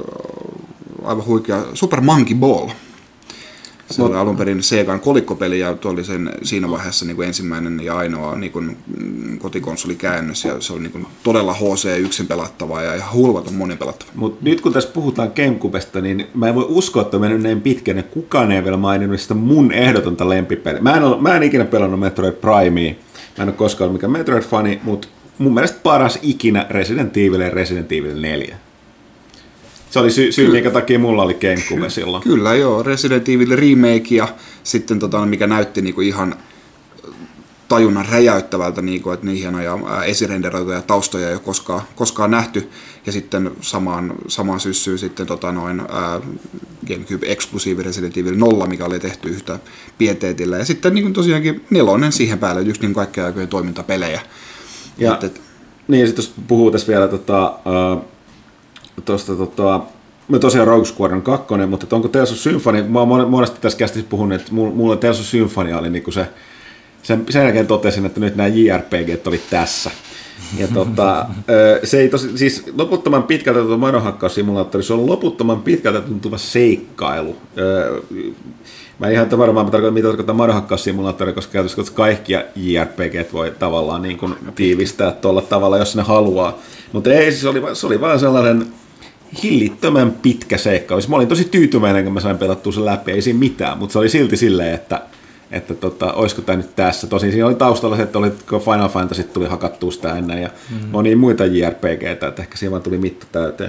aivan huikea Super Monkey Ball. Se Mut, oli alun perin Segan kolikkopeli ja tuo oli sen siinä vaiheessa niin kuin ensimmäinen ja ainoa niin kuin kotikonsolikäännös ja se oli niin kuin todella H C yksin pelattava ja ihan hulvaton monin pelattava. Mutta nyt kun tässä puhutaan GameCubesta, niin mä en voi uskoa, että on mennyt näin pitkään ja kukaan ei vielä maininnut sitä mun ehdotonta lempipeliä. Mä en, ole, mä en ikinä pelannut Metroid Primea, mä en ole koskaan ollut mikään Metroid-fani, mutta mun mielestä paras ikinä Resident Evil ja Resident Evil neljä. Se oli syy, syy minkä takia mulla oli GameCube silloin. Kyllä joo, Resident Evil remake ja sitten tota, mikä näytti niinku ihan tajunnan räjäyttävältä, niinku, että niin hienoja esirenderoituja taustoja ei ole koskaan, koskaan nähty. Ja sitten samaan, samaan syssyyn sitten tota, noin, ää, GameCube Exclusive Resident Evil nolla, mikä oli tehty yhtä pieteetillä. Ja sitten niin tosiaankin nelonen siihen päälle, yksi niin kaikkea aikojen toimintapelejä. Ja, et, et, niin ja sitten jos puhuu tässä vielä tota, uh, tuosta tota, me tosiaan Rogue Squadron kaksi, mutta onko Tales of Symphonia, mä oon monesti tässä kästissä puhunut, että mulla Tales of Symphonia oli niinku se, sen, sen jälkeen totesin, että nyt nämä J R P G:t oli tässä. Ja tota, se ei tosi, siis loputtoman pitkältä tuo maidonhakkaussimulaattori, se on loputtoman pitkältä tuntuva seikkailu. Mä en ihan varmaan mitä tarkoittaa maidonhakkaussimulaattori, koska käytössä kaikkia J R P G:t voi tavallaan niin kuin tiivistää tuolla tavalla, jos ne haluaa. Mutta ei, se oli, se oli vaan sellainen hillittömän pitkä seikkailu. Mä olin tosi tyytyväinen, kun mä sain pelattua sen läpi, ei siinä mitään, mutta se oli silti silleen, että että tota, olisiko tämä nyt tässä. Tosin siinä oli taustalla se, että oli, kun Final Fantasy tuli hakattua sitä ennen ja mm. monia muita J R P G:tä, että ehkä siinä vaan tuli mitta täyteen.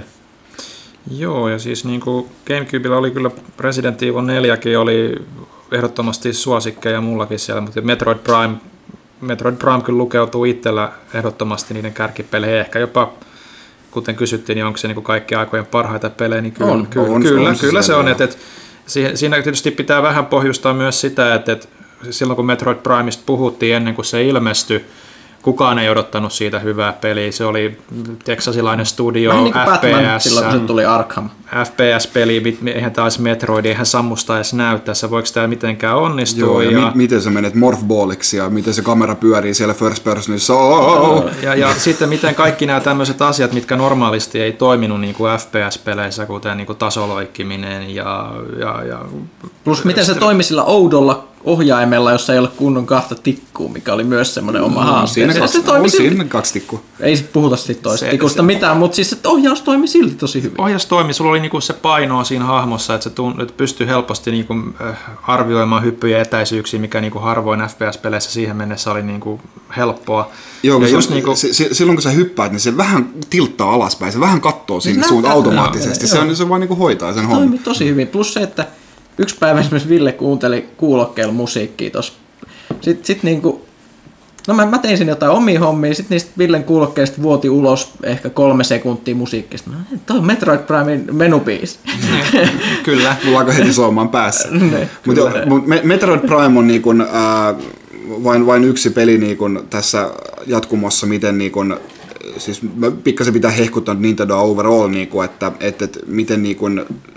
Joo, ja siis niin kuin GameCubella oli kyllä Resident Evil neljäkin oli ehdottomasti suosikkeja mullakin siellä, mutta Metroid Prime, Metroid Prime kyllä lukeutuu itsellä ehdottomasti niiden kärkipeleihin, ehkä jopa kuten kysyttiin, niin onko se niin kuin kaikki aikojen parhaita pelejä, niin kyllä, on, kyllä, on, kyllä, on, kyllä se on, että, että siinä tietysti pitää vähän pohjustaa myös sitä, että, että silloin kun Metroid Primeista puhuttiin ennen kuin se ilmestyi, kukaan ei odottanut siitä hyvää peliä. Se oli teksasilainen studio, vähän niin kuin F P S. Batman, silloin kun se tuli Arkham. F P S-peli, eihän taas Metroid, eihän sammusta edes näyttäessä, voiko tämä mitenkään onnistua. Joo, ja, ja mi- miten sä menet morphballiksi ja miten se kamera pyörii siellä first personissa. Oh! Ja, ja sitten miten kaikki nämä tämmöiset asiat, mitkä normaalisti ei toiminut niin kuin F P S-peleissä, kuten niin kuin tasoloikkiminen ja... ja, ja plus miten se toimi sillä oudolla ohjaimella, jossa ei ole kunnon kahta tikkua, mikä oli myös semmoinen oma no, haaste. Siinä, se, kaksi, se toimi siinä silti. kaksi tikkua. Ei puhuta sitten toista se, tikusta se, mitään, mutta siis se ohjaus toimi silti tosi hyvin. Ohjaus toimi, sulla oli niinku se painoa siinä hahmossa, että se pystyi helposti niinku arvioimaan hyppyjä etäisyyksiä, mikä niinku harvoin F P S-peleissä siihen mennessä oli niinku helppoa. Joo, ja just se, niinku, se, se, silloin kun sä hyppäät, niin se vähän tilttaa alaspäin, se vähän katsoo sinne suuntaan automaattisesti, no, se, on, se vaan niinku hoitaa sen homman. Toimi tosi hyvin, plus se, että yksi päivä esimerkiksi Ville kuunteli kuulokkeella musiikkia tuossa. Sitten sit niinku, no mä, mä tein sinne jotain omia hommia, sitten niistä Villen kuulokkeista vuoti ulos ehkä kolme sekuntia musiikkista. Mä sanoin, toi on Metroid Primein menubiisi. Kyllä. Mulla alkoi heti soimaan päässä. Mutta mut Metroid Prime on niinku, äh, vain, vain yksi peli niinku tässä jatkumossa, miten niinku, siis pikkasen pitää hehkuttaa Nintendo overall, niinku, että et, et, miten niinku,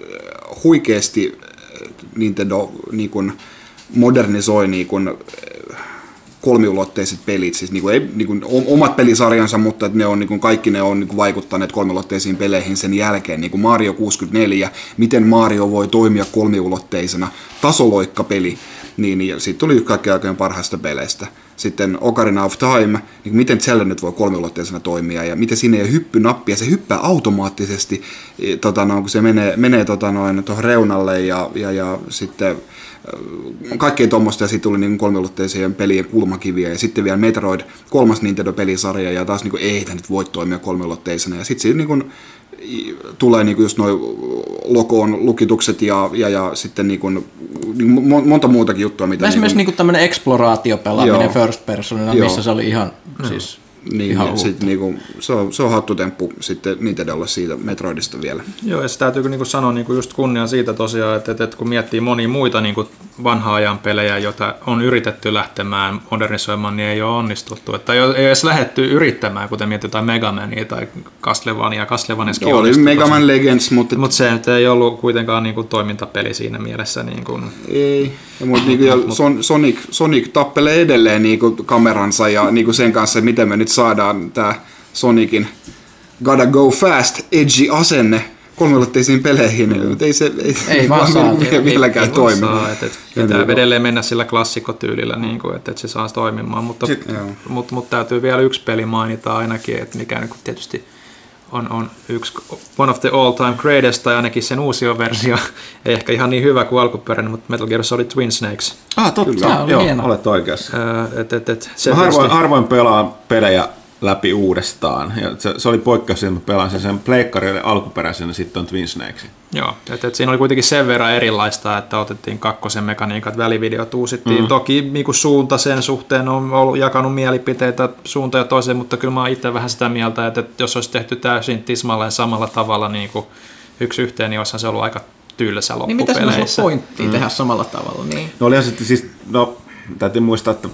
huikeasti Nintendo niinku, modernisoi niinku, kolmiulotteiset pelit, siis niinku, ei, niinku, omat pelisarjansa, mutta että ne on, niinku, kaikki ne on niinku, vaikuttaneet kolmiulotteisiin peleihin sen jälkeen. Niinku Mario kuusikymmentäneljä, miten Mario voi toimia kolmiulotteisena, tasoloikkapeli, Niin, niin, ja siitä tuli yksi kaikkein aikojen parhaista peleistä. Sitten Ocarina of Time, niin miten Zelda nyt voi kolmiulotteisena toimia, ja miten siinä ei ole hyppynappia, se hyppää automaattisesti, tota, no, kun se menee, menee tota, noin tuohon reunalle, ja, ja, ja sitten kaikkea tuommoista, ja sitten tuli niin kolmiulotteisia pelien kulmakiviä, ja sitten vielä Metroid, kolmas Nintendo-pelisarja, ja taas niin kuin, ei tämä nyt voi toimia kolmiulotteisena, ja sitten siinä niin kuin, tulee niinku just noin logoon lukitukset ja, ja, ja sitten niinku, niinku monta muutakin juttua. Mitä esimerkiksi niinku, niinku tämmöinen exploraatiopelaaminen joo. first personina, missä joo. se oli ihan, no. siis, niin, ihan sit niinku, se, on, se on hattutemppu sitten Nintendolle siitä Metroidista vielä. Joo, ja se täytyy niinku sanoa niinku just kunnia siitä tosiaan, että, että kun miettii monia muita niinku vanhaa ajan pelejä, joita on yritetty lähtemään modernisoimaan, niin ei ole onnistuttu. Että ei ole edes lähdetty yrittämään, kuten mietitään Mega Mania tai Castlevania. Castlevaniakin no, oli Mega Man Legends, mutta... Mutta se nyt ei ollut kuitenkaan niinku toimintapeli siinä mielessä. Niinku... Ei, mutta niinku, mut, Sonic, Sonic tappelee edelleen niinku kameransa ja niinku sen kanssa, miten me nyt saadaan tämä Sonicin gotta go fast, edgy asenne kolmiulotteisiin peleihin, mm. ei se ei, ei vaan saa, vieläkään ei, toimi. Saa, et, et pitää edelleen mennä sillä klassikkotyylillä, niin kuin, että et se saa toimimaan, mutta mut, mut täytyy vielä yksi peli mainita ainakin, että mikä niin tietysti on, on yksi one of the all time greatest, tai ainakin sen uusi versio, ei ehkä ihan niin hyvä kuin alkuperäinen, mutta Metal Gear Solid Twin Snakes. Ah, totta, Kyllä, joo, hieno. Olet oikeassa. Äh, et, et, et, Mä harvoin, harvoin pelaan pelejä läpi uudestaan. Ja se, se oli poikkeus, että mä pelasin sen pleikkarille alkuperäisen ja sitten on Twin Snakesin. Joo, että et siinä oli kuitenkin sen verran erilaista, että otettiin kakkosen mekaniikat, välivideot uusittiin. Mm. Toki niin suunta sen suhteen on ollut jakanut mielipiteitä suunta ja toiseen, mutta kyllä mä oon itse vähän sitä mieltä, että, että jos olisi tehty täysin tismalleen samalla tavalla niin kuin yksi yhteen, niin olisihan se ollut aika tylsä loppupeleissä. Niin mitä se on pointtia mm. tehdä samalla tavalla? Niin. No olihan sitten siis, no täytyy muistaa, että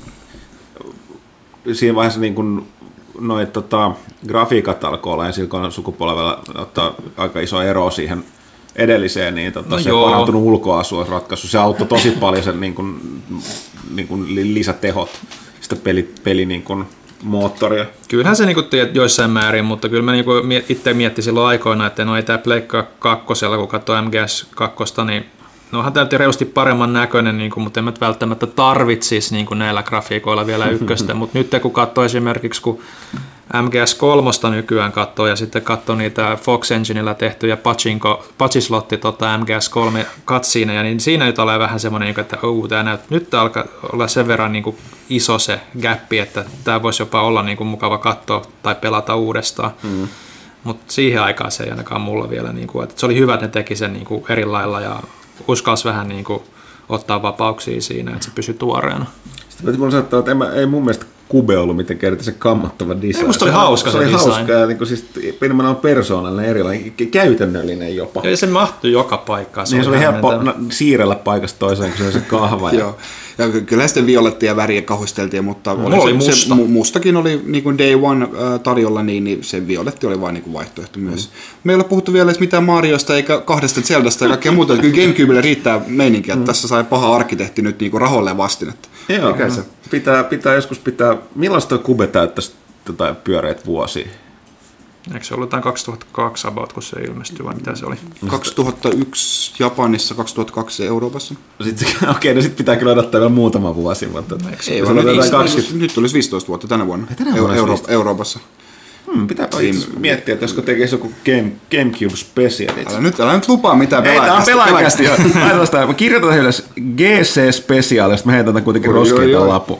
siinä vaiheessa niin kuin noin tota, grafiikat alkoi olla ensin sukupolvella ottaa aika iso ero siihen edelliseen, niin tota, no se joo. parantunut ulkoasuusratkaisu. Se auttoi tosi paljon sen niin kuin, niin kuin lisätehot, sitä peli, peli niin kuin moottoria. Kyllähän se niin kuin tiedät joissain määrin, mutta kyllä mä niin kuin itse miettin silloin aikoina, että no ei tämä Pleikka kakkosella, kun katsoo M G S kaksi, niin no onhan tämä reilusti paremman näköinen, niin kuin, mutta en mä välttämättä tarvitsisi niin kuin näillä grafiikoilla vielä ykköstä, mutta nyt kun katsoo esimerkiksi, kun M G S kolme nykyään katsoo ja sitten katsoo niitä Fox Enginellä tehtyjä patchislotti tota M G S kolme cutsceneja, niin siinä nyt tulee vähän semmoinen, että oh, tää näyt, nyt alkaa olla sen verran niin kuin iso se gappi, että tämä voisi jopa olla niin kuin mukava katsoa tai pelata uudestaan. Mm. Mutta siihen aikaan se ei ainakaan mulla vielä, niin kuin, että se oli hyvä, että ne teki sen niin kuin eri lailla ja uskalsi vähän niin kuin ottaa vapauksia siinä, että se pysyi tuoreena. Sitten täytyy sanoa, että mä, ei mun mielestä Kube ollut mitenkään erityisen kammottava design. Ei, musta oli hauska se, se, se design. Hauska, ja niin kuin, siis enemmän on persoonallinen erilainen, käytännöllinen jopa. Ja se mahtui joka paikkaan. Se, niin, se oli helppo no, siirrellä paikasta toiseen, kun se oli se kahva. ja... Joo. Ja kyllä sitten violettia väriä kahusteltiin, mutta oli oli musta. Se, mustakin oli niin kuin day one tarjolla, niin, niin se violetti oli vain niin kuin vaihtoehto myös. Mm. Me ei ole puhuttu vielä edes mitään Mariosta eikä kahdesta Zeldasta ja kaikkea muuta. Kyllä Gamecubelle riittää meininkiä, että mm. tässä sai paha arkkitehti nyt niin kuin rahoilleen vastinetta. Joo, se? Pitää, pitää joskus pitää, millaista Kube täyttäisi tota pyöreät vuosia? Eikö se ollut jotain kaksituhattakaksi about, kun se ilmestyi, vai mitä se oli? kaksituhattayksi Japanissa, kaksituhattakaksi Euroopassa. Sitten, okei, okay, no sitten pitää kyllä odottaa vielä muutama vuosi. Mutta ei, ei, nyt, kaksikymmentä... nyt tulisi viisitoista vuotta tänä vuonna, tänä vuonna Euro- Euroopassa. Hmm, pitää miettiä, että josko tekisi joku Game, Gamecube Special. Älä nyt, älä nyt lupaa mitään pelaajakästä. Ei, tämä on pelaajakästä. Mä kirjoitan ylös G C Special, ja sitten mä heitän kuitenkin roskiin tämän lapun.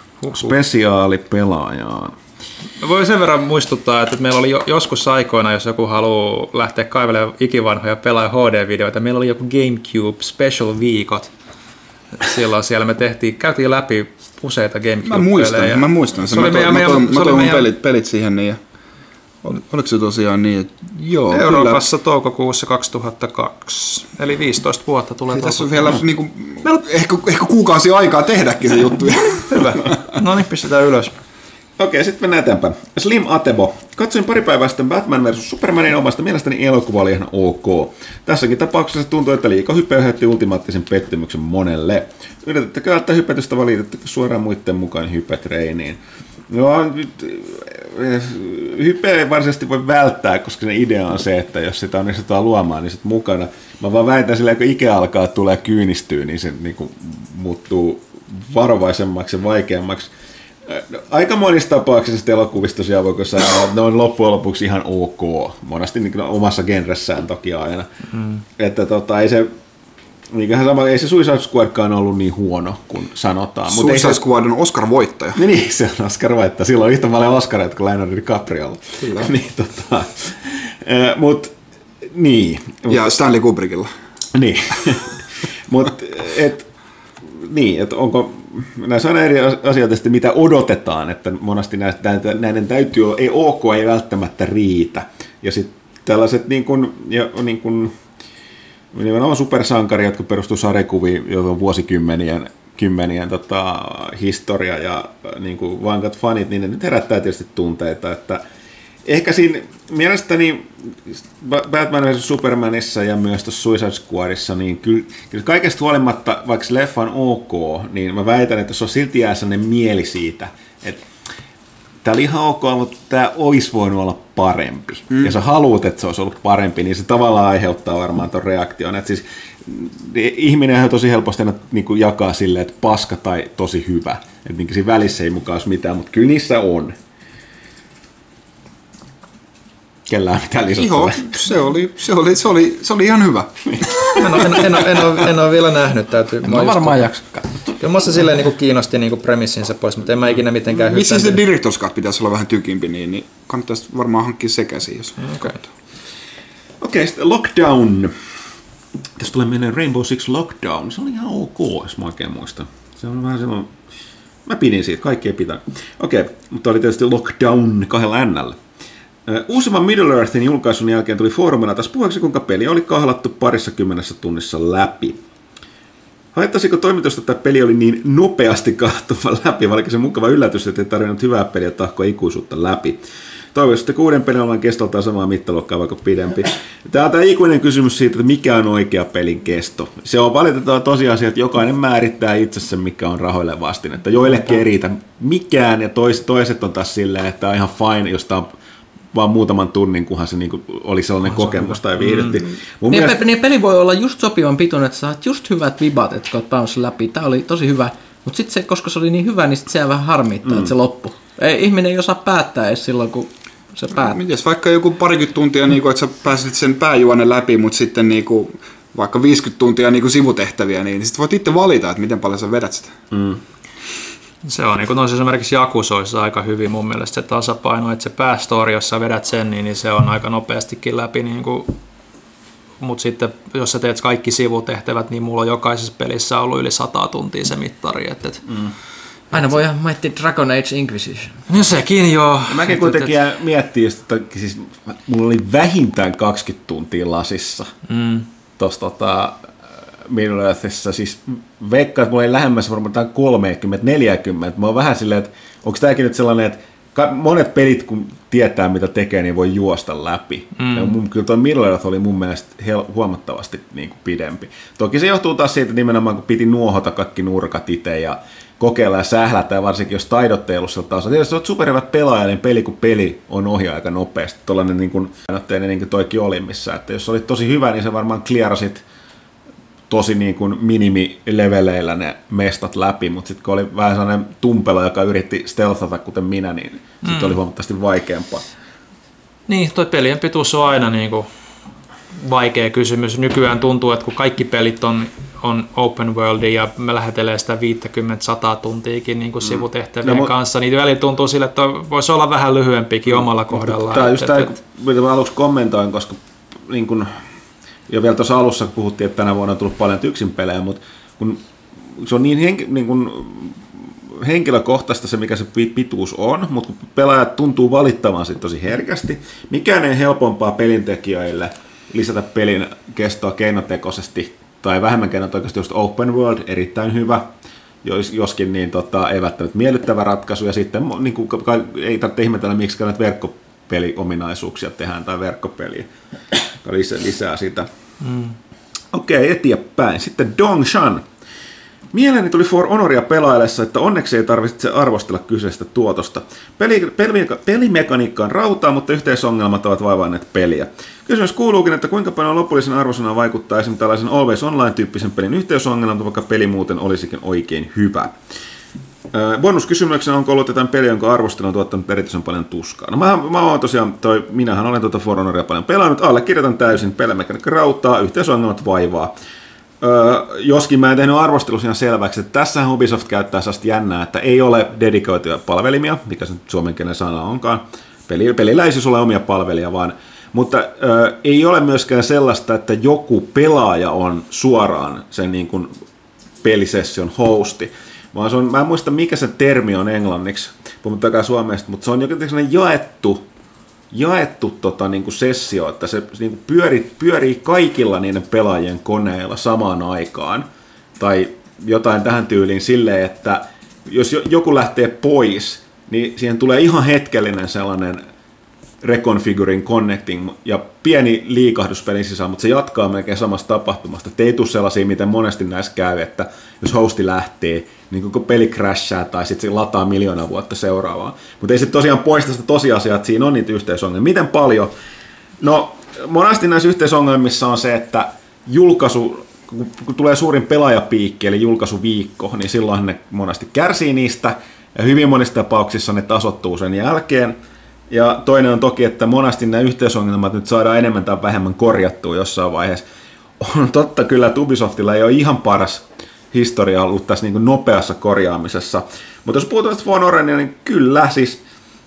Spesiaali pelaajaan. Voi sen verran muistuttaa, että meillä oli joskus aikoina, jos joku haluaa lähteä kaivelemaan ikivanhoja pelaaja H D-videoita, meillä oli joku GameCube Special viikot. Silloin siellä me tehtiin, käytiin läpi useita GameCube-pelejä. Mä muistan, mä muistan. Se mä, meidän, mä toin, mä toin meidän... pelit, pelit siihen niin. Oliko se tosiaan niin, että joo, Euroopassa kyllä. Toukokuussa kaksituhattakaksi, eli viisitoista vuotta tulee. Tässä on vielä niin kuin, ehkä, ehkä kuukausi aikaa tehdäkin se juttu. Hyvä. No niin, pistetään ylös. Okei, sitten mennään eteenpäin. Slim Atebo. Katsoin pari päivää sitten Batman versus Supermanin omasta mielestäni elokuva oli ihan ok. Tässäkin tapauksessa tuntuu, että liika hype aiheutti ultimaattisen pettymyksen monelle. Yritettekö välttää hypetystä vai liitettekö suoraan muiden mukaan hypetreiniin? No, hypeä ei varsinaisesti voi välttää, koska se idea on se, että jos sitä onnistutaan luomaan, niin sit mukana. Mä vaan väitän sillä, kun ikä alkaa tulee kyynistyä, niin se niin kuin muuttuu varovaisemmaksi ja vaikeammaksi. Aika monissa tapauksissa elokuvissa tosiaan voi sanoa, että ne on loppujen lopuksi ihan ok. Monesti niin omassa genressään toki aina. Mm. Että tota, ei se... Niin sama, ei se Suicide Squadkaan ollut niin huono kuin sanotaan. Suicide Squad on Oscar-voittaja. Niin, niin, se on Oscar-voittaja. Sillä on yhtä paljon Oscareita kuin Leonardo DiCapriolla. Kyllä. niin, tota, Mutta niin. Ja Stanley Kubrickilla. Niin. Mutta et, niin, että onko... Näissä on eri asioita, mitä odotetaan, että monesti näistä, näiden täytyy olla, ei ok, ei välttämättä riitä. Ja sitten tällaiset niin kuin, ja, niin kuin nimenomaan supersankari, jotka perustuu sarjakuviin, joilla on vuosikymmenien kymmenien, tota, historia ja niin kuin vankat fanit, niin ne nyt herättää tietysti tunteita. Että ehkä siinä mielestäni Batman versus Supermanissa ja myös tuossa Suicide Squadissa, niin kyllä, kyllä kaikesta huolimatta, vaikka se leffa on ok, niin mä väitän, että se on silti jää sellainen mieli siitä, että tämä oli ihan ok, mutta tämä olisi voinut olla parempi. Mm. Ja sä haluat, että se olisi ollut parempi, niin se tavallaan aiheuttaa varmaan ton reaktion. Että siis ihminen on tosi helposti aina niin kuin jakaa silleen, että paska tai tosi hyvä. Että niin siinä välissä ei mukaan ole mitään, mutta kyllä niissä on. Kellään mitään lisättävää. Joo, se oli, se, oli, se, oli, se oli ihan hyvä. En ole, en, en, ole, en, ole, en ole vielä nähnyt. Täytyy, mä varmaan jaksa katsoa. Kyllä musta silleen niin kiinnosti niin premissinsa pois, mutta en mä ikinä mitenkään hyppää. Missä se Director's Cut pitäisi olla vähän tykimpi, niin, niin kannattaisi varmaan hankkia se käsi, jos okay. katsotaan. Okei, okay, sitten Lockdown. Tässä tulee meille Rainbow Six Lockdown. Se oli ihan ok, jos mä oikein muistan. Se on vähän silloin... Mä pidin siitä, kaikki ei pitänyt. Okei, okay, mutta oli tietysti Lockdown kahdella N:llä. Uusimman Middle Earthin julkaisun jälkeen tuli foorumilla taas puheeksi, kuinka peli oli kahlattu parissa kymmenessä tunnissa läpi. Haittasiko toimitusta, että peli oli niin nopeasti kahtuva läpi, vaikka se mukava yllätys, että ei tarvinnut hyvää peliä tahkoa ikuisuutta läpi. Toivottavasti kuuden pelin ollaan kestoltaan samaa mittaluokkaa, vaikka pidempi. Tämä on tämä ikuinen kysymys siitä, että mikä on oikea pelin kesto. Se on valitettava tosiasia, että jokainen määrittää itsessä, mikä on rahoille vastin. Että joillekin ei riitä mikään, ja toiset on taas silleen, että on ihan fine, jos tämä on vaan muutaman tunnin, kunhan se niinku oli sellainen oh, kokemus tai viihdytti. Mm. Niin, mielestä... niin peli voi olla just sopivan pituinen, että saat just hyvät vibat, että kun olet läpi. Tämä oli tosi hyvä, mutta sitten se, koska se oli niin hyvä, niin sit se vähän harmittaa, mm. että se loppui. Ei, ihminen ei osaa päättää edes silloin, kun se päättää. Mites vaikka joku parikymmentä tuntia, niin kuin, että sä pääsit sen pääjuonen läpi, mutta sitten niin kuin, vaikka viisikymmentä tuntia niin kuin sivutehtäviä, niin sitten voit itse valita, että miten paljon sä vedät sitä. Mm. Se on niin kuin noissa esimerkiksi Jakusoissa aika hyvin mun mielestä se tasapaino, että se päästory, jos sä vedät sen, niin se on aika nopeastikin läpi. Niin mutta sitten jos sä teet kaikki sivutehtävät, niin mulla on jokaisessa pelissä ollut yli sata tuntia se mittari. Et, et, mm. Aina voi miettiä Dragon Age Inquisition. No sekin joo. Mäkin kuitenkin et, miettii, että siis, mulla oli vähintään kaksikymmentä tuntia lasissa mm. tuossa tota, Middle Earthissa. Siis veikkaan, että mulla ei lähemmässä varmaan kolmekymmentä neljäkymmentä. Mä oon vähän silleen, että onko tämäkin nyt sellainen, että monet pelit, kun tietää mitä tekee, niin voi juosta läpi. Mm. Ja mun, kyllä tuo Middle Earth oli mun mielestä huomattavasti niin kuin pidempi. Toki se johtuu taas siitä, että nimenomaan kun piti nuohota kaikki nurkat itse ja kokeilla ja sählätä, ja varsinkin jos taidot ei ollut sieltä taas. Tietysti olet superhyvät pelaaja, niin peli kuin peli on ohi aika nopeasti. Tuollainen niin kuin painotteinen niin kuin toikin oli missä. Että jos olit tosi hyvä, niin se varmaan clearasit tosi niin kuin minimileveleillä ne mestat läpi, mutta sitten kun oli vähän sellainen tumpelo, joka yritti stealthata kuten minä, niin mm. sitten oli huomattavasti vaikeampaa. Niin, toi pelien pituus on aina niin kuin vaikea kysymys. Nykyään tuntuu, että kun kaikki pelit on, on open worldia ja me lähetelee sitä viisikymmentä sata tuntiikin niin kuin mm. sivutehtävien no, kanssa, niin välillä tuntuu sille, että voisi olla vähän lyhyempikin mm. omalla kohdallaan. Tämä on just tämä, mitä mä aluksi kommentoin, koska niin kun, jo vielä tuossa alussa puhuttiin, että tänä vuonna on tullut paljon yksin pelejä, mutta kun se on niin, henk, niin kun henkilökohtaista se, mikä se pituus on, mutta kun pelaajat tuntuu valittamaan sit tosi herkästi, mikään ei helpompaa pelintekijöille lisätä pelin kestoa keinotekoisesti tai vähemmän keinotekoisesti, just open world, erittäin hyvä, jos, joskin niin, tota, ei välttämättä miellyttävä ratkaisu, ja sitten niin kuin, ei tarvitse ihmetellä, miksi näitä verkkopeliominaisuuksia tehdään tai verkkopeliä, joka lisää, lisää sitä. Mm. Okei, okay, eteenpäin. Sitten Dongshan. Mieleeni tuli For Honoria pelaillessa, että onneksi ei tarvitse arvostella kyseistä tuotosta. Peli, peli, pelimekaniikka on rautaa, mutta yhteisongelmat ovat vaivanneet peliä. Kysymys kuuluukin, että kuinka paljon lopullisen arvosanaan vaikuttaa esimerkiksi tällaisen Always Online-tyyppisen pelin yhteisongelmat, vaikka peli muuten olisikin oikein hyvä. Bonuskysymyksenä onko ollut jotain peliä, jonka arvostelu on tuottanut erityisen paljon tuskaa. No mä, mä oon tosiaan, toi, minähän olen tuota For Honoria paljon pelannut, allekirjoitan täysin, pelimekaniikka rautaa, yhteisongelmat vaivaa. Öö, joskin mä en tehnyt arvostelussa ihan selväksi, että tässähän Ubisoft käyttää sellaista jännää, että ei ole dedikoituja palvelimia, mikä se suomenkielinen sana onkaan. Peli, pelillä ei siis ole omia palvelia, vaan, mutta öö, ei ole myöskään sellaista, että joku pelaaja on suoraan sen niin kuin pelisession hosti, vaan se on, mä en muista mikä se termi on englanniksi, puhutaan suomesta, mutta se on jokin sellainen jaettu, jaettu tota, niin kuin sessio, että se niin kuin pyörii, pyörii kaikilla niiden pelaajien koneilla samaan aikaan. Tai jotain tähän tyyliin silleen, että jos joku lähtee pois, niin siihen tulee ihan hetkellinen sellainen reconfiguring connecting ja pieni liikahdus pelin sisään, mutta se jatkaa melkein samasta tapahtumasta. Et ei tule sellaisia, miten monesti näissä käy, että jos hosti lähtee, niin koko peli crashaa tai sitten se lataa miljoona vuotta seuraavaan. Mutta ei se tosiaan poista sitä tosiasiaa, että siinä on niitä yhteisongelmia. Miten paljon? No, monesti näissä yhteisongelmissa on se, että julkaisu, kun tulee suurin pelaajapiikki, eli julkaisuviikko, niin silloin ne monesti kärsii niistä, ja hyvin monissa tapauksissa ne tasottuu sen jälkeen. Ja toinen on toki, että monesti nämä yhteisongelmat nyt saadaan enemmän tai vähemmän korjattua jossain vaiheessa. On totta kyllä, että Ubisoftilla ei ole ihan paras historia ollut tässä niin kuin nopeassa korjaamisessa. Mutta jos puhutaan tästä For Honoria, niin kyllä siis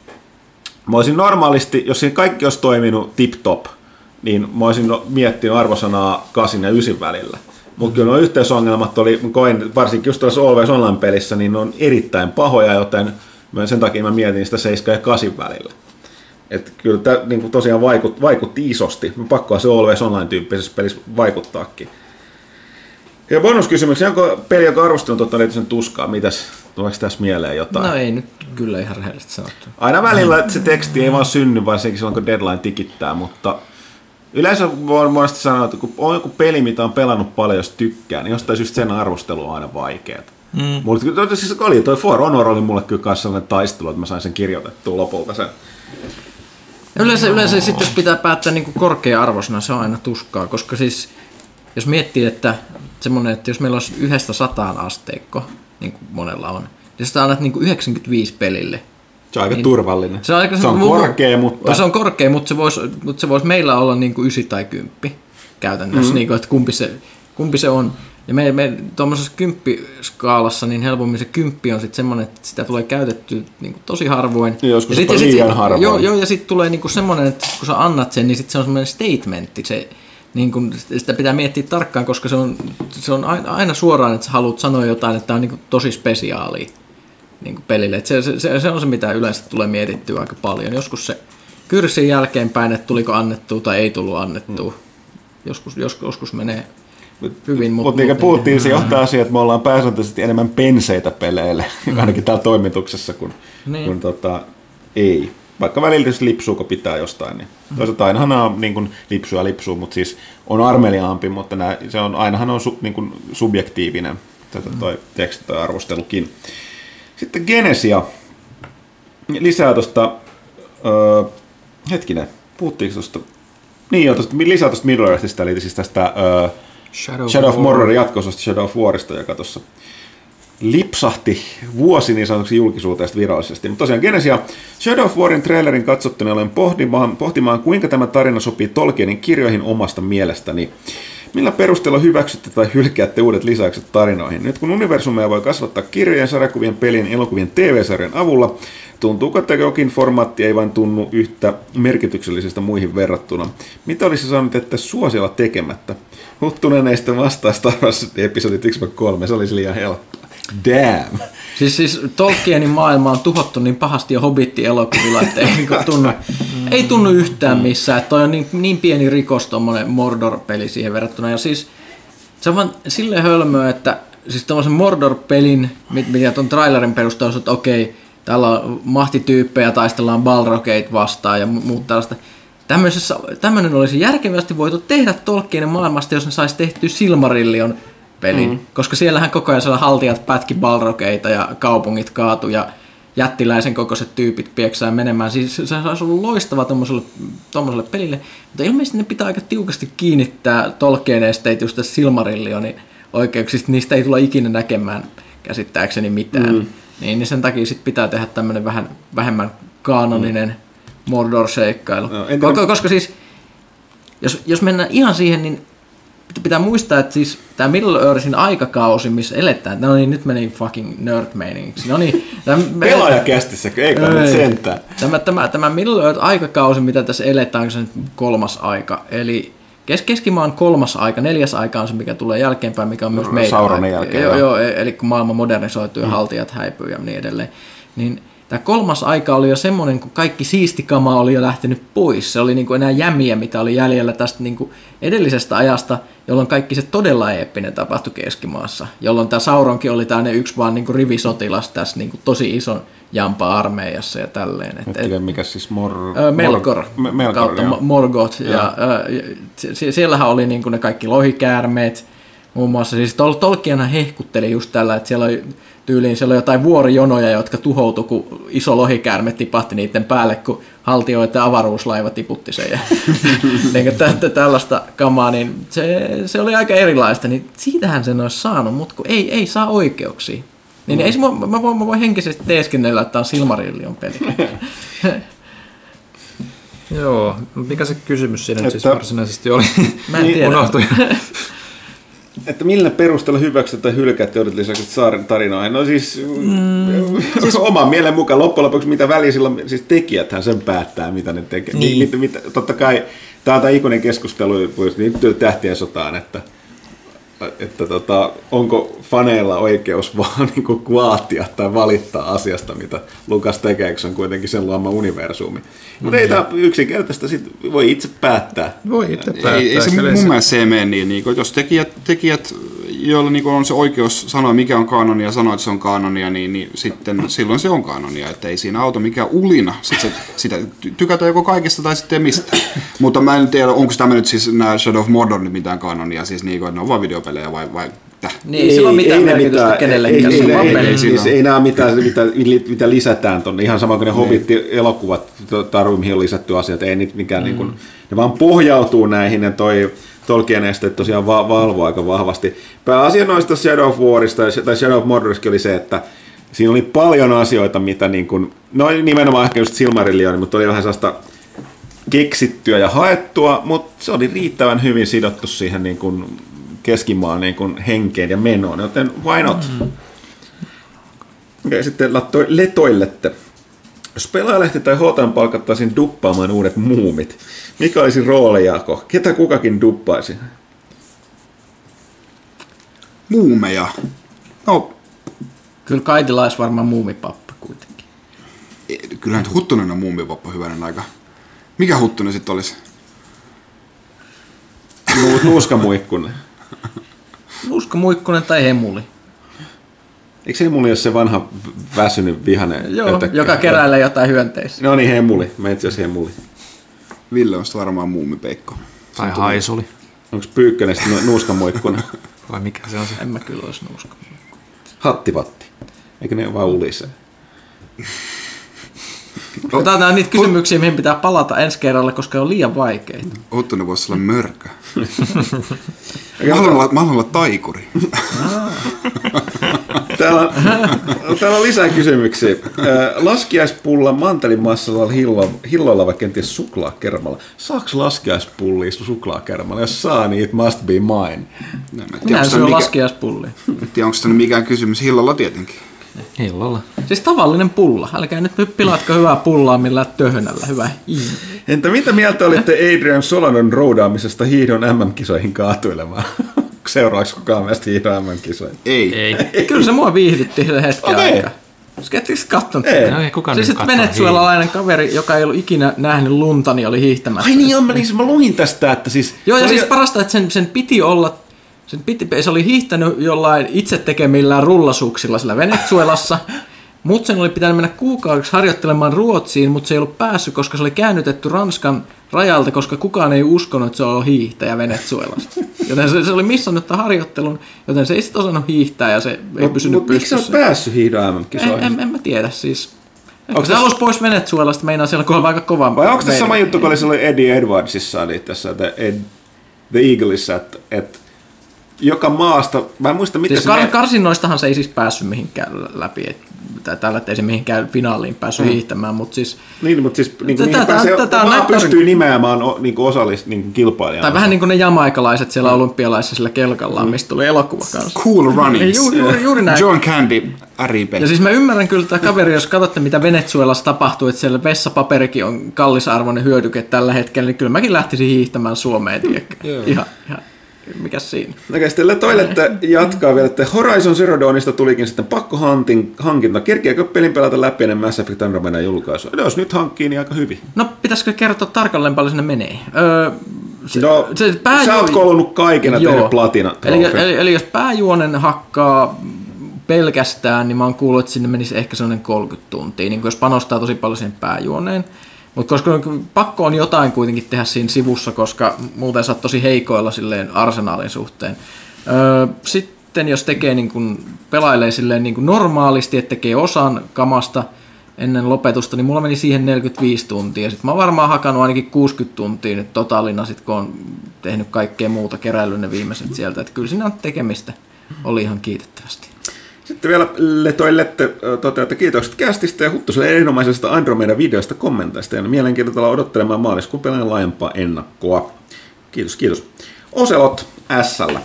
mä olisin normaalisti, jos siinä kaikki olisi toiminut tip-top, niin mä olisin miettinyt arvosanaa kasin ja ysin välillä. Mutta kyllä nuo yhteisongelmat oli, koin varsinkin just tuossa Always Online-pelissä, niin ne on erittäin pahoja, joten sen takia mä mietin sitä seitsemän ja kahdeksan välillä. Että kyllä tämä niin tosiaan vaikutti, vaikutti isosti. Pakkoa se Always Online-tyyppisessä pelissä vaikuttaakin. Ja bonuskysymyksiä, onko peli, joka arvostunut ottaa erityisen tuskaa? Mitäs, tuleeko tässä mieleen jotain? No ei nyt kyllä ihan rehellisesti sanottu. Aina välillä että se teksti ei vaan synny, varsinkin silloin kun deadline tikittää, mutta yleensä voin monesti sanoa, että kun on joku peli, mitä on pelannut paljon, jos tykkää, niin jostain syystä sen arvostelu on aina vaikeaa. Mm. Mulla siis oli, toi For Honor oli mulle kyllä kanssa sellainen taistelu, että mä sain sen kirjoitettua lopulta sen. Yleensä, yleensä sitten jos pitää päättää niin kuin korkea arvosana, se on aina tuskaa, koska siis jos miettii, että semmoinen, että jos meillä olisi yhdestä sataan asteikko, niin kuin monella on, niin sä annat niin kuin yhdeksänkymmentäviisi pelille. Se on aika niin, turvallinen. Se on, aika, se on mu- korkea, mutta... Se on korkea, mutta se voisi, mutta se voisi meillä olla niin kuin ysi tai kymppi käytännössä, mm-hmm. niin kuin, että kumpi se, kumpi se on. Ja me, me tuommoisessa kymppiskaalassa niin helpommin se kymppi on sitten semmoinen, että sitä tulee käytettyä niin kuin tosi harvoin. Ja joskus ja sit, liian sit, harvoin. Joo, joo ja sitten tulee niin kuin semmoinen, että kun sä annat sen, niin sitten se on semmoinen statementti. Se, niin kuin, sitä pitää miettiä tarkkaan, koska se on, se on aina suoraan, että sä haluat sanoa jotain, että tämä on niin kuin tosi spesiaalia niin kuin pelille. Et se, se, se on se, mitä yleensä tulee mietittyä aika paljon. Joskus se kyrsii jälkeenpäin, että tuliko annettua tai ei tullut annettua. Joskus, joskus, joskus menee hyvin. Mutta mut, niin kuin puhuttiin, niin se johtaa siihen, että me ollaan pääsääntöisesti enemmän penseitä peleille, mm. ainakin täällä toimituksessa, kun, niin. kun tota, ei. Vaikka välillä tietysti lipsuu, kun pitää jostain. Niin. Mm. Toisaalta ainahan on niin kuin lipsuu ja lipsuu, mutta siis on armeliaampi, mutta nää, se on, ainahan on su, niin kuin subjektiivinen tätä toi teksti tai arvostelukin. Sitten Genesia. Lisää tuosta, öö, hetkinen, puhuttiinko tuosta, niin joo, tosta, lisää tuosta Middle Earthistä, eli siis tästä öö, Shadow, Shadow of Morrorin jatkososta Shadow of Warista, joka tuossa lipsahti vuosi niin sanotuksi julkisuuteen virallisesti. Mutta tosiaan Genesia Shadow of Warin trailerin katsottuna olen pohtimaan, pohtimaan, kuinka tämä tarina sopii Tolkienin kirjoihin omasta mielestäni. Millä perusteella hyväksytte tai hylkäätte uudet lisäykset tarinoihin? Nyt kun universumeja voi kasvattaa kirjojen, sarjakuvien, pelien, elokuvien, T V-sarjan avulla, tuntuuko, että jokin formaatti ei vain tunnu yhtä merkityksellisestä muihin verrattuna? Mitä olisi saanut, että suosiolla tekemättä? Huttunen ei sitten vastaa Star Wars episodit yksi kolme, se olisi liian helppoa. Damn! Siis, siis Tolkienin maailma on tuhottu niin pahasti ja Hobbit-elokuvilla, että ei, niin tunnu, ei tunnu yhtään missään. Että toi on niin, niin pieni rikos tuommoinen Mordor-peli siihen verrattuna. Ja siis se on vaan silleen hölmöä, että siis tuommoisen Mordor-pelin, mitä tuon trailerin perusteella, että okei, täällä on mahtityyppejä, taistellaan Balrogeit vastaan ja muut tällaista. Tämmöinen olisi järkevästi voitu tehdä Tolkienin maailmasta, jos ne saisi tehtyä Silmarillion pelin, mm. koska siellähän koko ajan siellä haltijat pätki balrogeita ja kaupungit kaatu ja jättiläisen kokoiset tyypit pieksää menemään. Siis se olisi ollut loistava tuommoiselle pelille, mutta ilmeisesti ne pitää aika tiukasti kiinnittää Tolkien esteet just tässä Silmarillionin oikeuksista. Niistä ei tulla ikinä näkemään käsittääkseni mitään. Mm. Niin, niin sen takia sit pitää tehdä tämmöinen vähän vähemmän kaanoninen mm. Mordor-seikkailu. No, koska, koska siis, jos, jos mennään ihan siihen, niin pitää muistaa, että siis tämä Middle-earthin aikakausi, missä eletään, no niin, nyt meni fucking nerd-meiningiksi. No niin, pelaajakästissä, eikä nyt sentään. Tämä, tämä, tämä Middle-earth-aikakausi, mitä tässä eletään, on se kolmas aika, eli kes- keskimaan kolmas aika, neljäs aika on se, mikä tulee jälkeenpäin, mikä on myös meidän Sauronin jälkeen. Joo, joo, eli kun maailma modernisoituu ja mm. haltijat häipyy ja niin edelleen, niin tämä kolmas aika oli jo semmoinen, kun kaikki siistikama oli jo lähtenyt pois. Se oli niin kuin enää jämiä, mitä oli jäljellä tästä niin kuin edellisestä ajasta, jolloin kaikki se todella eeppinen tapahtui Keskimaassa. Jolloin tämä Sauronkin oli tämä yksi vaan niin kuin rivisotilas tässä niin kuin tosi ison jampa-armeijassa ja tälleen. Et, et, mikä siis Mor... Melkor, Mor... Melkor kautta joo. Morgoth. Ja, ja, ja, siellähän oli niin kuin ne kaikki lohikäärmeet. Muun muassa siis Tol- Tolkienhan hehkutteli just tällä, että siellä oli tyyliin siellä oli jotain vuorijonoja, jotka tuhoutui, kun iso lohikäärme tipahti niiden päälle, kun haltioiden avaruuslaiva tiputti sen. Ja niin tällaista kamaa, niin se, se oli aika erilaista. Niin siitähän sen olisi saanut, mutta kun ei, ei saa oikeuksia. Niin mm. ei, mä, mä, voin, mä voin henkisesti teeskennellä, että tämä on Silmarillion peli. Joo, mikä se kysymys siinä että, nyt siis varsinaisesti oli? Mä en tiedä. Unohtui. Että millä perusteella hyväksyt tai hylkät joudut lisäksi saaren tarinaa? No siis, mm, siis oman mielen mukaan loppujen lopuksi mitä väliä silloin, siis tekijäthän sen päättää, mitä ne tekee. Niin. Mit, mit, totta kai, tämä on tämä ikuinen keskustelu, niin Tähtien sotaan, että, että tota, onko faneilla oikeus vaan niin kuin vaatia tai valittaa asiasta, mitä Lukas tekee, kun se on kuitenkin sen luoma universumi. Mm-hmm. Mutta ei tämä yksinkertaista, sit voi itse päättää. Voi itse päättää. Ei, ei se mun se... mielestä se mene niin, niin jos tekijät, tekijät joilla niin on se oikeus sanoa, mikä on kanonia, ja sanoa, että se on kanonia, niin, niin sitten silloin se on kanonia, että ei siinä auta mikään ulina. Sitten se, sitä tykätään joko kaikesta tai sitten mistään. Mutta mä en tiedä, onko tämä nyt siis nämä Shadow of Mordor mitään kanonia, siis niin kuin, että ne on vaan videopelejä vai, vai niin, ei sillä ole mitään merkitystä kenellekään. Ei, ei, ei, ei, siis ei nämä mitään, mitä, mitä lisätään tuonne. Ihan sama kuin ne Hobbit-elokuvat, tai mihin on lisätty asiat. Ei niitä mikään, mm. niin kuin, ne vaan pohjautuu näihin ja toi Tolkien esteet tosiaan va- valvoo aika vahvasti. Pääasia noista Shadow of Warista tai Shadow of Mordorista oli se, että siinä oli paljon asioita, mitä niin kuin, no nimenomaan ehkä just Silmarillion, mutta oli vähän sellaista keksittyä ja haettua, mutta se oli riittävän hyvin sidottu siihen niin kuin Keskimaan niin kuin henkeen ja menoon, joten why not? Mm. Okay, sitten lattoi letoillette. Jos pelaajalehti tai H T M palkattaisiin duppaamaan uudet muumit, mikä olisi roolijako? Ketä kukakin duppaisi? Muumeja. No. Kyllä Kaitila olisi varmaan muumipappa kuitenkin. Kyllähän Huttunen on muumipappa hyvänen aika. Mikä Huttunen sitten olisi? Nuuskamuikkunen. Nuuskamuikkunen tai Hemuli. Eikö Hemuli ole se vanha väsynyt vihainen? Joo, ötökkä, joka keräilee jotain hyönteisiä. No niin, Hemuli. Mä etsin jos Hemuli. Ville on varmaan muumipeikko. Tai Haisuli. Onko Pyykkönen sitten nuuskamuikkunen? Vai mikä se on se? En mä kyllä olisi nuuskamuikkunen. Hattivatti. Eikö ne vaan ulise? Otetaan on niitä kysymyksiä, mihin pitää palata ensi kerralla, koska on liian vaikeita. Ottonen voisi olla mörkö. Mä haluan olla, mä haluan olla taikuri. Täällä on, täällä on lisää kysymyksiä. Laskiaispulla mantelin massalla hilloilla vai kenties suklaakermalla. Saako laskiaispullia suklaakermalla? Jos saa, niin it must be mine. No, minä en syö mikä... laskiaispullia. En tiedä, onko tämä mikään kysymys. Hillolla tietenkin. Hillolla. Siis tavallinen pulla. Älkää nyt pilaatko hyvää pullaa millään töhönällä. Hyvä. Entä mitä mieltä olitte Adrian Solanon roudaamisesta hiihdon M M-kisoihin kaatuilemaan? Seuraavaksi kukaan meistä hiihdon M M-kisoihin? Ei. Ei. Kyllä se mua viihdytti sen hetken okay. aikaa. Ettekö kattonut? Ei. No, ei kukaan siis nyt venezuelalainen kaveri, joka ei ollut ikinä nähnyt lunta, niin oli hiihtämässä. Ai niin, on, mä, niin, mä luin tästä, että siis... Joo, ja siis parasta, että sen, sen piti olla... Sen piti, se oli hiihtänyt jollain itse tekemillään rullasuuksilla sillä Venezuelassa, Mutta sen oli pitänyt mennä kuukaudeksi harjoittelemaan Ruotsiin, mutta se ei ollut päässyt, koska se oli käännytetty Ranskan rajalta, koska kukaan ei uskonut, että se on hiihtäjä Venezuelasta. Joten se, se oli missannut tämän harjoittelun, joten se ei sitten osannut hiihtää ja se ei Mut, pysynyt mut pystyssä. Miksi se on päässyt hiihdon M M-kisoihin? En, en, en mä tiedä siis. Onko se halusi pois Venezuelasta, meinaa siellä kun on aika kova. Vai onko tässä sama juttu, kun oli silloin Eddie Edwardsissa, eli tässä The, Ed, The Eaglessa, että et joka maasta, mä en muista miten siis se... Kar- karsinnoistahan se ei siis päässyt mihinkään läpi, et, tai tällä, että ei se mihinkään finaaliin päässyt mm. hiihtämään, mutta siis... Niin, mutta siis niin kuin tätä, pääsee, tätä maa näyttänyt... pystyy nimeämään niin osallis niin kilpailijana. Tai vähän niin kuin ne jamaikalaiset siellä mm. olympialaisissa sillä kelkallaan, mistä tuli elokuva kanssa. Cool Runnings. Juuri, juuri, juuri näin. John Candy, R I P. Ja siis mä ymmärrän kyllä tämä kaveri, jos katsotte mitä Venezuelassa tapahtuu, että siellä vessapaperikin on kallisarvoinen hyödyke tällä hetkellä, niin kyllä mäkin lähtisin hiihtämään Suomeen, tiedäkö? ihan, ihan. Mikäs siinä? Okei, sitten toilette jatkaa vielä, että Horizon Zero Dawnista tulikin sitten pakkohankinta. Kerkeäkö pelin pelata läpi ennen Mass Effect Andromedan julkaisua? Jos nyt hankkii, niin aika hyvin. No, pitäisikö kertoa tarkalleen paljon sinne menee? Öö, se, no, se pääju... sä oot kolunut kaikena tehnyt platina. Eli, eli, eli jos pääjuonen hakkaa pelkästään, niin mä oon kuullut, että sinne menisi ehkä sellainen kolmekymmentä tuntia, niin jos panostaa tosi paljon siihen pääjuoneen. Mutta koska pakko on jotain kuitenkin tehdä siinä sivussa, koska muuten sä oot tosi heikoilla silleen arsenaalin suhteen. Öö, sitten jos tekee niin kun, pelailee silleen niin kun normaalisti, että tekee osan kamasta ennen lopetusta, niin mulla meni siihen neljäkymmentäviisi tuntia. Sitten mä oon varmaan hakannut ainakin kuusikymmentä tuntia nyt totaalina, sit kun on tehnyt kaikkea muuta, keräillyt ne viimeiset sieltä. Että kyllä siinä on tekemistä, oli ihan kiitettävästi. Sitten vielä Letoilette toteatte kiitokset kästistä ja Huttuselle erinomaisesta Andromeda-videosta kommenteista. Ja mielenkiintoista olla odottelemaan maaliskuun pelaajan laajempaa ennakkoa. Kiitos, kiitos. Oselot S:llä.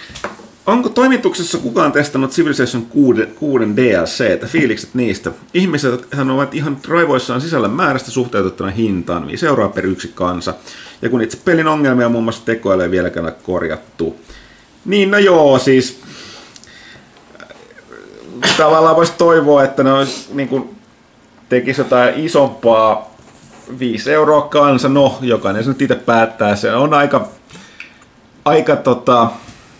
Onko toimituksessa kukaan testannut Civilization kuusi D L C:tä, fiilikset niistä? Ihmiset hän ovat ihan raivoissaan sisällön määrästä suhteutettuna hintaan, niin seuraa per yksi kansa. Ja kun itse pelin ongelmia muun muassa tekoäly ei vieläkään korjattu. Niin no joo, siis... Tavallaan voisi toivoa, että ne olisi, niin kuin, tekisi jotain isompaa, viisi euroa kansa, no jokainen se nyt itse päättää, se on aika, aika tota,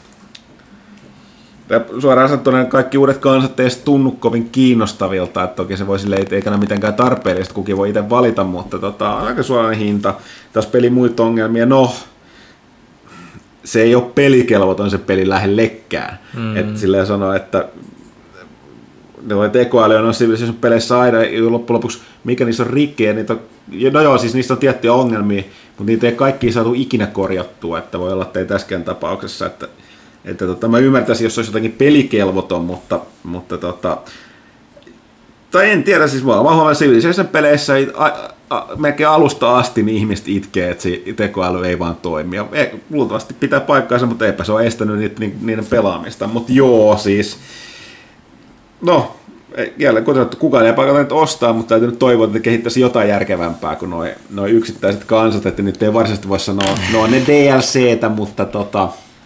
suoraan sanottuna kaikki uudet kansat ei edes tunnu kovin kiinnostavilta, että toki se voi silleen, ei eikä mitenkään tarpeellista, kukin voi itse valita, mutta tota, aika suorainen hinta, taas peli muita ongelmia, no se ei ole pelikelvoton se peli lähellekään, mm. että silleen sanoo, että tekoäly on Civilization peleissä aina, loppujen lopuksi mikä niissä on rikki, niitä on, no joo, siis niistä on tiettyjä ongelmia, mutta niitä ei kaikki saatu ikinä korjattua, että voi olla, että ei tässäkään tapauksessa, että, että tota, mä ymmärtäisin, jos olisi jotakin pelikelvoton, mutta, mutta tota, tai en tiedä, siis mä huomaan Civilization peleissä a, a, melkein alusta asti niin ihmiset itkee, että se tekoäly ei vaan toimi. Ja ei, luultavasti pitää paikkaansa, mutta eipä se ole estänyt niitä, niiden pelaamista, mutta joo, siis no, jälleen kuten kukaan ei paikata nyt ostaa, mutta täytyy nyt toivoa, että kehittäisi jotain järkevämpää kuin nuo noi yksittäiset kansat, että nyt ei varsinaisesti voi sanoa, no ne D L C:tä, mutta tota,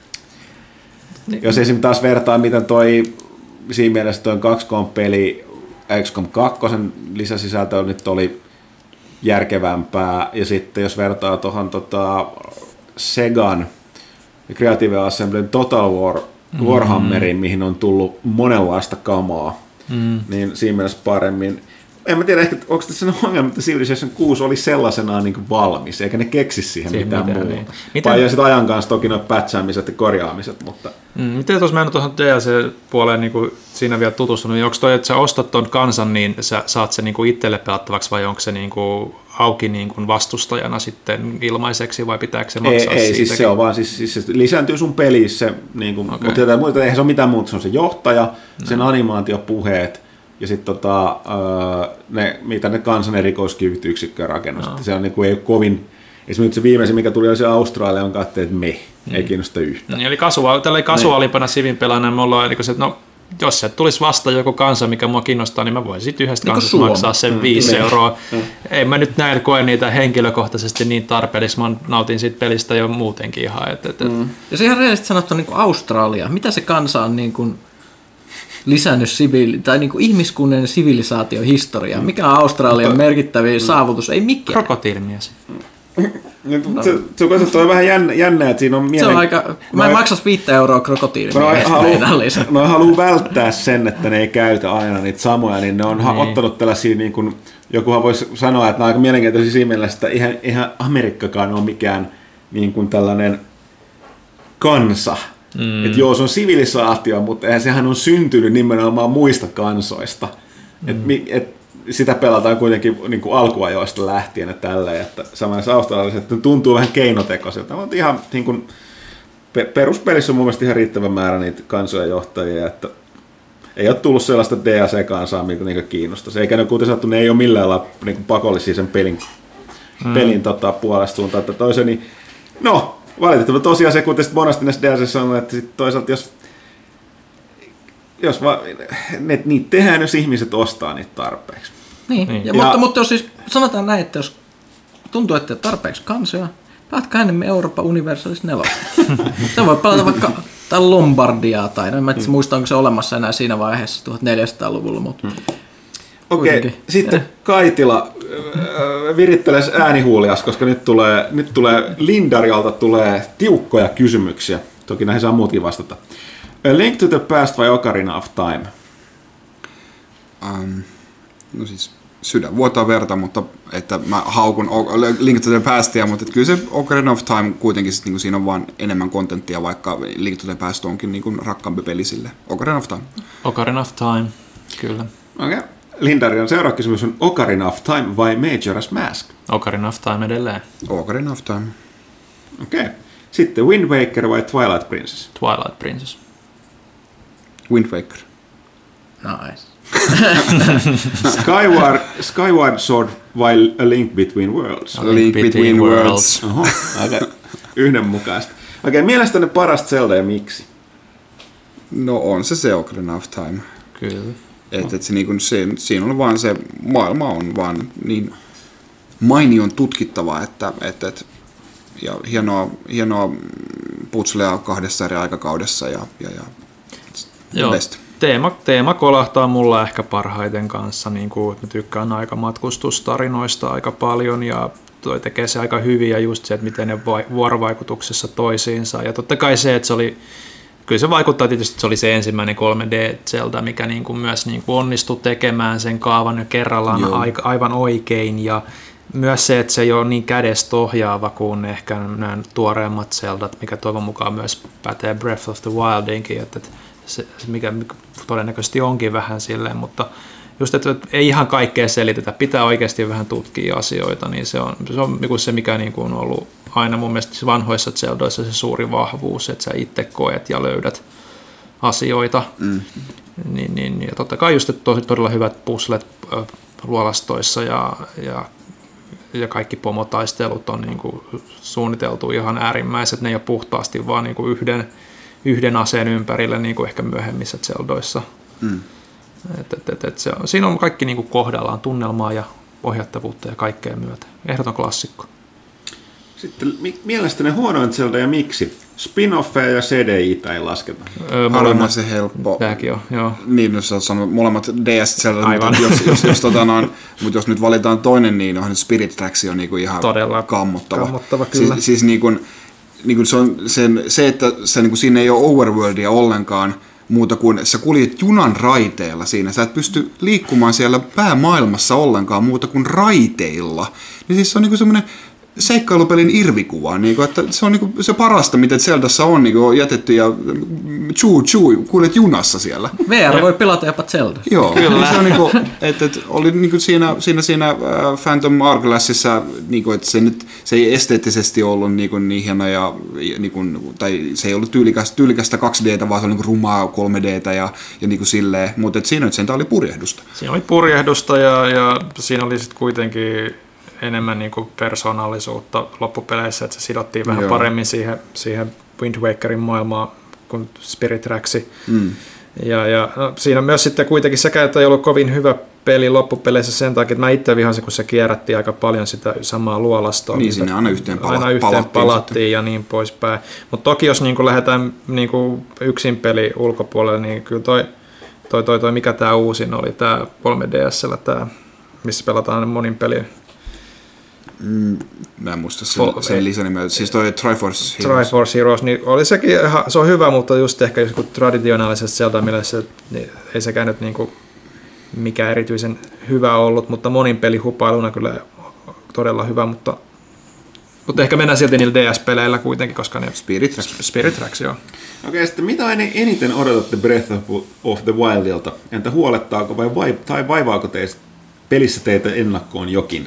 jos esimerkiksi taas vertaa, miten toi, siinä mielessä toi kaksi K-peli X COM kaksi lisäsisältö nyt oli järkevämpää, ja sitten jos vertaa tuohon tota, Segan Creative Assemblyn Total War Warhammeriin, mihin on tullut monenlaista kamaa, mm. niin siinä mielessä paremmin. En mä tiedä, ehkä, onko tässä ongelma, että Civilization kuusi oli sellaisenaan niin kuin valmis, eikä ne keksisi siihen, siihen mitään, mitään muuta. Niin. Vai sitten ajan kanssa toki noin pätsäämiset ja korjaamiset, mutta... Mm, miten tuossa mä en ole tuohon D L C-puoleen niin kuin siinä vielä tutustunut, niin onko toi, että sä ostat ton kansan, niin sä saat sen niin kuin itselle pelattavaksi, vai onko se niin kuin auki niin kuin vastustajana sitten ilmaiseksi, vai pitääkö se maksaa ei, ei, siis se on vaan, siis, siis se lisääntyy sun pelissä, niin kuin, okay. Mutta jotain muuta, eihän se ole mitään muuta, se on se johtaja, no. Sen animaatiopuheet, ja sitten tota, ne, mitä ne kansan erikoiskyvyt yksikköön rakennus. No. Se on, niin kuin, ei ole kovin, esimerkiksi se viimeisin, mikä tuli, oli se Australia, on katsoin, että me, mm. ei kiinnosta yhtään. Eli kasuaali, tällä kasuaalimpana Sivin pelaajana me ollaan, niin se, että no, jos se tulisi vasta joku kansa, mikä mua kiinnostaa, niin mä voisin sitten yhdestä niin kansasta maksaa sen viisi mm. euroa. Mm. En mä nyt näin koe niitä henkilökohtaisesti niin tarpeellisesti, mä nautin siitä pelistä jo muutenkin ihan. Et, et, mm. Ja se ihan reellisesti sanottu niin kuin Australia, mitä se kansa on niin kuin lisännyt siviili- tai niin kuin ihmiskunnan sivilisaatiohistoriaa? Mikä on Australian mm. merkittävin mm. saavutus? Ei mikään. Krokotiilimies. Se, se on toi vähän jännä, jännä, että siinä on mielen... Se on aika... Mä en maksas viittä euroa krokotiilimiehestä meidän lisää. No haluaa välttää sen, että ne ei käytä aina niitä samoja, niin ne on niin. ottanut tällaisia, niin kuin, jokuhan voisi sanoa, että ne on aika mielenkiintoisia siinä mielessä, että eihän, eihän Amerikkakaan ole mikään niin kuin tällainen kansa. Mm. Että joo, se on sivilisaatio, mutta eihän sehän on syntynyt nimenomaan muista kansoista. Mm. Et, et, sitä pelataan kuitenkin niin kuin alkuajoista lähtien ja tälleen, että samassa australialaiset tuntuu vähän keinotekoisilta, mutta ihan niin kuin, peruspelissä on mun mielestä ihan riittävä määrä niitä kansojen johtajia, että ei ole tullut sellaista D L C-kansaa, mikä niin kiinnostaisi, eikä ne kuten sanottu, ne ei ole millään lailla niin pakollisia sen pelin, mm. pelin tota, puolesta suuntaan, että toisen, niin, no, valitettava tosiaan se, kuten sitten monesti näissä D L C sanoo, että sit toisaalta jos jos va, ne, niitä tehdään, jos ihmiset ostaa niitä tarpeeksi. Niin, niin. Ja, ja, mutta, mutta jos siis sanotaan näin, että jos tuntuu, että tarpeeksi kansoja, pelatkaa enemmän Euroopan Universalis nelosta. Se voi pelata vaikka tai Lombardiaa, tai en mä hmm. muista, onko se olemassa enää siinä vaiheessa tuhatneljäsataaluvulla. Mutta hmm. Okei, okay, sitten ja. Kaitila äh, viritteles äänihuulias, koska nyt tulee, nyt tulee Lindarialta tulee tiukkoja kysymyksiä. Toki näihin saa muutkin vastata. A Link to the Past vai Ocarina of Time? Um, no siis sydän vuotaa verta, mutta että mä haukun Link to the Pastia, mutta kyllä se Ocarina of Time kuitenkin sit, niin siinä on vaan enemmän kontenttia, vaikka Link to the Past onkin niin rakkaampi peli sille. Ocarina of Time. Ocarina of Time, kyllä. Okei. Okay. Lindarian seuraava kysymys on Ocarina of Time vai Majora's Mask? Ocarina of Time edelleen. Ocarina of Time. Okei. Okay. Sitten Wind Waker vai Twilight Princess? Twilight Princess. Wind Waker. Nice. Skyward, Skyward Sword vai A Link Between Worlds? A Link, Link Between, Between Worlds. Worlds. Oho, aika yhdenmukaista. Okei, okay, mielestäni parasta Zelda ja miksi? No on se se Ocarina of Time. Kyllä. Että et se, niin se, siinä on vaan se, maailma on vaan niin mainion tutkittava, että et, et, ja hienoa, hienoa puzzlea kahdessa eri aikakaudessa ja, ja, ja Joo. Best. Teema, teema kolahtaa mulla ehkä parhaiten kanssa, niin kuin, mä tykkään aika matkustustarinoista aika paljon ja toi tekee se aika hyvin ja just se, että miten ne vuorovaikutuksessa toisiinsa ja totta kai se, että se oli, kyllä se vaikuttaa tietysti, että se oli se ensimmäinen kolme D-Zelda, mikä niin kuin myös niin kuin onnistui tekemään sen kaavan jo kerrallaan aika, aivan oikein ja myös se, että se ei ole niin kädestä ohjaava kuin ehkä nämä tuoreemmat Zeldat, mikä toivon mukaan myös pätee Breath of the Wildinkin, että Se, mikä todennäköisesti onkin vähän silleen, mutta just, että ei ihan kaikkea selitetä, pitää oikeasti vähän tutkia asioita, niin se on se, on se mikä niin kuin on ollut aina mun mielestä vanhoissa Zeldoissa se suuri vahvuus, että sä itse koet ja löydät asioita. Mm. Niin, niin, ja totta kai just, että todella hyvät puzzlet luolastoissa ja, ja, ja kaikki pomotaistelut on niin kuin suunniteltu ihan äärimmäiset, ne ei ole puhtaasti vaan niin kuin yhden yhden aseen ympärille, niin kuin ehkä myöhemmissä Zeldoissa. Mm. Et, et, et, et se on, siinä on kaikki niin kuin kohdallaan, tunnelmaa ja ohjattavuutta ja kaikkea myötä. Ehdoton klassikko. Sitten mielestäni huonoin Zelda ja miksi? Spin-offeja ja C D I:tä ei lasketa. Öö, molemmat se helppo. Tämäkin on, joo. Niin, jos on sanonut molemmat D S Zelda, mutta jos, jos, jos, tota, no, mutta jos nyt valitaan toinen, niin onhan Spirit Tracks on niinku ihan todella kammottava. kammottava kyllä. Siis, siis niin kuin, niin kuin se, on sen, se, että se, niin kuin siinä ei ole overworldia ollenkaan muuta kuin sä kuljet junan raiteilla siinä. Sä et pysty liikkumaan siellä päämaailmassa ollenkaan muuta kuin raiteilla. Niin siis se on niin kuin semmoinen seikkailupelin irvikuva, niin kuin, että se on niin kuin se parasta, mitä Zeldassa on, niin kuin on jätetty ja chuu chuu, kuljet junassa siellä. V R voi pelata jopa Zelda. Joo, kyllä. Se on niin kuin, että, että oli niin kuin siinä, siinä, siinä äh, Phantom Hourglassissa, niin kuin, että se, nyt, se ei esteettisesti ollut niin, kuin niin hieno, ja, niin kuin, tai se ei ollut tyylikästä, tyylikästä kaksi D:tä, vaan se oli niin kuin rumaa kolme D:tä ja, ja niin kuin silleen, mutta että siinä nyt sen oli purjehdusta. Siinä oli purjehdusta ja, ja siinä oli sitten kuitenkin enemmän niin kuin persoonallisuutta loppupeleissä, että se sidottiin vähän Joo. paremmin siihen, siihen Wind Wakerin maailmaan kuin Spirit Tracks. Mm. Ja, ja no, siinä myös sitten kuitenkin sekä, että ei ollut kovin hyvä peli loppupeleissä sen takia, että mä itse vihasin, kun se kierrättiin aika paljon sitä samaa luolastoa. Niin, sinne aina yhteen, pala- aina yhteen palattiin, palattiin ja niin poispäin. Mutta toki jos niin kuin lähdetään niin kuin yksin peli ulkopuolelle, niin kyllä toi, toi, toi, toi mikä tämä uusin oli, tämä kolme D S:llä, tämä, missä pelataan monin pelin. Mm, mä en muista sen, Fo- sen lisänimeä. Siis toi Triforce Heroes. Triforce Heroes, niin oli sekin, se on hyvä, mutta just ehkä joku traditionaalisesti Zelda mielessä, niin ei sekään nyt niinku mikään erityisen hyvä ollut, mutta monin pelihupailuna kyllä todella hyvä, mutta, mutta ehkä mennään silti niillä D S-peleillä kuitenkin, koska ne... Spirit Tracks. Spirit Tracks, joo. Okei, sitten mitä eniten odotatte Breath of the Wildilta? Entä huolettaako vai, vai tai vaivaako teistä pelissä teitä ennakkoon jokin?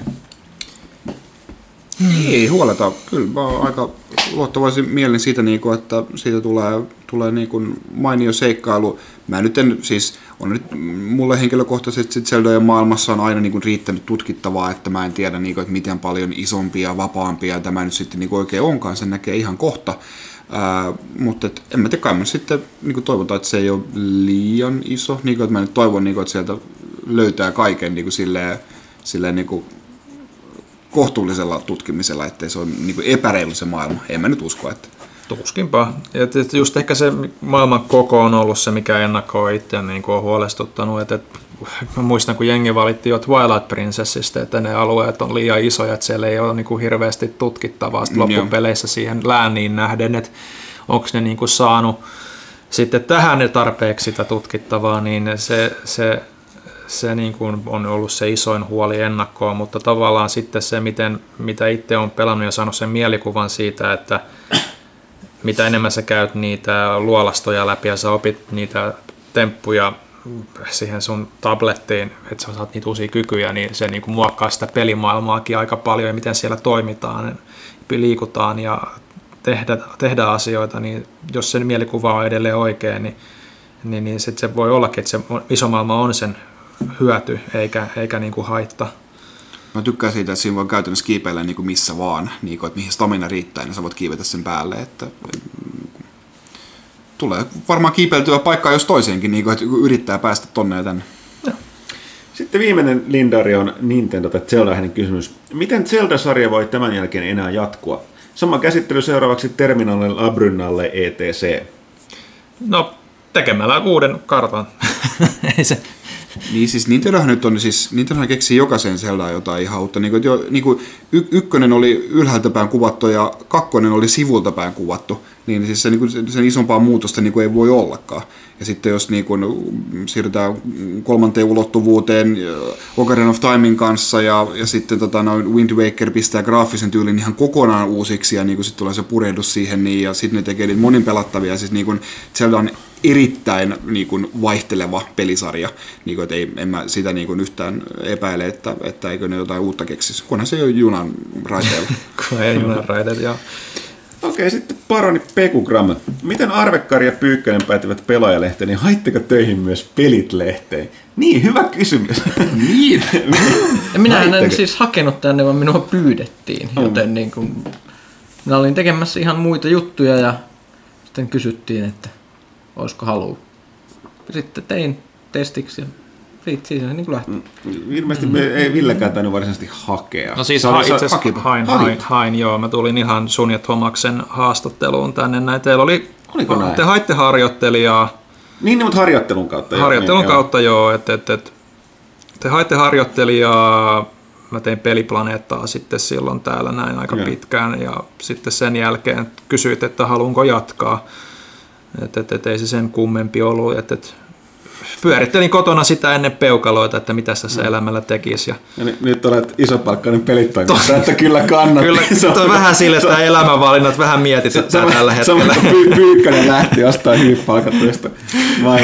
Ei huoleta. Kyllä mä oon aika luottavaisin mielin siitä, että siitä tulee, tulee mainio seikkailu. Mä nyt en, siis on nyt mulle henkilökohtaisesti Zeldojen maailmassa on aina niin riittänyt tutkittavaa, että mä en tiedä, niin kuin, että miten paljon isompia, vapaampia tämä nyt sitten niin oikein onkaan. Sen näkee ihan kohta. Ää, mutta et, en mä tiedä, kai mä sitten niin toivotaan, että se ei ole liian iso. Niin kuin, että mä nyt toivon, niin kuin, että sieltä löytää kaiken niin kuin silleen, silleen niin kuin kohtuullisella tutkimisella, ettei se ole niin kuin epäreilu se maailma. En mä nyt usko, että... Tuskinpa. Ja just ehkä se maailman koko on ollut se, mikä ennakkoon itse niin on huolestuttanut. Et, et, mä muistan, kun jengi valitti jo Twilight Princessista, että ne alueet on liian isoja, että siellä ei ole niin kuin hirveästi tutkittavaa mm, loppupeleissä siihen lääniin nähden, että onko ne niin kuin saanut sitten tähän ne tarpeeksi sitä tutkittavaa, niin se... se Se niin kuin on ollut se isoin huoli ennakkoon, mutta tavallaan sitten se, miten, mitä itse on pelannut ja saanut sen mielikuvan siitä, että mitä enemmän sä käyt niitä luolastoja läpi ja sä opit niitä temppuja siihen sun tablettiin, että sä saat niitä uusia kykyjä, niin se niin kuin muokkaa sitä pelimaailmaakin aika paljon ja miten siellä toimitaan, liikutaan ja tehdä, tehdään asioita, niin jos sen mielikuva on edelleen oikein, niin, niin, niin sit se voi ollakin, että se iso maailma on sen hyöty eikä, eikä niin kuin haitta. Mä tykkään siitä, että siinä voi käytännössä kiipeillä niin kuin missä vaan, niin kuin, että mihin stamina riittää, niin sä voit kiivetä sen päälle. Että, tulee varmaan kiipeiltyä paikkaa jos toiseenkin, niin kuin, että yrittää päästä tonne ja tänne. No. Sitten viimeinen Lindari on Nintendo tai Zelda-hänen kysymys. Miten Zelda-sarja voi tämän jälkeen enää jatkua? Sama käsittely seuraavaksi Terminalille, Abrynnalle, et cetera. No, tekemällä uuden kartan. Ei se... Niin siis Nintendohan nyt on, siis Nintendohan keksii jokaisen Zeldaan jotain ihan uutta. Niin kuin, jo, niin kuin y- ykkönen oli ylhäältä päin kuvattu ja kakkonen oli sivulta päin kuvattu. Niin siis se, niin kuin, sen isompaa muutosta niin kuin ei voi ollakaan. Ja sitten jos niin kuin, siirrytään kolmanteen ulottuvuuteen Ocarina of Timein kanssa ja, ja sitten tota, no, Wind Waker pistää graafisen tyylin ihan kokonaan uusiksi ja niin sitten tulee se purehdus siihen niin, ja sitten ne tekee niitä monin pelattavia. Siis niin kuin, Zelda on erittäin niin kuin, vaihteleva pelisarja, niin kuin, että ei, en mä sitä niin kuin, yhtään epäile, että, että eikö ne jotain uutta keksisi, kunhan se ei ole junan raiteella. Kun ei junan raiteella, joo. Okei, sitten Paroni Pekugram. Miten Arvekkari ja Pyykkönen päätyvät Pelaajalehteen, niin haitteko töihin myös Pelit-lehteen? Niin, hyvä kysymys. Niin. Minä en siis hakenut tänne, vaan minua pyydettiin, joten niin kuin, minä olin tekemässä ihan muita juttuja ja sitten kysyttiin, että olisiko halua. Sitten tein testiksi ja siitä siitä se niin kuin lähti. Ilmeisesti me ei Villekään tainnut varsinaisesti hakea. No siis ha, itse asiassa hain, hain, hain, joo. Mä tulin ihan sun ja Tomaksen haastatteluun tänne näin. Teillä oli, Oliko näin? Te haitte harjoittelijaa. Niin, mutta harjoittelun kautta. Harjoittelun niin, kautta joo. Et, et, et, te haitte harjoittelijaa. Mä tein Peliplaneettaa sitten silloin täällä näin aika joo. pitkään. Ja sitten sen jälkeen kysyit, että haluanko jatkaa. Et, et, et, ei se sen kummempi ollut. Et, et, pyörittelin kotona sitä ennen peukaloita, että mitä tässä mm. elämällä tekisi. Ja, ja nyt, nyt olet isopalkkainen pelittäjä, että kyllä kannattaa. Kyllä, se on vähän sille, että elämänvalinnat vähän mietityttää sama, tällä hetkellä. Sama kuin Pyykkönen lähti jostain hyvin palkattuista vai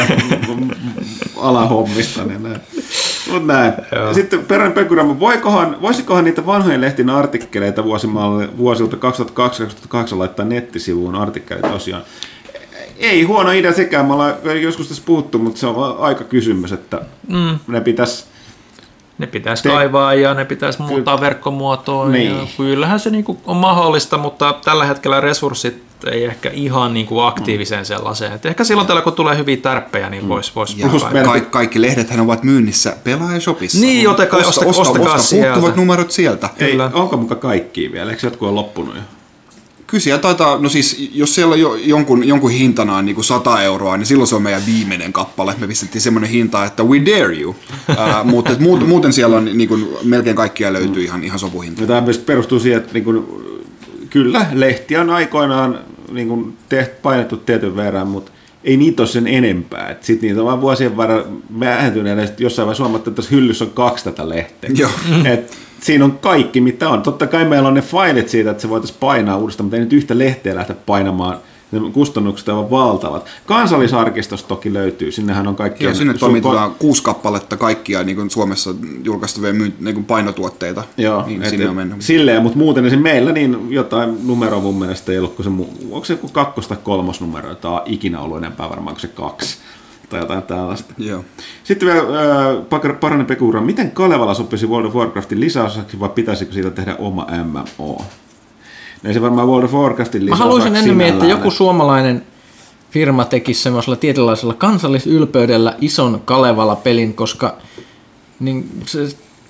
alahommista. Niin näin. Mut näin. Sitten Perän Pekuram, voikohan, voisikohan niitä vanhojen lehtien artikkeleita vuosilta kaksituhattakaksi kaksituhattakahdeksan laittaa nettisivuun artikkeleita tosiaan? Ei huono idea sekään, me ollaan joskus tässä puhuttu, mutta se on aika kysymys, että mm. ne pitäisi... Ne pitäisi te- kaivaa ja ne pitäisi muuttaa verkkomuotoon. Niin. Ja kyllähän se niinku on mahdollista, mutta tällä hetkellä resurssit ei ehkä ihan niinku aktiiviseen sellaiseen. Et ehkä silloin tällä, kun tulee hyviä tärppejä, niin voisi vois vois ka- Kaikki lehdethän ovat myynnissä Pelaajashopissa. Niin, jotenkin osta, osta, ostakaa osta, sieltä. Puuttuvat numerot sieltä. Ei, onko muka kaikki vielä? Eikö jotkut ole loppunut jo? Kyllä siellä taitaa, no siis jos siellä on jo, jonkun, jonkun hintana on niin kuin sata euroa, niin silloin se on meidän viimeinen kappale. Me pistettiin semmoinen hinta, että we dare you. uh, mutta muuten, muuten siellä on niin kuin, melkein kaikkia löytyy ihan, ihan sopuhinta. Tämä perustuu siihen, että niin kuin, kyllä lehtiä on aikoinaan niin kuin tehty, painettu tietyn verran, mutta ei niitä ole sen enempää. Sitten niitä on vaan vuosien varrella vähentyneenä, että jossain vaiheessa huomattu, että tässä hyllyssä on kaksi tätä lehteä. Joo. Et siinä on kaikki, mitä on. Totta kai meillä on ne failit siitä, että se voitaisiin painaa uudestaan, mutta ei nyt yhtä lehteä lähteä painamaan. Ne kustannukset ovat valtavat. Kansallisarkistosta toki löytyy. Sinnehän on kaikkia... Joo, sinne toimitetaan ko- kuusi kappaletta kaikkia niin kuin Suomessa julkaistavia myy- niin kuin painotuotteita. Joo, niin et, sinne on mennyt. Silleen, mutta muuten se meillä niin jotain numeroa mun mielestä ei ollut, kun se, onko se joku kakkos- tai kolmosnumero, jota on ikinä ollut enempää, varmaan kuin se kaksi. Tai jotain tällaista. Joo. Sitten vielä äh, Paranen Pekura, miten Kalevala sopisi World of Warcraftin lisäosaksi, vai pitäisikö siitä tehdä oma M M O? Ei se varmaan World of Warcraftin lisäosaksi. Mä haluaisin enemmän, että joku että... suomalainen firma tekisi semmoisella tietynlaisella kansallisylpeydellä ison Kalevala-pelin, koska niin se,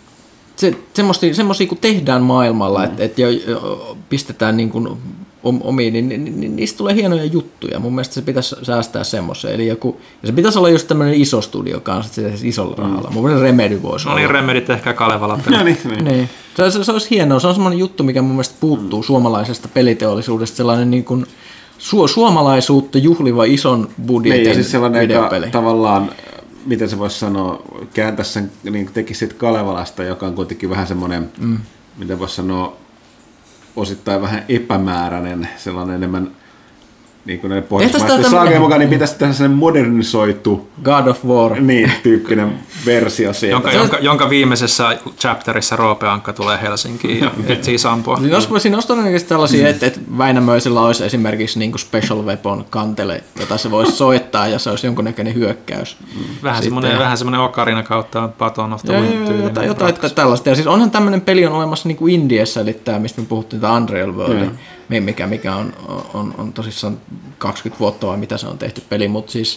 se, semmoisia kun tehdään maailmalla, mm. että et jo, jo, pistetään niin kuin omiin, niin, niin, niin niistä tulee hienoja juttuja. Mun mielestä se pitäisi säästää semmoiseen. Eli joku, ja se pitäisi olla just tämmöinen iso studio kanssa, että se isolla rahalla. Mm. Mun mielestä Remedy voisi no olla. niin, Remedit ehkä Kalevala. No niin, niin. niin. Se, se, se olisi hienoa. Se on semmoinen juttu, mikä mun mielestä puuttuu mm. suomalaisesta peliteollisuudesta. Sellainen niin kuin su- suomalaisuutta juhliva ison budjetin niin, ja siis sellainen, videopeli. joka tavallaan, miten se voisi sanoa, kääntäisi sen, niin tekisi siitä Kalevalasta, joka on kuitenkin vähän semmoinen, mm. miten voisi sanoa, osittain vähän epämääräinen, sellainen enemmän niin kuin ne pohjoismaisten saageen mukaan, niin pitäisi tehdä sellainen modernisoitu God of War niin, tyyppinen versio sieltä. Jonka, jonka, jonka viimeisessä chapterissa Roope Ankka tulee Helsinkiin ja etsii Sampua. Siinä olisi, siinä olisi todennäköisesti tällaisia, että, että Väinämöisellä olisi esimerkiksi niin kuin special weapon kantele, jota se voisi soittaa ja se olisi jonkunnäköinen hyökkäys. Vähän semmoinen, vähän semmoinen Ocarina kautta Baton of the Wind. Jotain, jotain tällaista. Ja siis onhan tämmöinen peli on olemassa niin kuin Indiassa, eli tämä, mistä me puhuttiin, tämä Unreal World, mm. mikä, mikä on, on, on tosissaan kaksikymmentä vuotta vai mitä se on tehty peli, mutta siis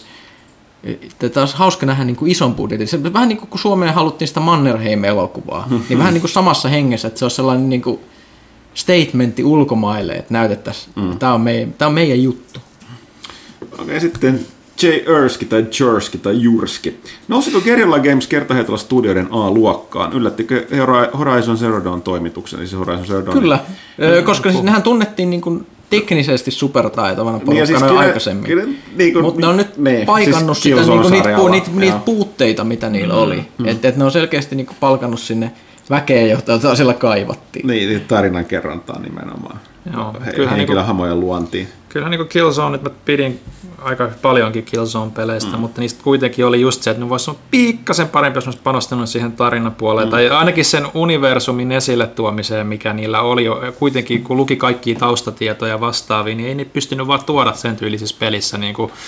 tämä olisi hauska nähdä niin kuin ison budjetin. Se, vähän niin kuin kun Suomeen haluttiin sitä Mannerheim-elokuvaa, niin vähän niin kuin samassa hengessä, että se on sellainen niin kuin statementti ulkomaille, että näytettäisiin, mm. tämä on meidän, tämä on meidän juttu. Okei, okay, sitten J. Erski tai Jurski tai Jurski. Nousiko Guerrilla Games kertaheitolla studioiden A-luokkaan? Yllättikö Horizon Zero Dawn toimituksen? Eli se Horizon Zero Dawn... Kyllä, mm. koska siis nehän tunnettiin niin kuin teknisesti supertaitavana porukana niin, siis aikaisemmin, niin mutta ne on nyt niin, paikannut siis sitä, niinku, niitä, pu, niitä, niitä puutteita, mitä niillä mm, oli. Mm. Että et ne on selkeästi niinku palkannut sinne väkeä, jota siellä kaivattiin. Niin, tarinankerrontaa nimenomaan. Joo, He, henkilöhamojen niinku, luontiin. Kyllähän niin Killzone, että mä pidin aika paljonkin Killzone-peleistä, mm. mutta niistä kuitenkin oli just se, että ne voisi olla pikkasen parempi, jos olisi panostanut siihen tarinapuoleen, mm. tai ainakin sen universumin esille tuomiseen, mikä niillä oli jo. Kuitenkin, kun luki kaikkia taustatietoja vastaavia, niin ei ne pystynyt vaan tuoda sen tyylisessä pelissä niin kuin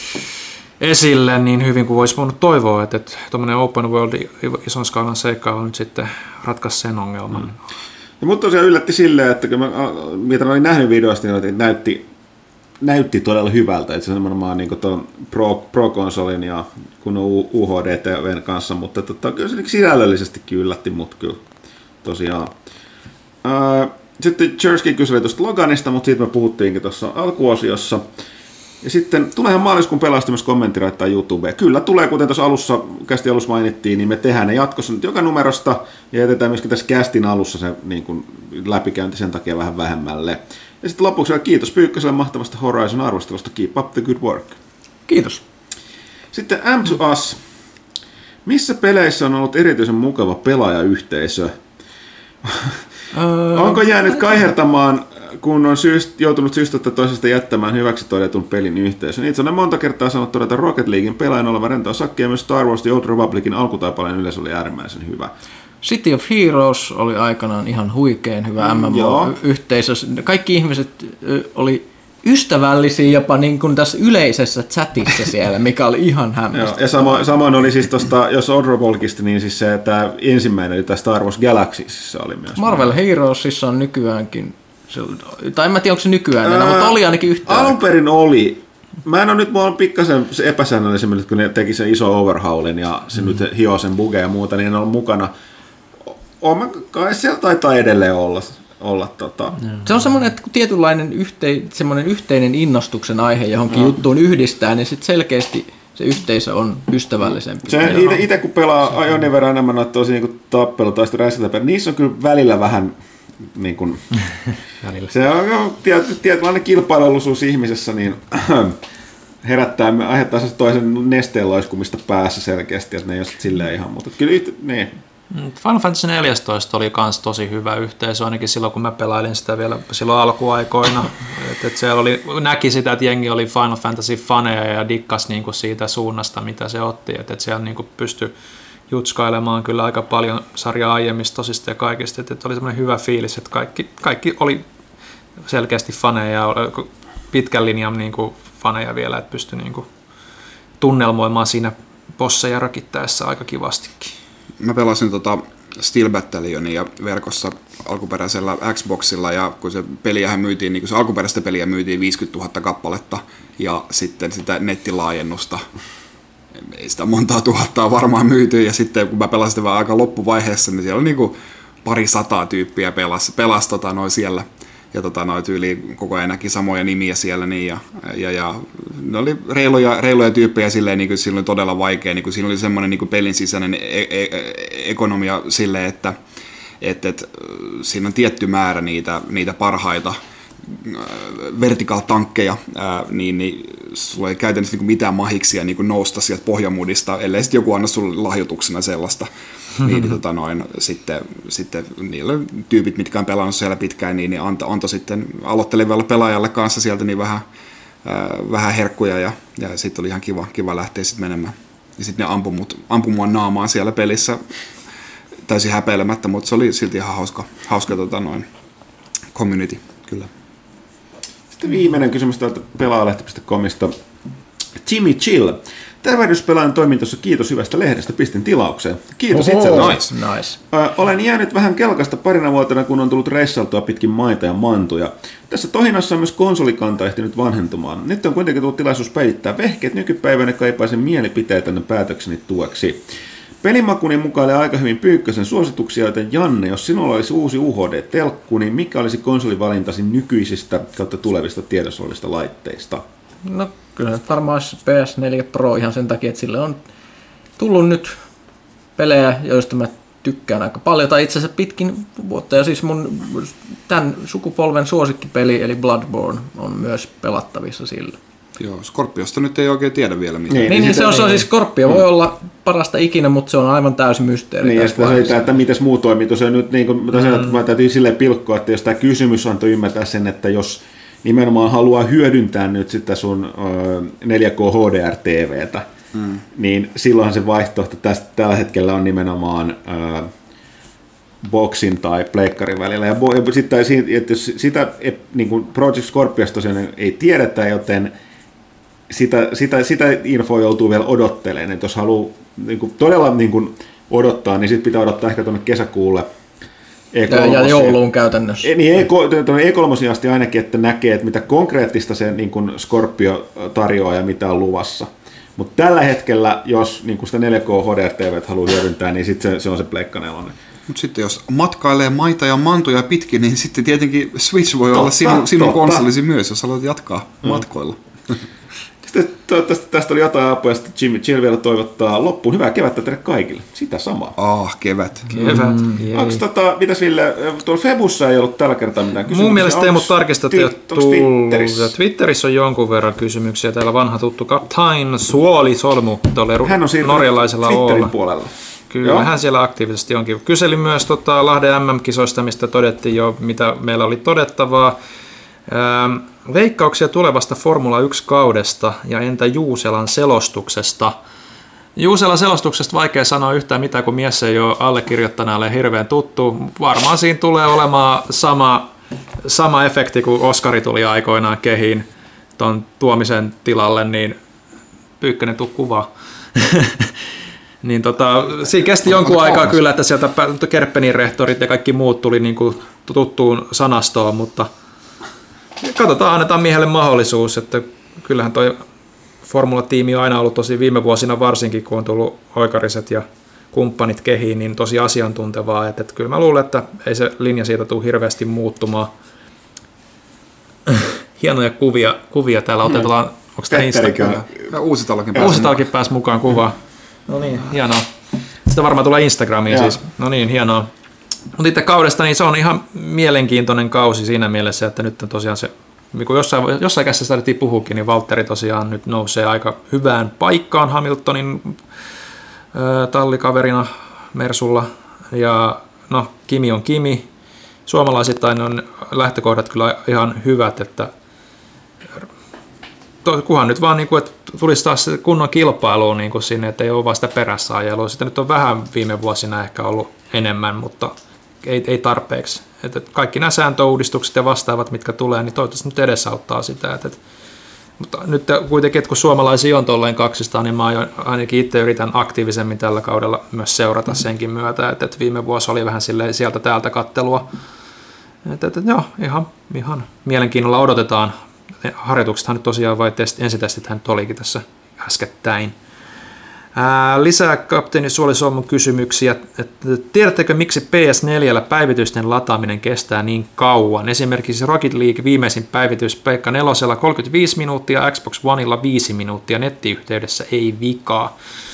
esille niin hyvin kuin olisi voinut toivoa, että tuommoinen open world ison skaalan seikkailu nyt sitten ratkaisi sen ongelman. Mm. Ja mut tosiaan yllätti silleen, että kun mä, mitä mä olin nähnyt videosta, niin näytti, näytti todella hyvältä, että se on nimenomaan niin tuon Pro, Pro-konsolin ja kun on U H D T V:n kanssa, mutta tota, kyllä se sisällöllisestikin yllätti mut kyllä tosiaan. Ää, sitten Jersky kyseli tuosta Loganista, mutta siitä me puhuttiinkin tuossa alkuosiossa. Ja sitten tuleehan maaliskuun pelastumassa kommentti laittaa YouTubeen. Kyllä tulee, kuten tuossa alussa, kästin alussa mainittiin, niin me tehdään ne jatkossa nyt joka numerosta ja jätetään myöskin tässä kästin alussa se niin kuin läpikäynti sen takia vähän vähemmälle. Ja sitten lopuksi vielä kiitos Pyykköselle mahtavasta Horizon arvostelusta. Keep up the good work. Kiitos. Sitten M to Us. Missä peleissä on ollut erityisen mukava pelaajayhteisö? Onko jäänyt kaihertamaan, kun on syyst, joutunut syystä tai toisesta jättämään hyväksi todetun pelin yhteisön? Itse olen monta kertaa sanonut todeta Rocket Leaguein pelaajan olevan rentoa sakkia, ja myös Star Wars The Old Republicin alkutaipaleen yleisö oli äärimmäisen hyvä. City of Heroes oli aikanaan ihan huikein hyvä mm, M M O-yhteisö. Kaikki ihmiset oli ystävällisiä jopa niin kuin tässä yleisessä chatissa siellä, mikä oli ihan hämmästyttävää. Ja samoin, samoin oli siis tuosta, jos Old Republicista, niin siis se, että ensimmäinen oli tämä Star Wars Galaxy, oli myös. Marvel Heroesissa on nykyäänkin, tai en mä tiedä onko se nykyään enää, mutta oli ainakin yhtään. Alun perin oli. Mä en ole nyt, mä oon pikkasen epäsäännöllisemmin, kun ne teki sen iso overhaulin ja se mm. nyt hioo sen bugeja ja muuta, niin en ole mukana. Oon mä, kai siellä taitaa edelleen olla. olla tota... Se on semmoinen, että kun tietynlainen yhtei, semmoinen yhteinen innostuksen aihe johonkin no. juttuun yhdistää, niin sitten selkeästi se yhteisö on ystävällisempi. Se itse kun pelaa jonkin verran enemmän noita tosi niin tappelu tai sitten räiskintäpeliä, niissä on kyllä välillä vähän niin kuin, se on tietynlainen kilpailullisuus ihmisessä, niin herättää, aiheuttaa se toisen nesteen laiskumista päässä selkeästi, että ne ei ole silleen ihan, mutta kyllä yhtä, niin. Final Fantasy neljätoista oli myös tosi hyvä yhteisö, ainakin silloin kun mä pelailin sitä vielä silloin alkuaikoina. Et, et siellä oli, näki sitä, että jengi oli Final Fantasy-faneja ja dikkas niinku siitä suunnasta, mitä se otti. Et, et siellä niinku pystyi jutskailemaan kyllä aika paljon sarjaa aiemmista tosista ja kaikista. Et, et oli semmoinen hyvä fiilis, että kaikki, kaikki oli selkeästi faneja ja pitkän linjan niinku faneja vielä, että pystyi niinku tunnelmoimaan siinä bosseja rakittaessa aika kivastikin. Mä pelasin tota Steel Battalionia verkossa alkuperäisellä Xboxilla, ja kun se peliähän myytiin, niin kun se alkuperäistä peliä myytiin viisikymmentätuhatta kappaletta, ja sitten sitä nettilaajennusta, ei sitä montaa tuhattaa varmaan myyty, ja sitten kun mä pelasin sitä vähän aika loppuvaiheessa, niin siellä oli niin kuin pari sataa tyyppiä pelas, pelas tota, noin siellä, ja tota, noin tyyliin koko ajan näki samoja nimiä siellä, niin, ja, ja, ja ne oli reiluja, reiluja tyyppejä silleen, niin kuin siinä oli todella vaikea, niin kuin siinä oli semmoinen niin kuin pelin sisäinen e- e- ekonomia silleen, että et, et, siinä on tietty määrä niitä, niitä parhaita vertical-tankkeja, ää, niin, niin sulla ei käytännössä niin mitään mahiksia niin nousta sieltä pohjamudista, ellei sitten joku anna sulle lahjoituksena sellaista. niin, tota noin, sitten, sitten niillä tyypit, mitkä on pelannut siellä pitkään, niin, niin antoi anto sitten aloittelevalle pelaajalle kanssa sieltä niin vähän, ää, vähän herkkuja, ja, ja sitten oli ihan kiva, kiva lähteä sitten menemään. Ja sitten ne ampui, mut, ampui mua naamaan siellä pelissä täysin häpeilemättä, mutta se oli silti ihan hauska, hauska tota noin, community, kyllä. Sitten viimeinen kysymys täältä pelaajalehti piste comista. Jimmy Chill. Tervehdyspelaajan toimintossa kiitos hyvästä lehdestä, pistin tilaukseen. Kiitos Oho, itsellesi. nice. nice. Ö, olen jäänyt vähän kelkasta parina vuotena, kun on tullut reissaltua pitkin maita ja mantuja. Tässä tohinassa on myös konsolikanta ehtinyt vanhentumaan. Nyt on kuitenkin tullut tilaisuus päivittää vehkeet nykypäivänä, kaipaisen mielipiteitä päätökseni tueksi. Pelimakuni mukailee aika hyvin Pyykkösen suosituksia, joten Janne, jos sinulla olisi uusi U H D-telkku, niin mikä olisi konsolivalintasi nykyisistä kautta tulevista tiedossa olevista laitteista? No kyllä nyt varmaan olisi P S neljä Pro ihan sen takia, että sille on tullut nyt pelejä, joista mä tykkään aika paljon, tai itse asiassa pitkin vuotta, ja siis mun tämän sukupolven suosikkipeli, eli Bloodborne, on myös pelattavissa sillä. Joo, Scorpiosta nyt ei oikein tiedä vielä mitään. Niin, niin, niin se on, se on siis Scorpio, voi olla parasta ikinä, mutta se on aivan täysin mysteeri. Niin, ja sitten se että, että miten muu toimii. Tosiaan nyt niin kuin, tosiaan, mm. mä täytyy silleen pilkkoa, että jos tämä kysymys antoi ymmärtää sen, että jos nimenomaan haluaa hyödyntää nyt sitä sun ö, neljä K H D R T V:tä, mm. niin silloinhan se vaihtoehto tästä, tällä hetkellä on nimenomaan ö, boxin tai pleikkarin välillä. Ja, bo, ja sitten, että jos sitä niin kuin Project Scorpiosta tosiaan ei tiedetä, joten Sitä, sitä, sitä infoa joutuu vielä odottelemaan, että jos haluaa niin kuin, todella niin kuin, odottaa, niin sitten pitää odottaa ehkä tuonne kesäkuulle E kolme. Ja, ja jouluun käytännössä. E, niin E kolme asti ainakin, että näkee, että mitä konkreettista se niin kuin Scorpio tarjoaa ja mitä on luvassa. Mutta tällä hetkellä, jos niin kuin sitä neljä K H D R T V haluaa hyödyntää, niin sitten se, se on se Pleikka nelonen. Mutta sitten jos matkailee maita ja mantuja pitkin, niin sitten tietenkin Switch voi totta, olla sinun, sinun konsolisi myös, jos haluat jatkaa mm. matkoilla. Sitten toivottavasti tästä oli jotain apua, ja sitten Jimmy Chill vielä toivottaa loppuun hyvää kevättä teille kaikille. Sitä samaa. Ah, kevät. Kevät. Mm, Onko tota, mitäs Ville, tuolla Febussa ei ollut tällä kertaa mitään kysymyksiä? Mun mielestä Teemu tarkistaa, että ei ole tullut. Twitterissä? Twitterissä on jonkun verran kysymyksiä. Täällä vanha tuttu Kaptain Suoli Solmu tuolle hän on norjalaisella Twitterin Oolla. puolella. Kyllä, Joo. hän siellä aktiivisesti onkin. Kyselin myös tota, Lahden M M-kisoista, mistä todettiin jo, mitä meillä oli todettavaa. Ähm, veikkauksia tulevasta Formula yksi-kaudesta ja entä Juuselan selostuksesta? Juuselan selostuksesta vaikea sanoa yhtään mitään, kun mies ei ole allekirjoittaneelle hirveän tuttu. Varmaan siinä tulee olemaan sama, sama efekti kuin Oskari tuli aikoinaan kehiin ton tuomisen tilalle, niin Pyykkönen tuu kuvaa. Niin tota, siinä kesti jonkun aikaa kyllä, että sieltä Kerppenin rehtorit ja kaikki muut tuli niin kuin tuttuun sanastoon, mutta katsotaan, annetaan miehelle mahdollisuus, että kyllähän toi Formula-tiimi on aina ollut tosi viime vuosina varsinkin, kun on tullut Oikariset ja kumppanit kehiin, niin tosi asiantuntevaa. Että, että kyllä mä luulen, että ei se linja siitä tule hirveästi muuttumaan. Hienoja kuvia, kuvia täällä otetaan. Onko tämä Instagram? Uusitalokin pääsi. Uusitalokin pääsi mukaan kuvaan. No niin, hienoa. Sitä varmaan tulee Instagramiin siis. No niin, hienoa. Mutta itse kaudesta niin se on ihan mielenkiintoinen kausi siinä mielessä, että nyt on tosiaan se, kun jossain, jossain käsissä startettiin puhukin, niin Valtteri tosiaan nyt nousee aika hyvään paikkaan Hamiltonin äh, tallikaverina Mersulla. Ja no, Kimi on Kimi. Suomalaisittain on lähtökohdat kyllä ihan hyvät, että kunhan nyt vaan, niin kuin, että tulisi taas kunnon kilpailuun niin kuin sinne, että ei ole vaan sitä perässä ajelua. Sitä nyt on vähän viime vuosina ehkä ollut enemmän, mutta ei, ei tarpeeksi. Että kaikki nämä sääntöuudistukset ja vastaavat, mitkä tulee, niin toivottavasti nyt edesauttaa sitä. Että, mutta nyt kuitenkin, että kun suomalaisia on tolleen kaksistaan, niin mä ainakin itse yritän aktiivisemmin tällä kaudella myös seurata senkin myötä. Että, että viime vuosi oli vähän silleen sieltä täältä kattelua. Että, että, joo, ihan, ihan mielenkiinnolla odotetaan. Harjoituksethan nyt tosiaan vai testi, ensitestithän nyt olikin tässä äskettäin. Ää, lisää kapteeni Suoli Suomun kysymyksiä. Että tiedättekö, miksi P S neljä päivitysten lataaminen kestää niin kauan? Esimerkiksi Rocket League viimeisin päivitys Pleikka nelosella kolmekymmentäviisi minuuttia, Xbox Oneilla viisi minuuttia, nettiyhteydessä ei vikaa.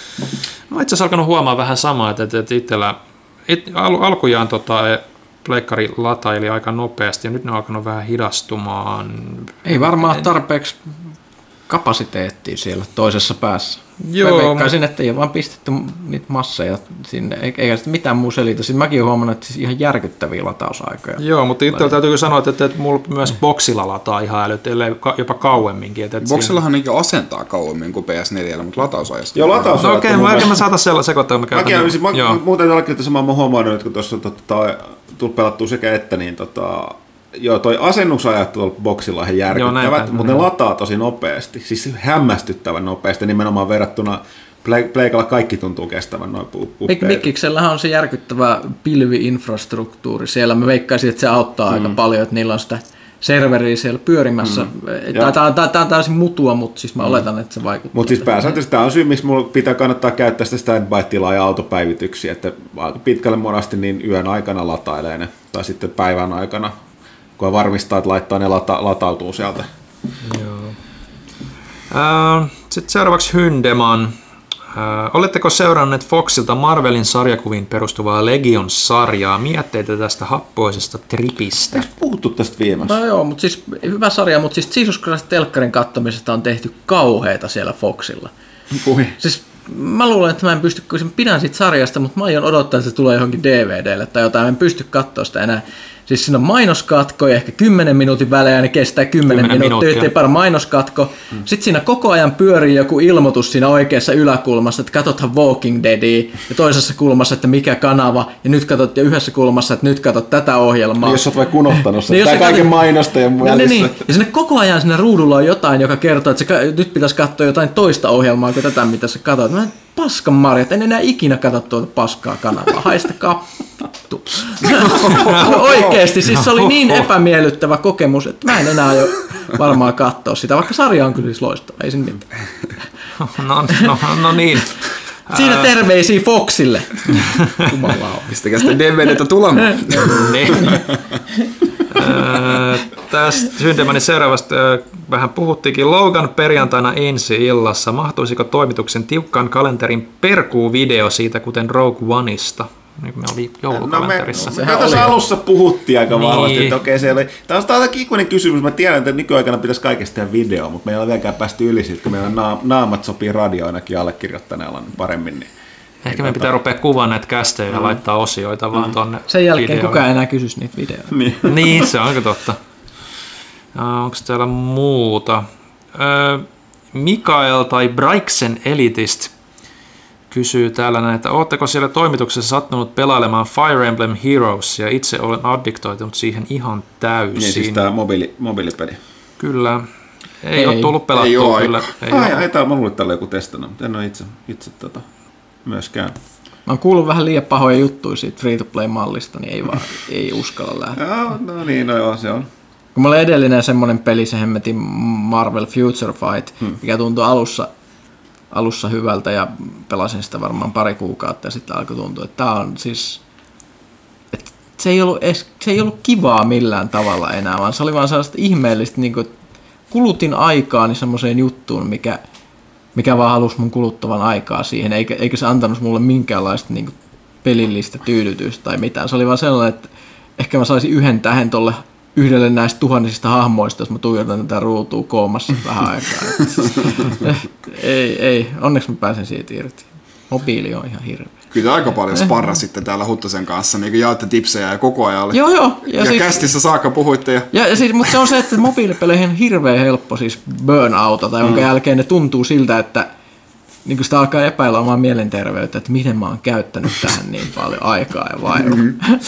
No itse asiassa alkanut huomaa vähän samaa, että, että itsellä it, al, alkujaan tota, pleikkari lataili aika nopeasti ja nyt ne on alkanut vähän hidastumaan. Ei varmaan tarpeeksi kapasiteettia siellä toisessa päässä. Joo, mä veikkaisin, että ei ole vaan pistetty niitä masseja sinne, eikä sitten mitään muu selitä. Sitten mäkin olen huomannut, että siis ihan järkyttäviä latausaikoja. Joo, mutta itse täytyy sanoa, että, että mulla myös boksilla lataa ihan älyt, ellei jopa kauemminkin. Että boksillahan siinä asentaa kauemmin kuin P S neljä, mutta latausajasta. Joo, latausajasta. No okei, okay, mä oikein mä saatan sekoittaa. Mäkin olisin, mä, muuten allekirjoittaa samaa mä huomannut, että kun tuossa tota, tullut pelattua sekä että, niin tota, joo, toi asennusajat tuolla boksilla on ihan järkyttävät, mutta ne lataa tosi nopeasti, siis hämmästyttävän nopeasti, nimenomaan verrattuna Pleikalla kaikki tuntuu kestävän noin puppeet. Mikkiksellähän on se järkyttävä pilvi-infrastruktuuri siellä, mä veikkaisin, että se auttaa mm. aika paljon, että niillä on sitä serveriä siellä pyörimässä. Mm. Tämä on täysin mutua, mutta siis mä mm. oletan, että se vaikuttaa. Mutta siis pääsääntöisesti tämä on syy, miksi mulla pitää kannattaa käyttää sitä standby-tilaa ja autopäivityksiä, että aika pitkälle monasti niin yön aikana latailee ne, tai sitten päivän aikana, kun varmistaa, että laittaa ne lata- latautuu sieltä. Joo. Äh, sitten seuraavaksi Hyndeman. Äh, oletteko seuranneet Foxilta Marvelin sarjakuviin perustuvaa Legion-sarjaa? Mietteitä tästä happoisesta tripistä. Eikö puhuttu tästä viimeksi? No joo, mutta siis hyvä sarja, mutta siis Jesus Christ telkkarin kattomisesta on tehty kauheita siellä Foxilla. Puhi. Siis mä luulen, että mä en pysty, kun pidän siitä sarjasta, mutta mä aion odottaa, että se tulee johonkin D V D:lle tai jotain, mä en pysty katsoa sitä enää. Siis siinä on mainoskatko ja ehkä kymmenen minuutin välein ja ne kestää kymmenen minuuttia, ettei paljon mainoskatko. Hmm. Sitten siinä koko ajan pyörii joku ilmoitus siinä oikeassa yläkulmassa, että katsothan Walking Deadia ja toisessa kulmassa, että mikä kanava ja nyt katsot ja yhdessä kulmassa, että nyt katsot tätä ohjelmaa. Niin jos olet vaikka unohtanut sen, niin tai kaiken mainosta ja no, niin, niin. Ja sinne koko ajan siinä ruudulla on jotain, joka kertoo, että se, nyt pitäisi katsoa jotain toista ohjelmaa kuin tätä, mitä sä katsot. Mä paskan marjat, en enää ikinä katso tuota paskaa kanavaa, haistakaa vittu. Oikeesti, siis se oli niin epämiellyttävä kokemus, että mä en enää aio varmaan katsoa sitä, vaikka sarja on kyllä siis loistava, ei sen mitään. No, no, no niin. Siinä terveisiä Foxille. Jumalaa. Pistäkää sitä D V D:tä tulemaan. Tästä Hyndemanin seuraavasta vähän puhuttiinkin. Logan perjantaina ensi illassa. Mahtuisiko toimituksen tiukkaan kalenterin perkuu-video siitä, kuten Rogue Oneista? Niin me oli joulukalenterissa. No me, me tässä alussa puhuttiin aika niin. vahvasti, että okei, se oli. Tämä on taas ikuinen kysymys. Mä tiedän, että nykyaikana pitäisi kaikesta tehdä video, mutta me ei ole vieläkään päästy yli siitä, kun meidän naamat sopii radioinakin allekirjoittaneella paremmin. Niin ehkä meidän pitää rupea kuvaamaan näitä kästejä ja mm. laittaa osioita mm. vaan tonne. Sen jälkeen videoon. Kukaan enää kysyisi niitä videoita. Niin, niin se onko totta. Onko täällä muuta? Mikael tai Braiksen Elitist kysyy täällä näin, että ootteko siellä toimituksessa sattunut pelailemaan Fire Emblem Heroes ja itse olen addiktoitunut siihen ihan täysin. Niin siis tää mobiili, mobiilipeli. Kyllä. Ei, ei ole tullut pelattua. Ei kyllä. Ei, ah, ei, ei täällä, mä luulen, että täällä joku testannut, mutta en ole itse, itse tota, myöskään. Mä oon kuullut vähän liian pahoja juttuja siitä free-to-play-mallista, niin ei vaan ei uskalla lähteä. Joo, no niin, no joo, se on. Kun mulla oli edellinen semmonen peli, se hemmetin Marvel Future Fight, hmm. mikä tuntui alussa alussa hyvältä ja pelasin sitä varmaan pari kuukautta ja sitten alkoi tuntua, että tämä on siis, että se ei ollut, edes, se ei ollut kivaa millään tavalla enää, vaan se oli vaan sellaista ihmeellistä, niin kuin, kulutin aikaani semmoiseen juttuun, mikä, mikä vaan halusi mun kuluttavan aikaa siihen, eikä, eikä se antanut mulle minkäänlaista niin kuin pelillistä tyydytystä tai mitään. Se oli vaan sellainen, että ehkä mä saisin yhden tähän tolle yhdelle näistä tuhannisista hahmoista, jos mä tuijotan tätä ruutua koomassa vähän aikaa. ei, ei, onneksi mä pääsen siitä irti. Mobiili on ihan hirveä. Kyllä aika paljon sparra sitten täällä Huttosen kanssa, niin jaatte tipsejä ja koko ajan. Joo, joo. Ja, ja siis, kästissä saakka puhuitte. Ja, ja, ja siis, mutta se on se, että mobiilipeleihin on hirveän helppo siis burnoutata, jonka mm. jälkeen ne tuntuu siltä, että niin sitä alkaa epäillä omaa mielenterveyttä, että miten mä oon käyttänyt tähän niin paljon aikaa ja vaivaa. Mm-hmm.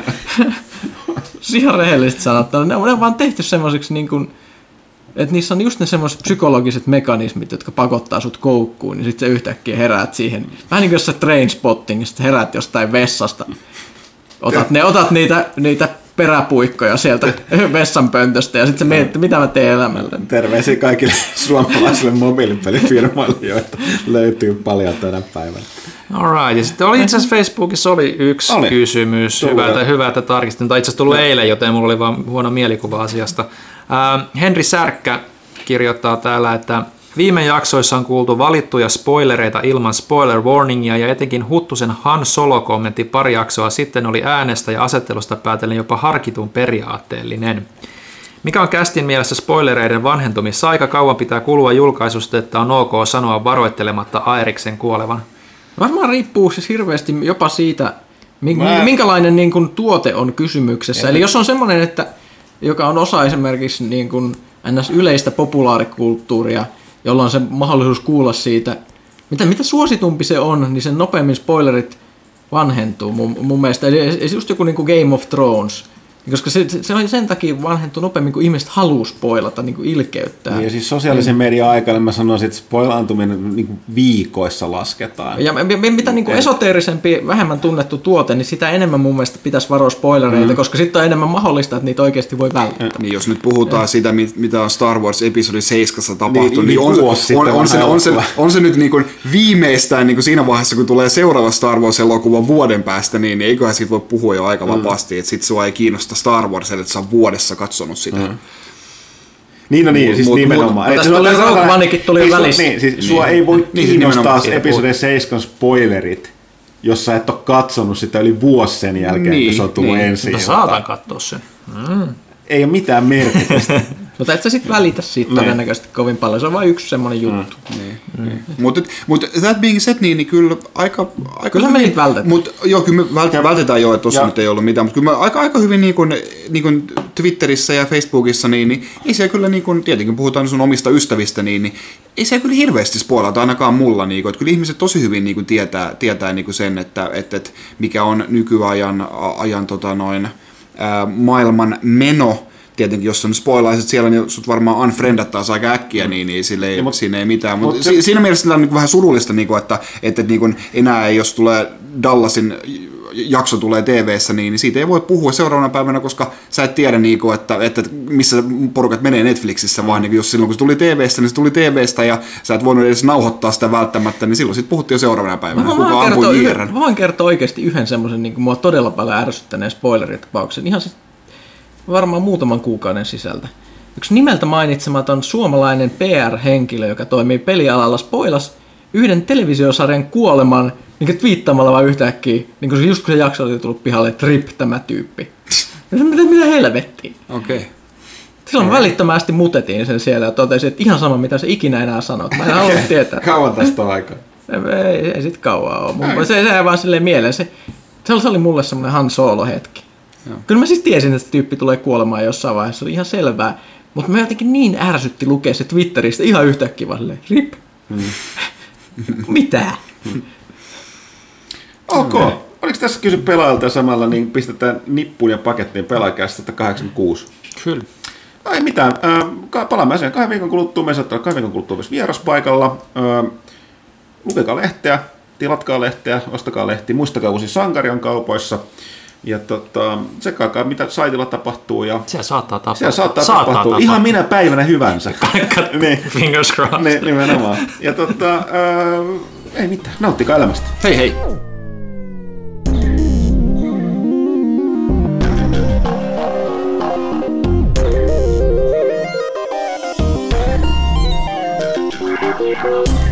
Ihan rehellisesti sanottuna. Ne on vaan tehty semmoiseksi, niin kuin, että niissä on just ne semmoiset psykologiset mekanismit, jotka pakottaa sut koukkuun, niin sitten sä yhtäkkiä heräät siihen. Vähän niin kuin jossain Trainspottingissa, heräät jostain vessasta. Otat, ne, otat niitä, niitä peräpuikkoja sieltä vessanpöntöstä ja sitten sä mietit, mitä mä teen elämällä. Terveisiä kaikille suomalaisille mobiilipelifirmoille, joita löytyy paljon tänä päivänä. Alright, ja sitten oli itse asiassa Facebookissa oli yksi oli. kysymys, hyvältä, hyvältä tarkistin, tai itse asiassa tullut no. eilen, joten mulla oli vaan huono mielikuva asiasta. Äh, Henri Särkkä kirjoittaa täällä, että viime jaksoissa on kuultu valittuja spoilereita ilman spoiler warningia, ja etenkin Huttusen Han Solo-kommentti pari jaksoa sitten oli äänestä ja asettelusta päätellen jopa harkitun periaatteellinen. Mikä on kästin mielessä spoilereiden vanhentumisaika? Kauan pitää kulua julkaisusta, että on ok sanoa varoittelematta Aeriksen kuolevan? Varmaan riippuu siis hirveästi jopa siitä, minkälainen niin kuin, tuote on kysymyksessä. Eli jos on semmoinen, että, joka on osa esimerkiksi niin kuin, ns. Yleistä populaarikulttuuria, jolla on se mahdollisuus kuulla siitä, mitä, mitä suositumpi se on, niin sen nopeammin spoilerit vanhentuu mun, mun mielestä. Eli just joku niin kuin Game of Thrones, koska se, se on sen takia vanhentu nopeammin, kun ihmiset haluaa spoilata, niin kuin ilkeyttää. Niin ja siis sosiaalisen median aikana mä sanoisin, että spoilaantuminen niin kuin viikoissa lasketaan. Ja mitä niin kuin esoteerisempi, vähemmän tunnettu tuote, niin sitä enemmän mun mielestä pitäisi varoa spoilereita, mm. koska sitten on enemmän mahdollista, että niitä oikeasti voi välttää. Niin jos nyt puhutaan ja. sitä, mitä on Star Wars episodi seitsemän tapahtunut, niin, niin on, on, on, se, on, se, on se nyt niin kuin viimeistään niin kuin siinä vaiheessa, kun tulee seuraava Star Wars-elokuva vuoden päästä, niin, niin eiköhän siitä voi puhua jo aika mm. vapaasti, että sitten sua ei kiinnosta Star Wars, että sä oot vuodessa katsonut sitä. Mm. Niin, no niin, siis mut, nimenomaan. Mutta tästä tuli Rogue Oneikin tuli välissä. Niin, siis niin. Sua ei voi niin, kiinnostaa niin, episode seitsemän spoilerit, jos sä et ole katsonut sitä yli vuosi sen jälkeen, niin, kun se on tullut niin. ensin. Mutta saatan katsoa sen. Mm. Ei ole mitään merkitystä. Mutta et sä sit välitä siitä todennäköisesti kovin paljon, se on vain yksi semmoinen juttu. Mm. Niin, mm. niin. Mutta mut that being said, niin, niin kyllä aika... aika kyllä me niitä vältetään. Mut, joo, kyllä me vält, vältetään jo, että tuossa nyt ei ollut mitään, mutta kyllä me aika, aika hyvin niin kuin, niin kuin Twitterissä ja Facebookissa, niin, niin ei siellä kyllä, niin kuin, tietenkin puhutaan sun omista ystävistä, niin, niin ei siellä kyllä hirveästi spoilata ainakaan mulla, niin kuin, että kyllä ihmiset tosi hyvin niin kuin tietää, tietää niin kuin sen, että, että, että mikä on nykyajan ajan, tota, noin, ää, maailman meno. Tietenkin, jos on spoilaiset siellä, niin sut varmaan unfriendattaisi aika äkkiä, niin, niin sille ei, mut, siinä ei mitään. Mut mut si, siinä mielessä on niin vähän surullista, niin kuin, että, että niin kuin enää jos tulee Dallasin jakso tulee T V:ssä, niin, niin siitä ei voi puhua seuraavana päivänä, koska sä et tiedä, niin kuin, että, että missä porukat menee Netflixissä, mm. vaan niin jos silloin kun se tuli T V:stä, niin se tuli T V:stä ja sä et voinut edes nauhoittaa sitä välttämättä, niin silloin sitten puhuttiin jo seuraavana päivänä. Mä, Kuka ampui J R? Mä voin kertoa oikeasti yhden semmoisen, niin kuin mua todella paljon ärsyttäneen spoileritapauksen. Ihan siis varmaan muutaman kuukauden sisältä. Yksi nimeltä mainitsematon suomalainen P R-henkilö, joka toimii pelialalla, spoilasi yhden televisiosarjan kuoleman niin twiittaamalla vaan yhtäkkiä, niin kun se just kun se jakso oli tullut pihalle, että rip tämä tyyppi. Mitä, mitä helvettiä? Okei. Okay. Silloin okay. välittömästi mutetiin sen siellä ja totesin, että ihan sama mitä se ikinä enää sanoo. Mä en halunnut tietää. Kauan tästä on aikaa? Ei, ei, ei sit kauan ole. Se jäi vaan silleen mieleen. Se, se oli mulle semmoinen Han Solo-hetki. Joo. Kyllä mä siis tiesin, että tyyppi tulee kuolemaan jossain vaiheessa, se oli ihan selvää. Mutta mä jotenkin niin ärsytti lukea se Twitteristä ihan yhtäkkiä vaan silleen, rip. Mm. Mitä? Mm. Ok. Mm. Oliko tässä kysy pelaajalta samalla, niin pistetään nippuun ja pakettiin pelaajakästä sata kahdeksankymmentäkuusi. Kyllä. Ei mitään. Äh, palaamme asiaan kahden viikon kuluttua. Me saattaa kahden viikon kuluttua myös vieraspaikalla. Äh, lukekaa lehteä, tilatkaa lehteä, ostakaa lehti. Muistakaa uusi sankari on kaupoissa. Ja tota, tsekaakaa, mitä saitilla tapahtuu. Ja siellä saattaa tapahtua. Siellä saattaa, saattaa tapahtua. tapahtua. Ihan minä päivänä hyvänsä. niin. Fingers crossed. Niin, nimenomaan. Ja tota, äh, ei mitään, nauttikaa elämästä. Hei hei! We'll be right back.